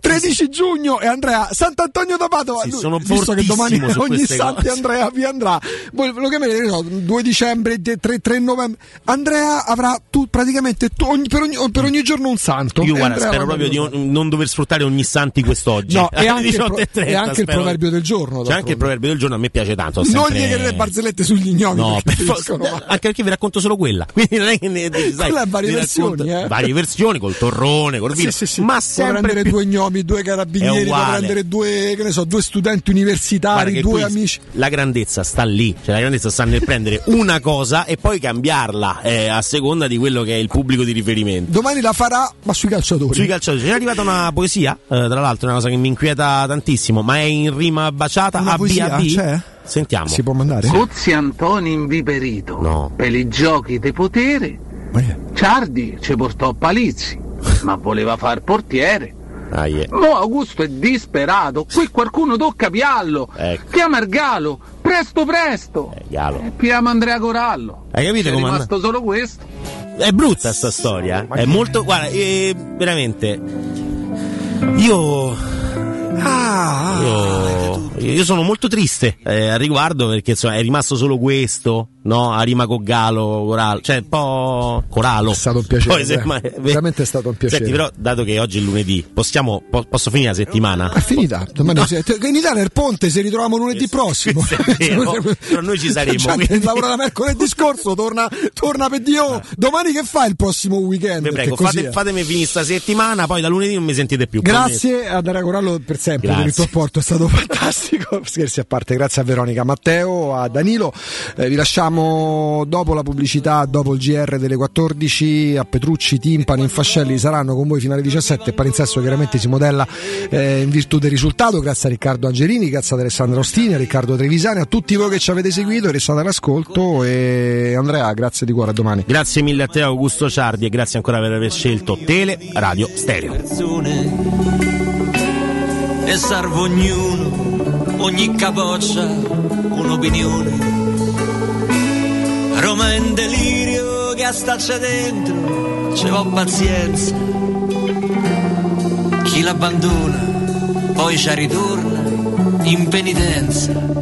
tredici giugno e Andrea Sant'Antonio da Padova. Sì, sono visto che domani fortissimo su ogni queste Santi cose. Andrea vi andrà. Voi lo chiamate, no, due dicembre, tre, tre novembre. Andrea avrà tu, praticamente tu, ogni, per, ogni, per ogni giorno un santo. Io E guarda, Andrea spero va proprio di bene. non, non dover sfruttare ogni Santi quest'oggi. No, e anche, il, diciotto pro- e trenta, e anche il spero. proverbio del giorno. C'è anche il proverbio del giorno, a me piace tanto. ho Non sempre- gli chiedere barzellette sugli gnomi. No, perché per finiscono fa- male. anche perché vi racconto solo quella. Quindi non è che ne sai, Quella è varie vi versioni, racconto- eh. varie versioni col torrone, col vino. Sì, sì, sì. Ma Puoi sempre prendere più... due gnomi, due È carabinieri, puoi uguale. prendere due, che ne so, due studenti Guarda universitari, che due qui amici. La grandezza sta lì, cioè la grandezza sta nel prendere una cosa e poi cambiarla eh, a seconda di quello che è il pubblico di riferimento. Domani la farà, ma sui calciatori. Sui calciatori c'è arrivata una poesia, eh, tra l'altro è una cosa che mi inquieta tantissimo, ma è in rima baciata Una A B poesia? A B. C'è? Sentiamo. Si può mandare? Cozzi Antoni inviperito No. per i giochi di potere. Ciardi ci portò Palizzi, ma voleva far portiere. Ah, yeah. Mo Augusto è disperato, qui qualcuno tocca piallo. Ecco. Chiama il Galo, presto presto. Eh, Galo. E chiama Andrea Corallo. Hai capito È come rimasto solo questo. È brutta sta storia, è molto, guarda, eh, veramente io Ah, io, io sono molto triste eh, al riguardo perché insomma è rimasto solo questo, no? A rima con Galo, Corallo, cioè un po' Corallo. È stato un piacere. Poi, se- ma- Veramente è stato un piacere. Senti, però, dato che oggi è lunedì, possiamo, po- posso finire la settimana? È finita. Domani si- in Italia è il ponte, se ritroviamo lunedì prossimo. vero, però noi ci saremo, C'è quindi- lavora da mercoledì scorso, torna, torna per Dio. Domani che fa il prossimo weekend? Vi prego, Perché così fate, è. fatemi finire sta settimana, poi da lunedì non mi sentite più. Grazie a Daria Corallo per sempre per il tuo apporto, è stato fantastico. Scherzi a parte, grazie a Veronica, Matteo, a Danilo. Eh, vi lasciamo dopo la pubblicità, dopo il G R delle quattordici. A Petrucci, Timpani, Infascelli saranno con voi fino alle diciassette. Palinsesto chiaramente si modella eh, in virtù del risultato. Grazie a Riccardo Angelini, grazie ad Alessandro Ostini, a Riccardo Trevisani, a tutti voi che ci avete seguito e restate all'ascolto. E Andrea, grazie di cuore, a domani. Grazie mille a te Augusto Ciardi e grazie ancora per aver scelto Tele Radio Stereo. E serve ognuno, ogni capoccia, un'opinione. Roma in delirio che staccia dentro, ci va pazienza. Chi l'abbandona, poi ci ritorna in penitenza.